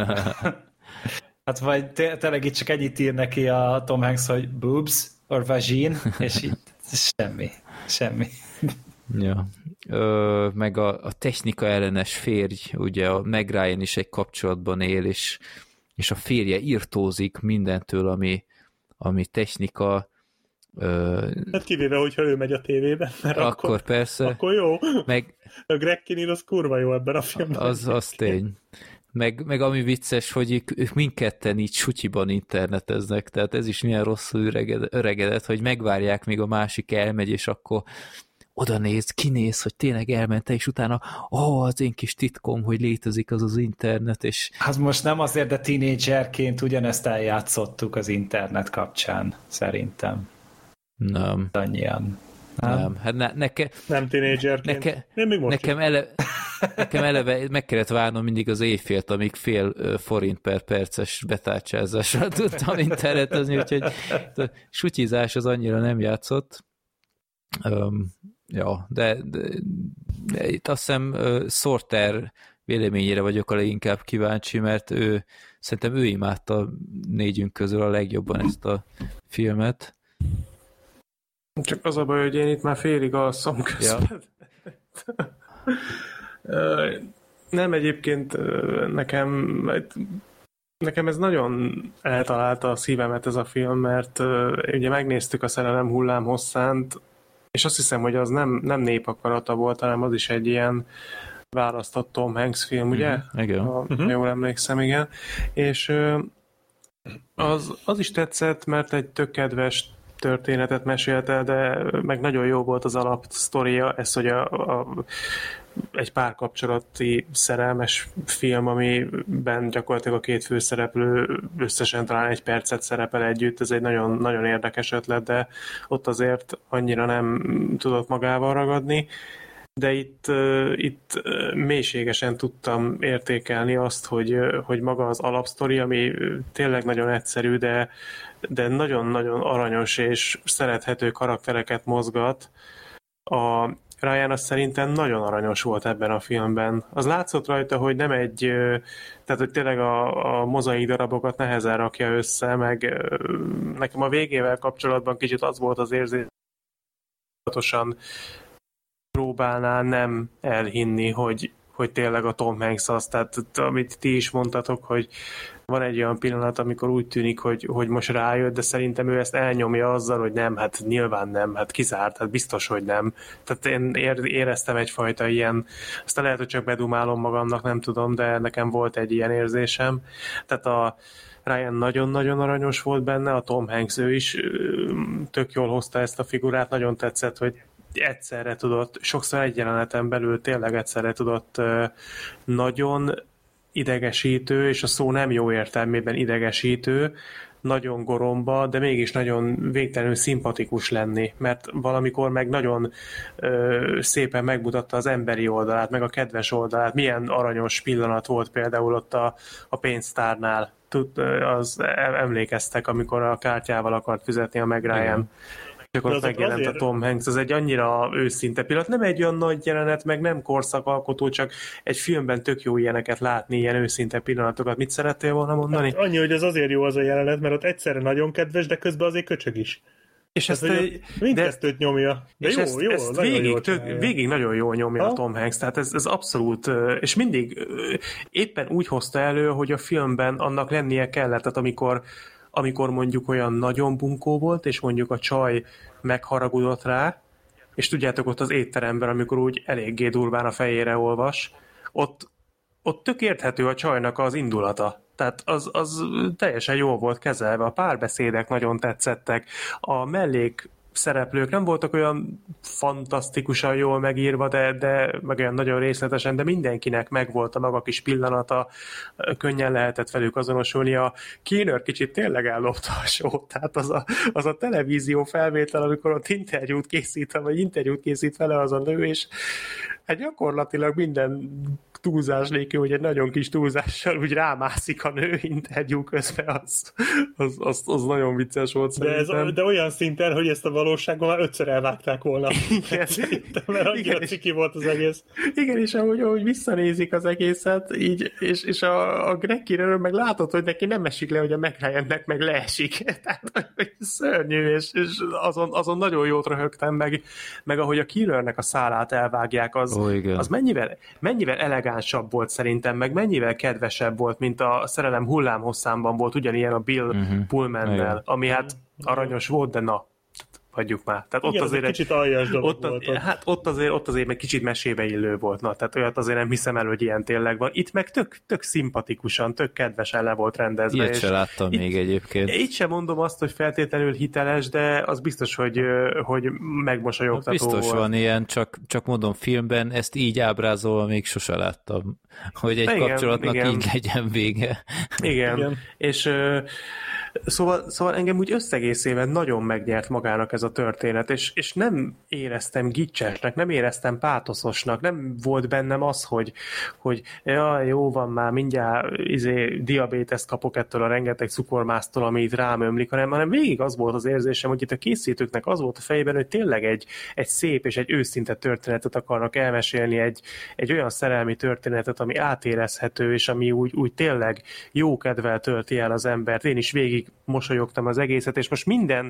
Hát vagy tényleg itt csak ennyit ír neki a Tom Hanks, hogy boobs or vagin, és így semmi. Semmi. Ja. Ö, meg a, a technika ellenes férj, ugye a Meg Ryan is egy kapcsolatban él, és, és a férje irtózik mindentől, ami, ami technika. Ö, hát kivéve, hogyha ő megy a tévében, mert akkor, akkor, persze, akkor jó. Meg, a Greg Kinnear az kurva jó ebben a filmben. Az, az tény. Meg, meg ami vicces, hogy ők, ők mindketten így sutyiban interneteznek, tehát ez is milyen rosszul öregedett, öregedett, hogy megvárják, míg a másik elmegy, és akkor oda néz, kinéz, hogy tényleg elmente, és utána, ó, oh, az én kis titkom, hogy létezik az az internet, és... Hát most nem azért, de tínédzserként ugyanezt eljátszottuk az internet kapcsán, szerintem. Nem. Annyian. Nem, nem. Hát ne, neke, nem tínédzserként. Neke, Én még most nekem, ele, nekem eleve meg kellett várnom mindig az éjfélt, amíg fél forint per perces betárcsázással tudtam internetezni, úgyhogy a sutyizás az annyira nem játszott. Um, ja, de, de, de itt azt hiszem uh, Sorter véleményére vagyok a leginkább kíváncsi, mert ő, szerintem ő imádta négyünk közül a legjobban ezt a filmet. Csak az a baj, hogy én itt már félig alszom közben. Ja. Nem, egyébként nekem nekem ez nagyon eltalálta a szívemet ez a film, mert ugye megnéztük a Szerelem hullám hosszánt, és azt hiszem, hogy az nem, nem népakarata volt, hanem az is egy ilyen választott Tom Hanks film, ugye? Uh-huh. Igen. Ha uh-huh. jól emlékszem, igen. És az, az is tetszett, mert egy tök kedves történetet mesélte, de meg nagyon jó volt az alapsztoria, ez, hogy a, a, egy párkapcsolati szerelmes film, amiben gyakorlatilag a két főszereplő összesen talán egy percet szerepel együtt, ez egy nagyon, nagyon érdekes ötlet, de ott azért annyira nem tudott magával ragadni, de itt, itt mélységesen tudtam értékelni azt, hogy, hogy maga az alapsztori, ami tényleg nagyon egyszerű, de, de nagyon-nagyon aranyos és szerethető karaktereket mozgat. A Ryan az szerintem nagyon aranyos volt ebben a filmben. Az látszott rajta, hogy nem egy, tehát hogy tényleg a, a mozaik darabokat nehezen rakja össze, meg nekem a végével kapcsolatban kicsit az volt az érzés, próbálná nem elhinni, hogy, hogy tényleg a Tom Hanks az, tehát amit ti is mondtatok, hogy van egy olyan pillanat, amikor úgy tűnik, hogy, hogy most rájött, de szerintem ő ezt elnyomja azzal, hogy nem, hát nyilván nem, hát kizárt, hát biztos, hogy nem. Tehát én éreztem egyfajta ilyen, aztán lehet, hogy csak bedumálom magamnak, nem tudom, de nekem volt egy ilyen érzésem. Tehát a Ryan nagyon-nagyon aranyos volt benne, a Tom Hanks ő is tök jól hozta ezt a figurát, nagyon tetszett, hogy egyszerre tudott, sokszor egy jeleneten belül tényleg egyszerre tudott nagyon idegesítő, és a szó nem jó értelmében idegesítő, nagyon goromba, de mégis nagyon végtelenül szimpatikus lenni, mert valamikor meg nagyon ö, szépen megmutatta az emberi oldalát, meg a kedves oldalát. Milyen aranyos pillanat volt például ott a, a pénztárnál. Tud, az emlékeztek, amikor a kártyával akart fizetni a Meg Ryan. És akkor megjelent azért... a Tom Hanks, ez egy annyira őszinte pillanat, nem egy olyan nagy jelenet, meg nem korszakalkotó, csak egy filmben tök jó ilyeneket látni, ilyen őszinte pillanatokat. Mit szerettél volna mondani? Hát annyi, hogy ez azért jó az a jelenet, mert ott egyszerre nagyon kedves, de közben azért köcsög is. És ezt, ezt egy, mindkettőt nyomja. De jó, ezt, jó, ezt nagyon végig, jól tök, végig nagyon jól nyomja ha? a Tom Hanks, tehát ez, ez abszolút, és mindig éppen úgy hozta elő, hogy a filmben annak lennie kellett, tehát amikor amikor mondjuk olyan nagyon bunkó volt, és mondjuk a csaj megharagudott rá, és tudjátok ott az étteremben, amikor úgy eléggé durván a fejére olvas, ott, ott tök érthető a csajnak az indulata. Tehát az, az teljesen jól volt kezelve, a párbeszédek nagyon tetszettek, a mellék szereplők nem voltak olyan fantasztikusan jól megírva, de, de meg olyan nagyon részletesen, de mindenkinek megvolt a maga kis pillanata, könnyen lehetett velük azonosulni. A Keener kicsit tényleg ellopta a sót, tehát az a, az a televízió felvétel, amikor ott interjút készít, vagy interjút készít vele az a nő, és hát gyakorlatilag minden túlzás nélkül, hogy egy nagyon kis túlzással úgy rámászik a nő interjú közben, az, az, az, az nagyon vicces volt de, ez, de olyan szinten, hogy ezt a valóságban már ötször elvágták volna. Igen. Szerintem, mert annyira ciki volt az egész. Igen, és ahogy, ahogy visszanézik az egészet, így, és, és a, a Greg Kinneről meg látod, hogy neki nem esik le, hogy a Meg Ryannek meg leesik. Tehát szörnyű, és, és azon, azon nagyon jót röhögtem, meg, meg ahogy a Kinnernek a szálát elvágják, az, oh, az mennyivel, mennyivel elegánsabb volt szerintem, meg mennyivel kedvesebb volt, mint a Szerelem hullámhosszámban volt ugyanilyen a Bill uh-huh. Pullmannel, ami hát aranyos volt, de na, hagyjuk már. Tehát igen, ott azért egy kicsit aljas dolog ott, volt. Ott. Hát ott azért, ott azért meg kicsit mesébe illő volt. Na, tehát olyat azért nem hiszem el, hogy ilyen tényleg van. Itt meg tök, tök szimpatikusan, tök kedvesen le volt rendezve. Ilyet se láttam itt, még egyébként. Itt sem mondom azt, hogy feltétlenül hiteles, de az biztos, hogy, hogy megmosolyogtató biztos volt. Biztos van ilyen, csak, csak mondom, filmben ezt így ábrázolva még sose láttam, hogy egy igen, kapcsolatnak igen. így legyen vége. Igen, igen. És Szóval, szóval engem úgy összegészében nagyon megnyert magának ez a történet, és, és nem éreztem gicsesnek, nem éreztem pátoszosnak, nem volt bennem az, hogy, hogy ja, jó van már, mindjárt izé, diabéteszt kapok ettől a rengeteg cukormásztól, ami itt rám ömlik, hanem, hanem végig az volt az érzésem, hogy itt a készítőknek az volt a fejében, hogy tényleg egy, egy szép és egy őszinte történetet akarnak elmesélni, egy, egy olyan szerelmi történetet, ami átérezhető, és ami úgy, úgy tényleg jó kedvel tölti el az embert. Én is végig mosolyogtam az egészet, és most minden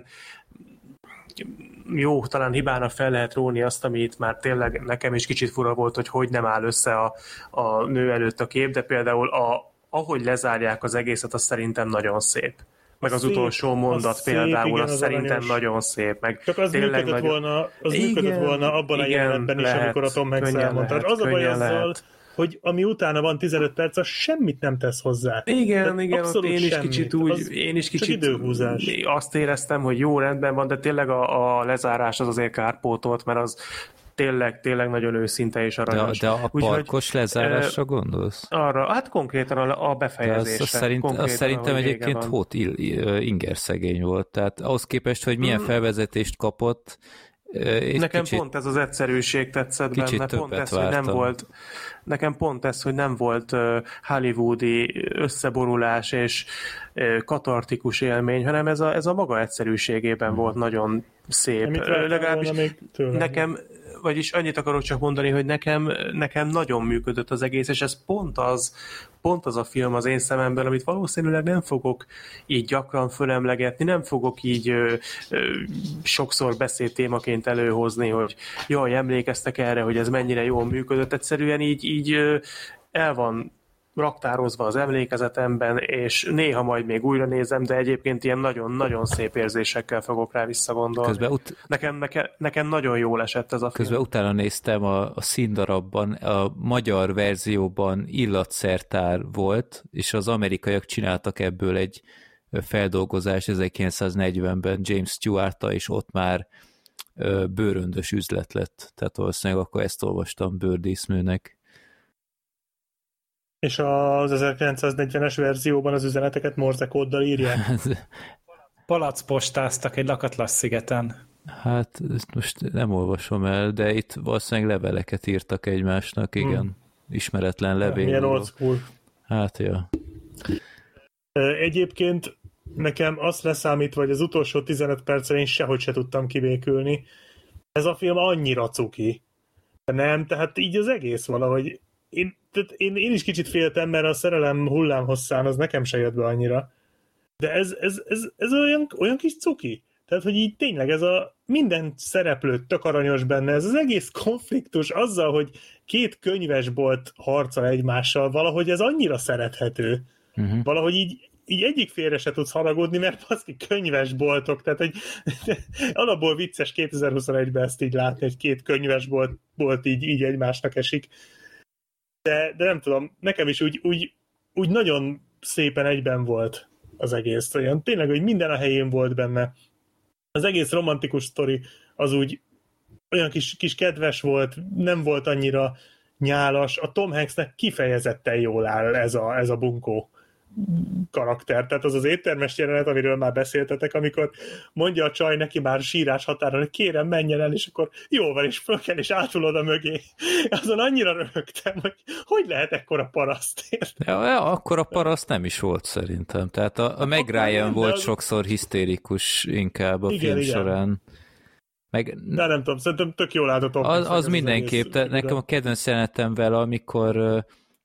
jó, talán hibának fel lehet róni azt, amit már tényleg nekem is kicsit fura volt, hogy hogy nem áll össze a, a nő előtt a kép, de például a, ahogy lezárják az egészet, az szerintem nagyon szép. Meg az szép, utolsó mondat az például, szép, igen, az, az szerintem aranyos. Nagyon szép. Meg csak az működött, nagyon... volna, az igen, működött volna abban igen, a jelenetben is, lehet, amikor a Tom Hanks elmondta. Az a baj azzal, hogy ami utána van tizenöt perc, az semmit nem tesz hozzá. Igen, Tehát igen, ott én is semmit. kicsit úgy, az én is kicsit időhúzás. Azt éreztem, hogy jó, rendben van, de tényleg a, a lezárás az azért kárpótolt, mert az tényleg, tényleg nagyon őszinte és aranyos. De, de a parkos úgy, lezárásra gondolsz? Arra, hát konkrétan a, a befejezésre. Az, az, szerint, az szerintem egyébként hót ingerszegény volt. Tehát ahhoz képest, hogy milyen felvezetést kapott, nekem kicsit, pont ez az egyszerűség tetszett benne, pont ez, hogy nem volt, nekem pont ez, hogy nem volt hollywoodi összeborulás és katartikus élmény, hanem ez a, ez a maga egyszerűségében hmm. volt nagyon szép. Legalábbis nekem, vagyis annyit akarok csak mondani, hogy nekem, nekem nagyon működött az egész, és ez pont az, pont az a film az én szememben, amit valószínűleg nem fogok így gyakran fölemlegetni, nem fogok így ö, ö, sokszor beszédtémaként előhozni, hogy jaj, emlékeztek erre, hogy ez mennyire jól működött, egyszerűen így, így ö, el van raktározva az emlékezetemben, és néha majd még újra nézem, de egyébként ilyen nagyon-nagyon szép érzésekkel fogok rá visszagondolni. Ut- nekem, nekem, nekem nagyon jól esett ez a film. Közben utána néztem, a, a színdarabban, a magyar verzióban illatszertár volt, és az amerikaiak csináltak ebből egy feldolgozás ezerkilencszáznegyvenben James Stewart-tal, és ott már bőröndös üzlet lett. Tehát valószínűleg akkor ezt olvastam bőrdíszműnek. És az ezerkilencszáznegyvenes verzióban az üzeneteket morzekóddal írják? Palackpostáztak egy lakatlan szigeten. Hát ezt most nem olvasom el, de itt valószínűleg leveleket írtak egymásnak, igen. Hmm. Ismeretlen levél. Milyen old school. Hát, ja. Egyébként nekem azt leszámítva, hogy az utolsó tizenöt percre én sehogy se tudtam kibékülni. Ez a film annyira cuki. De nem, tehát így az egész valahogy... Én, tehát én, én is kicsit féltem, mert a szerelem hullámhosszán az nekem se jött be annyira. De ez, ez, ez, ez olyan, olyan kis cuki. Tehát, hogy így tényleg ez a minden szereplő tök aranyos benne, ez az egész konfliktus azzal, hogy két könyvesbolt harcol egymással, valahogy ez annyira szerethető. Uh-huh. Valahogy így, így egyik félre se tudsz haragudni, mert baszki könyvesboltok, tehát hogy alapból vicces kétezer-huszonegyben ezt így látni, hogy két könyvesbolt bolt így, így egymásnak esik. De, de nem tudom, nekem is úgy, úgy, úgy nagyon szépen egyben volt az egész. Olyan, tényleg, hogy minden a helyén volt benne. Az egész romantikus sztori az úgy olyan kis, kis kedves volt, nem volt annyira nyálas. A Tom Hanksnek kifejezetten jól áll ez a, ez a bunkó karakter. Tehát az az éttermes jelenet, amiről már beszéltetek, amikor mondja a csaj neki már sírás határon, hogy kérem, menjen el, és akkor jó van, és föl kell, és átul oda mögé. Azon annyira röhögtem, hogy hogy lehet ekkora paraszt? Ja, ja, akkor a paraszt nem is volt szerintem. Tehát a, a Meg Ryan volt az... sokszor hisztérikus inkább a igen, film igen. során. Meg... De nem tudom, szerintem tök jól állt a Tom Az, az mindenképp. Az nekem a kedvenc jelenetem vele, amikor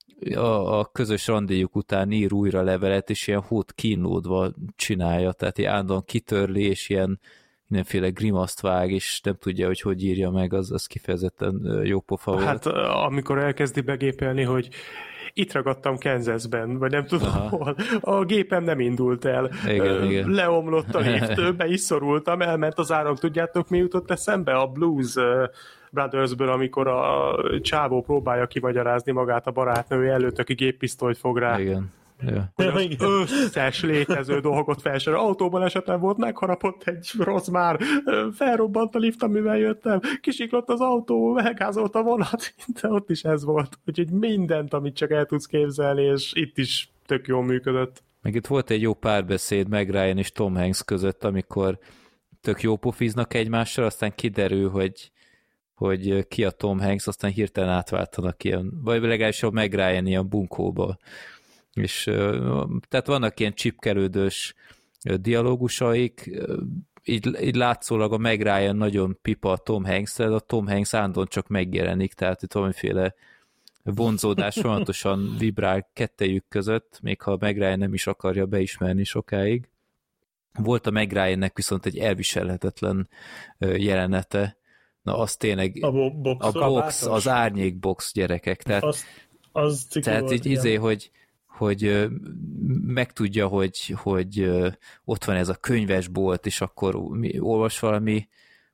A, a közös randijuk után ír újra levelet, és ilyen hót kínlódva csinálja, tehát ilyen állandóan kitörli, és ilyen mindenféle grimaszt vág, és nem tudja, hogy hogy írja meg, az, az kifejezetten jó pofa volt. Hát amikor elkezdi begépelni, hogy itt ragadtam Kansasben, vagy nem tudom Aha. hol, a gépem nem indult el, igen, igen. leomlott a lift, be is szorultam, elment az áram, tudjátok mi jutott eszembe? A Blues Brothersből, amikor a csávó próbálja kimagyarázni magát a barátnője előtt, aki géppisztolyt fog rá. Igen. Ja. Az összes létező dolgot felsorol. Autóban esetlen volt, megharapott egy rossz már, felrobbant a lift, amivel jöttem, kisiklott az autó, megházolt a vonat, de ott is ez volt. Úgyhogy mindent, amit csak el tudsz képzelni, és itt is tök jól működött. Meg itt volt egy jó párbeszéd Meg Ryan és Tom Hanks között, amikor tök jó pofiznak egymással, aztán kiderül, hogy hogy ki a Tom Hanks, aztán hirtelen átváltanak ilyen, vagy legalábbis a Meg Ryan ilyen bunkóba. És tehát vannak ilyen csipkelődős dialógusaik, így, így látszólag a Meg Ryan nagyon pipa a Tom Hanks-tel, a Tom Hanks állandóan csak megjelenik, tehát itt valamiféle vonzódás folyamatosan vibrál kettejük között, még ha a Meg Ryan nem is akarja beismerni sokáig. Volt a Meg Ryannek viszont egy elviselhetetlen jelenete, na az tényleg a, box, a box, az árnyék box gyerekek. Tehát, az, az tehát így izé, hogy, hogy megtudja, hogy, hogy ott van ez a könyvesbolt, és akkor mi, olvas valami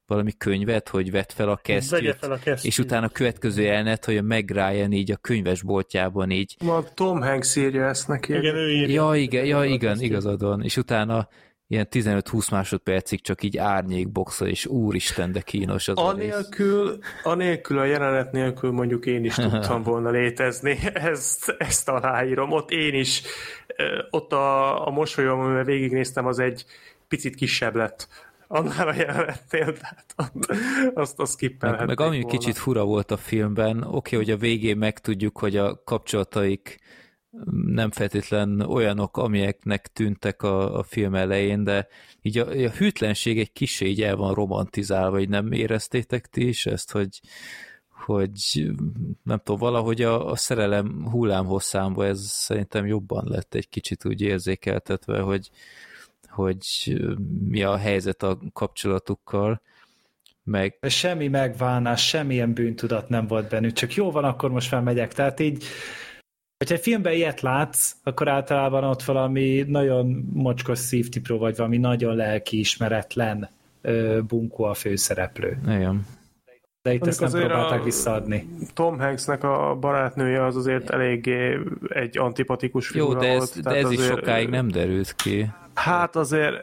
valami könyvet, hogy vett fel a kesztyűt, fel a kesztyűt. és utána a következő elnet, hogy a Meg Ryan így a könyvesboltjában így. Ma Tom Hanks írja ezt neki. Igen, ő írja. Ja, igen, ja, igen, igazad van. És utána ilyen tizenöt-húsz másodpercig csak így árnyékboxol, és úristen, de kínos az anélkül, anélkül a jelenet nélkül mondjuk én is tudtam volna létezni. Ezt, ezt aláírom. Ott én is, ott a, a mosolyom, amivel végignéztem, az egy picit kisebb lett annál a jelenetnél, tehát azt, azt skippelhették Meg, meg ami volna. kicsit fura volt a filmben, oké, okay, hogy a végén megtudjuk, hogy a kapcsolataik nem feltétlen olyanok, amilyeneknek tűntek a, a film elején, de így a, a hűtlenség egy kicsi így el van romantizálva, így nem éreztétek ti is ezt, hogy, hogy nem tudom, valahogy a, a szerelem hullámhosszámba ez szerintem jobban lett egy kicsit úgy érzékeltetve, hogy, hogy mi a helyzet a kapcsolatukkal, meg... Semmi megválás, semmilyen bűntudat nem volt bennük, csak jó van, akkor most már megyek. Tehát így, hogyha egy filmben ilyet látsz, akkor általában ott valami nagyon mocskos szívtipró, vagy valami nagyon lelkiismeretlen ö, bunkó a főszereplő. Igen. De itt ezt nem próbálták visszaadni. Tom Hanksnek a barátnője az azért eléggé egy antipatikus figura volt. Jó, de ez, volt, de ez is azért, sokáig nem derült ki. Hát azért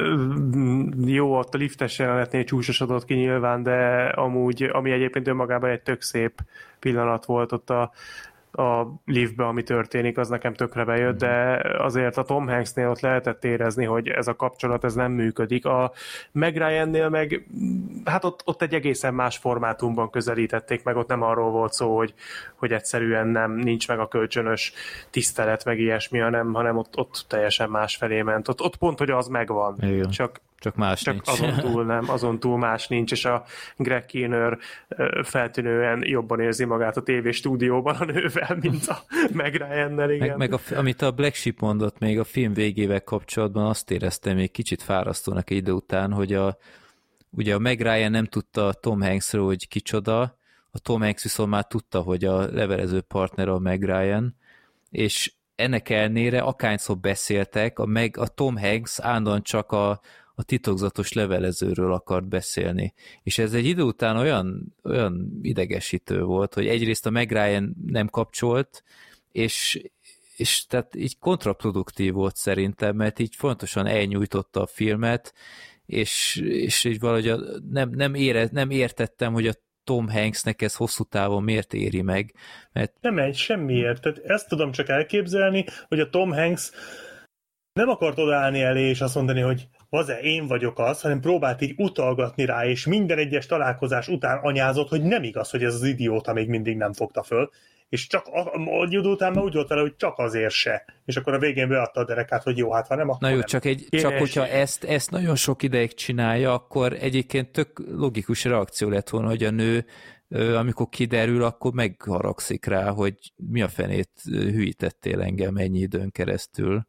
jó, ott a liftes jelenetnél csúcsosodott ki nyilván, de amúgy, ami egyébként önmagában egy tök szép pillanat volt ott a a liftbe, ami történik, az nekem tökre bejött, de azért a Tom Hanksnél ott lehetett érezni, hogy ez a kapcsolat ez nem működik. A Meg Ryannél meg, hát ott, ott egy egészen más formátumban közelítették meg, ott nem arról volt szó, hogy, hogy egyszerűen nem, nincs meg a kölcsönös tisztelet, meg ilyesmi, hanem, hanem ott, ott teljesen más felé ment. Ott, ott pont, hogy az megvan. Igen. Csak Csak más Csak nincs. azon túl nem, azon túl más nincs, és a Greg Kinnear feltűnően jobban érzi magát a tévéstúdióban a nővel, mint a Meg Ryannel, igen. Meg, meg a, amit a Black Sheep mondott még a film végével kapcsolatban, azt éreztem még kicsit fárasztónak egy idő után, hogy a, ugye a Meg Ryan nem tudta a Tom Hanksről, hogy kicsoda, a Tom Hanks viszont már tudta, hogy a levelező partner a Meg Ryan, és ennek ellenére akárszor beszéltek, a, meg, a Tom Hanks állandóan csak a a titokzatos levelezőről akart beszélni. És ez egy idő után olyan, olyan idegesítő volt, hogy egyrészt a Meg Ryan nem kapcsolt, és, és tehát így kontraproduktív volt szerintem, mert így fontosan elnyújtotta a filmet, és, és így valahogy a, nem, nem, ére, nem értettem, hogy a Tom Hanksnek ez hosszú távon miért éri meg. Mert... Nem egy semmiért. Tehát ezt tudom csak elképzelni, hogy a Tom Hanks nem akart odaállni elé és azt mondani, hogy vaze, én vagyok az, hanem próbált így utalgatni rá, és minden egyes találkozás után anyázott, hogy nem igaz, hogy ez az idióta még mindig nem fogta föl, és csak a, a idő után már úgy volt vele, hogy csak azért se. És akkor a végén beadta a derekát, hogy jó, hát ha nem, akkor Na jó, nem. csak, egy, csak hogyha ezt, ezt nagyon sok ideig csinálja, akkor egyébként tök logikus reakció lett volna, hogy a nő, amikor kiderül, akkor megharagszik rá, hogy mi a fenét hülyítettél engem ennyi időn keresztül.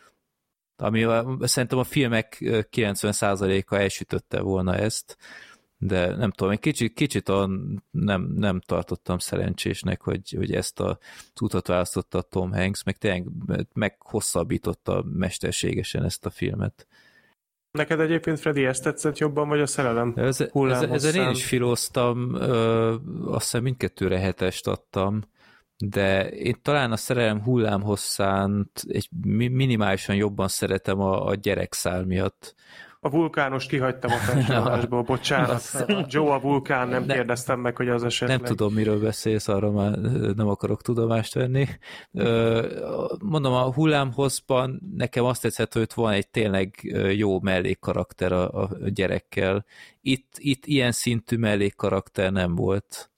Ami a, szerintem a filmek kilencven százaléka elsütötte volna ezt, de nem tudom, egy kicsit, kicsit a, nem, nem tartottam szerencsésnek, hogy, hogy ezt a utat választotta a Tom Hanks, meg tényleg meghosszabbította mesterségesen ezt ezt a filmet. Neked egyébként, Freddy, ezt tetszett jobban, vagy a szerelem ez, ez, Ezen én is filóztam, ö, azt hiszem mindkettőre hetest adtam, de én talán a szerelem hullámhosszánt egy minimálisan jobban szeretem a, a gyerekszál miatt. A vulkánost kihagytam a felsorolásból, bocsánat. Joe a vulkán, nem, nem kérdeztem meg, hogy az esetleg... Nem tudom, miről beszélsz, arra már nem akarok tudomást venni. Mondom, a hullámhosszban nekem azt tetszett, hogy ott van egy tényleg jó mellékkarakter a, a gyerekkel. Itt, itt ilyen szintű mellékkarakter nem volt.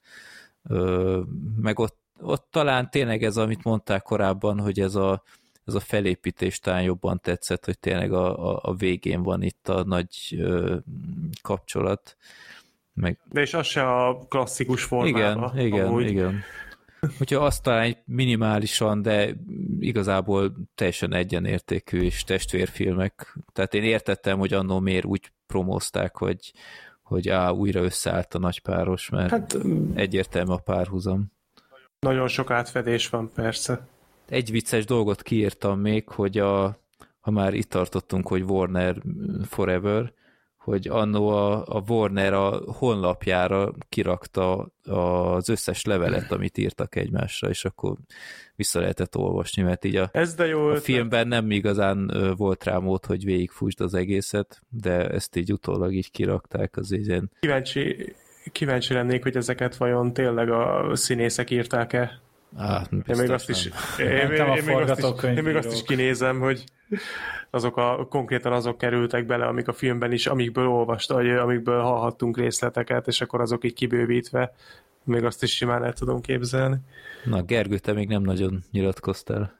Meg ott ott talán tényleg ez, amit mondták korábban, hogy ez a, ez a felépítés talán jobban tetszett, hogy tényleg a, a, a végén van itt a nagy ö, kapcsolat. Meg... De és az se a klasszikus formában. Igen, igen, amúgy. igen. Úgyhogy azt talán egy minimálisan, de igazából teljesen egyenértékű és testvérfilmek. Tehát én értettem, hogy annól miért úgy promózták, hogy, hogy á, újra összeállt a nagypáros, mert hát, egyértelmű a párhuzam. Nagyon sok átfedés van, persze. Egy vicces dolgot kiírtam még, hogy a, ha már itt tartottunk, hogy Warner Forever, hogy annó a, a Warner a honlapjára kirakta az összes levelet, amit írtak egymásra, és akkor vissza lehetett olvasni, mert így a, Ez de jó a filmben nem igazán volt rá mód, hogy végigfúsd az egészet, de ezt így utólag így kirakták az ilyen. Kíváncsi, kíváncsi lennék, hogy ezeket vajon tényleg a színészek írták-e? Á, én még azt is, én, én, én, még azt is, én még azt is kinézem, hogy azok a, konkrétan azok kerültek bele, amik a filmben is, amikből olvast, vagy amikből hallhattunk részleteket, és akkor azok így kibővítve, még azt is simán el tudom képzelni. Na, Gergő, te még nem nagyon nyilatkoztál.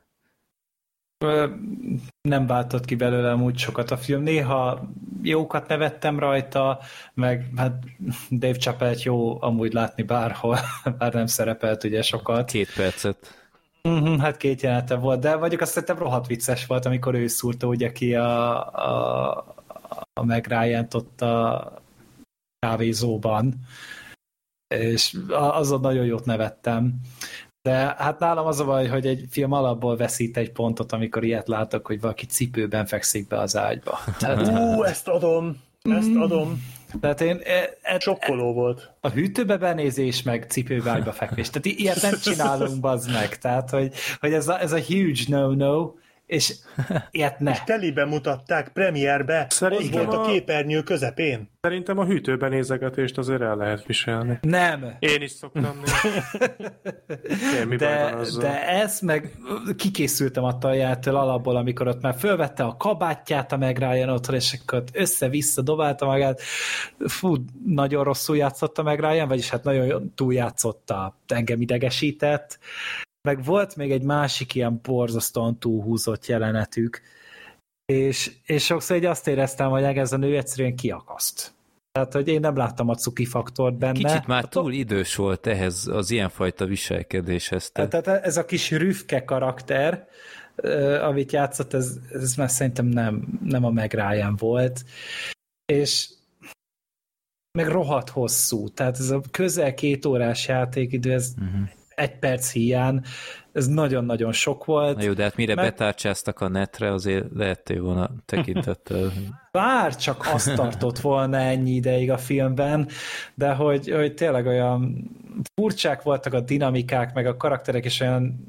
Nem váltott ki belőlem úgy sokat a film. Néha jókat nevettem rajta, meg hát Dave Chappelle jó amúgy látni bárhol, bár nem szerepelt ugye sokat. Két percet. Uh-huh, hát két jelenete volt, de vagyok azt szerintem rohadt vicces volt, amikor ő szúrta ugye ki a, a, a Meg Ryan-t ott a kávézóban, és azon nagyon jót nevettem. De hát nálam az a baj, hogy egy film alapból veszít egy pontot, amikor ilyet látok, hogy valaki cipőben fekszik be az ágyba. Tehát, Ú, ezt adom, ezt adom. Tehát én... E, e, Sokkoló volt. A hűtőbe benézés, meg cipőbe ágyba fekvés. Tehát ilyet nem csinálunk, bazd meg. Tehát, hogy, hogy ez, a, ez a huge no-no, és ilyet ne. És telibe mutatták premierbe, Szerintem az volt a a képernyő közepén. Szerintem a hűtőben nézegetést azért el lehet viselni. Nem. Én is szoktam nézni. De, de ezt meg kikészültem a taljától alapból, amikor ott már fölvette a kabátját a Meg Ryan otthon, és akkor össze-vissza dobálta magát. Fú, nagyon rosszul játszotta Meg Ryan, vagyis hát nagyon túljátszotta, engem idegesített. Meg volt még egy másik ilyen borzasztóan túlhúzott jelenetük, és, és sokszor így azt éreztem, hogy ez a nő egyszerűen kiakaszt. Tehát, hogy én nem láttam a cuki faktort benne. Kicsit már túl idős volt ehhez az ilyenfajta viselkedéshez. Te. Tehát ez a kis rüfke karakter, amit játszott, ez, ez már szerintem nem, nem a Meg Ryan volt. És meg rohadt hosszú. Tehát ez a közel két órás játékidő, ez uh-huh. egy perc hiány, ez nagyon-nagyon sok volt. Na jó, de hát mire meg... betárcsáztak a netre, azért lehető volna tekintettel. Bár csak azt tartott volna ennyi ideig a filmben, de hogy, hogy tényleg olyan furcsák voltak a dinamikák, meg a karakterek is olyan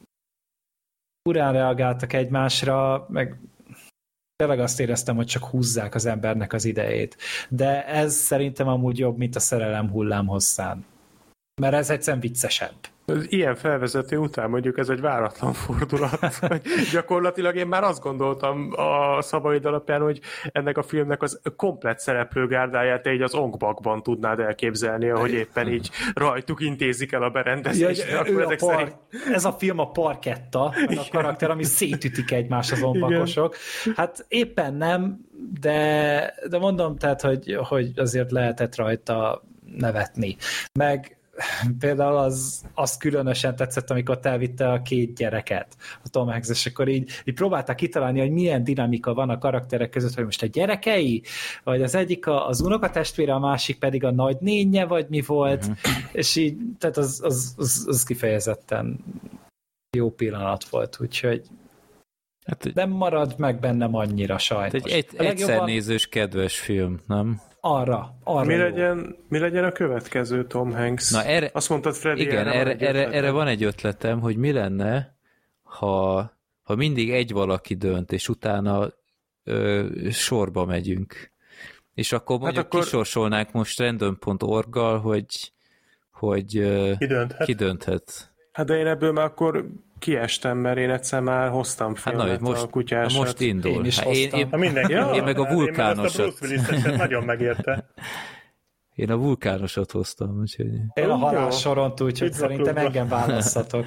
urán reagáltak egymásra, meg tényleg azt éreztem, hogy csak húzzák az embernek az idejét. De ez szerintem amúgy jobb, mint a szerelem hullám hosszán. Mert ez egyszerűen viccesebb. Ilyen felvezető után mondjuk ez egy váratlan fordulat. Gyakorlatilag én már azt gondoltam a szavaid alapján, hogy ennek a filmnek az komplett szereplőgárdáját így az Ong-Bakban tudnád elképzelni, ahogy éppen így rajtuk intézik el a berendezést. Ja, ő a par... szerint... Ez a film a parketta, a karakter, ami szétütik egymást az Ong-Bakosok. Hát éppen nem, de, de mondom, tehát, hogy, hogy azért lehetett rajta nevetni. Meg például az, az különösen tetszett, amikor elvitte a két gyereket, a Tom Hanks, és akkor így, így próbálták kitalálni, hogy milyen dinamika van a karakterek között, hogy most a gyerekei, vagy az egyik a, az unokatestvére, a másik pedig a nagynénye, vagy mi volt, uh-huh. és így, tehát az, az, az, az kifejezetten jó pillanat volt, úgyhogy hát, nem marad meg bennem annyira sajnos. Egy, egy egyszer nézős kedves film, nem? Arra, arra mi legyen, mi legyen a következő Tom Hanks? Na erre, azt mondtad, Freddy, igen, erre, erre, erre, erre van egy ötletem, hogy mi lenne, ha, ha mindig egy valaki dönt, és utána ö, sorba megyünk. És akkor mondjuk hát akkor... kisorsolnánk most random pont org-gal, hogy, hogy ö, kidönthet. kidönthet. Hát de én ebből már akkor kiestem, mert én egyszer már hoztam filmet hát na, most, a kutyásat. Most indul. Én is hát én, én, ha mindenki, én, én meg a vulkánosat. Én meg azt a nagyon megérte. Én a vulkánosat hoztam, úgyhogy... Én a halálsoront, úgyhogy szerintem engem választhatok.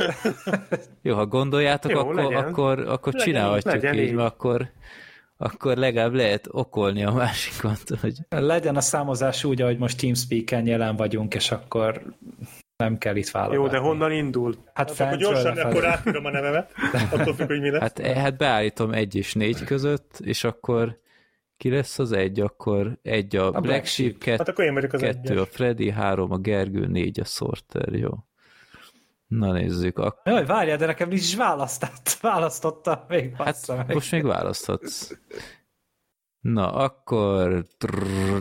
Jó, ha gondoljátok, Jó, akkor, akkor, akkor legyen, csinálhatjuk legyen így, így. Mert akkor, akkor legalább lehet okolni a másikat. Hogy... Legyen a számozás úgy, ahogy most TeamSpeak-en jelen vagyunk, és akkor nem kell itt válogatni. Jó, de honnan indul? Hát, hát akkor gyorsan, akkor átírom a nevemet. Attól függ, hogy mi lesz. Hát, hát beállítom egy és négy között, és akkor ki lesz az egy? Akkor egy a, a Black, Black Sheep, kett, hát akkor én az kettő egyes. A Freddy, három a Gergő, négy a Sorter, jó. Na nézzük. Ak- Jaj, várjál, de nekem is választott, választotta még. Hát most még választhatsz. Na, akkor... Trrr,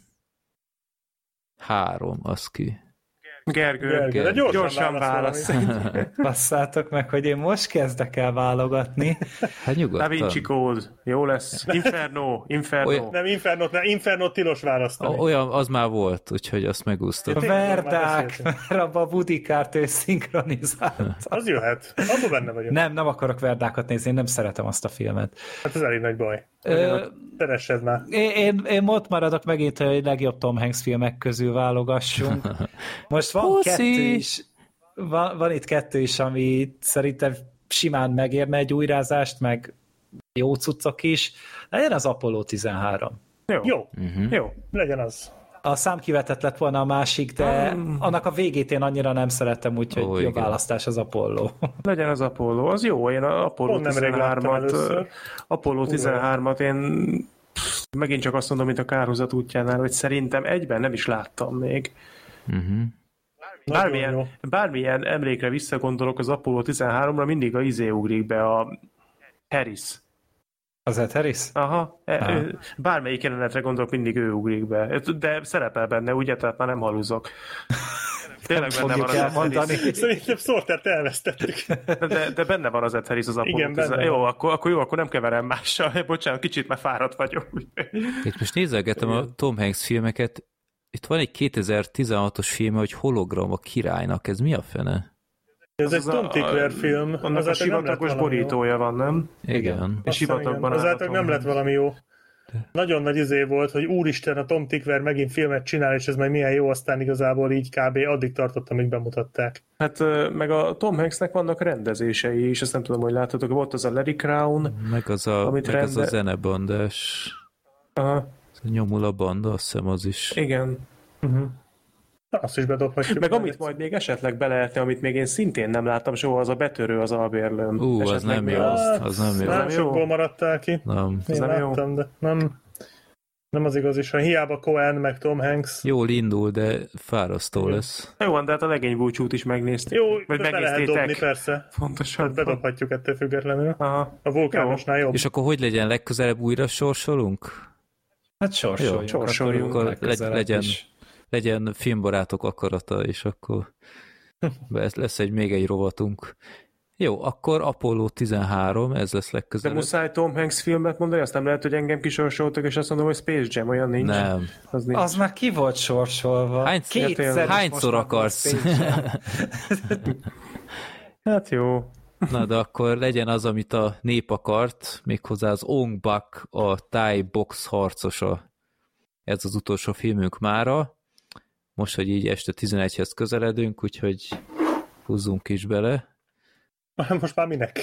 három, az ki. Gergő, Gergő, de gyorsan, gyorsan válasz. Basszátok meg, hogy én most kezdek el válogatni. Hát nyugodtan. Da Vinci Code, jó lesz. Inferno, Inferno. Olyan- Nem, Infernot, nem, Infernot tilos választani. Olyan, az már volt, úgyhogy azt megúsztuk. A tényleg, már Verdák, beszéltünk. mert abban a Woody Kárt ő szinkronizálta. Az jöhet. Abban benne vagyok. Nem, nem akarok Verdákat nézni, én nem szeretem azt a filmet. Hát ez elég nagy baj. Ö, Szeressed már. Én, én, én ott maradok megint, hogy legjobb Tom Hanks filmek közül válogassunk. Most van Puszi! kettő is, van, van itt kettő is, ami szerintem simán megérne egy újrázást, meg jó cuccok is. Legyen az Apollo tizenhárom. Jó. Jó, Uh-huh. Jó. legyen az. A számkivetett lett volna a másik, de annak a végét én annyira nem szeretem, úgyhogy Ó, jó igen. választás az Apollo. Legyen az Apollo, az jó, én a Apollo Pont nemrég láttam tizenhármat, először. Apollo tizenhármat én pff, megint csak azt mondom, mint a Kárhozat útjánál, hogy szerintem egyben nem is láttam még. Uh-huh. Bármilyen, jó. bármilyen emlékre visszagondolok az Apollo tizenháromra, mindig a izé ugrik be, a Harris. Az Ed Harris? Aha, e, Aha. ő- bármelyik jelenetre gondolok, mindig ő ugrik be. De szerepel benne, ugye? Tehát már nem halúzok. Tényleg benne van Fogjuk az Ed elmondani. Harris. Szerintem Sortert elvesztettük. De, de benne van az Ed Harris az Apollo Igen, benne tizenhárom. Jó, van. akkor, akkor jó, akkor nem keverem mással. Bocsánat, kicsit már fáradt vagyok. Itt most nézelgetem a Tom Hanks filmeket. Itt van egy kétezer-tizenhatos film, hogy Hologram a királynak. Ez mi a fene? Ez Az egy az a- Tom Tickwer film. Annak a Azáltal nem lett sivatagos valami jó. borítója van, nem? Igen. És sivatagban áll a Azáltal Tom nem lett Hanks. valami jó. Nagyon nagy izé volt, hogy úristen, a Tom Tickwer megint filmet csinál, és ez majd milyen jó, aztán igazából így kb. Addig tartott, amíg bemutatták. Hát ö, meg a Tom Hanksnek vannak rendezései is, azt nem tudom, hogy láttatok, volt az a Larry Crown, Meg az a, Amit meg az a rende- zenebandás. aha, Nyomul a banda, azt hiszem az is. igen. Na, azt is bedobhatjuk. Meg majd amit egyszer. majd még esetleg belehetne, amit még én szintén nem láttam soha, az a Betörő az albérlőm. Ú, az Esetleg nem még jó, az- az, az nem jó. Nem nem jó. sokból maradtál ki. Nem. Én nem jó. láttam, de nem, nem az igaz is. Ha hiába Cohen, meg Tom Hanks. Jól indul, de fárasztó lesz. Jó van, de hát a legény búcsút is megnézték. Jó, Vagy be lehet dobni, megnéztétek. persze. Fontosan. Bedobhatjuk ettől függetlenül. Aha. A vulkánosnál jobb. És akkor hogy legyen, legközelebb újra sorsolunk? Hát sorsoljunk. Jó, sorsoljunk. akkor Akkor legközelebb legyen, is. legyen filmbarátok akarata, és akkor lesz egy, még egy rovatunk. Jó, akkor Apollo tizenhárom, ez lesz De legközelebb. muszáj Tom Hanks filmet mondani, azt nem lehet, hogy engem kisorsoltak, és azt mondom, hogy Space Jam, olyan nincs. Nem. Az nincs. Az már ki volt sorsolva. Hány- Kétszer is hányszor most akarsz? van Space Jam. Hát jó. Na, de akkor legyen az, amit a nép akart, méghozzá az Ong Bak, a Thai box harcosa. Ez az utolsó filmünk mára. Most, hogy így este tizenegyhez közeledünk, úgyhogy húzzunk is bele. Most már minek?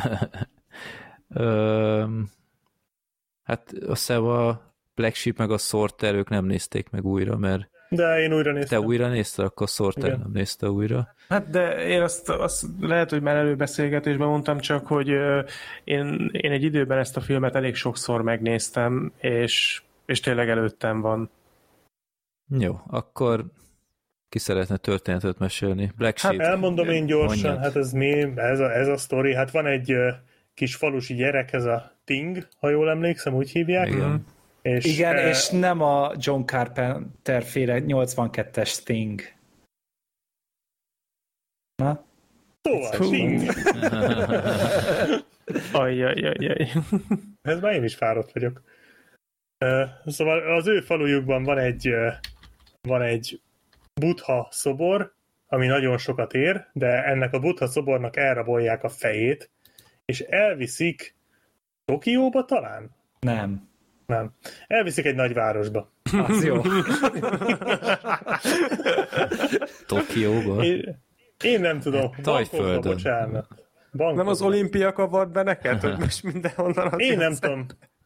Öm, hát azt hiszem a Black Sheep meg a Sorter, ők nem nézték meg újra, mert De én újra te néztem. újra nézted, akkor Sorter Igen. nem nézte újra. Hát de én azt, azt lehet, hogy már előbeszélgetésben mondtam csak, hogy ö, én, én egy időben ezt a filmet elég sokszor megnéztem, és, és tényleg előttem van. Jó, akkor ki szeretne történetet mesélni? Black Hát Sheep. Elmondom én gyorsan, Mondjad. hát ez mi, ez a, ez a sztori. Hát van egy uh, kis falusi gyerek, ez a Ting, ha jól emlékszem, úgy hívják. Igen. És, Igen, eh, és nem a John Carpenter féle nyolcvankettes Sting. Na? Szóval, Fú. Ting. Ajjajajaj. Ez már én is fáradt vagyok. Uh, szóval az ő falujukban van egy uh, van egy Buddha szobor, ami nagyon sokat ér, de ennek a Buddha szobornak elrabolják a fejét, és elviszik Tokióba talán? Nem. Nem. Elviszik egy nagyvárosba. Az jó. Tokióba. Én, én nem tudom. Bangkokba, Tajföldön. bocsánat. Bangkokba. Nem az olimpia kavart be neked, hogy most mindenhonnan az Én nem tudom.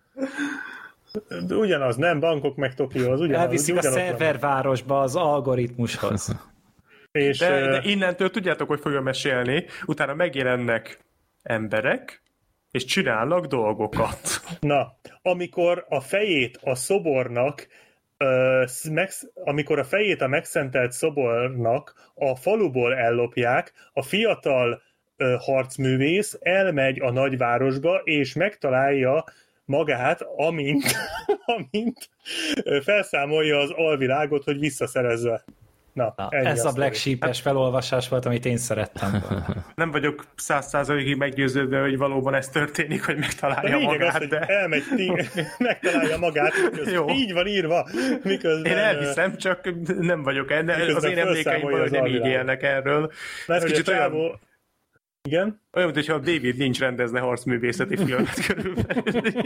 De ugyanaz, nem? Bangkok meg Tokió, az ugyanaz. Elviszik a ugyanott van. szervervárosba az algoritmushoz. És, De, eh, de innentől tudjátok, hogy fogja mesélni, utána megjelennek emberek, és csinálnak dolgokat. na, amikor a fejét a szobornak ö, megsz, amikor a fejét a megszentelt szobornak a faluból ellopják, a fiatal ö, harcművész elmegy a nagyvárosba, és megtalálja magát, amint, amint felszámolja az alvilágot, hogy visszaszerezze. Na, Na, ez a Black Sheep-es felolvasás volt, amit én szerettem volna. Nem vagyok száz százalékig meggyőződve, hogy valóban ez történik, hogy megtalálja a magát. Az, de... elmegy, megtalálja magát, miközben így van írva. Miközben, én elhiszem, csak nem vagyok enne. Az én emlékeim valahogy nem így élnek erről. Mert kicsit olyan... Olyan... Igen? Olyan, mint hogyha David Lynch rendezne harcművészeti filmet körülbelül.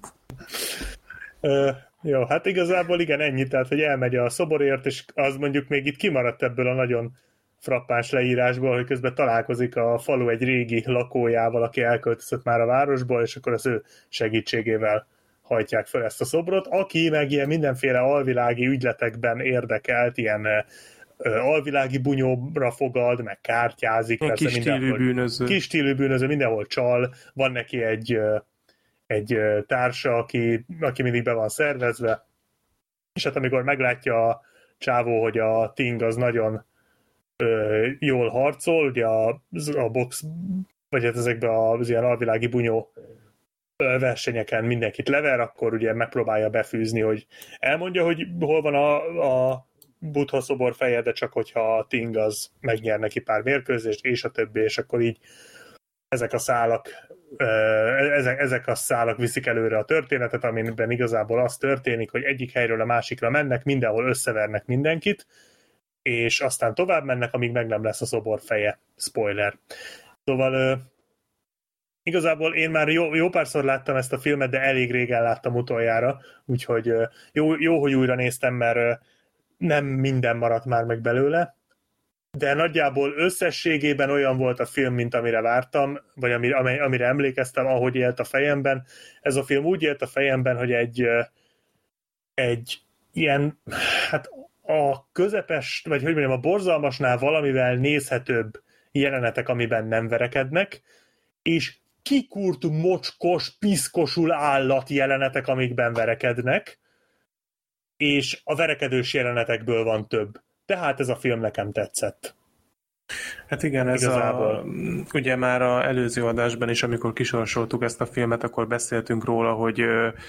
uh, jó, hát igazából igen, ennyi, tehát, hogy elmegy a szoborért, és az mondjuk még itt kimaradt ebből a nagyon frappáns leírásból, hogy közben találkozik a falu egy régi lakójával, aki elköltözött már a városból, és akkor az ő segítségével hajtják fel ezt a szobrot, aki meg ilyen mindenféle alvilági ügyletekben érdekelt, ilyen alvilági bunyóra fogad, meg kártyázik. Persze, kis stílű bűnöző. Kis stílű bűnöző, mindenhol csal, van neki egy, egy társa, aki, aki mindig be van szervezve, és hát amikor meglátja a csávó, hogy a Ting az nagyon ö, jól harcol, ugye a, a box, vagy hát ezekben az ilyen alvilági bunyó versenyeken mindenkit lever, akkor ugye megpróbálja befűzni, hogy elmondja, hogy hol van a, a Buddha szobor feje, de csak hogyha a Ting az megnyer neki pár mérkőzést, és a többi, és akkor így ezek a szálak ezek, ezek a szálak viszik előre a történetet, amiben igazából az történik, hogy egyik helyről a másikra mennek, mindenhol összevernek mindenkit, és aztán tovább mennek, amíg meg nem lesz a szobor feje. Spoiler. Szóval igazából én már jó, jó párszor láttam ezt a filmet, de elég régen láttam utoljára, úgyhogy jó, jó hogy újra néztem, mert nem minden maradt már meg belőle, de nagyjából összességében olyan volt a film, mint amire vártam, vagy amire, amire emlékeztem, ahogy élt a fejemben. Ez a film úgy élt a fejemben, hogy egy, egy ilyen, hát a közepes, vagy hogy mondjam, a borzalmasnál valamivel nézhetőbb jelenetek, amiben nem verekednek, és kikurtu, mocskos, piszkosul állat jelenetek, amikben verekednek, és a verekedős jelenetekből van több. Tehát ez a film nekem tetszett. Hát igen, ez igazából. A, ugye már az előző adásban is, amikor kisorsoltuk ezt a filmet, akkor beszéltünk róla, hogy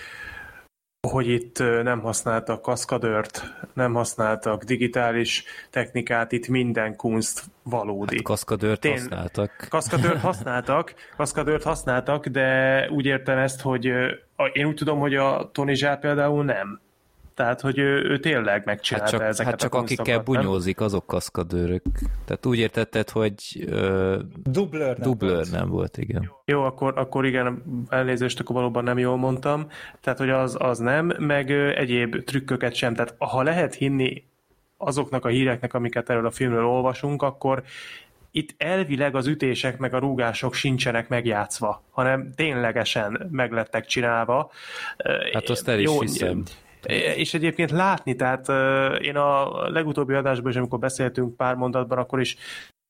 hogy itt nem használtak kaszkadőrt, nem használtak digitális technikát, itt minden kunst valódi. Hát kaszkadőrt Tén, használtak. Kaszkadőrt használtak, kaszkadőrt használtak, de úgy értem ezt, hogy én úgy tudom, hogy a Tony Jaa például nem. Tehát, hogy ő, ő tényleg megcsinálta hát csak, ezeket hát csak a akikkel bunyózik, azok kaszkadőrök. Tehát úgy értetted, hogy uh, dublőr, nem, dublőr volt. nem volt, igen. Jó, akkor, akkor igen, elnézést, akkor valóban nem jól mondtam. Tehát, hogy az, az nem, meg egyéb trükköket sem. Tehát, ha lehet hinni azoknak a híreknek, amiket erről a filmről olvasunk, akkor itt elvileg az ütések meg a rúgások sincsenek megjátszva, hanem ténylegesen meglettek csinálva. Hát azt el is Jó, hiszem. És egyébként látni, tehát uh, én a legutóbbi adásban is, amikor beszéltünk pár mondatban, akkor is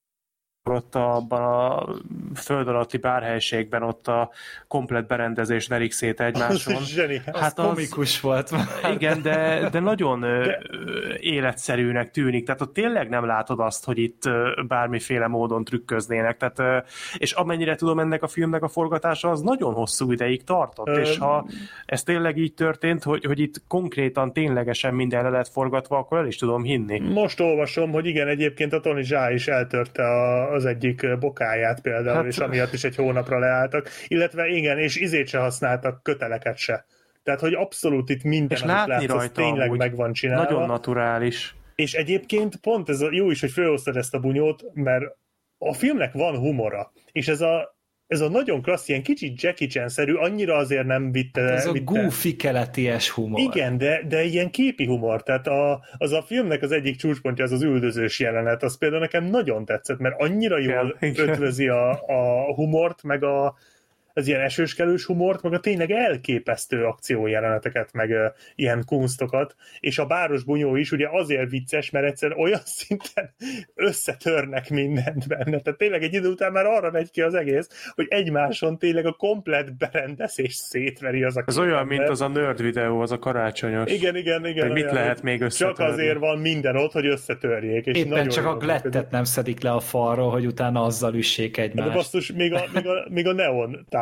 ott abban a föld alatti bárhelységben ott a komplett berendezést verik szét egymáson. Az zseni. Hát az komikus volt. Igen, de, de nagyon de... életszerűnek tűnik. Tehát ott tényleg nem látod azt, hogy itt bármiféle módon trükköznének. Tehát, és amennyire tudom, ennek a filmnek a forgatása az nagyon hosszú ideig tartott. Ö... És ha ez tényleg így történt, hogy, hogy itt konkrétan ténylegesen minden le lett forgatva, akkor el is tudom hinni. Most olvasom, hogy igen, egyébként a Tony Jaa is eltörte a az egyik bokáját például, hát, és amiatt is egy hónapra leálltak. Illetve igen, és izét se használtak, köteleket se. Tehát, hogy abszolút itt minden, és amit látsz, az tényleg meg van csinálva. Nagyon naturális. És egyébként pont ez a, jó is, hogy felhoztad ezt a bunyót, mert a filmnek van humora. És ez a ez a nagyon klassz, ilyen kicsit Jackie Chan-szerű, annyira azért nem vitte... Ez a vitte. goofy keleties humor. Igen, de, de ilyen képi humor. Tehát a, az a filmnek az egyik csúcspontja az az üldözős jelenet. Az például nekem nagyon tetszett, mert annyira jól igen, ötvözi a, a humort, meg a, az ilyen esőskelős humort, meg a tényleg elképesztő akciójeleneteket, meg uh, ilyen kunstokat, és a báros bunyó is ugye azért vicces, mert egyszerűen olyan szinten összetörnek mindent benne. Tehát tényleg egy idő után már arra megy ki az egész, hogy egymáson tényleg a komplett berendezés szétveri az a Ez olyan, ember. Mint az a nerd videó, az a karácsonyos. Igen, igen, igen. Mit lehet még összetörni? Csak azért van minden ott, hogy összetörjék. És éppen csak a glettet nem szedik le a falról, hogy utána azzal üssék egymást. De basszus, még a, még a, még a neon tábla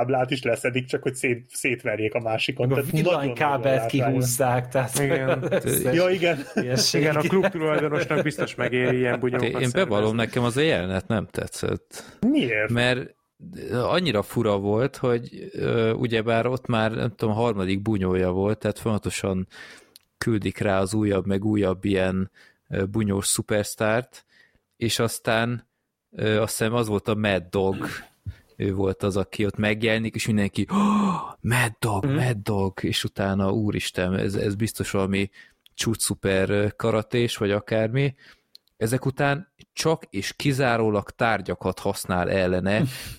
táblát is leszedik, csak hogy szét, szétverjék a másikon. A villanykábelt kihúzzák, tehát... Igen. ja, igen. Igen, a klub tulajdonosnak biztos megéri ilyen bunyókat. Én bevallom, nekem az a jelenet nem tetszett. Miért? Mert annyira fura volt, hogy uh, ugyebár ott már, nem tudom, a harmadik bunyója volt, tehát folyamatosan küldik rá az újabb, meg újabb ilyen uh, bunyós szupersztárt, és aztán uh, azt hiszem az volt a Mad Dog, ő volt az, aki ott megjelenik, és mindenki oh, Mad Dog, mm. Mad Dog, és utána úristen, ez, ez biztos valami csúcs szuper karatés, vagy akármi. Ezek után csak és kizárólag tárgyakat használ ellene,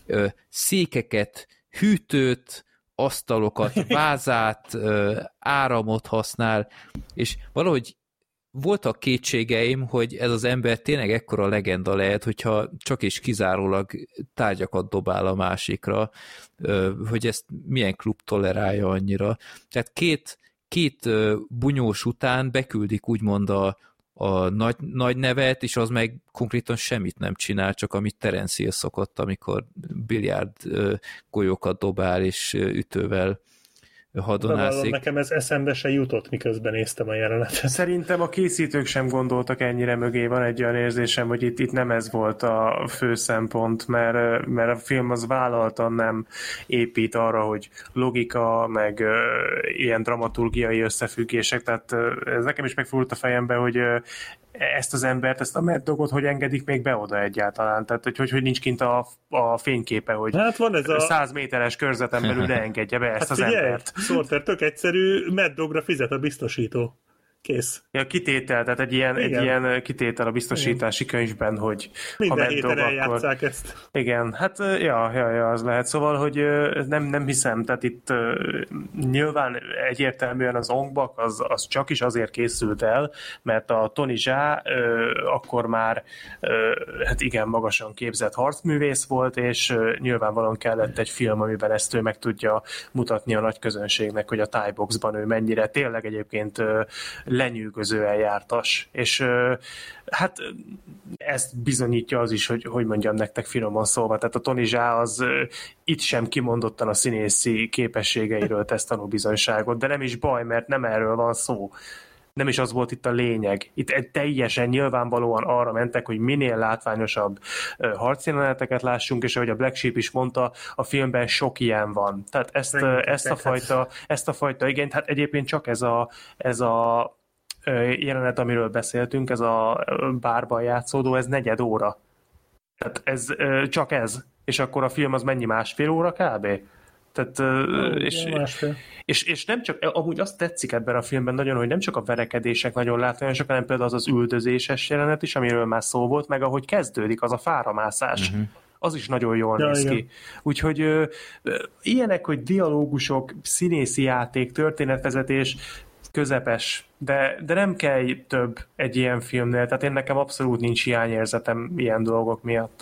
székeket, hűtőt, asztalokat, vázát, áramot használ, és valahogy voltak kétségeim, hogy ez az ember tényleg ekkora legenda lehet, hogyha csak és kizárólag tárgyakat dobál a másikra, hogy ezt milyen klub tolerálja annyira. Tehát két, két bunyós után beküldik úgymond a a nagy, nagy nevet, és az meg konkrétan semmit nem csinál, csak amit Terence Hill szokott, amikor biliárd golyókat dobál, és ütővel hadonászik. Bevallom, nekem ez eszembe se jutott, miközben néztem a jelenetet. Szerintem a készítők sem gondoltak ennyire mögé, van egy olyan érzésem, hogy itt, itt nem ez volt a fő szempont, mert, mert a film az vállaltan nem épít arra, hogy logika, meg uh, ilyen dramaturgiai összefüggések, tehát uh, ez nekem is megfordult a fejembe, hogy uh, ezt az embert, ezt a Mad Dogot hogy engedik még be oda egyáltalán? Tehát, hogy, hogy, hogy nincs kint a, a fényképe, hogy hát van ez a száz méteres körzeten belül ne engedje be ezt hát az figyelj, embert. Sorter, tök egyszerű, Mad Dogra fizet a biztosító. Kész. Ja, kitétel, tehát egy ilyen, egy ilyen kitétel a biztosítási igen. könyvben, hogy minden ha Mad héten Dog, eljátszák akkor... ezt. Igen, hát ja, ja, ja, az lehet. Szóval, hogy nem, nem hiszem, tehát itt nyilván egyértelműen az Ong-Bak az, az csak is azért készült el, mert a Tony Jaa akkor már hát igen magasan képzett harcművész volt, és nyilvánvalóan kellett egy film, amiben ezt ő meg tudja mutatni a nagy közönségnek, hogy a Thai boxban ő mennyire tényleg egyébként lenyűgözően jártas, és hát ezt bizonyítja az is, hogy hogy mondjam nektek finoman szólva, tehát a Tony Jaa az itt sem kimondottan a színészi képességeiről tesz tanúbizonyságot, de nem is baj, mert nem erről van szó. Nem is az volt itt a lényeg. Itt teljesen nyilvánvalóan arra mentek, hogy minél látványosabb harcjeleneteket lássunk, és ahogy a Black Sheep is mondta, a filmben sok ilyen van. Tehát ezt, ezt, a, fajta, ezt a fajta igényt, hát egyébként csak ez a, ez a jelenet, amiről beszéltünk, ez a bárban játszódó, ez negyed óra. Tehát ez csak ez. És akkor a film az mennyi, másfél óra kb.? Tehát, oh, és, és, és nem csak, amúgy azt tetszik ebben a filmben nagyon, hogy nem csak a verekedések nagyon látványosak, hanem például az az üldözéses jelenet is, amiről már szó volt, meg ahogy kezdődik, az a fáramászás. Uh-huh. Az is nagyon jól ja, néz igen. ki. Úgyhogy ö, ö, ilyenek, hogy dialógusok, színészi játék, történetvezetés, közepes, de, de nem kell több egy ilyen filmnél, tehát én nekem abszolút nincs hiányérzetem ilyen dolgok miatt.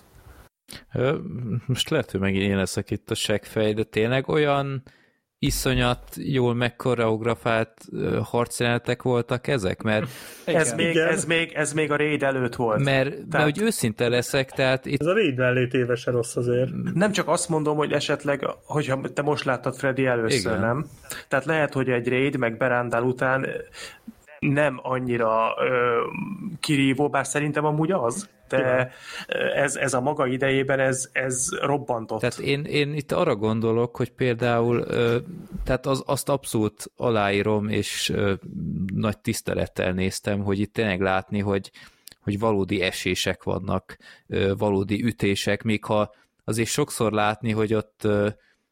Most lehet, hogy megint én leszek itt a seggfej, de tényleg olyan iszonyat jól megkoreografált harcjelenetek voltak ezek, mert ez még, ez, még, ez még a Raid előtt volt. Mert, tehát... mert hogy őszinte leszek, tehát itt... Ez a Raid mellé tévesen rossz azért. Nem csak azt mondom, hogy esetleg, hogyha te most láttad Freddy először, igen. nem? Tehát lehet, hogy egy Raid meg Berandal után nem annyira ö, kirívó, bár szerintem amúgy az, de ez, ez a maga idejében ez, ez robbantott. Tehát én, én itt arra gondolok, hogy például ö, tehát az, azt abszolút aláírom, és ö, nagy tisztelettel néztem, hogy itt tényleg látni, hogy, hogy valódi esések vannak, ö, valódi ütések, még ha azért sokszor látni, hogy ott ö,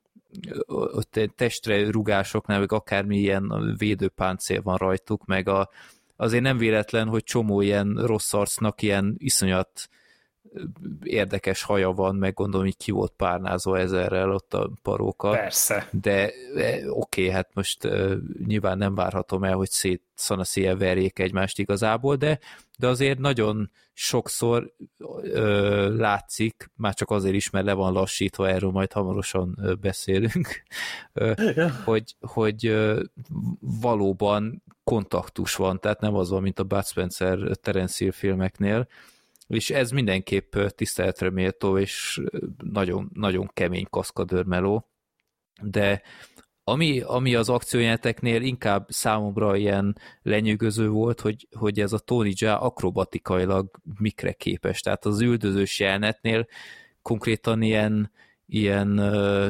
ott testre rugásoknál, meg akármi ilyen védőpáncél van rajtuk, meg a, azért nem véletlen, hogy csomó ilyen rossz arcnak ilyen iszonyat érdekes haja van, meg gondolom, hogy ki volt párnázva ezerrel ott a paróka. Persze. De oké, okay, hát most uh, nyilván nem várhatom el, hogy szét szanaszéjjel verjék egymást igazából, de, de azért nagyon sokszor uh, látszik, már csak azért is, mert le van lassítva, erről majd hamarosan uh, beszélünk, uh, hogy, hogy uh, valóban kontaktus van, tehát nem az van, mint a Bud Spencer Terence Hill filmeknél, és ez mindenképp tiszteletre méltó, és nagyon, nagyon kemény kaszkadőr meló. de ami, ami az akciójeleneteknél inkább számomra ilyen lenyűgöző volt, hogy, hogy ez a Tony Jaa akrobatikailag mikre képes. Tehát az üldözős jelenetnél konkrétan ilyen, ilyen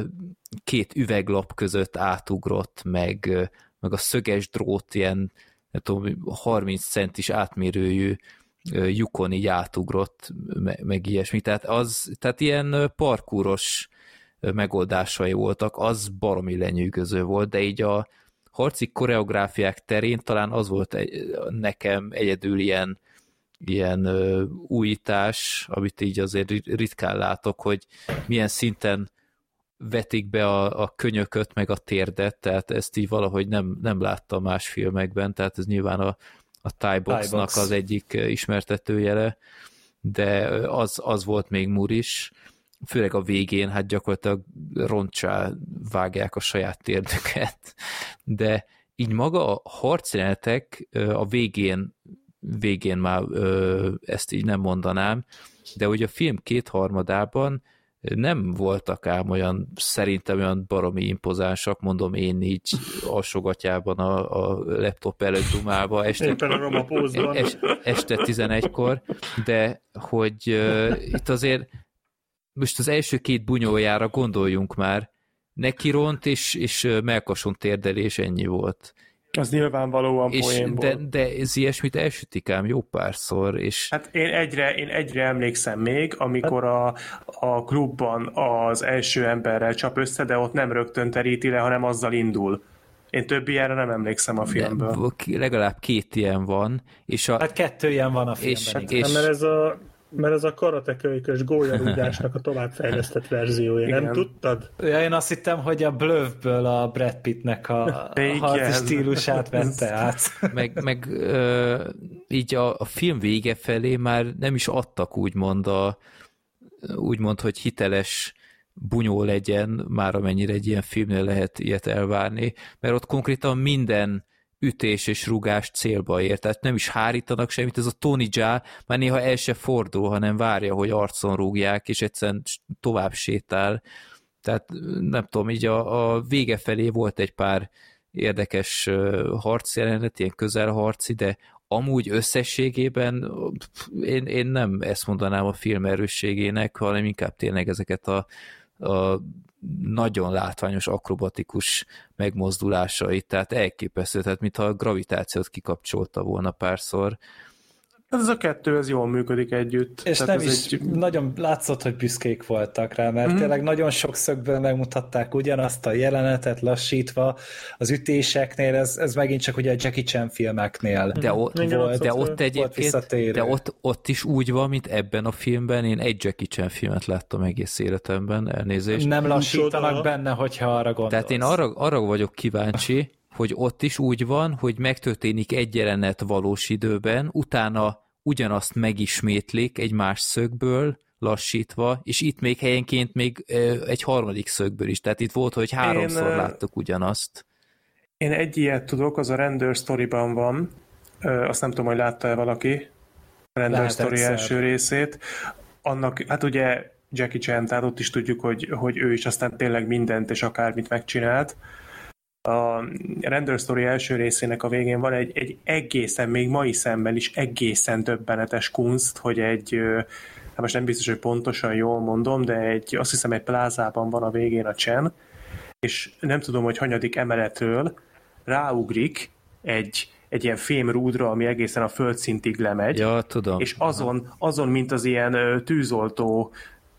két üveglap között átugrott, meg, meg a szöges drót ilyen nem tudom, harminc centis átmérőjű lyukon így átugrott, meg ilyesmi. Tehát, az, tehát ilyen parkúros megoldásai voltak, az baromi lenyűgöző volt, de így a harci koreográfiák terén talán az volt nekem egyedül ilyen, ilyen újítás, amit így azért ritkán látok, hogy milyen szinten vetik be a, a könyököt, meg a térdet, tehát ezt így valahogy nem, nem láttam más filmekben, tehát ez nyilván a, a Thai Boxnak az egyik ismertetőjele, de az, az volt még mur is, főleg a végén, hát gyakorlatilag roncsá vágják a saját térdüket, de így maga a harcjelenetek a végén, végén már ezt így nem mondanám, de ugye a film kétharmadában nem voltak ám olyan, szerintem olyan baromi impozánsak, mondom én így alsógatyában a, a laptop előtt dumálva este, es, este tizenegykor, de hogy uh, itt azért most az első két bunyójára gondoljunk már, neki ront és, és melkason térdelés, ennyi volt. Az nyilvánvalóan poénból. De, de ez ilyesmit elsütik ám jó párszor. És... Hát én egyre, én egyre emlékszem még, amikor a, a klubban az első emberrel csap össze, de ott nem rögtön teríti le, hanem azzal indul. Én több ilyenre nem emlékszem a filmből. De legalább két ilyen van. És a... Hát kettő ilyen van a filmben. És, hát, és... Mert ez a mert ez a karatekölykös gólyarúgásnak a továbbfejlesztett verziója, igen. Nem tudtad? Ja, én azt hittem, hogy a Bluffből a Brad Pittnek a, a harci stílusát vette át. Meg, meg ö, így a, a film vége felé már nem is adtak úgymond, a, úgymond, hogy hiteles bunyó legyen, már amennyire egy ilyen filmnél lehet ilyet elvárni, mert ott konkrétan minden ütés és rugás célba ér, tehát nem is hárítanak semmit, ez a Tony Jaa már néha el se fordul, hanem várja, hogy arcon rúgják, és egyszerűen tovább sétál. Tehát nem tudom, így a, a vége felé volt egy pár érdekes harcjelenet, ilyen közelharci, de amúgy összességében én, én nem ezt mondanám a film erősségének, hanem inkább tényleg ezeket a, a nagyon látványos, akrobatikus megmozdulásait, tehát elképesztő, tehát mintha a gravitációt kikapcsolta volna párszor. Ez a kettő, ez jól működik együtt. És tehát nem is, egy... nagyon látszott, hogy büszkék voltak rá, mert mm. tényleg nagyon sok szögből megmutatták ugyanazt a jelenetet lassítva, az ütéseknél, ez, ez megint csak ugye a Jackie Chan filmeknél de ott, volt, volt, de ott egyébként, de ott, ott is úgy van, mint ebben a filmben, én egy Jackie Chan filmet láttam egész életemben, elnézést. Nem lassítanak Csoda. benne, hogyha arra gondolsz. Tehát én arra, arra vagyok kíváncsi, hogy ott is úgy van, hogy megtörténik egy jelenet valós időben, utána ugyanazt megismétlik egy más szögből, lassítva, és itt még helyenként még egy harmadik szögből is. Tehát itt volt, hogy háromszor én, láttuk ugyanazt. Én egy ilyet tudok, az a Render Story-ban van, azt nem tudom, hogy látta-e valaki, a Render Lehet Story egyszer. első részét. Annak, hát ugye Jackie Chan, tehát ott is tudjuk, hogy, hogy ő is aztán tényleg mindent és akármit megcsinált. A Render Story első részének a végén van egy, egy egészen, még mai szemben is egészen döbbenetes kunst, hogy egy, hát most nem biztos, hogy pontosan jól mondom, de egy, azt hiszem egy plázában van a végén a Chan, és nem tudom, hogy hanyadik emeletről ráugrik egy, egy ilyen fémrúdra, ami egészen a földszintig lemegy. Ja, tudom. És azon, azon, mint az ilyen tűzoltó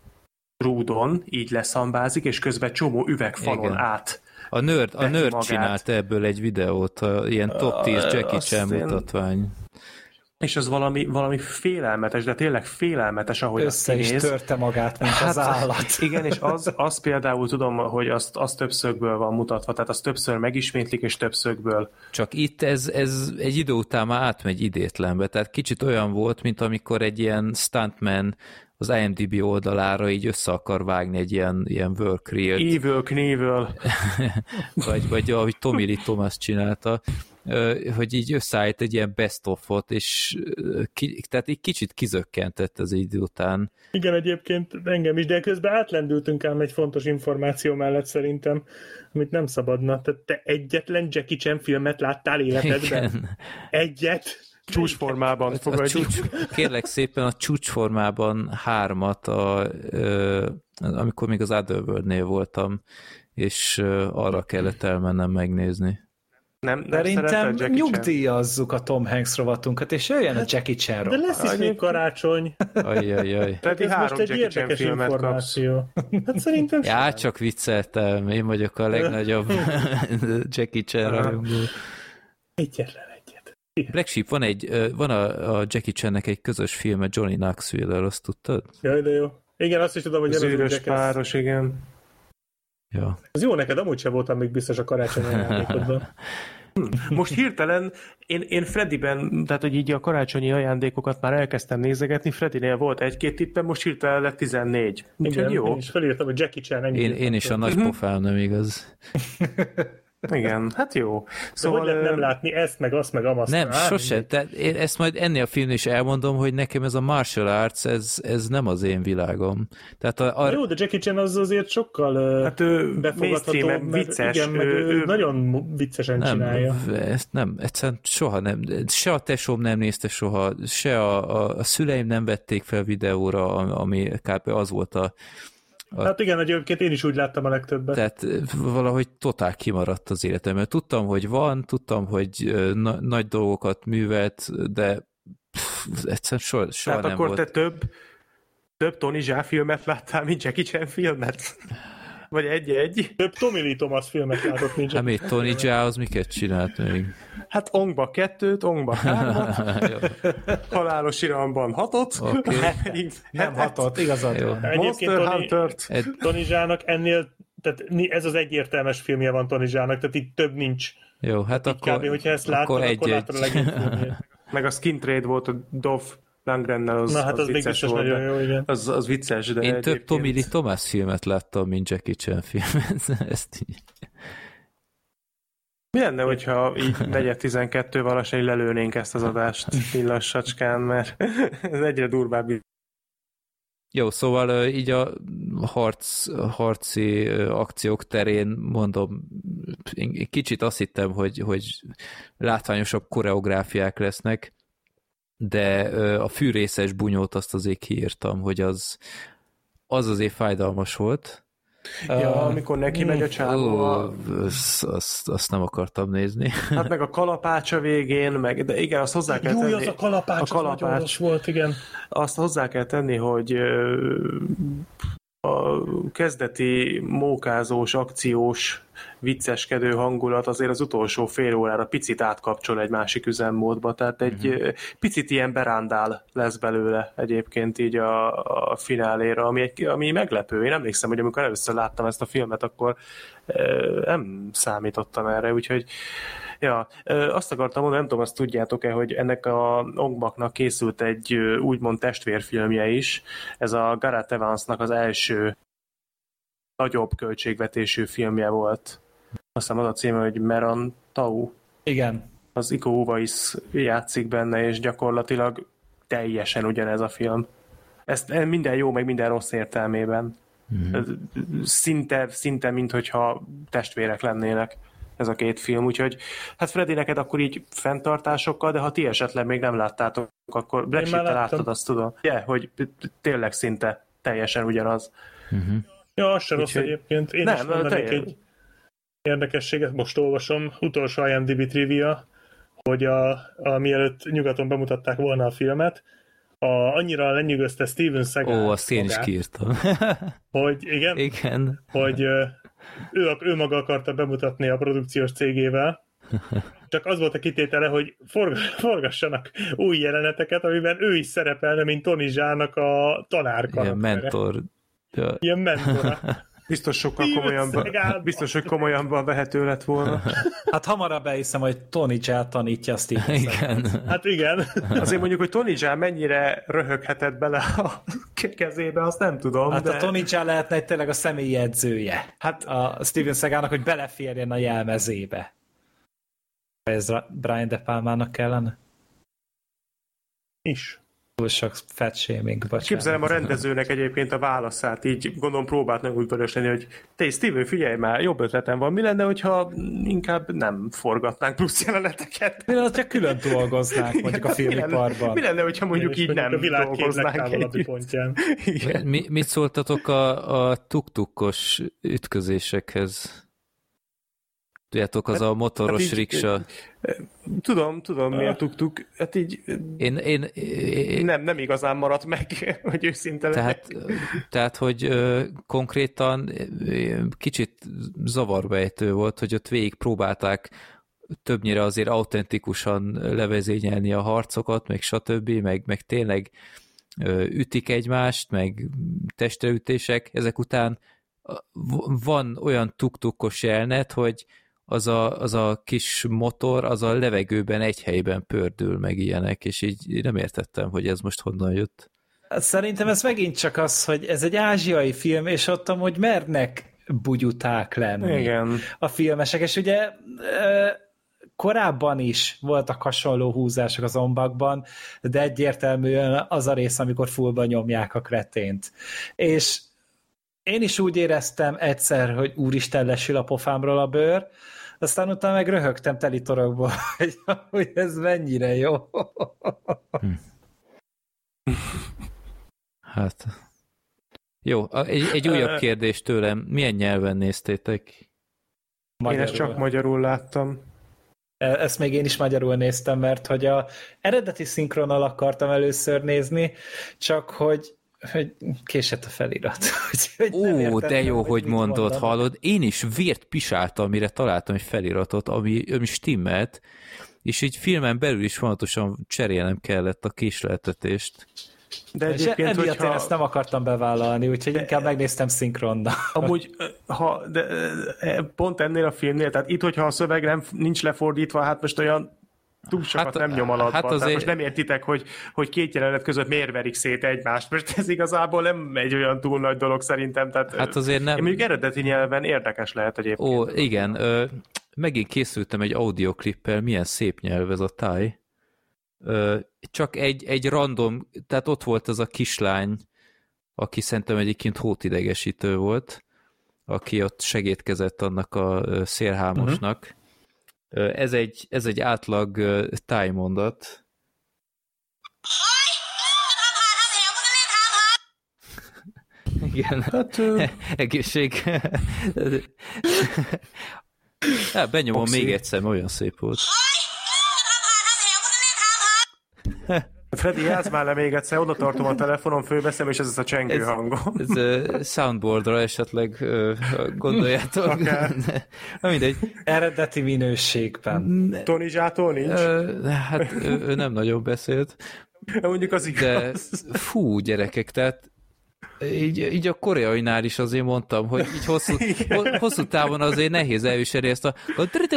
rúdon, így leszambázik, és közben csomó üvegfalon Igen. át. A nerd, a nerd csinált ebből egy videót, a, ilyen top tíz Jackie Chan mutatvány. És az valami, valami félelmetes, de tényleg félelmetes, ahogy Össze azt is kinéz. törte magát, mint hát, az állat. Igen, és az, az például tudom, hogy azt, az több szögből van mutatva, tehát az többször megismétlik, és több szögből. Csak itt ez, ez egy idő után már átmegy idétlenbe, tehát kicsit olyan volt, mint amikor egy ilyen stuntman az I M D B oldalára így össze akar vágni egy ilyen, ilyen work reel-t. Evil Knievel. vagy, vagy ahogy Tommy Lee Thomas csinálta. hogy így összeállt egy ilyen best of-ot, és ki, tehát így kicsit kizökkentett az idő után. Igen, egyébként engem is, de közben átlendültünk ám egy fontos információ mellett szerintem, amit nem szabadna. Tehát te egyetlen Jackie Chan filmet láttál életedben? Igen. Egyet? Csúcsformában fogadjuk. Csúcs, kérlek szépen a csúcsformában hármat, a, ö, amikor még az Otherworld-nél voltam, és ö, arra kellett elmennem megnézni. Nem, nem szerintem nyugdíjazzuk a Tom Hanks rovatunkat, és jöjjön hát, a Jackie Chan de lesz is még karácsony. Ajjajaj. Tehát ez most egy Jackie érdekes információ. Hát szerintem já, csak vicceltem, én vagyok a legnagyobb Jackie Chan rajongó. Egyetlen. Black Sheep, van, egy, van a, a Jackie Channek egy közös filme Johnny Knoxville-el, azt tudtad? Jaj, de jó. Igen, azt is tudom, hogy az űrös páros, igen. Ja. Az jó neked, amúgy sem voltam még biztos a karácsonyi ajándékodban. Most hirtelen én, én Freddyben, tehát hogy így a karácsonyi ajándékokat már elkezdtem nézegetni, Freddynél volt egy-két tippem, most hirtelen lett tizennégy. Igen, jó. Én is felírtam, hogy Jackie Chan ennyi. Én, én is a nagy pofám, nem igaz. Igen, hát jó. Szóval hogy lehet nem látni ezt, meg azt, meg amazt? Nem, sose. Tehát én ezt majd ennél a filmnél is elmondom, hogy nekem ez a martial arts, ez, ez nem az én világom. Tehát a, a... Jó, de Jackie Chan az azért sokkal hát ő befogadható, mert vicces, igen, meg ő, ő, ő nagyon viccesen nem, csinálja. Ezt nem, egyszerűen soha nem. Se a tesóm nem nézte soha, se a, a, a szüleim nem vették fel videóra, ami kb. Az volt a A... Hát igen, egyébként én is úgy láttam a legtöbbet. Tehát valahogy totál kimaradt az életemben. Tudtam, hogy van, tudtam, hogy na- nagy dolgokat művelt, de pff, egyszerűen soha, soha nem akkor volt. Tehát akkor te több, több Tony Jaa filmet láttál, mint Jackie Chan filmet? Vagy egy-egy? Több Tommy Lee Thomas filmet látott, mint Jackie Chan. Hát Tony Jaa az miket csinált még? Hát Ongba kettőt, Ongba hármat, Halálos iramban hatot, okay. Nem hatot, igazad van. Monster Hunter-t. Tony Jaa-nak ennél, tehát ez az egyértelmes filmje van Tony Jaa-nak, tehát itt több nincs. Jó, hát így akkor, kb, hogyha ezt láttad, akkor, akkor láttad a legjobb filmjét. Meg a Skin Trade volt a Dove Langrennel, az, na, hát az, az vicces volt. Nagyon jó, igen. Az, az vicces, de én egyébként... több Tommy Lee Thomas filmet láttam, mint Jackie Chan filmet. Ezt így... Mi lenne, hogyha így negyed tizenkettő valahogy lelőnénk ezt az adást pillassacskán, mert ez egyre durvább. Jó, szóval így a harc, harci akciók terén mondom, én kicsit azt hittem, hogy, hogy látványosabb koreográfiák lesznek, de a fűrészes bunyót azt azért kiírtam, hogy az, az azért fájdalmas volt. Ja, uh, amikor neki megy a csávó. Uh, azt, azt, azt nem akartam nézni. Hát meg a kalapács a végén, meg, de igen, azt hozzá kell Jó, tenni. Jó, az a kalapács, a kalapács az nagyon rossz volt, igen. Azt hozzá kell tenni, hogy a kezdeti mókázós, akciós, vicceskedő hangulat azért az utolsó fél órára picit átkapcsol egy másik üzemmódba, tehát egy uh-huh. picit ilyen berándál lesz belőle egyébként így a, a fináléra, ami, egy, ami meglepő. Én emlékszem, hogy amikor először láttam ezt a filmet, akkor nem számítottam erre, úgyhogy ja, azt akartam mondani, nem tudom, azt tudjátok-e, hogy ennek a Ong-baknak készült egy úgymond testvérfilmje is. Ez a Gareth Evansnak az első nagyobb költségvetésű filmje volt. Azt hiszem az a címe, hogy Meran Tau. Igen. Az Iko Uwais játszik benne, és gyakorlatilag teljesen ugyanez a film. Ezt minden jó, meg minden rossz értelmében. Mm-hmm. Szinte, szinte minthogyha testvérek lennének ez a két film, úgyhogy hát Freddy, neked akkor így fenntartásokkal, de ha ti esetleg még nem láttátok, akkor Black Sheep-te láttad, azt tudom. Yeah, hogy tényleg szinte teljesen ugyanaz. Mm-hmm. Ja, az sem rossz egyébként. Én nem, is mondanék egy érdekességet, most olvasom, utolsó I M D B trivia, hogy a, a, mielőtt nyugaton bemutatták volna a filmet, a, annyira lenyűgözte Steven Seagal. Ó, azt én is kiírtam. Hogy igen? Igen. Hogy ő, ő maga akarta bemutatni a produkciós cégével, csak az volt a kitétele, hogy forgassanak új jeleneteket, amiben ő is szerepelne, mint Tony Jaa-nak a tanár karaktere. Ilyen mentor. Ja. Ilyen mentora. Biztos sokkal komolyan, biztos, hogy komolyanban vehető lett volna. Hát hamarabb elhiszem, hogy Tony Jaa tanítja Steven Igen. Hát igen. Azért mondjuk, hogy Tony Jaa mennyire röhöghetett bele a kezébe, azt nem tudom. Hát de... a Tony Jaa lehetne egy tényleg a személyi edzője. Hát a Steven Seagalnak, hogy beleférjen a jelmezébe. Ez Brian De Palmának kellene? Is. Túl sok fat shaming, bocsánat. Képzelem a rendezőnek egyébként a válaszát, így gondolom próbált meg úgy vörös lenni, hogy te Steven, figyelj már, jobb ötletem van, mi lenne, hogyha inkább nem forgatnánk plusz jeleneteket? Mi lenne, hogyha külön dolgoznánk mondjuk a filmiparban? Mi lenne, hogyha mondjuk így nem a világ dolgoznánk együtt? pontján. Mi, mit szóltatok a, a tuk-tukos ütközésekhez? Tudjátok, az hát, a motoros hát így, riksa. Tudom, tudom, uh, milyen tuk-tuk. Hát így én, én, én, nem, nem igazán maradt meg, hogy őszinte tehát, tehát, hogy ö, konkrétan kicsit zavarbejtő volt, hogy ott végig próbálták többnyire azért autentikusan levezényelni a harcokat, meg stb., meg, meg tényleg ö, ütik egymást, meg testreütések. Ezek után van olyan tuk-tukos jelenet, hogy az a, az a kis motor, az a levegőben egy helyben pördül, meg ilyenek, és így nem értettem, hogy ez most honnan jött. Szerintem ez megint csak az, hogy ez egy ázsiai film, és ott amúgy mernek bugyuták lenni. Igen. A filmesek, és ugye korábban is voltak hasonló húzások az ombakban, de egyértelműen az a rész, amikor fullba nyomják a kretént. És én is úgy éreztem egyszer, hogy úristen, lesül a pofámról a bőr, aztán utána meg röhögtem teli torokból, hogy, hogy ez mennyire jó. Hm. Hát. Jó, egy, egy újabb kérdés tőlem. Milyen nyelven néztétek? Magyarul. Én ezt csak magyarul láttam. Ezt még én is magyarul néztem, mert hogy a eredeti szinkronnal akartam először nézni, csak hogy hogy késett a felirat. Ó, de jó, hogy, hogy mondod, mondani. Hallod. Én is vért pisáltam, mire találtam egy feliratot, ami, ami stimmelt, és így filmen belül is fontosan cserélnem kellett a késleltetést. De egyébként, emiatt hogyha... én ezt nem akartam bevállalni, úgyhogy de... inkább megnéztem szinkronnal. Amúgy, ha, de, pont ennél a filmnél, tehát itt, hogyha a szöveg nem, nincs lefordítva, hát most olyan túl sokat hát, nem nyom alatban. Hát azért... most nem értitek, hogy, hogy két jelenet között miért verik szét egymást. Most ez igazából nem egy olyan túl nagy dolog szerintem. Tehát hát azért nem... Én mondjuk eredeti nyelven érdekes lehet egyébként. Ó, igen. Ö, megint készültem egy audioklippel, milyen szép nyelv ez a táj. Ö, csak egy, egy random, tehát ott volt az a kislány, aki szerintem egyébként hótidegesítő volt, aki ott segédkezett annak a szélhámosnak. Uh-huh. Ez egy, ez egy átlag uh, tájmondat. Igen. Hát, uh... egészség. hát, benyomom Oxy. Még egyszer, olyan szép volt. Freddy, játsz már le még egyszer, oda tartom a telefonon, fölveszem, és ez az a csengő ez, hangom. Ez uh, soundboardra esetleg uh, gondoljátok. Na mindegy. Eredeti minőségben. Tony Zsától nincs? Uh, hát ő, ő nem nagyon beszélt. Mondjuk az igaz. De fú, gyerekek, tehát így, így a koreainál is azért mondtam, hogy így hosszú, hosszú távon azért nehéz elviselni ezt a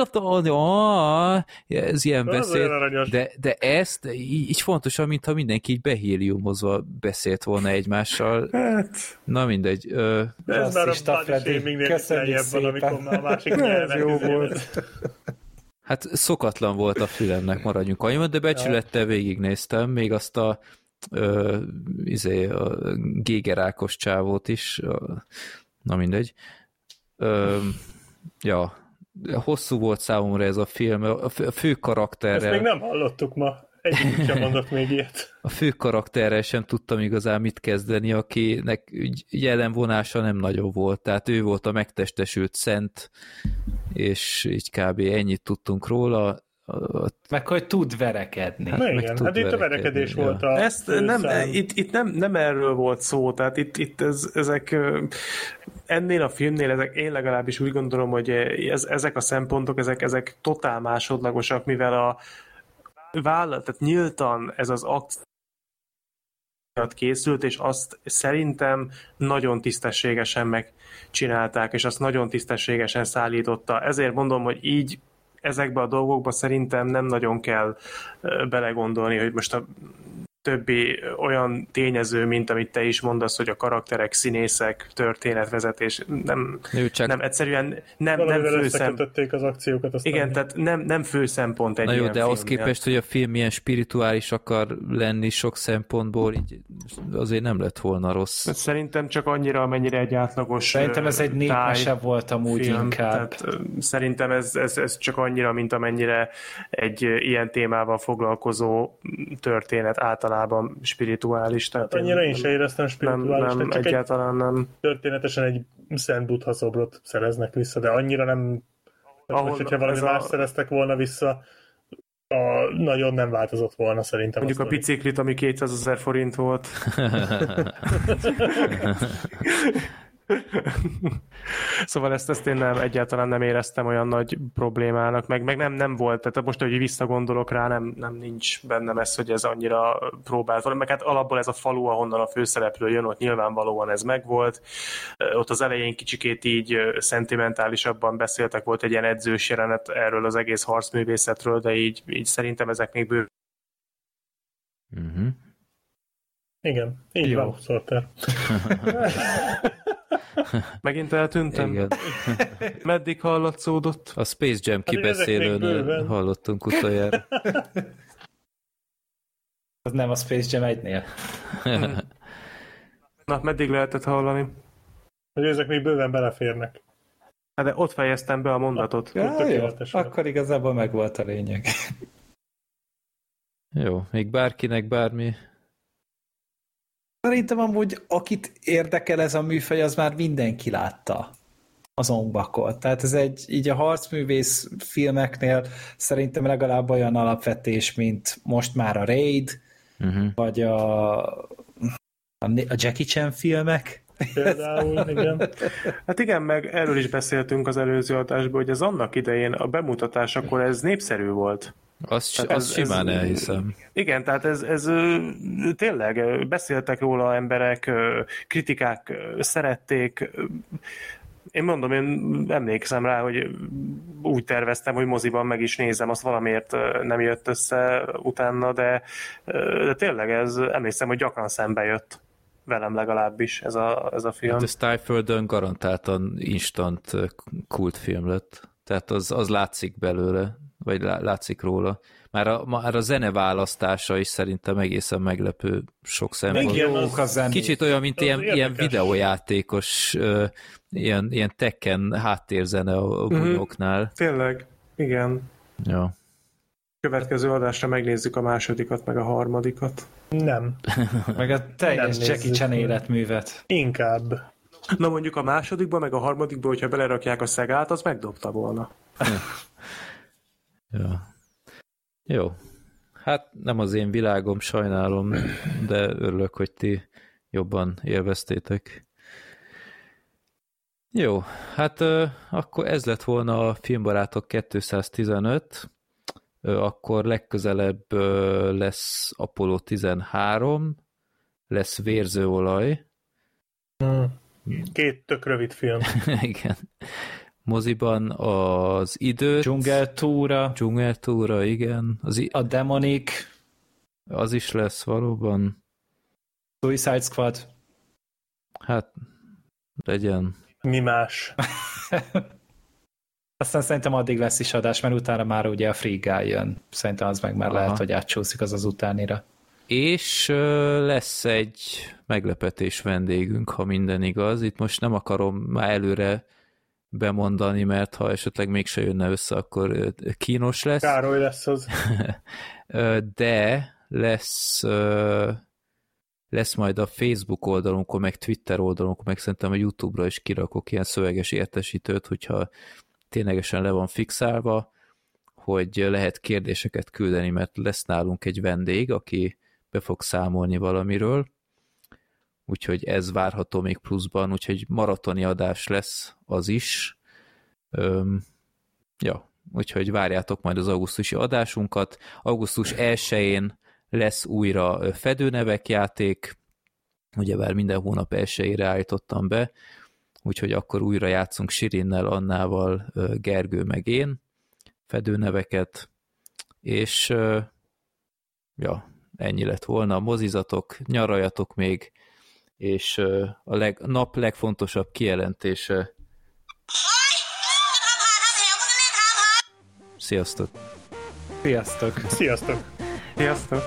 ez ilyen beszél, de, de ezt így, így fontosan, mintha mindenki így behéliumozva beszélt volna egymással. Hát. Na mindegy. Ö... Ez már a body shaming van, amikor már a másik nyelven jó volt. Hát szokatlan volt a fülemnek, maradjunk annyiban, de becsülettel végignéztem, még azt a Ö, izé, a gégerákos csávót is, a, na mindegy. Ö, ja, hosszú volt számomra ez a film, a fő, a fő karakterrel... Ezt még nem hallottuk ma, egyik sem mondott még ilyet. A fő karakterrel sem tudtam igazán mit kezdeni, akinek jelenvonása nem nagyon volt, tehát ő volt a megtestesült szent, és így kb. Ennyit tudtunk róla. Meg hogy tud verekedni. Na igen, tud hát itt a verekedés ja. volt a... Ezt nem, itt, itt nem, nem erről volt szó, tehát itt, itt ez, ezek ennél a filmnél, ezek, én legalábbis úgy gondolom, hogy ez, ezek a szempontok, ezek, ezek totál másodlagosak, mivel a vállalat, tehát nyíltan ez az akció készült, és azt szerintem nagyon tisztességesen megcsinálták, és azt nagyon tisztességesen szállította. Ezért mondom, hogy így ezekbe a dolgokba szerintem nem nagyon kell belegondolni, hogy most a többi olyan tényező, mint amit te is mondasz, hogy a karakterek, színészek, történetvezetés, nem, nem egyszerűen nem, nem fő szempont. az akciókat. Aztán igen, tehát nem, nem fő szempont egy Na jó, ilyen de ahhoz filmnél. képest, hogy a film ilyen spirituális akar lenni sok szempontból, így azért nem lett volna rossz. Szerintem csak annyira, amennyire egy átlagos Szerintem ez egy népmese volt amúgy film, inkább. Tehát, szerintem ez, ez, ez csak annyira, mint amennyire egy ilyen témával foglalkozó történet általában spirituális. Tehát hát annyira én se éreztem spirituális. Nem, nem egyáltalán nem. Történetesen egy Szent Buddha szobrot szereznek vissza, de annyira nem... Ahol, most, hogyha valami más a... szereztek volna vissza, a, nagyon nem változott volna szerintem. Mondjuk a biciklit, ami kétszázezer forint volt. Szóval ezt, ezt én nem, egyáltalán nem éreztem olyan nagy problémának, meg, meg nem, nem volt, tehát most, hogy visszagondolok rá, nem, nem nincs bennem ez, hogy ez annyira próbált volna, meg hát alapból ez a falu, ahonnan a főszereplő jön, ott nyilvánvalóan ez megvolt. Ott az elején kicsikét így szentimentálisabban beszéltek, volt egy ilyen edzős jelenet erről az egész harcművészetről, de így, így szerintem ezek még bő... Uh-huh. Igen, így jó. Van, Sorter. Megint eltűntem? Igen. Meddig hallatszódott? A Space Jam kibeszélőn hallottunk utoljára. Az nem a Space Jam egynél. Na, meddig lehetett hallani? Hogy ezek még bőven beleférnek. Hát de ott fejeztem be a mondatot. Ja, jó, akkor igazából meg volt a lényeg. Jó, még bárkinek bármi... Szerintem amúgy, akit érdekel ez a műfaj, az már mindenki látta az Ong-Bakot. Tehát ez egy, így a harcművész filmeknél szerintem legalább olyan alapvetés, mint most már a Raid, uh-huh. vagy a, a Jackie Chan filmek. Például, igen. Hát igen, meg erről is beszéltünk az előző adásban, hogy ez annak idején a bemutatásakor ez népszerű volt. Azt, azt ez, simán ez, elhiszem. Igen, tehát ez, ez tényleg beszéltek róla emberek, kritikák szerették. Én mondom, én emlékszem rá, hogy úgy terveztem, hogy moziban meg is nézem, azt valamiért nem jött össze utána, de, de tényleg ez, emlékszem, hogy gyakran szembe jött. Velem legalábbis ez a, ez a film. Hát a Stifledön garantáltan instant kultfilm lett. Tehát az, az látszik belőle, vagy látszik róla. Már a, már a zeneválasztása is szerintem egészen meglepő sok szempontból. Kicsit olyan, mint ilyen, ilyen videójátékos, uh, ilyen, ilyen Tekken háttérzene a, a bunyóknál. Mm, tényleg, igen. Ja. Következő adásra megnézzük a másodikat, meg a harmadikat. Nem. Meg a teljes Jackie Chan életművet. Inkább. Na mondjuk a másodikban, meg a harmadikban, hogyha belerakják a Szegát, az megdobta volna. Ja. Jó. Hát nem az én világom, sajnálom, de örülök, hogy ti jobban élveztétek. Jó, hát euh, akkor ez lett volna a Filmbarátok kétszáztizenöt, euh, akkor legközelebb euh, lesz Apollo tizenhárom, lesz Vérzőolaj. Két tök rövid film. Igen. Moziban az Időt. Dzsungeltúra. Dzsungeltúra, igen. Az i- a Demonic. Az is lesz valóban. Suicide Squad. Hát, legyen. Mi más? Aztán szerintem addig lesz is adás, mert utána már ugye a Free Guy jön. Szerintem az meg már Aha. lehet, hogy átcsúszik az az utánira. És uh, lesz egy meglepetés vendégünk, ha minden igaz. Itt most nem akarom már előre bemondani, mert ha esetleg mégse jönne össze, akkor kínos lesz. Károly lesz az. De lesz, lesz majd a Facebook oldalunkon, meg Twitter oldalunkon, meg szerintem a YouTube-ra is kirakok ilyen szöveges értesítőt, hogyha ténylegesen le van fixálva, hogy lehet kérdéseket küldeni, mert lesz nálunk egy vendég, aki be fog számolni valamiről, úgyhogy ez várható még pluszban, úgyhogy maratoni adás lesz az is. Öm, ja, úgyhogy várjátok majd az augusztusi adásunkat. augusztus elsején lesz újra fedőnevek játék, ugyebár minden hónap elsejére állítottam be, úgyhogy akkor újra játszunk Sirinnel, Annával, Gergő meg én fedőneveket, és ja, ennyi lett volna. Mozizatok, nyaraljatok még, és a leg, nap legfontosabb kijelentése. Sziasztok! Sziasztok! Sziasztok! Sziasztok!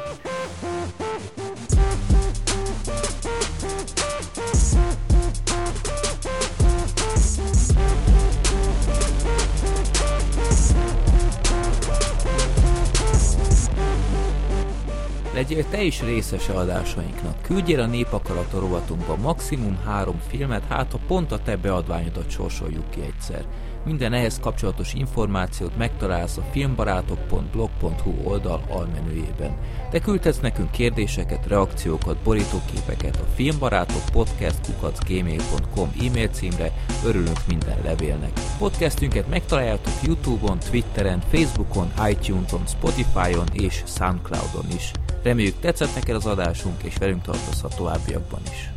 Legyél te is részese adásainknak. Küldjél a Népakarata rovatunkba maximum három filmet, hát ha pont a te beadványodat sorsoljuk ki egyszer. Minden ehhez kapcsolatos információt megtalálsz a filmbarátok pont blog pont hu oldal almenüjében. Te küldhetsz nekünk kérdéseket, reakciókat, borítóképeket a filmbarátok podcast kukac gmail pont com e-mail címre, örülünk minden levélnek. Podcastünket megtaláljátok YouTube-on, Twitteren, Facebookon, iTunes-on, Spotify-on és Soundcloud-on is. Reméljük tetszett neked az adásunk, és velünk tartozz a továbbiakban is.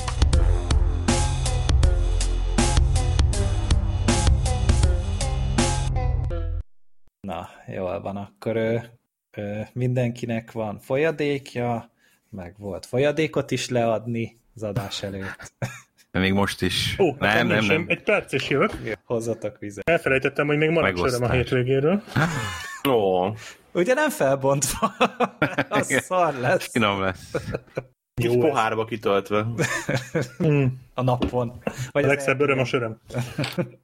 Na, jól van, akkor ö, ö, mindenkinek van folyadékja, meg volt folyadékot is leadni az adás előtt. De még most is. Ó, nem, nem, nem. Egy perc és jövök. Hozzatok vizet. Elfelejtettem, hogy még maradt söröm a hétvégéről. Ó. Ugye nem felbontva? Az szar lesz. Finom lesz. Jó. Egy pohárba kitöltve. A napon. Vagy a legszebb öröm a söröm.